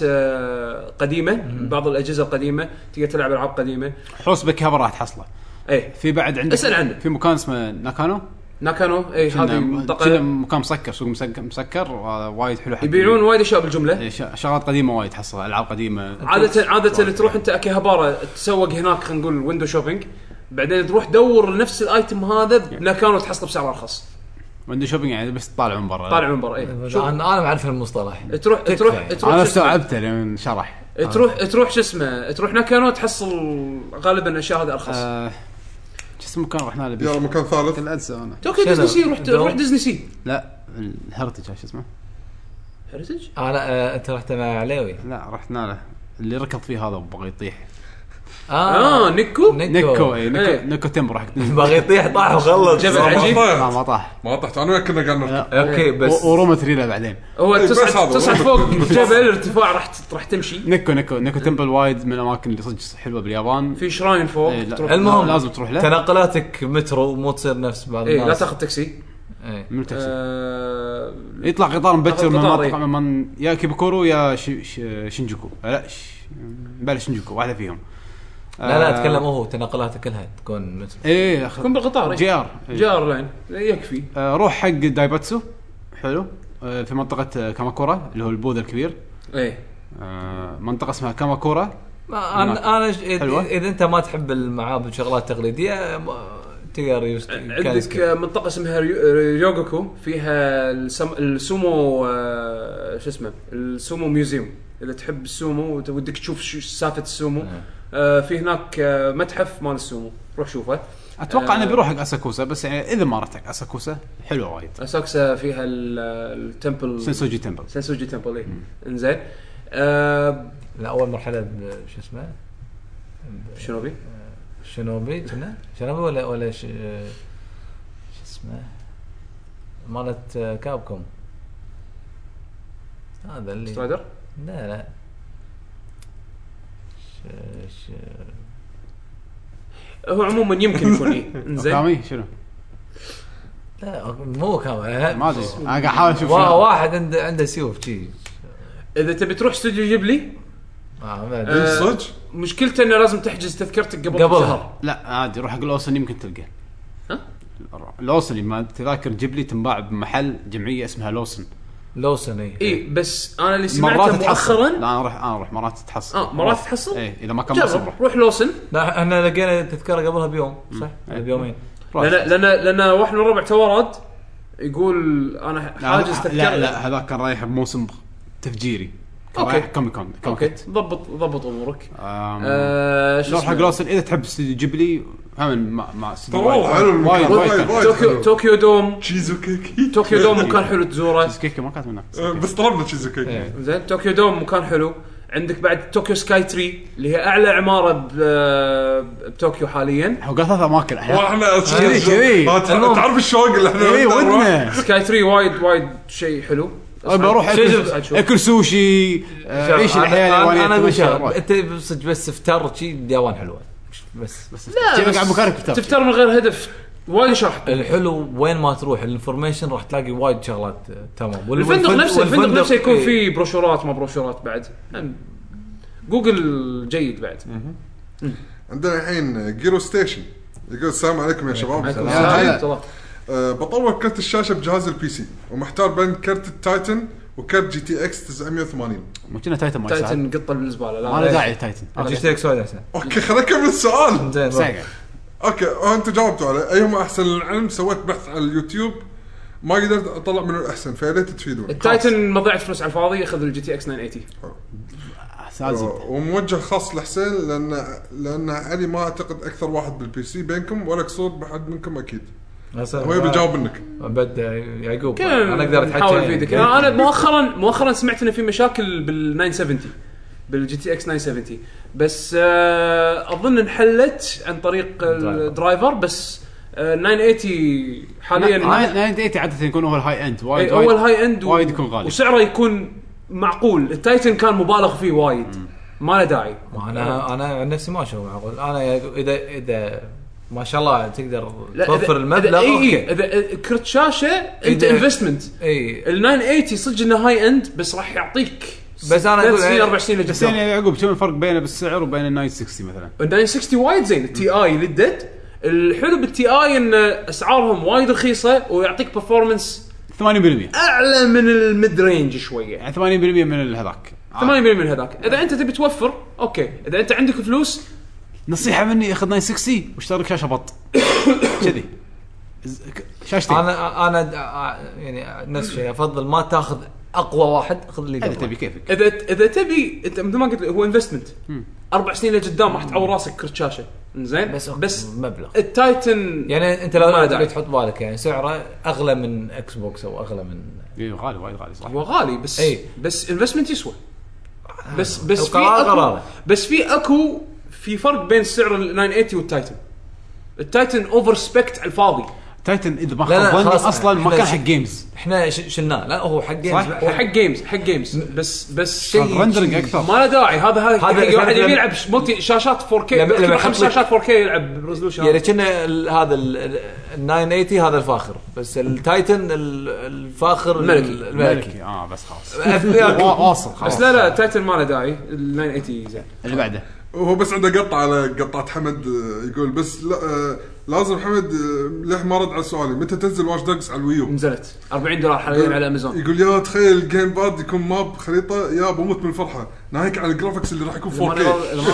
S2: قديمه، بعض الاجهزه القديمه تقدر تلعب العاب قديمه.
S1: حوس بكهبه راح تحصله.
S2: اي
S1: في بعد عندك
S2: اسال عنه،
S1: في مكان اسمه ناكانو.
S2: ناكانو اي هذه منطقه
S1: مكان مسكر، سوق مسكر مسكر وايد حلو،
S2: يبيعون وايد اشياء بالجمله.
S1: اي شغلات قديمه وايد تحصل، العاب قديمه.
S2: عاده عاده اللي تروح انت اكيهابارا تسوق هناك، خلينا نقول ويندو شوبينج، بعدين تروح دور نفس الايتم هذا بناكانو تحصله بسعر ارخص. ويندو
S1: شوبينج يعني بس طالع من برا،
S2: طالع من برا. اي
S4: انا انا ما اعرف المصطلح.
S2: تروح تروح تروح
S1: انا استوعبته لما شرح.
S2: تروح تروح شو اسمه، تروح ناكانو تحصل غالبا الاشياء هذه ارخص.
S1: آه شو اسمه مكان رحنا له؟
S3: يلا مكان ثالث.
S1: الانسى انا
S2: توكي ديزني سي. رحت روح ديزني سي.
S1: لا الهرتج شو اسمه؟
S2: هرتج.
S4: اه لا انت رحت مع عليوي.
S1: لا رحنا له اللي ركض فيه هذا وبغى يطيح.
S2: اه, آه نيكو
S1: نيكو اي نيكو, ايه. نيكو تمبر راح
S4: باغي يطيح طاح وخلص
S2: جبل عجيب.
S1: ما ما طاح
S3: ما طحت انا كنا قاعد نركض.
S4: اوكي بس
S1: وروما تريلا بعدين
S2: هو تصعد تصعد فوق جبل ارتفاع راح راح تمشي.
S1: نيكو نيكو نيكو تمبل وايد من الاماكن اللي صدق حلوه باليابان.
S2: في شراين فوق
S1: ايه
S2: تروح.
S4: المهم
S1: لازم تروح له.
S4: تنقلاتك مترو مو تصير نفس بعض الناس.
S2: ايه لا تاخذ تاكسي.
S4: ايه
S1: من تاكسي
S2: آه
S1: يطلع قطار مبكر من
S2: قطار
S1: منطقه من يا كيبوكورو يا شينجوكو. لا بلاش شينجوكو واحده فيهم.
S4: لا لا اتكلم هو تنقلاته كلها تكون متر.
S1: ايه
S2: تكون بالقطار
S1: جي ار
S2: جي ار لاين يكفي.
S1: آه روح حق دايباتسو حلو. آه في منطقه كاماكورا اللي هو البوذ الكبير.
S2: ايه
S1: آه منطقه اسمها كاماكورا.
S4: انا انا اذا انت ما تحب المعابد شغلات تقليديه تقدر يست...
S2: عندك منطقه اسمها ريوغوكو فيها السم... السومو آه شو اسمه السومو ميوزيوم. اذا تحب السومو ودك تشوف شو سالفه السومو آه في هناك آه متحف مال السومو روح شوفه.
S1: اتوقع
S2: آه
S1: انه بيروح حق اساكوسا بس يعني اذا ما رحت حق اساكوسا حلوه وايد.
S2: اساكوسا فيها التمبل
S1: سنسوجي تمبل.
S2: سنسوجي تمبل اي انزين. آه
S4: لا اول مرحله شو اسمه
S2: شنوبي
S4: شنوبي كنا شنوبي ولا ولا شو اسمه مالت كابكوم هذا اللي
S2: سترايدر.
S4: لا لا ش ش
S2: هو عموما يمكن يكون ايه انزين.
S1: كامي شنو؟
S4: لا مو كامي
S1: ما ادري انا قاعد احاول اشوف
S4: واحد عنده عنده سيوف شي.
S2: اذا تبي تروح استوديو جيبلي
S3: اه صدق
S2: مشكلته انه لازم تحجز تذكرتك قبل
S4: قبل
S2: شهر.
S1: لا عادي روح حق الاوسن يمكن تلقى.
S2: ها
S1: الاوسن ما تذاكر جيبلي تنباع بمحل جمعيه اسمها لوسن.
S4: لوسن اي
S2: اي بس انا اللي سمعته مؤخرا.
S1: لا انا اروح انا اروح مرات تحصل.
S2: اه مرات تحصل.
S1: اي اذا ما كان مصر
S2: روح لوسن.
S4: لا احنا لقينا تذكره قبلها بيوم صح بيومين.
S2: لان لان لان واحد من ربع توارد يقول انا حاجز
S1: لا
S2: تذكره.
S1: لا, لا هذا كان رايح بموسم تفجيري.
S2: اوكي
S1: كومي كون
S2: اوكي ضبط ضبط امورك.
S1: آه شو حق راسل اذا تحب استوديو جيبلي هم مع مع استوديو
S3: وايد وايد
S2: طوكيو طوكيو دوم
S3: تشيزو كيكي
S2: طوكيو دوم مكان حلو تزوره.
S1: تشيز كيك ما كانت منك
S3: بس طلبنا تشيزو كيكي.
S2: زين طوكيو دوم مكان حلو. عندك بعد طوكيو سكاي تري اللي هي اعلى عماره بطوكيو حاليا.
S1: هو قال ثلاث اماكن
S3: واحنا
S1: كذي كذي
S3: تعرف الشوق اللي احنا
S1: اي ودنا
S2: سكاي تري وايد وايد شيء حلو.
S1: بروح اكل, أكل سوشي عيش الحياه اليابانيه.
S4: انا اقول شغله انت بصدق بس افتر شيء اليابان حلوه بس
S2: بس لا
S1: قاعد مكانك تفتر
S2: تفتر من غير هدف وايد شرح.
S4: الحلو وين ما تروح الانفورميشن راح تلاقي وايد شغلات تمام.
S2: والفندق نفسه الفندق نفسه يكون فيه بروشورات ما بروشورات بعد. جوجل جيد بعد.
S3: عندنا الحين جيرو ستيشن يقول السلام عليكم يا شباب.
S2: أه
S3: بطور كرت الشاشه بجهاز البي سي ومحتار بين كرت التايتن وكرت جي تي اكس تسعمية وثمانين.
S1: مو كنا تايتن ما
S2: تايتن قطه بالزباله. لا
S1: ما له داعي تايتن
S4: جي تي اكس وايد احسن.
S3: اوكي خلينا نكمل السؤال.
S4: زين
S3: اوكي انتم جاوبتوا عليه ايهما احسن للعلم. سويت بحث على اليوتيوب ما قدرت اطلع منه الاحسن فيا ريت تفيدوني.
S2: التايتن مضيعه فلوس على الفاضي. اخذ الجي تي اكس تسعمية وثمانين.
S3: وموجه خاص لحسين لان لان علي ما اعتقد اكثر واحد بالبي سي بينكم ولا قصور بحد منكم اكيد. هو يبي يجاوب منك
S4: بعد يعقوب. انا اقدر اتحكى.
S2: انا مؤخرا مؤخرا سمعت انه في مشاكل بال تسعمية وسبعين بالجي تي اكس تسعمية وسبعين بس اظن انحلت عن طريق الدرايفر. بس تسعمية وثمانين حاليا
S1: تسعمية وثمانين عاده يكون هو الهاي اند وايد
S2: هو الهاي اند
S1: وايد يكون غالي
S2: وسعره يكون معقول. التايتن كان مبالغ فيه وايد ما له داعي.
S4: انا انا عن نفسي ما اشوف معقول. انا اذا اذا ما شاء الله تقدر توفر المبلغ
S2: إيه
S4: اوكي.
S2: اذا كرت شاشه انت انفستمنت
S4: اي
S2: ال تسعمية وثمانين صدق انه هاي اند بس راح يعطيك.
S4: بس انا اقول
S2: سنين اربع سنين
S1: بس يعني يعقوب شو الفرق بينه بالسعر وبين ال تسعمية وستين مثلا؟
S2: ال تسعمية وستين وايد زين. التي اي للدد الحلو بالتي اي ان اسعارهم وايد رخيصه ويعطيك برفورمانس
S1: ثمانين بالمية
S2: اعلى من الميد رينج شويه.
S1: يعني ثمانين بالمية من هذاك
S2: ثمانين بالمية من هذاك. اذا انت تبي توفر اوكي. اذا انت عندك فلوس
S1: نصيحه مني اخذ تسعمية وستين واشترك شاشه بط كذي شاشتين.
S4: انا انا يعني نفس الشيء افضل ما تاخذ اقوى واحد. خذ اللي
S1: اذا تبي كيفك.
S2: اذا اذا تبي انت مثل ما قلت هو انفستمنت اربع سنين لقدام راح تعور راسك كرت شاشه زين.
S4: بس,
S2: بس
S4: مبلغ
S2: التايتن
S4: يعني انت لو تبي تحط بالك يعني سعره اغلى من اكس بوكس او اغلى من
S1: ايه غالي وايد غالي صح.
S2: هو غالي بس
S4: ايه.
S2: بس انفستمنت يسوى. بس بس في أكو بس في اكو في فرق بين سعر ال تسعمية وثمانين والتايتن. التايتن اوفر سبيكت على الفاضي.
S1: تايتن اذا ما خاب ظني اصلا ما كان حق جيمز.
S4: احنا شلناه. لا هو حق جيمز.
S2: هو حق جيمز حق جيمز بس بس
S1: شيء رندرنج اكثر ما
S2: له داعي. هذا هذا حق واحد يبي يلعب ملتي شاشات فور كي خمس شاشات فور كي يلعب بريزولوشن.
S4: يعني كنا هذا ال تسعمية وثمانين هذا الفاخر بس التايتن الفاخر
S2: الملكي
S1: الملكي اه بس خلاص واصل خلاص.
S2: بس لا لا التايتن ما له داعي. ال تسعمية وثمانين زين.
S1: اللي بعده
S3: هو بس عنده قطع على قطعة حمد يقول بس لا لازم حمد ليه ما رد على سؤالي متى تنزل واش دوجز على الويو؟
S2: نزلت أربعين دولار حاليا على امازون.
S3: يقول يا تخيل الجيم باد يكون ماب خريطه يا بموت من الفرحه ناهيك على الجرافيكس اللي راح يكون فور كي.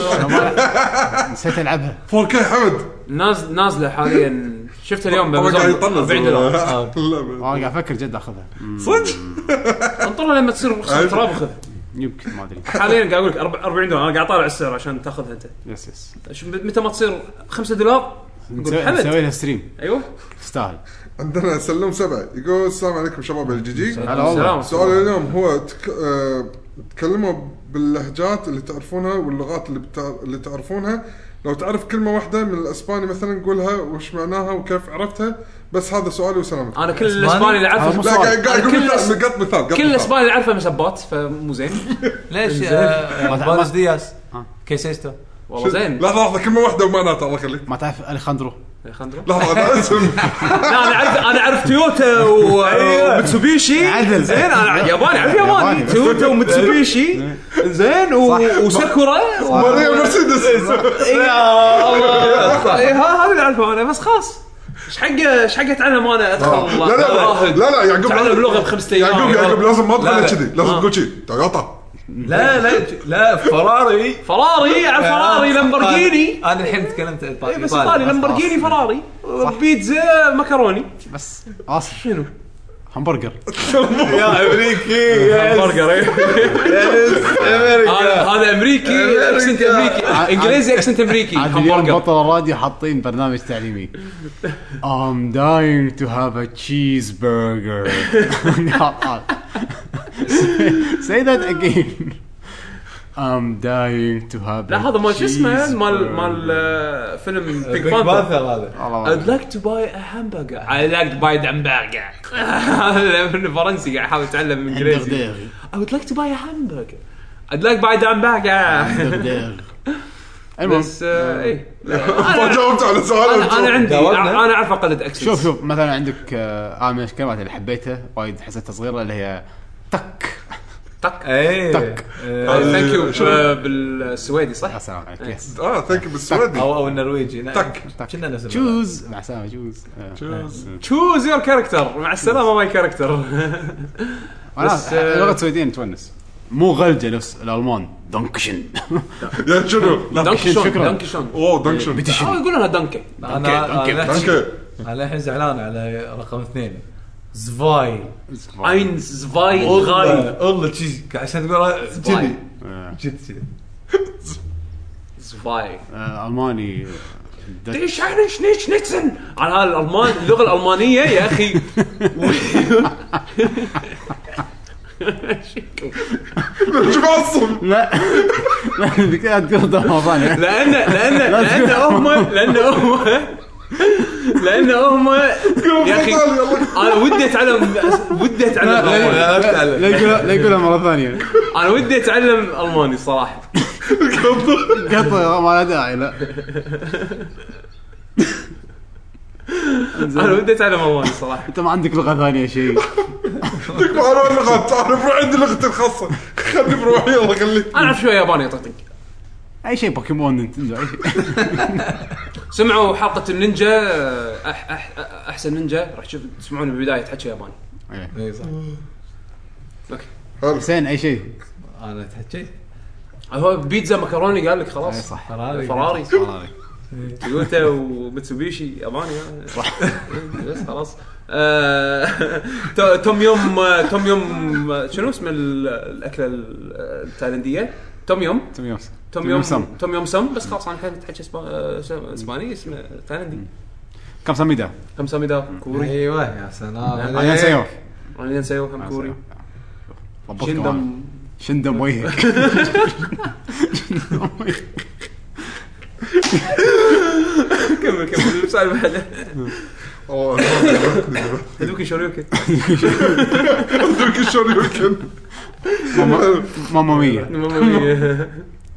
S1: نسيت العبها
S3: فور كي حمد
S2: ناز نازله حاليا. شفتها اليوم بامازون
S3: أربعين دولار.
S1: انا قاعد افكر جد اخذها
S3: صدق.
S2: انطرها لما تصير رخصه تراب خذها
S1: يمكن ما ادري.
S2: حاليا قاعد اقول لك أربعين دولار. انا قاعد طالع السعر عشان تاخذها انت.
S1: يس يس
S2: متى ما تصير خمسة دولار
S1: نسوي لها ستريم.
S2: ايوه
S1: تستاهل.
S3: عندنا سلم سبعة يقول السلام عليكم شباب الجي جي.
S2: السلام.
S3: سؤال اليوم هو تك... أه... تكلموا باللهجات اللي تعرفونها واللغات اللي بتع... اللي تعرفونها. لو تعرف كلمة واحدة من الاسباني مثلا قولها وش معناها وكيف عرفتها. بس هذا سؤالي وسلامتك.
S2: انا كل الاسباني اللي اعرفه
S3: لا قاعد اقول مثال مثال
S2: كل الاسباني اللي اعرفه مسبات فمو زين.
S4: ليش بونس دياس كيسيستو
S2: والله زين.
S3: لحظه لحظه كلمه واحده ومعناتها الله يخليك.
S1: ما تعرف اليخاندرو؟
S2: اليخاندرو
S3: لحظه هذا اسم.
S2: لا انا اعرف انا اعرف تويوتا وميتسوبيشي
S1: عدل
S2: زين. انا ياباني اعرف ياباني تويوتا وميتسوبيشي زين وساكورا
S3: وماريا مرسيدس.
S2: يا الله هذا اللي اعرفه انا بس خلاص. ايش حقه ايش حقه تعلم انا ادخل.
S3: لا لا لا لا يعقوب
S2: تعلم لغه بخمسة ايام.
S3: يعقوب يعقوب لازم ما تقول كذي لازم تقول شيء تويوتا.
S4: لا لا لا فراري
S2: فراري على فراري لامبورجيني.
S4: انا الحين تكلمت
S2: ايطالي بس ايطالي لامبورجيني فراري بيتزا مكروني
S1: بس اصل
S2: شنو
S1: همبرجر.
S4: يا امريكي
S2: همبرجر هذا هذا امريكي اكسنت امريكي انجليزي اكسنت امريكي
S1: عاد اليوم
S2: همبرجر.
S1: بطل الراديو حاطين برنامج تعليمي. I'm dying to have a cheeseburger. Say that again. I'm dying to have.
S2: لا هذا ما شو اسمه مال مال فيلم بيك
S4: بيك
S2: بانثر.
S4: بانثر هذا.
S2: I'd like to buy a hamburger. I like to buy a hamburger. هذا فرنسي قاعد يحاول يتعلم انجليزي. I would like to buy a hamburger. I'd like to buy a hamburger. بس ايه
S3: ما جاوبت على سؤال.
S2: انا أنا عندي
S4: جاوبنا.
S2: انا اعرف اقلد اكسنت.
S1: شوف شوف مثلا عندك آه من الكلمات اللي حبيتها وايد حسيتها صغيره اللي هي تك
S2: تك
S4: اي
S1: تك.
S2: ثانك يو بالسويدي صح؟
S1: السلام عليكم. يس
S3: اه ثانك بالسويدي.
S4: او او النرويجي
S3: تك.
S4: كنا نفس
S1: تشوز مع سلامه تشوز
S3: تشوز.
S2: تشوز يور كاركتر مع السلامه ماي كاركتر.
S1: بس لغه سويدين تونس مو غلجه نفس الالمان. دانكشن.
S3: يا شنو
S2: دانكشون
S1: شكراً.
S2: دانكشون
S3: اوه دانكشن
S2: اه يقولونها دانكي.
S4: انا انا
S3: دانكي
S4: انا الحين زعلان على رقم اثنين زفاي
S2: اينز زفاي غاي
S4: والله شيء عشان تقول كذي جد كذي
S2: زفاي
S1: الماني.
S2: ديش عارش نيش نيتسن على هالالمان اللغه الالمانيه يا اخي.
S3: شوف عصب.
S1: لا لا بكذا تقول ده ثانيه.
S2: لان لان لان هم لان هم لان هم يا اخي انا ودي اتعلم ودي اتعلم
S1: لا يقول لا يقولها مره ثانيه.
S2: انا ودي اتعلم الماني صراحه.
S1: قطع ما له داعي. لا
S2: انا ودي اتعلم الماني صراحه.
S1: انت ما عندك لغه ثانيه شيء.
S3: تكفى انا اللغات تعرف عندي لغتي الخاصه خلي بروحي يلا خلي.
S2: انا اعرف شويه ياباني طقطق.
S1: اي شيء بوكيمون نينتندو اي شيء.
S2: سمعوا حلقه النينجا أح أح احسن نينجا راح تشوف تسمعون بالبدايه تحكي ياباني.
S4: اي صح
S2: اوكي
S1: حسين اي شيء.
S4: انا تحكي
S2: هو بيتزا مكروني قال لك خلاص
S1: اي صح.
S4: فراري
S2: فراري
S1: فراري.
S2: تويوتا وميتسوبيشي ياباني بس خلاص. آه، توم يوم توم يوم شنو اسم الاكله التايلنديه؟ توم يوم
S1: توم يوم
S2: توم يوم توم يوم سم. بس خلاص انا الحين تحكي اسباني اسمه تايلندي.
S1: كم سميده؟
S2: كم سميدا كوري.
S4: ايوه يا سلام
S1: انا سيو
S2: انا نسيو هم كوري.
S1: شندم
S2: شندم
S1: شندم وجهك.
S2: كمل كمل السؤال بعده.
S3: اوه
S2: هذوك شوريوكي
S3: هذوك شوريوكن.
S1: ماما ماما مية.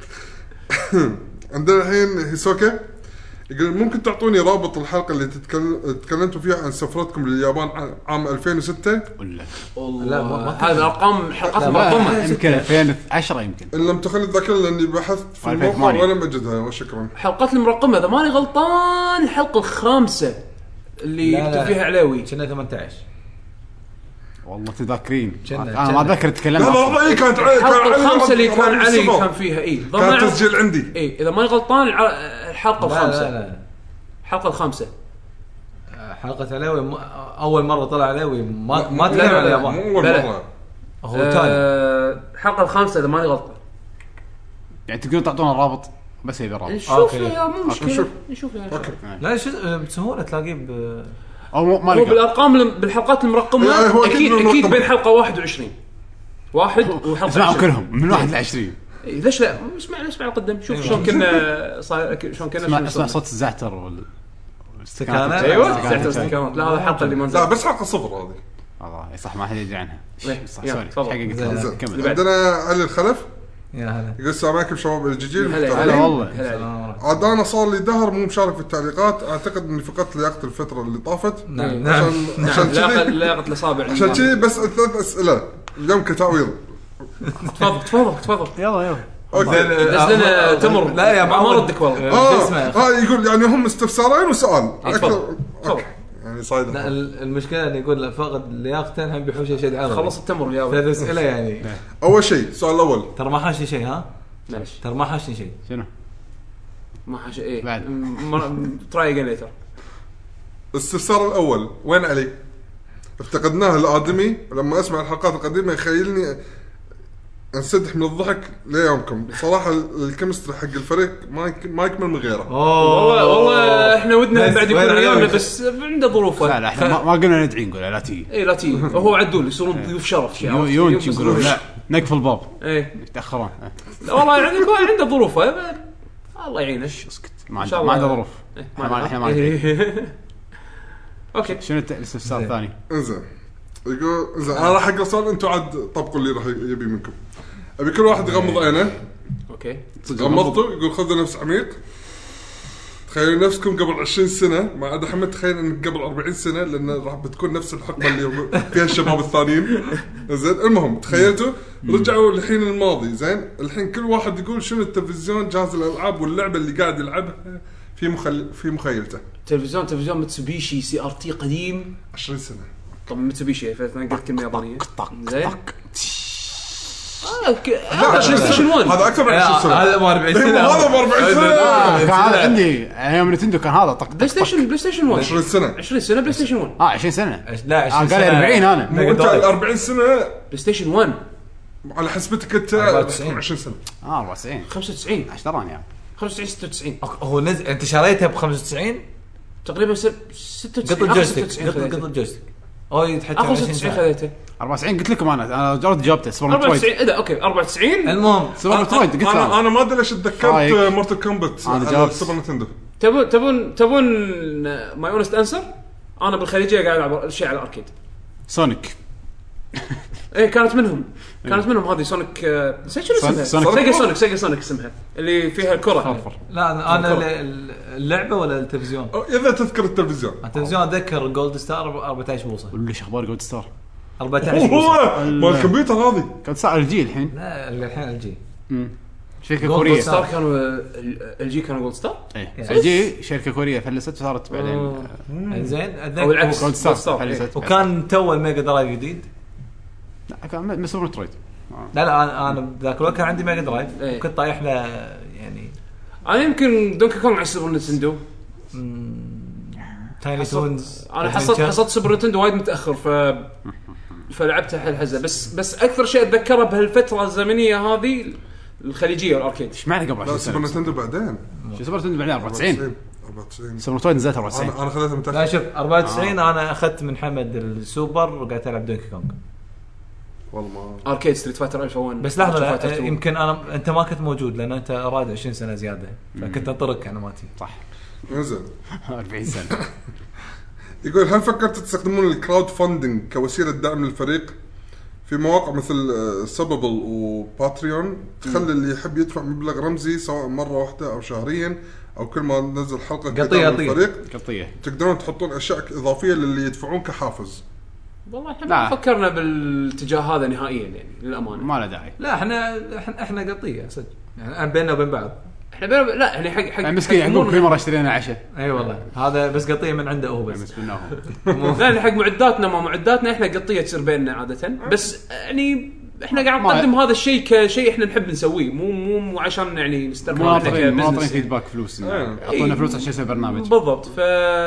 S3: عندنا الحين هيسوكا يقول ممكن تعطوني رابط الحلقه اللي تكلمتوا فيها عن سفرتكم لليابان عام ألفين وستة؟
S1: ولا
S4: لا ما
S2: هذا ارقام حلقات مرقمه.
S1: يمكن ألفين وعشرة يمكن.
S3: ان لم تخل الذاكره لاني بحثت في الموقع ولم اجدها وشكرا.
S2: حلقات المرقمه اذا ماني غلطان الحلقه الخامسه اللي يكتب فيها علاوي
S4: كنا ثمانية عشر.
S1: والله تذاكرين
S4: جنة
S1: انا
S4: جنة.
S1: ما ذكرت تكلمنا.
S3: لا لا اي كانت
S2: الحلقه الخامسه اللي كان علي كان فيها اي
S3: كان تسجيل عندي.
S2: اي اذا ماني غلطان الحلقه الخامسه.
S4: لا لا
S2: الحلقه الخامسه
S4: حلقه علاوي م... اول مره طلع علاوي ما ما تكلم عن اليابان.
S3: مو اول
S2: لا.
S3: مره
S4: هو ثاني
S2: الحلقه الخامسه اذا ماني غلطان.
S1: يعني تقدرون تعطونا الرابط بس يبي الرابط
S2: نشوف
S4: أوكي.
S2: يا مو مشكله
S3: نشوف.
S2: نشوف يا
S3: اوكي
S4: لا شو بسهوله تلاقيه ب...
S1: او مو- ما
S2: هو
S1: لقى.
S2: بالارقام الم- بالحلقات المرقمه
S3: لا، هو أكيد
S2: اكيد اكيد
S3: بالمرقمة.
S2: بين حلقه واحد وعشرين واحد وحلقه
S1: اسمعوا
S2: عشرين.
S1: كلهم من واحد لعشرين.
S2: إيه، ليش لا اسمع اسمع القدم شوف شلون كنا صاير شلون كنا
S1: اسمع
S2: شنو
S1: اسمع
S2: صرنا.
S1: صوت الزعتر وال
S4: استكانات.
S2: ايوه
S1: استكانات.
S2: زعتر استكانات. لا هذا الحلقه اللي ما
S3: لا
S2: نزل.
S3: بس حلقه صفر هذه.
S1: والله صح ما حد يدري عنها.
S2: إيه،
S1: صح
S2: يلا،
S1: سوري
S2: تفضل.
S1: حقك
S4: زين.
S1: كمل.
S2: بعد.
S3: عندنا علي الخلف
S4: يا هلا
S3: يقول السلام عليكم شباب الجيجيل.
S2: هلا
S1: هلا والله.
S2: هلا عليك.
S4: سلام عليكم.
S3: عاد انا صار لي دهر مو مشارك في التعليقات. اعتقد اني فقدت لياقه الفتره اللي طافت.
S4: نعم
S2: نعم.
S4: نعم
S3: عشان عشان
S2: لا
S3: كذي
S2: لا الاصابع
S3: عشان كذي بس ثلاث اسئله اليوم كتعويض.
S2: تفضل تفضل تفضل
S1: يلا يلا
S3: اوكي
S2: بس لنا تمر.
S4: لا يا
S2: ما
S4: معود.
S2: ردك والله.
S3: اه
S4: اسمع.
S3: ها يقول يعني هم استفسارين وسؤال
S2: تفضل.
S3: اكثر.
S2: تفضل.
S3: يعني صايد
S4: لا ال- المشكله انه يقول فقد لياقته هم بيحوش شيء عرض.
S2: خلص التمر يا
S4: ثلاث
S2: ولد.
S4: اسئله يعني
S3: اول شيء السؤال الاول
S4: ترى ما حاشني شيء ها
S2: معلش
S4: ترى ما حاشني شيء.
S1: شنو
S2: ما حاجه ايه
S1: بعد.
S2: تراي اجين ليتر.
S3: الاستفسار الاول وين علي؟ افتقدناه الادمي، ولما اسمع الحلقات القديمه يخيلني انسدح من الضحك ليومكم. صراحه الكيمستري حق الفريق ما ما يكمل من غيره.
S2: والله والله احنا ودنا بعد يكون ويانا بس عنده ظروفه.
S1: لا لا احنا ما, ما قلنا ندعي نقول لا تيجي.
S2: اي لا تيجي هو عدول يصيرون ضيوف شرف
S1: يو يونش يقولون لا نقفل الباب
S2: ايه
S1: يتاخرون.
S2: والله يعني يكون عنده ظروفه الله يعينه.
S1: اسكت ما عنده ما عنده ظروف.
S2: ما
S1: احنا ما ندري.
S2: اوكي
S1: شنو الاستفسار الثاني؟
S3: انزين يقول انزين انا راح اقرا سؤال انتم عاد طبقوا اللي راح يبي منكم. ابي كل واحد يغمض عينه.
S2: اوكي
S3: غمضته يقول خذوا نفس عميق. تخيلوا نفسكم قبل عشرين سنة ما عدا حمد تخيل انك قبل أربعين سنة لان راح بتكون نفس الحقبة اللي فيها الشباب الثانيين. زين المهم تخيلتوا رجعوا الحين الماضي. زين الحين كل واحد يقول شنو التلفزيون جهاز الالعاب واللعبة اللي قاعد يلعبها في مخل... في مخيلته.
S2: تلفزيون تلفزيون متسوبيشي سي ار تي قديم
S3: عشرين سنة.
S2: طب متسوبيشي فانا قلت كلمة يابانية زين.
S3: لا عشرين سنة هذا أكثر من عشرين سنة.
S4: هذا مو أربعين سنة.
S3: هذا مو أربعين سنة.
S1: كان هذا عندي ايام نتندو كان هذا طق
S2: بلاي ستيشن بلاي ستيشن واحد
S3: عشرين سنة.
S2: عشرين سنة بلاي ستيشن واحد.
S1: اه عشرين سنة.
S4: لا عشرين
S1: قال أربعين انا.
S3: مو انت أربعين سنة
S2: بلاي ستيشن واحد
S3: على حسبتك انت عشرين سنة.
S1: اه أربعة وتسعين
S2: خمسة وتسعين
S1: عشرة يعني
S2: خمسة وتسعين ستة وتسعين.
S4: هو نزل انت شريتها ب خمسة وتسعين
S2: تقريبا ستة وتسعين.
S4: قط الجويستيك قط قط الجويستيك او يتحكم
S2: اخر ستة وتسعين خذيته.
S1: أربعة وتسعين قلت لكم انا انا جربت جابته سوبر
S2: أربعة
S1: مترويد.
S2: وتسعين اذا اوكي أربعة وتسعين.
S4: المهم
S1: سوبر مترويد قلت
S3: انا
S1: انا
S3: انا ما ادري ليش تذكرت
S1: رايك.
S3: مورتال كومبات
S1: أنا
S3: على
S1: جاوبت.
S3: سوبر نينتندو.
S2: تبون تبون تبون ماي اونست انسر. انا بالخليجيه قاعد العب شيء على الاركيد.
S1: سونيك.
S2: ايه كانت منهم كانت منهم هذه سونيك. نسيت شنو اسمها.
S1: سونيك.
S2: سيجا سونيك سيجا سونيك اسمها اللي فيها الكره.
S1: فرفر.
S4: لا انا اللعبه ولا التلفزيون؟
S3: اذا تذكر التلفزيون
S4: التلفزيون اتذكر جولد ستار أربعة عشر بوصه.
S1: قول لي شو اخبار جولد ستار؟
S4: أربعة عشر بوصه.
S3: هو مال الكمبيوتر هذه
S1: كانت ساعه الجي الحين.
S4: لا الحين الجي
S1: امم شركه
S4: جولد
S1: كوريه.
S2: ستار كانوا الجي كانوا جولد ستار.
S1: ايه الجي شركه كوريه فلست وصارت بعدين
S4: زين
S2: او العكس
S1: جولد ستار
S2: ستار.
S1: فلست.
S4: وكان تو الميجا درايف جديد.
S1: لا كان من سوبر مترويد.
S4: لا لا انا انا ذاك الوقت كان عندي ميجا درايف
S2: إيه.
S4: كنت طايح له يعني
S2: انا يمكن دونكي كونغ على سوبر نينتندو.
S4: تايني تونز.
S2: انا حصلت حصلت سوبر نينتندو وايد متاخر ف فلعبتها حل حزه. بس بس اكثر شيء اتذكره بهالفتره الزمنيه هذه الخليجيه والاركيد.
S1: ايش معنى قبل
S3: لا
S1: عشرين
S3: سوبر
S1: سنه؟
S3: نينتندو بعدين
S1: شو سوبر نينتندو بعدين أربعة وتسعين.
S3: أربعة وتسعين
S1: سوبر مترويد نزلت أربعة وتسعين.
S3: انا انا خذيتها متاخر.
S4: لا شوف أربعة وتسعين آه. انا اخذت من حمد السوبر وقعدت العب دونكي كونغ.
S3: والله
S2: اركيد ستريت فايتر ألف وواحد.
S4: بس لحظه يمكن انا انت ما كنت موجود لان انت راد عشرين سنه زياده فكنت انطرك انا ماتي
S1: صح.
S3: انزين
S1: أربعين سنه.
S3: يقول هل فكرت تستخدمون الكراود فاندنج كوسيله دعم للفريق في مواقع مثل سببل وباتريون تخلي اللي يحب يدفع مبلغ رمزي سواء مره واحده او شهريا او كل ما ننزل حلقه
S4: قطية
S3: الفريق
S1: قطيه
S3: تقدرون تحطون اشياء اضافيه للي يدفعون كحافز.
S2: والله احنا
S1: لا.
S2: ما فكرنا بالاتجاه هذا نهائيا يعني للامانه.
S1: ما له داعي.
S4: لا احنا احنا احنا قطيه صدق يعني بيننا وبين بعض.
S2: احنا بينا لا يعني حق حق
S1: يعني مسكين يعقوب كل مره اشترينا عشاء.
S4: اي والله هذا بس قطيه من عنده هو بس.
S1: مسكناه.
S2: لا حق معداتنا ما معداتنا احنا قطيه تصير بيننا عاده. بس يعني احنا قاعد نقدم هذا الشيء كشيء احنا نحب نسويه مو مو مو عشان يعني نسترخي
S1: احنا كبزنس فيدباك فلوس اعطونا فلوس عشان نسوي برنامج
S2: بالضبط. ف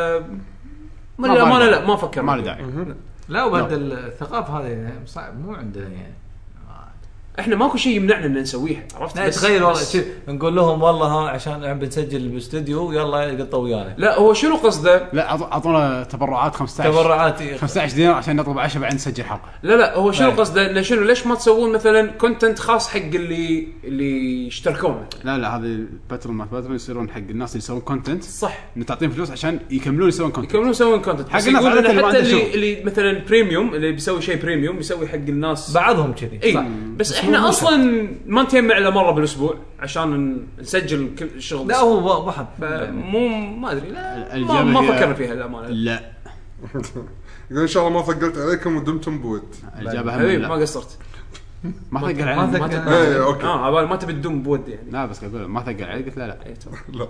S2: ما لا ما لا ما فكرنا
S1: ما له داعي.
S4: لا وبعد الثقافه هذه صعب مو عندنا يعني
S2: احنا ماكو شيء يمنعنا ان نسويها عرفت.
S4: بس تخيل والله شوف نقول لهم والله ها عشان عم بنسجل بالاستوديو يلا يقطوا ويانا.
S2: لا هو شنو قصده؟
S1: لا اعطونا تبرعات خمسة عشر
S4: تبرعات
S1: خمسة عشر دينار عشان نطلب عشاء بعدين نسجل حلقه.
S2: لا لا هو شنو قصده انه شنو ليش ما تسوون مثلا كونتنت خاص حق اللي اللي يشتركون.
S1: لا لا هذه الباترون ما باترون يصيرون حق الناس اللي يسوون كونتنت
S2: صح
S1: ان تعطيهم فلوس عشان يكملون يسوون كونتنت
S2: يكملون يسوون كونتنت
S1: حق الناس
S2: يقول
S1: اللي
S2: حتى اللي, اللي مثلا بريميوم اللي بيسوي شيء بريميوم يسوي حق الناس
S4: بعضهم كذي
S2: اي بس, بس احنا اصلا ما نتجمع الا مره بالاسبوع عشان نسجل كل الشغل.
S4: لا هو واحد
S2: مو ما ادري لا ما, ما فكرنا فيها الامانه.
S1: لا
S3: يقول ان شاء الله ما ثقلت عليكم ودمتم بود.
S1: الاجابه
S2: هم ما قصرت
S1: ما ثقل علي
S2: ما
S1: ثقل
S3: اي اوكي
S2: اه عبال ما تبي تدم بود يعني.
S1: لا بس اقول ما ثقل علي قلت لا لا
S3: لا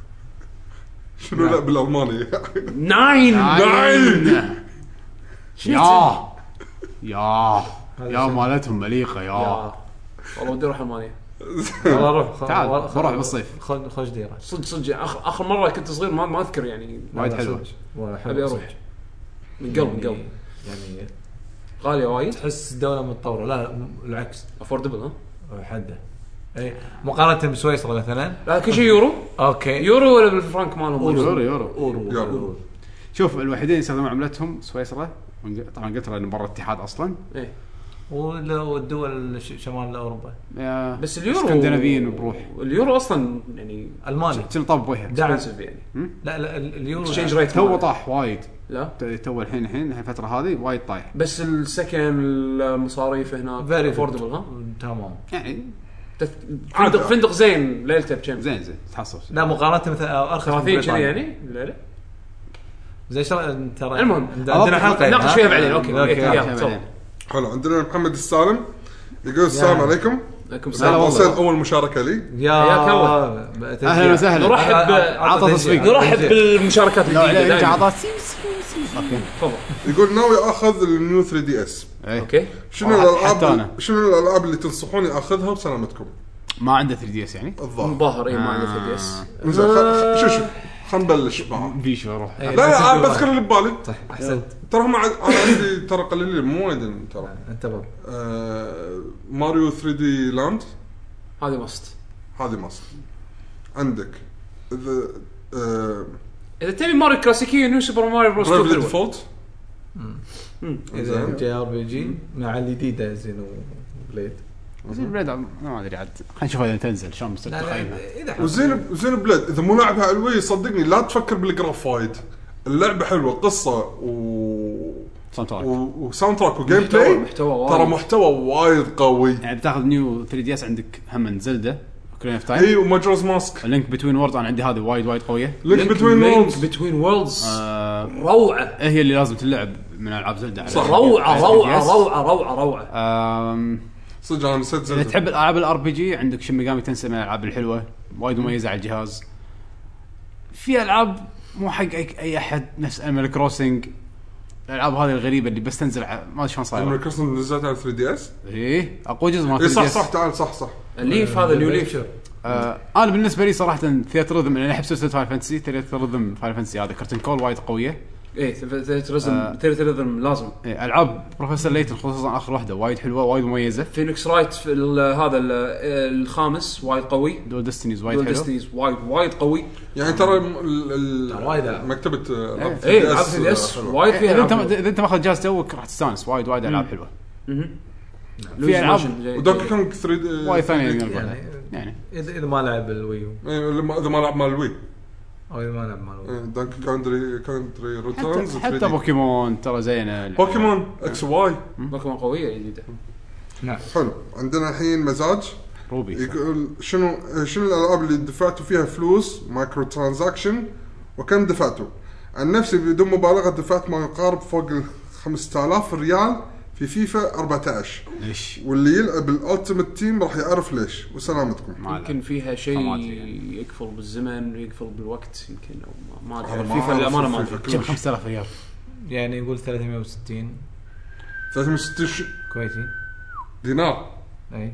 S3: شنو لا بالالماني
S2: ناين
S3: ناين
S1: يا يا يا مالتهم مليقه يا
S2: والله ودي اروح المانيا.
S4: والله روح
S1: تعال بروح بالصيف
S4: خذ خذ ديره
S2: صدق صدق اخر اخر مره كنت صغير ما ما اذكر يعني
S1: وايد حلوه
S2: ابي اروح من قلب من قلب.
S4: يعني
S2: غاليه وايد
S4: تحس دوله متطوره. لا م- العكس
S2: افوردبل ها
S4: حده اي مقارنه بسويسرا مثلا.
S2: لا كل شيء يورو
S4: اوكي
S2: يورو ولا بالفرنك مالهم
S1: يورو يورو
S4: أورو.
S3: يورو.
S1: شوف الوحيدين يستخدمون عملتهم سويسرا، طبعا قلت لها انه برا الاتحاد اصلا.
S2: ايه
S4: ولا والدول ش- شمال اوروبا
S1: يا
S2: بس اليورو
S1: اسكندنافيين بروح
S2: اليورو اصلا يعني
S4: الماني
S1: كنا طاب بوجهه.
S4: دعم.
S2: expensive يعني
S4: لا لا ال- اليورو
S2: اكسشينج ريت
S1: تو طاح وايد،
S2: لا
S1: تو الحين الحين الفتره هذه وايد طايح
S2: بس السكن المصاريف هناك
S4: فيري
S2: افوردبل ها
S4: تمام.
S1: يعني.
S2: تت- فندق فندق زين ليلته بكم
S1: زين زين تحصل.
S4: لا مقارنه مثلا ارخص من
S2: ثلاثين كذي
S4: بريطانيا.
S2: يعني لا لا
S4: زي شر... ترى
S2: المهم.
S4: عندنا حلقه
S2: ناقش فيها بعدين اوكي
S4: اوكي
S2: يلا
S1: بعدين.
S2: تفضل.
S3: حلو. عندنا محمد السالم يقول السلام عليكم.
S2: عليكم
S1: هلا
S2: السلام
S1: والله.
S3: وصل اول مشاركه لي.
S4: يا
S2: حياك الله.
S4: تشجيع.
S1: اهلا وسهلا.
S2: نرحب ب-
S1: عطى تصفيق.
S2: نرحب بالمشاركات
S1: لو
S2: الجديده
S1: عليه
S2: دائماً.
S1: عطى سي سي سي اوكي
S2: تفضل
S3: يقول ناوي اخذ النيو ثري دي اس.
S1: إيه.
S2: اوكي
S3: شنو
S1: حتى
S3: الالعاب
S1: أنا.
S3: شنو الالعاب اللي تنصحوني اخذها بسلامتكم؟
S1: ما عنده ثري دي اس يعني.
S3: الظاهر.
S2: الظاهر اي ما عنده ثري دي اس
S3: زين خل- شو شو خلينا نبلش معاه.
S1: بيشو اروح.
S4: إيه،
S3: لا لا
S4: بس
S3: بس كل اللي ببالي
S4: احسنت
S3: ترى هم عاد- انا عندي ترى قليلين مو وايد ترى.
S4: انت باب
S3: آه، ماريو ثري دي لاند
S2: هذه مست
S3: هذه مصر. عندك اذا آه،
S2: اذا تبي ماريو كلاسيكيه نيو سوبر ماريو بروس تو
S3: بريفلي
S2: حلوة.
S3: ديفولت.
S4: اذا جي ار بي جي مع الجديده زينو بليد.
S1: زين بلاد ما ادري عاد خلينا نشوف اذا تنزل شلون مستوى تقييمها.
S4: اذا
S3: وزين وزين بلاد اذا مو لاعبها على الوي صدقني لا تفكر بالجراف وايد. اللعبه حلوه قصه و
S1: ساوند تراك.
S3: و- وساوند تراك وجيم
S2: محتوى-
S3: بلاي.
S2: محتوى وايد.
S3: ترى محتوى وايد قوي.
S1: يعني بتاخذ نيو ثري دي اس عندك هم زلده اوكرين اوف
S3: هي
S1: تايم.
S3: وماجورز ماسك.
S1: لينك بتوين وورد انا عندي هذه وايد وايد قويه.
S3: لينك بتوين وورلدز.
S2: بتوين وورلدز
S1: آه،
S2: روعه
S1: هي اللي لازم تلعب من العاب زلده على
S3: صح.
S2: روعه
S1: على
S2: روعه
S1: ثري دي إس.
S2: روعه روعه روعه
S1: آم،
S3: صدق انا نسيت
S1: اذا
S3: زلدة.
S1: تحب الالعاب الار بي جي عندك شين ميجامي تنسى من الالعاب الحلوه وايد مميزه على الجهاز. في العاب مو حق اي, أي احد نفس انيمال كروسنج. الالعاب هذه الغريبه اللي بس تنزل ع- ما ادري شلون صايره.
S3: الميكروسون نزلت على ثري دي اس.
S1: ايه اقوى جزء ما
S3: اي صح صح تعال صح صح.
S2: الليف هذا نيو ليف
S1: آه انا بالنسبه لي صراحه ثياتر ريذم لاني احب سلسله فاينل فانتسي. ثياتر ريذم فاينل فانتسي هذا كرتن كول وايد قويه.
S2: ايه ثيريزم ثيريزم لازم
S1: إيه العاب بروفيسور ليتن خصوصا اخر واحده وايد حلوه وايد مميزه.
S2: فينيكس رايت في ال- هذا ال- الخامس وايد قوي
S1: دول ديستنيز وايد
S2: دول
S1: حلو.
S2: ديستنيز وايد وايد قوي
S3: يعني ترى ال- ال-
S4: ترى وايد ألعاب.
S3: مكتبه آه،
S2: ايه
S3: 3
S2: العاب
S3: DS،
S2: ثري دي اس
S3: حلوة.
S2: وايد فيها
S1: اذا انت
S2: ألعاب.
S1: اذا انت ماخذ جهاز توك راح تستانس وايد وايد العاب حلوه.
S2: مهم.
S1: في ألعاب
S2: Luigi's Mansion زي-
S3: ودونكي كونغ ثري دي
S1: وايد ثانيه
S3: يعني
S1: يعني, يعني.
S4: اذا اذا ما لعب الويو
S3: اذا ما لعب مال الوي.
S4: او اذا ما لعب مع الويو
S3: دونكي كونتري كونتري ريتيرنز
S1: حتى, حتى بوكيمون ترى زينه.
S3: بوكيمون اكس واي.
S2: بوكيمون قويه جديده
S4: نعم
S3: حلو. عندنا الحين مزاج
S1: روبي
S3: يقول شنو شنو الالعاب اللي دفعتوا فيها فلوس مايكرو ترانزاكشن وكم دفعتوا؟ عن نفسي بدون مبالغه دفعت ما يقارب فوق ال خمسة آلاف ريال في فيفا أربعة عشر.
S1: ليش
S3: واللي يلعب الالتيميت تيم راح يعرف ليش. وسلامتكم.
S1: ما
S2: يمكن فيها شيء
S1: ما أدري يعني.
S2: يكفر بالزمن ويكفر بالوقت يمكن او ما- ما
S3: هذا
S2: ادري
S3: ما
S2: فيفا
S3: أعرف
S2: الامانه ما
S3: فيفا
S2: ادري
S1: كم
S3: كلش.
S1: خمسة آلاف ريال.
S4: يعني يقول ثلاثمية وستين
S3: ثلاثمية وستين ش-
S4: كويتي
S3: دينار
S4: اي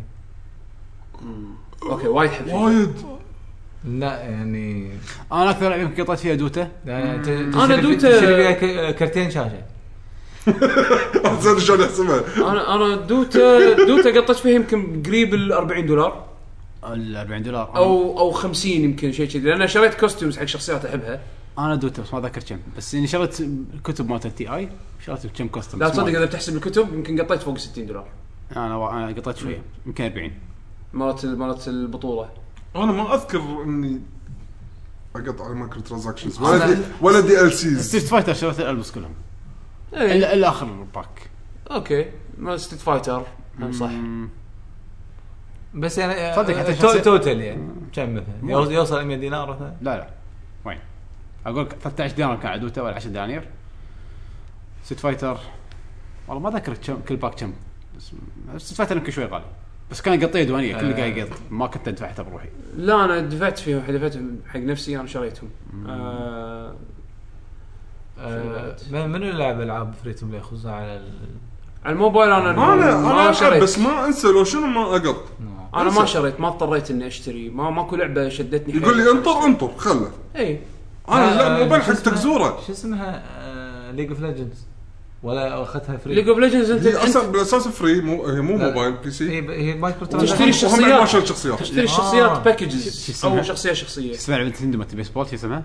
S2: اوكي وايد حب فيفا.
S3: وايد.
S4: لا يعني
S1: انا اكثر لعبه يمكن قطعت فيها دوتا.
S4: لا، ت-
S2: أنا
S4: تشتري في-
S2: دوتا-
S4: تشتري فيها ك- كرتين شاشه
S3: زين شلون يحسبها؟
S2: انا انا دوتا دوتا قطيت فيها يمكن قريب ال أربعين دولار
S1: ال أربعين دولار
S2: او او خمسين يمكن شيء كذي لان شريت كوستيومز حق شخصيات احبها.
S1: انا دوتا بس ما ذاكر كم بس اني شريت الكتب مالت التي اي شريت بكم كوستم.
S2: لا تصدق اذا بتحسب الكتب يمكن قطيت فوق ستين دولار
S1: انا انا قطعت شويه يمكن أربعين.
S2: مالت مالت البطوله.
S3: انا ما اذكر اني اقطع على مايكرو ترانزاكشنز ولا دي ولا دي ال سيز.
S1: ستريت فايتر شريت الالبس كلهم
S2: ايه
S1: الا الا اخر باك.
S2: اوكي مال ستيت فايتر هم صح.
S1: مم.
S4: بس يعني
S1: صدق حتى
S4: تو-
S1: شخصية-
S4: توتال يعني كم مثلا يوصل- يوصل مية دينار مثلا.
S1: لا لا وين اقول لك ثلاثة عشر دينار كان عدوته ولا عشرة دنانير. ستريت فايتر والله ما ذكرت كم كل باك كم بس ستريت فايتر يمكن شوي غالي بس كان قطيه دوانيه كل قاعد يقط ما كنت ادفعها بروحي.
S2: لا انا دفعت فيهم دفعتهم حق نفسي انا شريتهم. آه
S4: آه، من من اللي لعب العاب فري تو بلاي خصوصا على ال...
S2: على الموبايل انا
S3: انا انا
S2: ما
S3: ألعب
S2: شريت
S3: بس ما انسى لو شنو ما اقط.
S2: انا ما شريت ما اضطريت اني اشتري ما ماكو لعبه شدتني
S3: يقول لي انطر انطر خله.
S2: اي
S3: انا لا
S4: آه،
S3: موبايل
S4: شو
S3: حق
S4: اسمها-
S3: تكزوره.
S4: شو اسمها ليج اوف ليجندز ولا اخذتها فري؟
S2: ليج اوف ليجندز انت
S3: هي اصلا
S2: انت
S3: بالاساس فري، مو هي مو موبايل بي سي.
S4: هي هي مايكرو
S2: تشتري
S4: ترانزاكشن.
S2: الشخصيات
S3: ما شريت شخصيات.
S2: تشتري الشخصيات
S4: آه.
S2: باكجز
S1: اسمها؟
S2: او شخصيه شخصيه
S1: اسمع لعبه نينتندو مالت بيسبول شو اسمها؟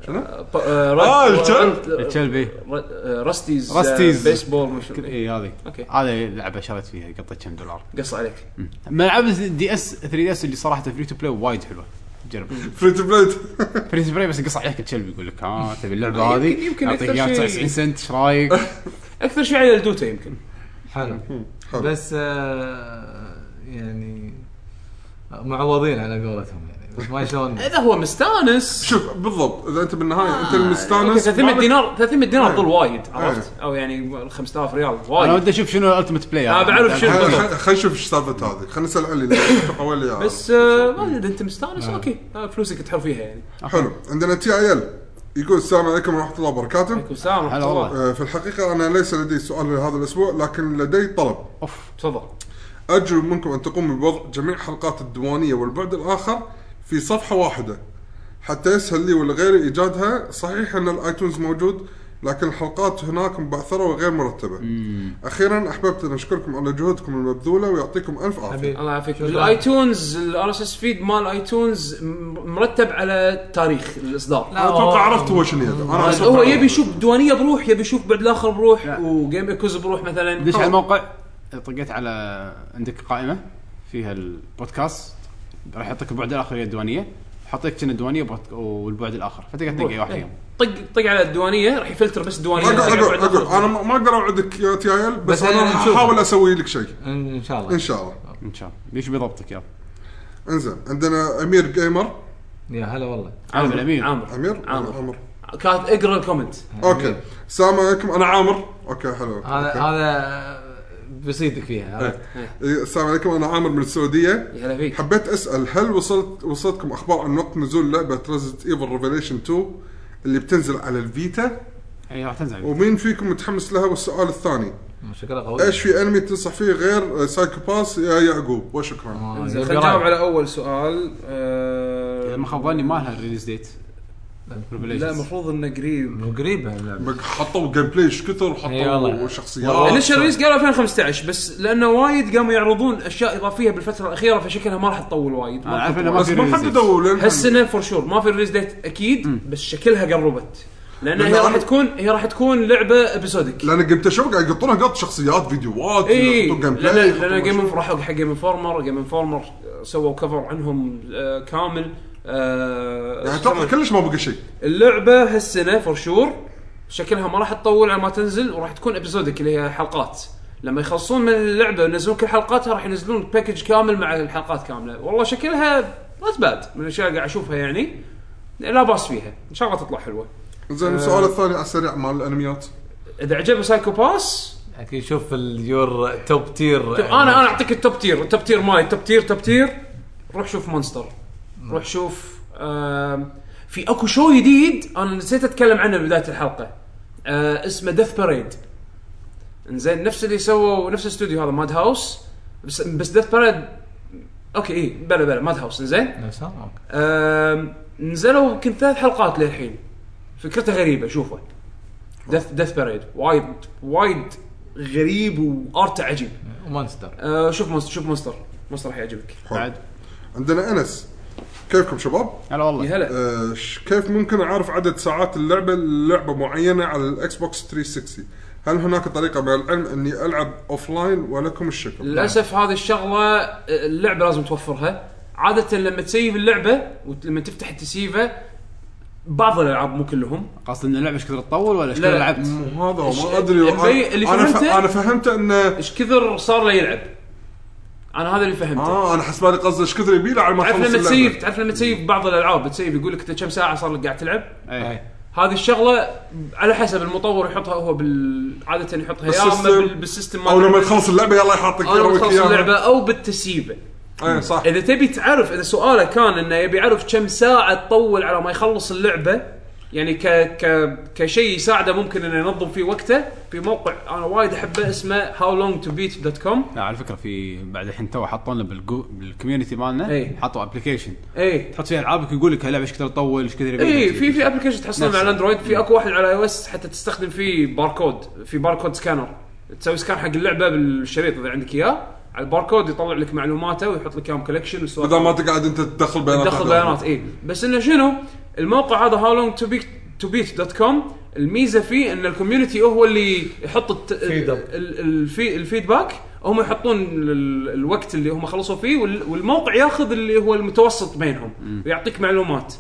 S3: آه، الكلب.
S1: الكلبي
S2: راستيز
S1: راستيز.
S2: بيسبول مش
S1: اي هذه
S2: اوكي
S1: هذه لعبه شريت فيها قطيت كم دولار.
S2: قص عليك
S1: ملعب دي اس ثري دي اس اللي صراحه فري تو بلاي وايد حلوه جرب.
S3: فري تو بلاي.
S1: فري تو بلاي بس قص عليك الكلب يقول لك ها تبي اللعبه
S2: يمكن-
S1: هذه
S2: يمكن
S1: يعطيك
S2: أكثر
S1: اياها
S2: شيء-
S1: تسعين سنت ايش رايك؟
S2: اكثر شيء على الدوتا يمكن
S4: حلو.
S3: حلو.
S4: بس آه يعني معوضين على قولتهم يعني، بس ما شلون.
S2: اذا هو مستانس
S3: شوف بالضبط اذا انت بالنهايه انت
S2: أوكي،
S3: المستانس
S2: ثلاثمية دينار ثلاثمية دينار
S3: إيه.
S2: ظل وايد
S3: إيه.
S2: عرفت او يعني خمسة آلاف ريال
S1: انا
S2: وايد
S1: ودي اشوف شنو الالتيميت بلاي.
S2: آه، بعرف شنو.
S3: خلينا نشوف ايش سالفه هذه. خلينا نسال علي تقول لي
S2: بس آه، ما ادري انت مستانس اوكي آه، فلوسك تحر فيها يعني.
S3: حلو. عندنا تي اي ال يقول السلام عليكم ورحمه الله وبركاته.
S2: عليكم السلام ورحمة
S1: هلا
S2: الله.
S1: والله.
S3: آه، في الحقيقه انا ليس لدي سؤال لهذا الاسبوع لكن لدي طلب.
S1: اوف
S2: تفضل.
S3: ارجو منكم ان تقوموا بوضع جميع حلقات الديوانيه والبعد الاخر في صفحه واحده حتى يسهل لي ولغيري ايجادها. صحيح ان الايتونز موجود لكن الحلقات هناك مبعثره وغير مرتبه. اخيرا احببت ان اشكركم على جهودكم المبذوله ويعطيكم الف عافيه.
S4: حبيبي.
S2: الله يعافيك.
S4: شكراً.
S2: الايتونز الار اس اس فيد مال ايتونز م- مرتب على تاريخ الاصدار.
S3: انا اتوقع عرفت هو شنو هذا. انا
S2: بس
S3: أتوقع
S2: هو
S3: عرفت.
S2: يبي يشوف ديوانيه بروح يبي يشوف بعد الاخر بروح وجيم ايكوز بروح مثلا.
S1: دش على الموقع طقيت على عندك قائمه فيها البودكاست راح يعطيك البعد الاخر هي الديوانيه حطيك كنا الديوانيه والبعد الاخر فتقدر تلقى اي واحد فيهم.
S2: طق طق على الديوانيه راح يفلتر بس الديوانيه.
S3: اقول
S2: راح
S3: اقول
S2: يقعد
S3: اقول
S2: آخر.
S3: انا ما ما اقدر اوعدك يا تي اي ال بس,
S4: بس
S3: انا
S4: أنا نشوف.
S3: احاول اسوي لك شيء
S4: ان شاء الله
S3: ان شاء الله.
S1: ان شاء الله ليش بيضبطك يا
S3: انزين عندنا امير جيمر.
S4: يا هلا والله.
S1: عامر الامير
S2: عامر
S3: امير
S2: عامر
S3: عامر
S2: كانت اقرا الكومنت.
S3: اوكي السلام عليكم انا عامر. اوكي حلو.
S4: هذا
S3: أوكي.
S4: هذا بيصيدك فيها.
S3: إيه. إيه، السلام عليكم انا عامر من السعوديه.
S2: يا هلا فيك.
S3: حبيت اسال هل وصلت وصلتكم اخبار عن وقت نزول لعبه ريزنت ايفل ريفيليشن تو اللي بتنزل على الفيتا
S1: اي راح تنزل.
S3: ومين فيكم متحمس لها؟ والسؤال الثاني
S4: شكلها قوي.
S3: ايش في انمي تنصح فيه غير سايكو باس يا يعقوب؟ وشكرا.
S4: آه،
S2: زين،
S4: يبقى
S2: خلينا نجاوب
S4: رايح.
S2: على اول سؤال. أه...
S1: ما خاب ظني ما لها ريليز ديت.
S2: لا المفروض انه قريب.
S4: مو قريبه اللعبه.
S3: بق- حطوا جيم بلاي ايش كثر
S4: إي والله.
S3: وحطوا شخصيات.
S4: والله.
S2: الانيشال ريليز قالوا ألفين وخمسة عشر بس لانه وايد قاموا يعرضون اشياء اضافيه بالفتره الاخيره فشكلها ما راح تطول وايد.
S1: انا عارف
S2: ما
S1: انه ما
S3: بس
S1: في
S3: ما
S1: ريليز ديت.
S3: حددوا لين
S2: هالسنه فور شور ما في ريليز ديت اكيد بس شكلها قربت لان هي
S3: لأن
S2: راح
S3: أنا-
S2: تكون هي راح تكون لعبه ابيسودك.
S3: لان جيم تشوف قاعد يقطونها قط شخصيات فيديوهات
S2: اي
S3: يحطون جيم بلاي
S2: لان
S3: يحطون
S2: لان جيم
S3: أشياء.
S2: راحوا حق جيم انفورمر جيم انفورمر سووا كفر عنهم آه كامل. آه
S3: يعني اتوقع كلش ما بقى شيء.
S2: اللعبه هالسنه فور شور شكلها ما راح تطول على ما تنزل وراح تكون ابيسودك اللي هي حلقات. لما يخلصون من اللعبه وينزلون كل حلقاتها راح ينزلون باكج كامل مع الحلقات كامله. والله شكلها نوت باد من الاشياء اللي قاعد اشوفها يعني لا باس فيها ان شاء الله تطلع حلوه.
S3: زين السؤال الثاني على السريع مال الانميات.
S2: اذا عجبك سايكو باس
S4: اكيد شوف اليور توب تير.
S2: انا انا اعطيك التوب تير التوب تير ماي توب تير توب تير روح شوف مونستر. روح شوف آم، في اكو شو جديد انا نسيت اتكلم عنه ببدايه الحلقه آه، اسمه ديث باريد. انزين نفس اللي سووا نفس الاستوديو هذا ماد هاوس بس بس ديث باريد اوكي اي بلا بلا ماد هاوس. انزين
S4: نفسها اوكي.
S2: آم، نزلوا يمكن ثلاث حلقات للحين فكرته غريبه شوفه ديث ديث باريد وايد وايد غريب وارته عجيب.
S4: ومونستر.
S2: آه، شوف مونستر شوف مونستر مونستر راح يعجبك.
S1: بعد
S3: عندنا انس كيفكم شباب؟
S1: هلا والله.
S2: يا هلا.
S3: آه ش- كيف ممكن اعرف عدد ساعات اللعبه لعبه معينه على الاكس بوكس ثلاثمية وستين؟ هل هناك طريقه من العلم اني العب اوفلاين ولكم الشكر؟
S2: للاسف هذه الشغله اللعبه لازم توفرها. عاده لما تسيف اللعبه ولما تفتح التسييفه بعض الالعاب مو كلهم
S1: قصد ان اللعبه ايش كثر تطول ولا ايش
S2: لا،
S1: كثر
S2: لا.
S1: لعبت؟
S3: مو هذا
S2: إيش-
S3: ما ادري.
S2: اللي- اللي
S3: انا ف...
S2: فهمته-
S3: انا فهمت انه
S2: ايش كثر صار له يلعب. انا هذا اللي فهمته.
S3: اه انا حسب بالي قصده ايش كثر يبي له على ما
S2: تعرف
S3: يخلص
S2: لما
S3: اللعبه.
S2: تسيف تعرف لما تسيف بعض الالعاب تسيف يقول لك انت كم ساعه صار لك قاعد تلعب.
S1: اي
S2: هذه الشغله على حسب المطور يحطها هو بال عاده يحطها يا اما
S3: بالسيستم.
S2: بال- بالسيستم
S3: او لما
S2: مال-
S3: تخلص اللعبه يلا يحطك
S2: او لما
S3: يرويك
S2: تخلص
S3: إياها.
S2: اللعبه او بالتسييفه.
S3: اي صح.
S2: اذا تبي تعرف اذا سؤاله كان انه يبي يعرف كم ساعه تطول على ما يخلص اللعبه يعني ك ك كشيء يساعده ممكن انه ينظم فيه وقته. في موقع انا وايد احبه اسمه how long to beat دوت كوم.
S1: لا على فكره في بعد الحين تو حطوا لنا بالجو بالكوميونتي مالنا
S2: ايه.
S1: حطوا ابلكيشن
S2: ايه
S1: تحط فيها العابك يقول لك هاللعبه ايش كثر تطول ايش كثر
S2: اي في في ابلكيشن تحصله على الاندرويد. في اكو واحد على اي او اس حتى تستخدم فيه باركود. في باركود سكانر تسوي سكان حق اللعبه بالشريط اذا عندك اياه على الباركود يطلع لك معلوماته ويحط لك اياهم كولكشن
S3: بدل ما تقعد انت تدخل بيانات
S2: تدخل بيانات. اي بس انه شنو الموقع هذا how long to beat to beat دوت كوم الميزه فيه ان الكوميونتي هو اللي يحط الت... الفي... الفيدباك. هم يحطون ال... الوقت اللي هم خلصوا فيه وال... والموقع ياخذ اللي هو المتوسط بينهم م. ويعطيك معلومات.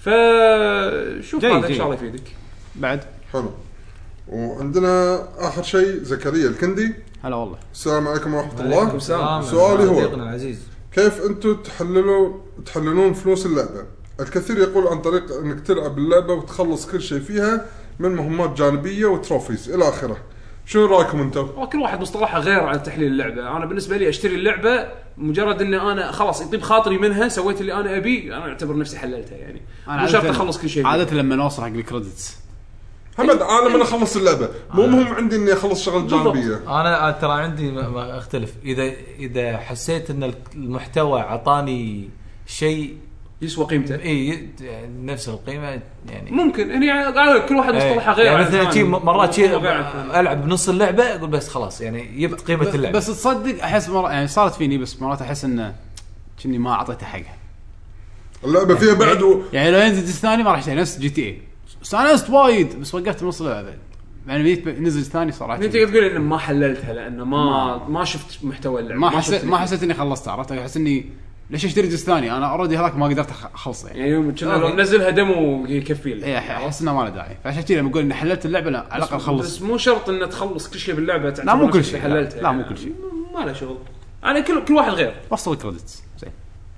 S2: فشوف هذا ان شاء الله يفيدك
S1: بعد.
S3: حلو. وعندنا اخر شيء زكريا الكندي.
S1: هلا والله.
S3: السلام عليكم ورحمه الله.
S4: السلام.
S3: سؤالي هو
S4: العزيز
S3: كيف انتم تحللوا تحللون فلوس اللعبه؟ الكثير يقول عن طريق انك تلعب اللعبه وتخلص كل شيء فيها من مهمات جانبيه وتروفيز الى اخره. شنو رايكم انتم؟
S2: كل واحد مصطلحه غير على تحليل اللعبه. انا بالنسبه لي اشتري اللعبه مجرد ان انا خلاص يطيب خاطري منها سويت اللي انا ابي انا اعتبر نفسي حللتها. يعني مو شرط اخلص كل شيء.
S1: عاده لما نوصل حق الكريدتس
S3: محمد انا لما اخلص اللعبه مو مهم عندي اني اخلص شغل جانبيه.
S4: انا ترى عندي ما اختلف. اذا اذا حسيت ان المحتوى عطاني شيء
S2: يسوى قيمته
S4: اي نفس القيمه يعني
S2: ممكن يعني كل واحد مصطلحه غير.
S4: يعني مثلا شيء مرات شيء العب بنص اللعبه اقول بس خلاص يعني جبت قيمه اللعبه.
S1: بس تصدق احس مرة يعني صارت فيني بس مرات احس انه كني ما اعطيته حقها.
S3: اللعبه فيها بعد و...
S1: يعني لو ينزل الثاني ما راح اشتري نفس جي تي اي. استانست وايد بس وقفت نص اللعبه. يعني نزل الثاني صراحه
S2: انت تقول ان ما حللتها لانه ما ما, ما شفت محتوى اللعبه.
S1: ما حسيت ما حسيت اني خلصتها. عرفت احس اني ليش اشتري الجزء الثاني انا اوريدي هذاك ما قدرت اخلصه. يعني
S2: يعني كنا لو نزلها ديمو يكفي لي.
S1: اي احس انه ما له داعي. فعشان كذا لما اقول اني حللت اللعبه لا على الاقل خلص.
S2: بس مو شرط ان تخلص كل شيء باللعبه تعتبر
S1: لا مو كل شيء
S2: حللتها.
S1: لا مو كل شيء
S2: ما له شغل. انا كل كل واحد غير
S1: وصل الكريدتس زين.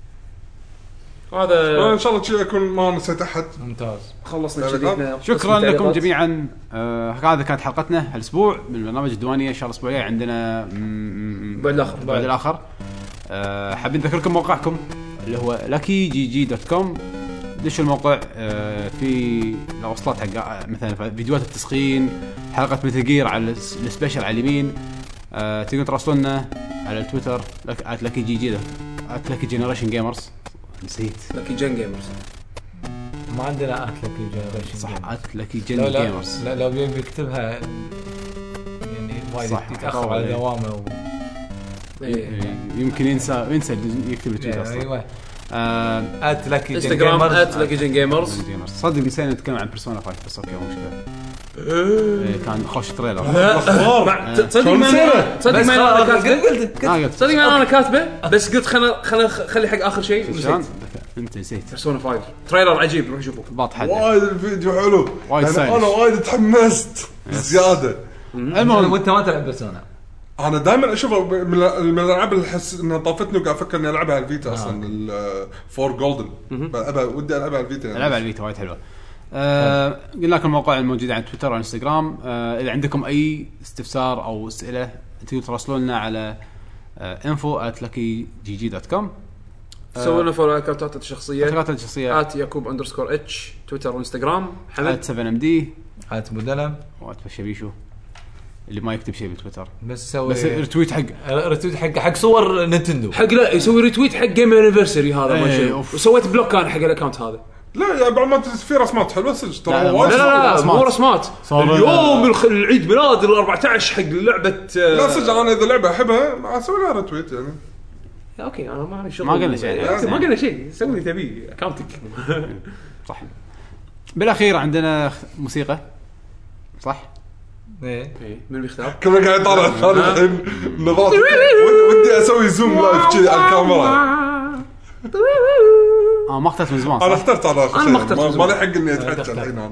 S3: هذا ان شاء الله شيء اكون ما نسيت احد.
S4: ممتاز.
S2: خلصنا شديدنا.
S1: شكرا لكم جميعا. آه هذا كانت حلقتنا هالاسبوع من برنامج الديوانيه. ان شاء الله الاسبوع الجاي عندنا
S2: بعد الاخر
S1: بعد الاخر. آه حابين نذكركم موقعكم اللي هو لاكي جي جي دوت كوم. دش الموقع. آه في لو وصلت حق مثلا فيديوهات التسخين حلقه مثل جير على السبيشال على اليمين. آه تقدرون تراسلونا على التويتر @lucky جي جي @lucky generation gamers. نسيت
S2: لاكي جن جيمرز.
S4: ما عندنا @lucky generation
S1: صح @lucky gen gamers.
S4: لا لو بيبي يكتبها يعني وايد يتاخر على دوامه و...
S2: إيه.
S1: يمكن ينسى ينسى يكتب التويتر اصلا.
S4: ايوه
S1: آه
S4: @lucky
S2: انستغرام @lucky gen gamers.
S1: صدق نسينا نتكلم عن بيرسونا خمسة بس اوكي مو مشكله. إيه كان خوش تريلر.
S2: تصدق ما تصدق ما انا كاتبه. تصدق ما انا كاتبه بس قلت خلنا خلنا خلي حق اخر شيء.
S1: انت نسيت
S2: بيرسونا خمسة تريلر عجيب روح شوفه.
S1: باط حد
S3: وايد الفيديو حلو.
S1: انا
S3: انا وايد تحمست زياده.
S4: المهم وانت ما تلعب بيرسونا.
S3: انا دائما اشوفه من الالعاب اللي احس انها طافتني وقاعد افكر اني العبها على الفيتا. اصلا الفور جولدن ابى ودي العبها على الفيتا.
S1: العبها على الفيتا وايد حلوه. آه قلنا لكم المواقع الموجوده على تويتر وانستغرام. آه اذا عندكم اي استفسار او اسئله تقدروا تراسلوا لنا على آه info at lucky g g dot com.
S2: سووا لنا فولو على اكونتات الشخصيه.
S1: اكونتات الشخصيه
S2: @يعقوب underscore اتش تويتر وانستغرام. حمد
S1: سفن ام دي
S4: @مدلم
S1: @فشبيشو اللي ما يكتب شيء بتويتر
S4: بس سوي
S1: بس ريتويت حق
S4: ريتويت حق حق صور نينتندو
S2: حق. لا يسوي ريتويت حق جيم انيفرساري هذا ما شيء. وسويت بلوك انا حق الاكونت هذا.
S3: لا يا بعد ما في رسمات حلوه سج ترى.
S1: لا
S3: وايد
S2: لا لا مو رسمات. اليوم العيد ميلاد الأربعتاعش حق لعبه.
S3: لا سج انا اذا لعبه احبها اسوي لها ريتويت يعني.
S2: اوكي انا ما
S1: ما قلنا شيء
S2: ما قلنا شيء. سوي اللي تبيه اكونتك.
S1: صح. بالاخير عندنا موسيقى صح.
S4: ايه
S2: من بيختار
S3: كنا قاعد طالع هذا الحين نظرت ودي اسوي زوم لايف كذي على الكاميرا.
S1: اه ما اخترت من زمان.
S3: انا اخترت على
S2: انا ما اخترت
S3: ما لي حق اني اتحكى الحين. انا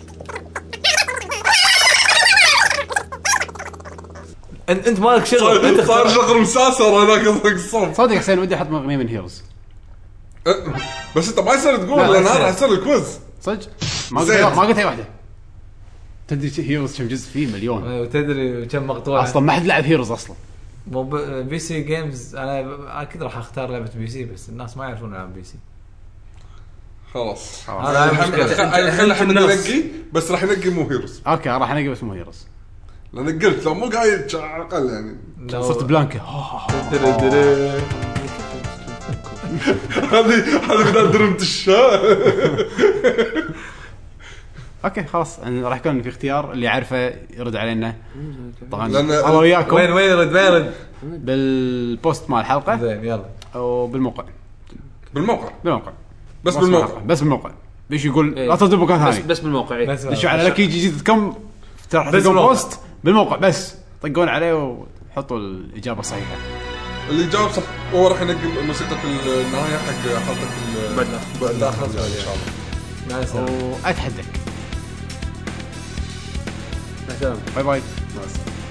S4: انت انت مالك شغل. انت
S3: صار شغل مساسر هناك الصوت.
S1: صدق حسين ودي احط اغنيه من هيروز
S3: بس انت ما يصير تقول لان انا راح اسوي الكويز.
S1: صدق ما قلت ما قلت اي واحده. تدري هيروز كم جزء فيه؟ مليون.
S4: وتدري كم مقطوعه
S1: اصلا ما حد لعب هيروز اصلا.
S4: مو بي سي جيمز. انا اكيد راح اختار لعبه بي سي بس الناس ما يعرفون العاب بي سي.
S3: خلاص
S4: هذا مشكلة.
S3: خلي احنا ننقي بس راح ننقي مو هيروز.
S1: اوكي راح انقي بس مو هيروز
S3: لان قلت لو مو قايد اقل يعني
S1: صرت بلانكا.
S3: هذه هذه بدأ درمت الشا.
S1: اوكي خلاص راح يكون في اختيار اللي يعرفه يرد علينا طبعا
S3: لأن-
S1: الله وياكم
S4: وين وين رد وين رد
S1: بالبوست مال الحلقه
S4: زين يلا
S1: او بالموقع
S3: بالموقع
S1: بالموقع
S3: بس
S1: بس
S3: بالموقع
S1: بس بالموقع بيش يقول
S2: إيه.
S1: لا تدري مكان
S2: بس
S1: ثاني
S2: بس بالموقع إيه.
S4: بس
S1: دشوا على لكي جي دوت كوم راح
S4: بس
S1: تلقون
S4: بالموقع.
S1: بوست بالموقع بس طقون عليه وحطوا الاجابه الصحيحه.
S3: اللي جاوب صح هو راح ينقي موسيقى النهايه حق حلقه ال-
S2: بعد
S3: بعد اخر ان شاء الله.
S4: مع السلامة.
S1: واتحدك
S2: لا سلام
S1: باي باي.
S3: مع السلامه.